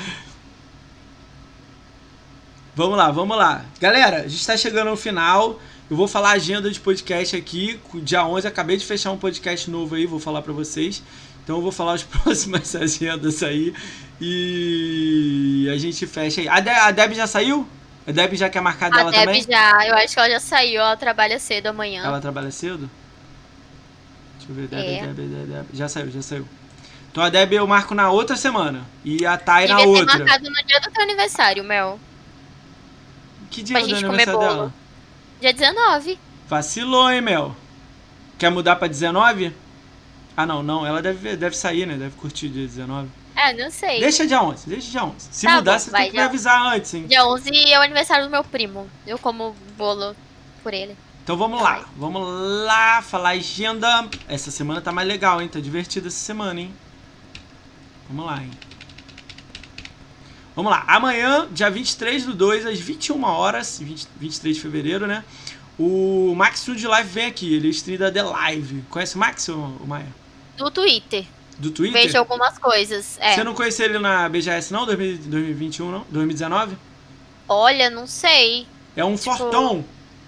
Vamos lá, vamos lá. Galera, a gente tá chegando ao final. Eu vou falar a agenda de podcast aqui. Dia onze, acabei de fechar um podcast novo aí, vou falar pra vocês. Então eu vou falar as próximas agendas aí e a gente fecha aí. A, De a Deb já saiu? A Deb já quer marcar dela também? A Deb já, eu acho que ela já saiu, ela trabalha cedo amanhã. Ela trabalha cedo? Deixa eu ver, Deb, É. Deb, Deb, Deb. Já saiu, já saiu. Então a Deb eu marco na outra semana e a Thay na Devia ter outra. marcado no dia do teu aniversário, Mel. Que dia Pra é o gente comer aniversário bolo. dela? Dia dezenove. Vacilou, hein, Mel? Quer mudar pra dezenove? Ah, não, não. Ela deve, deve sair, né? Deve curtir dia dezenove. É, não sei. Deixa dia onze, deixa dia onze. Se Tá mudar, bom, você vai, tem que me dia- avisar antes, hein? Dia onze é o aniversário do meu primo. Eu como bolo por ele. Então vamos lá. Vamos lá falar agenda. Essa semana tá mais legal, hein? Tá divertida essa semana, hein? Vamos lá, hein? Vamos lá. Amanhã, dia vinte e três do dois, às vinte e uma horas, vinte, vinte e três de fevereiro, né? O Max Studio Live vem aqui. Ele streama The Live. Conhece o Max, ou o Maia? Do Twitter. Do Twitter? Vejo algumas coisas. É. Você não conheceu ele na B G S, não? dois mil e vinte e um, não? dois mil e dezenove? Olha, não sei. É um Tipo, fortão.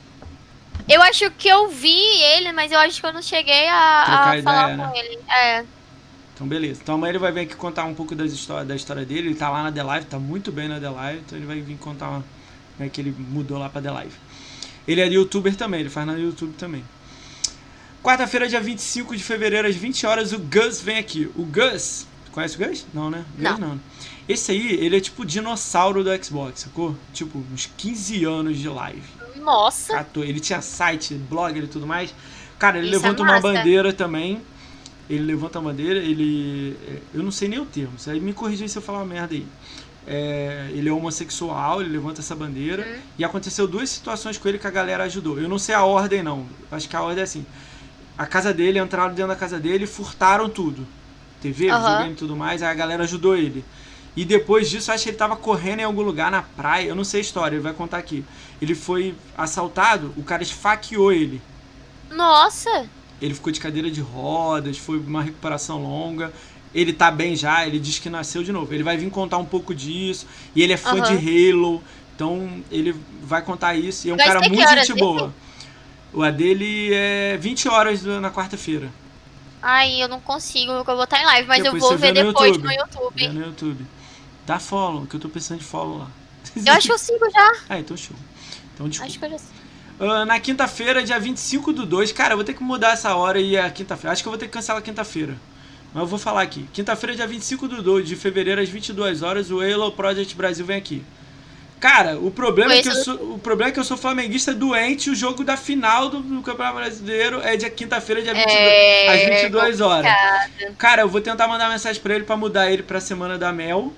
Eu acho que eu vi ele, mas eu acho que eu não cheguei a, Trocar a falar ideia, com né? ele. É. Então, beleza. Então, amanhã ele vai vir aqui contar um pouco das histórias, da história dele. Ele tá lá na The Live, tá muito bem na The Live. Então, ele vai vir contar uma, como é que ele mudou lá pra The Live. Ele é youtuber também, ele faz na YouTube também. Quarta-feira, dia vinte e cinco de fevereiro, às vinte horas, o Gus vem aqui. O Gus... Conhece o Gus? Não, né? Gus Não. não. Esse aí, ele é tipo o dinossauro do Xbox, sacou? Tipo, uns quinze anos de live. Nossa. Catou. Ele tinha site, blogger e tudo mais. Cara, ele Isso é levanta uma massa. bandeira também. Ele levanta a bandeira, ele... Eu não sei nem o termo, você me corrija se eu falar uma merda aí. É, ele é homossexual, ele levanta essa bandeira. Uhum. E aconteceu duas situações com ele que a galera ajudou. Eu não sei a ordem, não. Acho que a ordem é assim. A casa dele, entraram dentro da casa dele e furtaram tudo. T V, Uhum. videogame e tudo mais. Aí a galera ajudou ele. E depois disso, acho que ele tava correndo em algum lugar na praia. Eu não sei a história, ele vai contar aqui. Ele foi assaltado, o cara esfaqueou ele. Nossa. Ele ficou de cadeira de rodas, foi uma recuperação longa. Ele tá bem já, ele diz que nasceu de novo. Ele vai vir contar um pouco disso. E ele é fã Uhum. de Halo. Então ele vai contar isso. E é um Vai cara ser que muito horas gente esse? boa. O A dele é vinte horas do- na quarta-feira. Ai, eu não consigo, eu vou estar em live, mas Depois eu vou você vê ver no depois YouTube. no É YouTube. no YouTube. Dá follow, que eu tô pensando de follow lá. Eu acho que eu sigo já. Ah, então show. Então desculpa. Acho que eu já sigo. Ah, na quinta-feira, dia vinte e cinco do dois. Cara, eu vou ter que mudar essa hora e a quinta-feira. Acho que eu vou ter que cancelar a quinta-feira. Mas eu vou falar aqui. Quinta-feira, dia vinte e cinco do dois de fevereiro, às vinte e duas horas, o Halo Project Brasil vem aqui. Cara, o problema, é que eu Conheço- sou, o problema é que eu sou flamenguista doente e o jogo da final do, do Campeonato Brasileiro é dia quinta-feira, dia vinte e dois, É, às vinte e duas horas. complicado. Cara, eu vou tentar mandar mensagem pra ele pra mudar ele pra semana da Mel.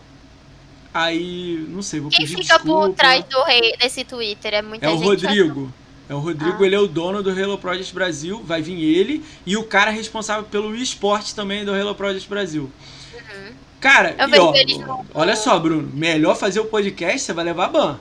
Aí, não sei, vou Quem pedir fica desculpa. por trás do rei desse Twitter? É muita É o gente. Rodrigo. É o Rodrigo, Ah. ele é o dono do Halo Project Brasil. Vai vir ele e o cara responsável pelo esporte também do Halo Project Brasil. Uhum. Cara, Eu e vejo ó, eles no- olha só, Bruno. Melhor fazer o podcast, você vai levar ban.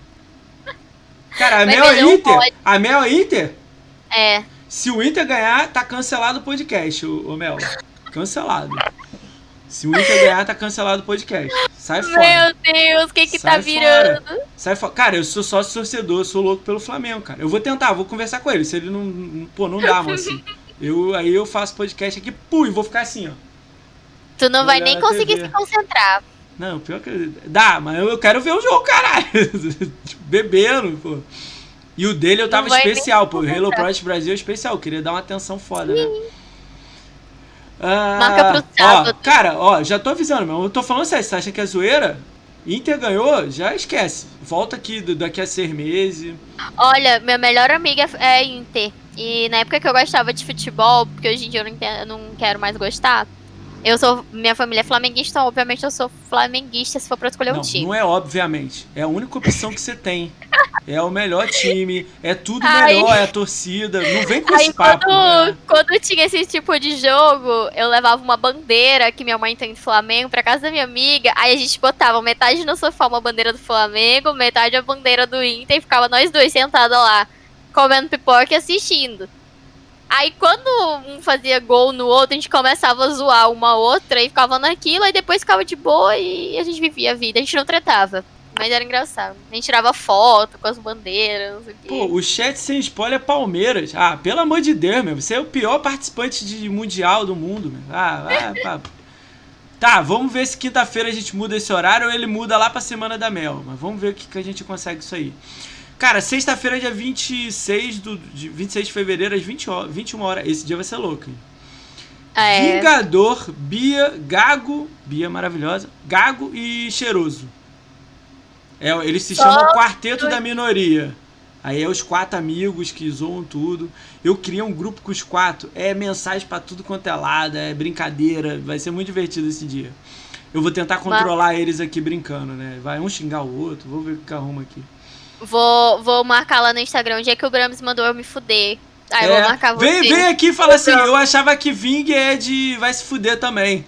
Cara, a Vai Mel é fazer um Inter. pod. A Mel é Inter. É. Se o Inter ganhar, tá cancelado o podcast, ô, ô Mel. Cancelado. Se o Inter ganhar, tá cancelado o podcast. Sai fora. Meu Deus, o que que Sai tá virando? Sai fora. Cara, eu sou sócio torcedor, eu sou louco pelo Flamengo, cara. Eu vou tentar, vou conversar com ele. Se ele não. não- Pô, não dá, moço. Eu, aí eu faço podcast aqui, pum, e vou ficar assim, ó. Tu não vai Olhar nem na conseguir T V. se concentrar. Não, pior que. Dá, mas eu, eu quero ver o jogo, caralho. Tipo, bebendo, pô. E o dele eu tava Não vai nem especial, pô. O Halo concentrar. Project Brasil é especial. Eu queria dar uma atenção foda, né? Ah, Marca pro ó, sábado. cara, ó, já tô avisando, meu. Eu tô falando sério, você acha que é zoeira? Inter ganhou, já esquece. Volta aqui do- daqui a seis meses. Olha, minha melhor amiga é Inter. E na época que eu gostava de futebol, porque hoje em dia eu não, entendo- eu não quero mais gostar, eu sou. Minha família é flamenguista, então obviamente eu sou flamenguista se for pra escolher um Não, time. não é obviamente. É a única opção que você tem. É o melhor time, é tudo Ai. melhor, é a torcida. Não vem com Aí esse papo. quando, né? quando tinha esse tipo de jogo, eu levava uma bandeira que minha mãe tem do Flamengo pra casa da minha amiga. Aí a gente botava metade no sofá uma bandeira do Flamengo, metade a bandeira do Inter e ficava nós dois sentados lá, comendo pipoca e assistindo. Aí quando um fazia gol no outro, a gente começava a zoar uma outra e ficava naquilo, aí depois ficava de boa e a gente vivia a vida, a gente não tretava. Mas era engraçado. A gente tirava foto com as bandeiras, não sei o quê. Pô, o chat sem spoiler é Palmeiras. Ah, pelo amor de Deus, meu. Você é o pior participante de mundial do mundo, meu. Ah, vai, pá. Tá, vamos ver se quinta-feira a gente muda esse horário ou ele muda lá pra Semana da Mel. Mas vamos ver o que, que a gente consegue isso aí. Cara, sexta-feira, dia vinte e seis, do, de vinte e seis de fevereiro, às vinte horas, vinte e uma horas. Esse dia vai ser louco, hein? É. Vingador, Bia, Gago, Bia maravilhosa, Gago e Cheiroso. É, eles se chamam oh, Quarteto dois. da Minoria. Aí é os quatro amigos que zoam tudo. Eu criei um grupo com os quatro. É mensagem pra tudo quanto é lado, é brincadeira. Vai ser muito divertido esse dia. Eu vou tentar controlar Mas... eles aqui brincando, né? Vai um xingar o outro. Vou ver o que arruma aqui. Vou, vou marcar lá no Instagram. O dia que o Brams mandou eu me fuder. Aí é, eu vou marcar você. Vem, vem aqui e fala assim, eu achava que Ving é de vai se fuder também.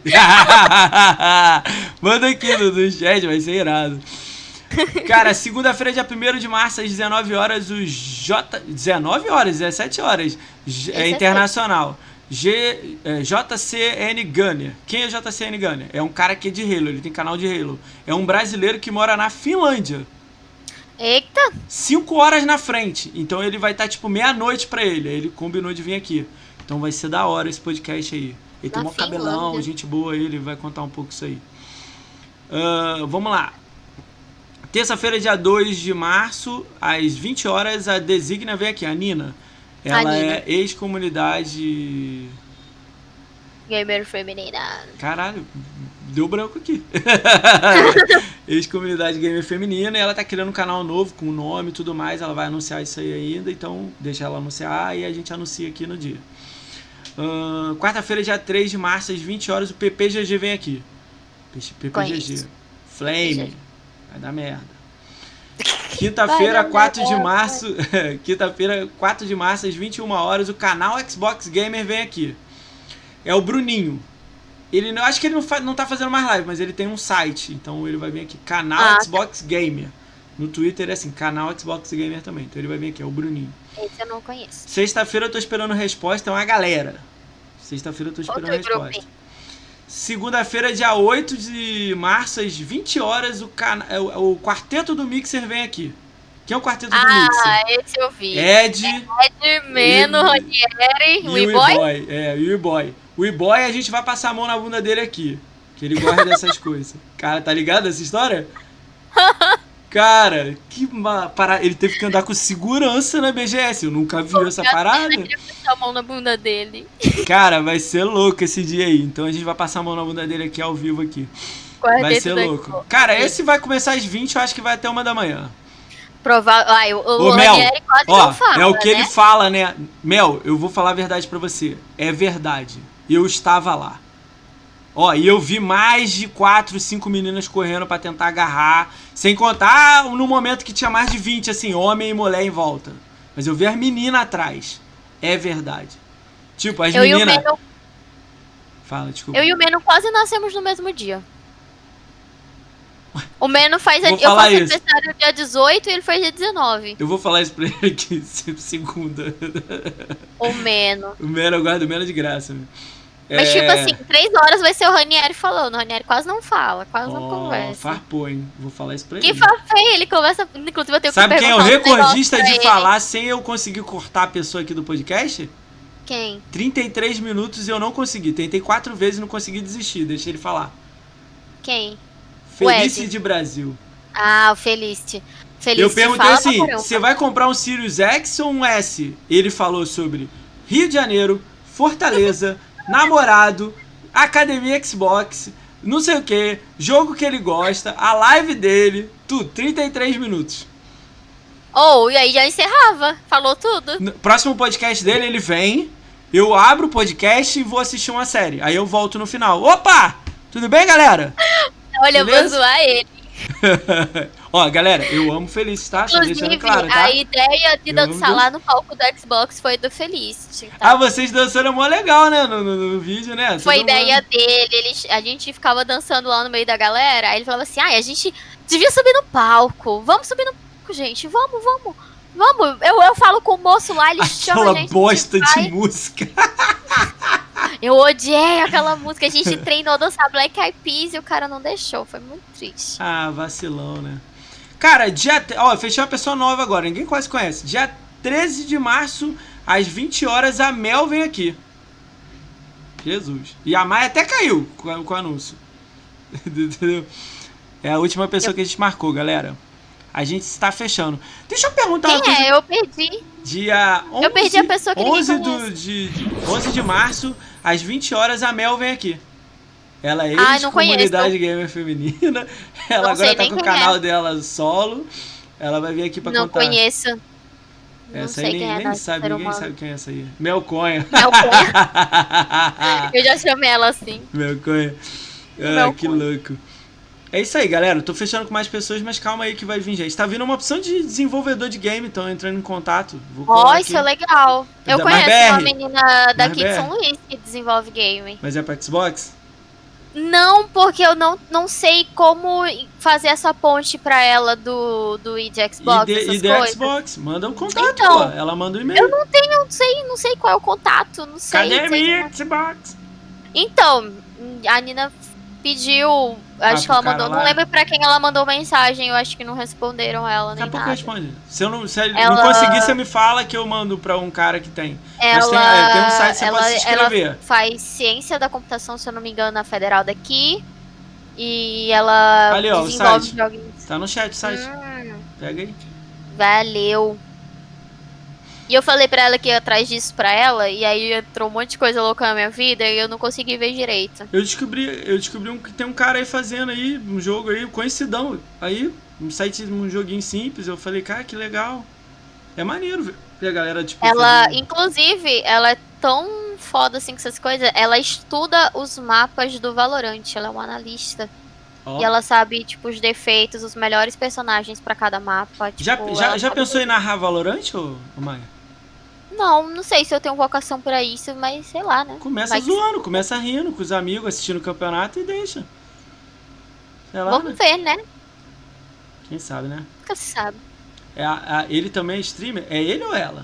Manda aqui no, no chat, vai ser irado. Cara, segunda-feira, dia primeiro de março, às dezenove horas, o J... dezenove horas, dezessete horas, é internacional. G, é, J C N Gunner. Quem é J C N Gunner? É um cara que é de Halo, ele tem canal de Halo. É um brasileiro que mora na Finlândia. Eita! Cinco horas na frente. Então ele vai estar, tá, tipo, meia-noite pra ele. Aí ele combinou de vir aqui. Então vai ser da hora esse podcast aí. Ele tem um cabelão, gente boa aí, ele vai contar um pouco isso aí. Uh, vamos lá. Terça-feira, dia dois de março, às vinte horas, a Designa vem aqui, a Nina. Ela a Nina. é ex-comunidade... Gamer feminina. Caralho, deu branco aqui. Ex-comunidade gamer feminina, e ela tá criando um canal novo com o nome e tudo mais. Ela vai anunciar isso aí ainda, então deixa ela anunciar e a gente anuncia aqui no dia. Uh, quarta-feira, dia três de março, às vinte horas, o P P G G vem aqui. P P G G. Flame. Vai dar merda. Quinta-feira, quatro de março. Quinta-feira, quatro de março, às vinte e uma horas, o canal Xbox Gamer vem aqui. É o Bruninho. Ele, eu acho que ele não, fa, não tá fazendo mais live, mas ele tem um site. Então ele vai vir aqui. Canal ah, Xbox Gamer. No Twitter é assim, canal Xbox Gamer também. Então ele vai vir aqui, é o Bruninho. Esse eu não conheço. Sexta-feira eu tô esperando resposta, é uma galera. Sexta-feira eu tô esperando Outro resposta. Grupo. Segunda-feira, dia oito de março, às vinte horas, o, cana o, o Quarteto do Mixer vem aqui. Quem é o Quarteto ah, do Mixer? Ah, esse eu vi. Ed. Ed, Meno, Ranieri, o E-Boy. É, o E-Boy. O E-Boy, a gente vai passar a mão na bunda dele aqui. Que ele gosta dessas coisas. Cara, tá ligado essa história? Cara, que parada. Ele teve que andar com segurança na B G S. Eu nunca vi essa parada. Eu passar a mão na bunda dele. Cara, vai ser louco esse dia aí. Então a gente vai passar a mão na bunda dele aqui ao vivo aqui. Quarteto vai ser louco. Daqui. Cara, esse vai começar às vinte, eu acho que vai até uma da manhã. Provável. Ah, o, o Ô, Mel, Ranieri quase ó, não fala, é o que né? ele fala, né? Mel, eu vou falar a verdade pra você. É verdade. Eu estava lá. Ó, e eu vi mais de quatro, cinco meninas correndo pra tentar agarrar. Sem contar no momento que tinha mais de vinte, assim, homem e mulher em volta. Mas eu vi as meninas atrás. É verdade. Tipo, as meninas... Meno... Fala, desculpa. Eu e o Meno quase nascemos no mesmo dia. O Meno faz... Vou eu falar faço isso. aniversário dia dezoito e ele faz dia dezenove. Eu vou falar isso pra ele aqui, segunda. O Meno. O Meno, eu guardo o Meno de graça. Meu. Mas, é... tipo assim, três horas vai ser o Ranieri falando. O Ranieri quase não fala, quase oh, não conversa. Farpou, hein? Vou falar isso pra que ele. Que farpei, ele conversa... Inclusive, eu tenho Sabe que quem é o recordista de ele. falar sem eu conseguir cortar a pessoa aqui do podcast? Quem? trinta e três minutos e eu não consegui. Tentei quatro vezes e não consegui desistir. Deixa ele falar. Quem? Felice de Brasil. Ah, o Felice. Felice eu perguntei assim, você vai comprar um Sirius X ou um S? Ele falou sobre Rio de Janeiro, Fortaleza, namorado, academia Xbox, não sei o que, jogo que ele gosta, a live dele, tudo, trinta e três minutos. Oh, e aí já encerrava, falou tudo. No próximo podcast dele, ele vem, eu abro o podcast e vou assistir uma série. Aí eu volto no final. Opa! Tudo bem, galera? Olha, beleza? Eu vou zoar ele. Ó, galera, eu amo Felice, tá? Só deixando claro, tá? A ideia de eu dançar lá no palco do Xbox foi do Felice. Tá? Ah, vocês dançaram mó legal, né? No, no, no vídeo, né? Foi Todo ideia mundo... dele. Ele, a gente ficava dançando lá no meio da galera. Aí ele falava assim, ah, a gente devia subir no palco. Vamos subir no palco, gente. Vamos, vamos. Vamos. Eu, eu falo com o moço lá, ele Aquela chama a gente. Aquela bosta de, vai... música. Eu odiei aquela música. A gente treinou dançar Black Eyed Peas e o cara não deixou. Foi muito triste. Ah, vacilão, né? Cara, dia... Ó, eu fechei uma pessoa nova agora, ninguém quase conhece. Dia treze de março, às vinte horas, a Mel vem aqui. Jesus. E a Maia até caiu com, com o anúncio. Entendeu? É a última pessoa eu... que a gente marcou, galera. A gente está fechando. Deixa eu perguntar Quem uma coisa. É, eu perdi. Dia onze, eu perdi a pessoa que onze, do, de, onze de março, às vinte horas, a Mel vem aqui. Ela é ah, ex-comunidade gamer feminina. Ela não agora tá com o canal é. dela solo. Ela vai vir aqui pra não contar. Não conheço. Essa não aí nem, é nem sabe, ninguém humano. sabe quem é essa aí. Melconha. Melconha. Eu já chamei ela assim. Melconha. Ah, que louco. É isso aí, galera. Eu tô fechando com mais pessoas, mas calma aí que vai vir gente. Tá vindo uma opção de desenvolvedor de game, então entrando em contato. Ó, oh, isso é legal. Eu da, conheço B R, uma menina daqui B R. de São Luís que desenvolve game. Mas é pra Xbox? Não, porque eu não, não sei como fazer essa ponte pra ela do, do I D Xbox. E de, e de Xbox, manda um contato, então, pô. Ela manda um e-mail. Eu não tenho, não sei, não sei qual é o contato, não sei. Cadê minha sei Xbox? Então, a Nina pediu, acho ah, que ela mandou, lá. Não lembro pra quem ela mandou mensagem, eu acho que não responderam ela, nem Daqui a pouco nada. responde. Se eu não, se ela... não conseguir, você me fala que eu mando pra um cara que tem. Ela... Mas tem, é, tem um site que você ela, pode se inscrever. Ela faz ciência da computação, se eu não me engano, na Federal daqui. E ela ali, ó, desenvolve o site. joguinhos. Tá no chat o site. Hum, Pega aí. Valeu. E eu falei pra ela que ia atrás disso pra ela, e aí entrou um monte de coisa louca na minha vida e eu não consegui ver direito. Eu descobri, eu descobri um, que tem um cara aí fazendo aí, um jogo aí, conhecidão. Aí, um site, um joguinho simples, eu falei, cara, que legal. É maneiro ver a galera, tipo... Ela, fazendo... inclusive, ela é tão foda assim com essas coisas, ela estuda os mapas do Valorant, ela é uma analista. Oh. E ela sabe, tipo, os defeitos, os melhores personagens pra cada mapa. Tipo, já já, já pensou em narrar Valorant, ô, ô Maia? Não, não sei se eu tenho vocação pra isso, mas sei lá, né? Começa Vai zoando, que... começa rindo com os amigos, assistindo o campeonato e deixa. Sei lá, Vamos né? ver, né? Quem sabe, né? Nunca se sabe. É a, a, ele também é streamer? É ele ou ela?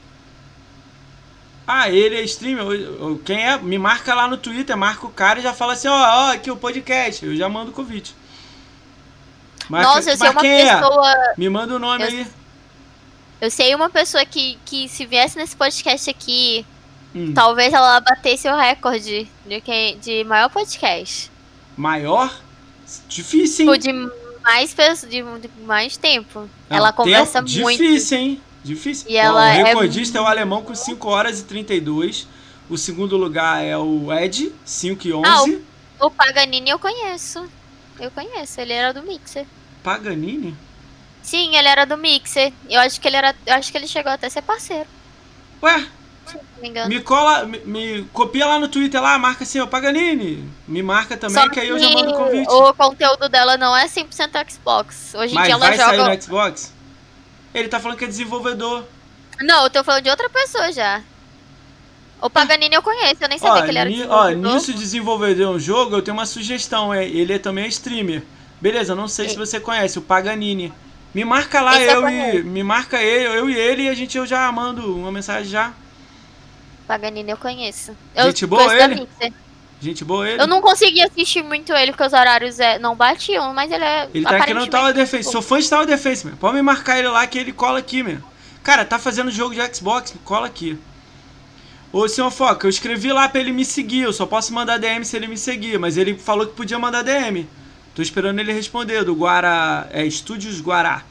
Ah, ele é streamer. Quem é? Me marca lá no Twitter, marca o cara e já fala assim, ó, ó, aqui o podcast. Eu já mando o convite. Marca, Nossa, eu sei uma pessoa... É? Me manda o nome eu... aí. Eu sei uma pessoa que, que se viesse nesse podcast aqui, hum. talvez ela batesse o recorde de, que, de maior podcast. Maior? Difícil, hein? De mais, de, de mais tempo. É, ela conversa tempo muito. Difícil, hein? Difícil. E ela Ó, o recordista é... é o alemão com cinco horas e trinta e dois. O segundo lugar é o Ed, cinco e onze. Ah, o, o Paganini eu conheço. Eu conheço, ele era do Mixer. Paganini? Sim, ele era do Mixer. Eu acho que ele era. Eu acho que ele chegou até a ser parceiro. Ué? Se não me engano. Me cola, me, me copia lá no Twitter lá, marca assim, ó, Paganini. Me marca também, Só que aí eu já mando o convite. O conteúdo dela não é cem por cento Xbox. Hoje em dia ela vai joga. Sair no Xbox? Ele tá falando que é desenvolvedor. Não, eu tô falando de outra pessoa já. O Paganini eu conheço, eu nem sabia ó, que ele era ni, desenvolvedor. Ó, nisso de desenvolver um jogo, eu tenho uma sugestão, é, ele é também é streamer. Beleza, não sei é. se você conhece, o Paganini. Me marca lá, Esse eu é e. Me marca ele, eu e ele, e a gente eu já mando uma mensagem já. Paganini eu conheço. Eu Gente boa ele? Gente boa ele? Eu não consegui assistir muito ele, porque os horários é, não batiam, mas ele é. Ele tá aqui no Tower Defense. Sou fã de Tower Defense, meu. Pode me marcar ele lá que ele cola aqui, meu. Cara, tá fazendo jogo de Xbox, cola aqui. Ô, senhor Foca, eu escrevi lá pra ele me seguir. Eu só posso mandar D M se ele me seguir. Mas ele falou que podia mandar D M. Tô esperando ele responder, do Guará. É, Estúdios Guará.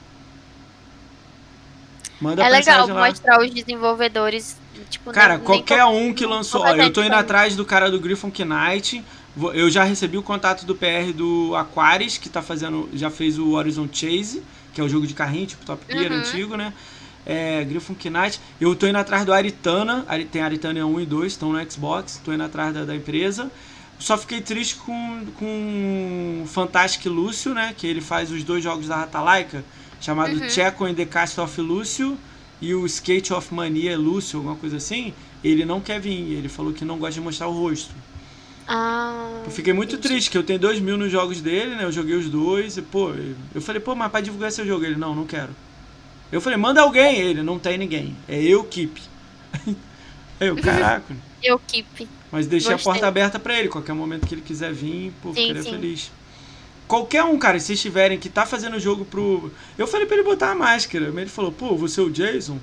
Manda é legal lá. mostrar os desenvolvedores. Tipo, cara, nem, qualquer nem um que lançou. Ó, eu tô indo atrás do cara do Griffon Knight. Eu já recebi o contato do P R do Aquaris, que tá fazendo. Já fez o Horizon Chase, que é o jogo de carrinho, tipo Top Gear uhum. antigo, né? É, Griffon Knight. Eu tô indo atrás do Aritana. Tem Aritana um e dois, estão no Xbox. Tô indo atrás da, da empresa. Só fiquei triste com, com Fantastic Lúcio, né? Que ele faz os dois jogos da Ratalaika, chamado uhum. Checo and the Cast of Lúcio e o Skate of Mania Lúcio, alguma coisa assim. Ele não quer vir, ele falou que não gosta de mostrar o rosto. Ah, eu fiquei muito entendi. triste, que eu tenho dois mil nos jogos dele, né? Eu joguei os dois e, pô, eu falei, pô, mas pra divulgar seu jogo, ele, não, não quero. Eu falei, manda alguém, ele, não tem ninguém. É eu, Keep. Eu, caraca. Eu, Keep. Mas deixei Gostei. a porta aberta pra ele, qualquer momento que ele quiser vir, pô, sim, ficaria sim. feliz. qualquer um, cara, se vocês tiverem que tá fazendo o jogo pro... Eu falei pra ele botar a máscara, mas ele falou, pô, você é o Jason?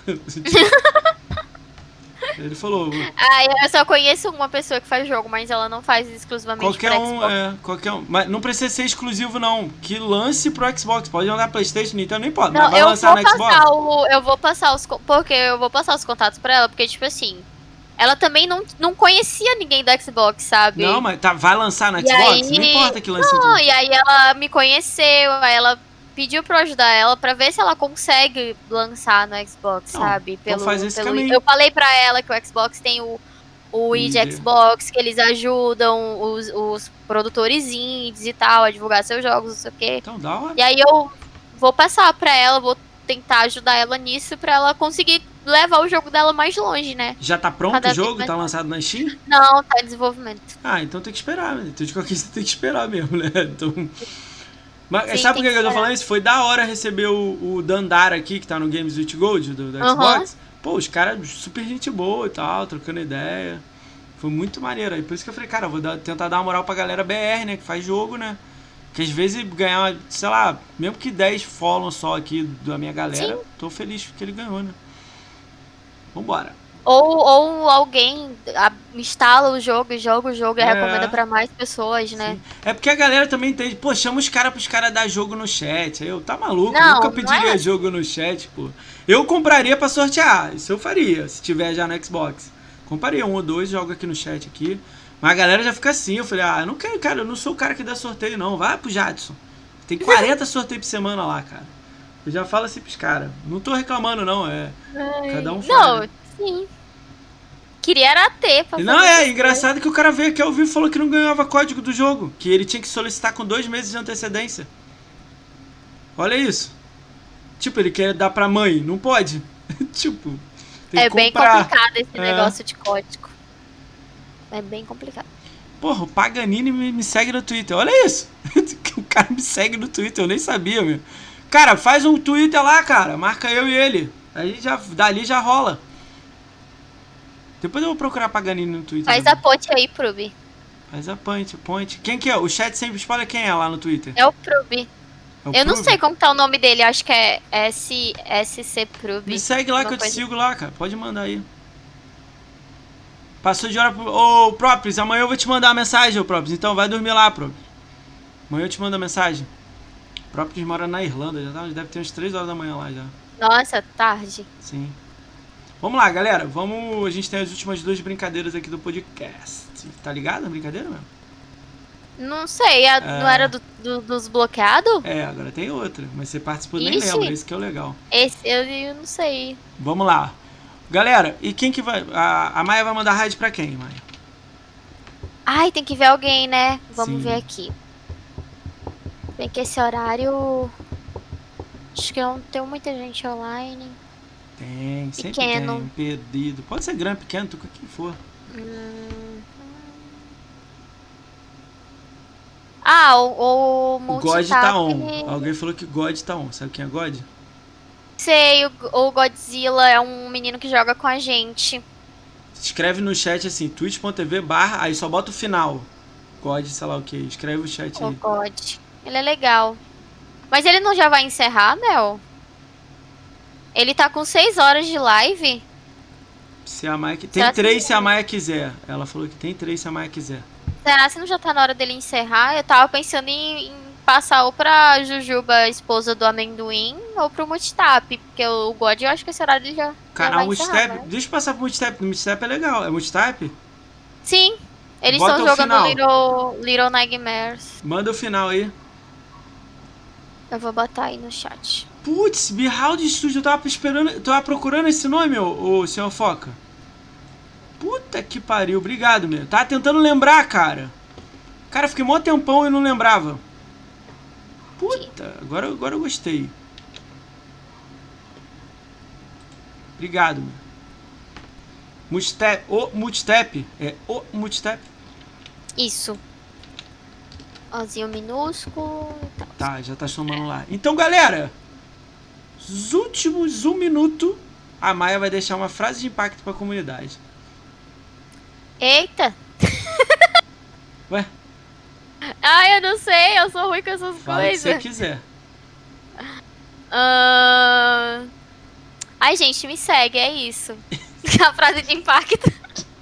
Ele falou... Ah, eu só conheço uma pessoa que faz jogo, mas ela não faz exclusivamente qualquer pra um, Xbox. é, qualquer um. Mas não precisa ser exclusivo, não. Que lance pro Xbox. Pode jogar PlayStation, Nintendo, nem pode. Não, mas vai eu lançar vou no Xbox. passar o, eu vou passar os... Porque eu vou passar os contatos pra ela, porque, tipo assim... Ela também não, não conhecia ninguém do Xbox, sabe? Não, mas tá, vai lançar no E Xbox? aí- Não importa que lance Não, tudo. e aí ela me conheceu, aí ela pediu pra eu ajudar ela pra ver se ela consegue lançar no Xbox, Não, sabe? então faz esse caminho. Eu falei pra ela que o Xbox tem o, o I I D. de Xbox, que eles ajudam os, os produtores indies e tal a divulgar seus jogos, não sei o quê. Então dá uma... E aí eu vou passar pra ela, vou tentar ajudar ela nisso pra ela conseguir levar o jogo dela mais longe, né? Já tá pronto Cada o vez jogo? mais Tá lançado na Steam? Não, tá em desenvolvimento. Ah, então tem que esperar, né? Então de qualquer jeito tem que esperar mesmo, né? Então... Mas Sim, sabe por tem que eu que tô falando isso? Foi da hora receber o, o Dandara aqui, que tá no Games with Gold, do, do Aham. Xbox. Pô, os caras super gente boa e tal, trocando ideia. Foi muito maneiro. Aí por isso que eu falei, cara, eu vou dar- tentar dar uma moral pra galera B R, né? Que faz jogo, né? Que às vezes ganhar, sei lá, mesmo que dez follow só aqui da minha galera, Sim. tô feliz que ele ganhou, né? Vambora. Ou, ou alguém a- instala o jogo, joga o jogo e É. recomenda pra mais pessoas, né? Sim. É porque a galera também entende, pô, chama os caras pros caras dar jogo no chat. Aí eu, tá maluco, Não, nunca não pediria é. jogo no chat, pô. Eu compraria pra sortear, isso eu faria, se tiver já no Xbox. Compraria um ou dois, jogo aqui no chat aqui. Mas a galera já fica assim, eu falei, ah, eu não quero, cara, eu não sou o cara que dá sorteio, não. Vai pro Jadson. Tem quarenta sorteios por semana lá, cara. Eu já falo assim pros caras. Não tô reclamando, não, é. Cada um faz. Não, né? sim. Queria era ter. pra E não, fazer é essas engraçado que o cara veio aqui ao vivo e falou que não ganhava código do jogo. Que ele tinha que solicitar com dois meses de antecedência. Olha isso. Tipo, ele quer dar pra mãe. Não pode. Tipo, tem É que bem comprar. complicado esse É. negócio de código. É bem complicado. Porra, o Paganini me, me segue no Twitter. Olha isso. O cara me segue no Twitter. Eu nem sabia, meu. Cara, faz um Twitter lá, cara. Marca eu e ele. Aí já, dali já rola. Depois eu vou procurar Paganini no Twitter. Faz né? a ponte aí, Prubi. Faz a ponte, ponte. Quem que é? O chat sempre espalha quem é lá no Twitter. É o Prubi. É o Eu não Pruve? sei como tá o nome dele, acho que é S, SC Prubi. Me segue lá Uma que eu te coisa- sigo lá, cara. Pode mandar aí. Passou de hora pro... Ô, Propis, amanhã eu vou te mandar uma mensagem, ô Propis. Então vai dormir lá, Propis. Amanhã eu te mando a mensagem. O Propis mora na Irlanda, já tá, deve ter umas três horas da manhã lá já. Nossa, tarde. Sim. Vamos lá, galera. Vamos... A gente tem as últimas duas brincadeiras aqui do podcast. Tá ligado a brincadeira, meu? Não sei, a- não era do, do- dos bloqueados? É, agora tem outra. Mas você participou nem Ixi. lembra. Esse que é o legal. Esse eu, eu não sei. Vamos lá. Galera, e quem que vai... A, a Maia vai mandar raid pra quem, Maia? Ai, tem que ver alguém, né? Vamos Sim. ver aqui. Bem que esse horário. Acho que não tem muita gente online. Tem, sempre Pequeno. tem. Perdido. Pode ser grande, pequeno, tu com quem for. Hum. Ah, o, o O God multitap, tá on. ele- Alguém falou que God tá on. Sabe quem é God? Sei, o, o Godzilla é um menino que joga com a gente. Escreve no chat assim, twitch.tv barra, aí só bota o final. God, sei lá o que. Escreve o chat O aí. God. Ele é legal. Mas ele não já vai encerrar, Mel? Ele tá com seis horas de live? Se a Maia... Tem Será que três não? se a Maia quiser. Ela falou que tem três se a Maia quiser. Será que não já tá na hora dele encerrar? Eu tava pensando em, em passar ou pra Jujuba, esposa do amendoim, ou pro Multitap. Porque o God, eu acho que esse horário ele já, já Canal vai encerrar, Multitap. né? Deixa eu passar pro Multitap. O Multitap é legal. É Multitap? Sim, eles Bota estão o jogando final. Little, Little Nightmares. Manda o final aí. Eu vou botar aí no chat. Putz, Behold Studio. Eu tava esperando. Eu tava procurando esse nome, ô, ô senhor Foca. Puta que pariu. Obrigado, meu. Tava tentando lembrar, cara. Cara, fiquei mó tempão e não lembrava. Puta, agora, agora eu gostei. Obrigado, meu. Multitap. O Multitap. É o Multitap. Isso. Ozinho minúsculo e tal. Tá, já tá somando lá. Então, galera, os últimos um minuto, a Maia vai deixar uma frase de impacto pra comunidade. Eita! Ué? Ai, eu não sei, eu sou ruim com essas Fala o que você coisas. quiser. Ahn, Ai, gente, me segue, é isso. A frase de impacto.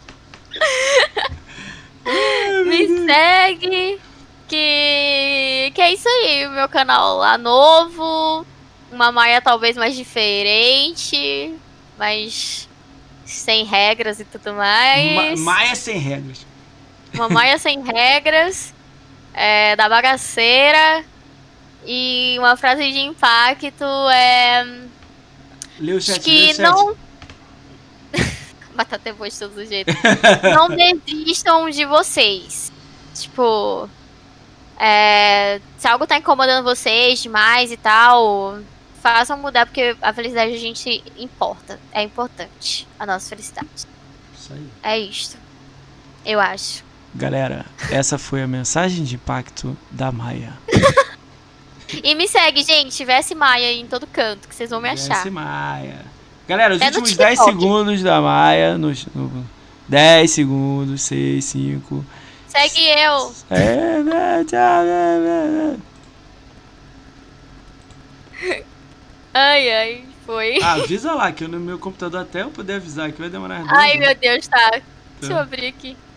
Me segue. Que... que é isso aí, o meu canal lá novo. Uma Maia talvez mais diferente. Mas sem regras e tudo Ma mais. Maia sem regras. Uma Maia sem regras. É, da bagaceira. E uma frase de impacto é... Lê o chat, Acho que lê o chat. não... Batata é boa de todos os jeitos. Não desistam de vocês. Tipo... É, se algo tá incomodando vocês demais e tal, façam mudar, porque a felicidade da gente importa. É importante. A nossa felicidade. Isso aí. É isto. Eu acho. Galera, essa foi a mensagem de impacto da Maia. E me segue, gente. Vesse Maia em todo canto, que vocês vão me achar. Vesse Maia. Galera, os É no últimos dez TikTok. segundos da Maia. No, no dez segundos, seis, cinco. Segue eu. É, né, tchau, né, né. Ai, ai, foi. Ah, avisa lá, que eu no meu computador até eu poder avisar, que vai demorar dois Ai, anos. meu Deus, tá. Deixa eu abrir aqui.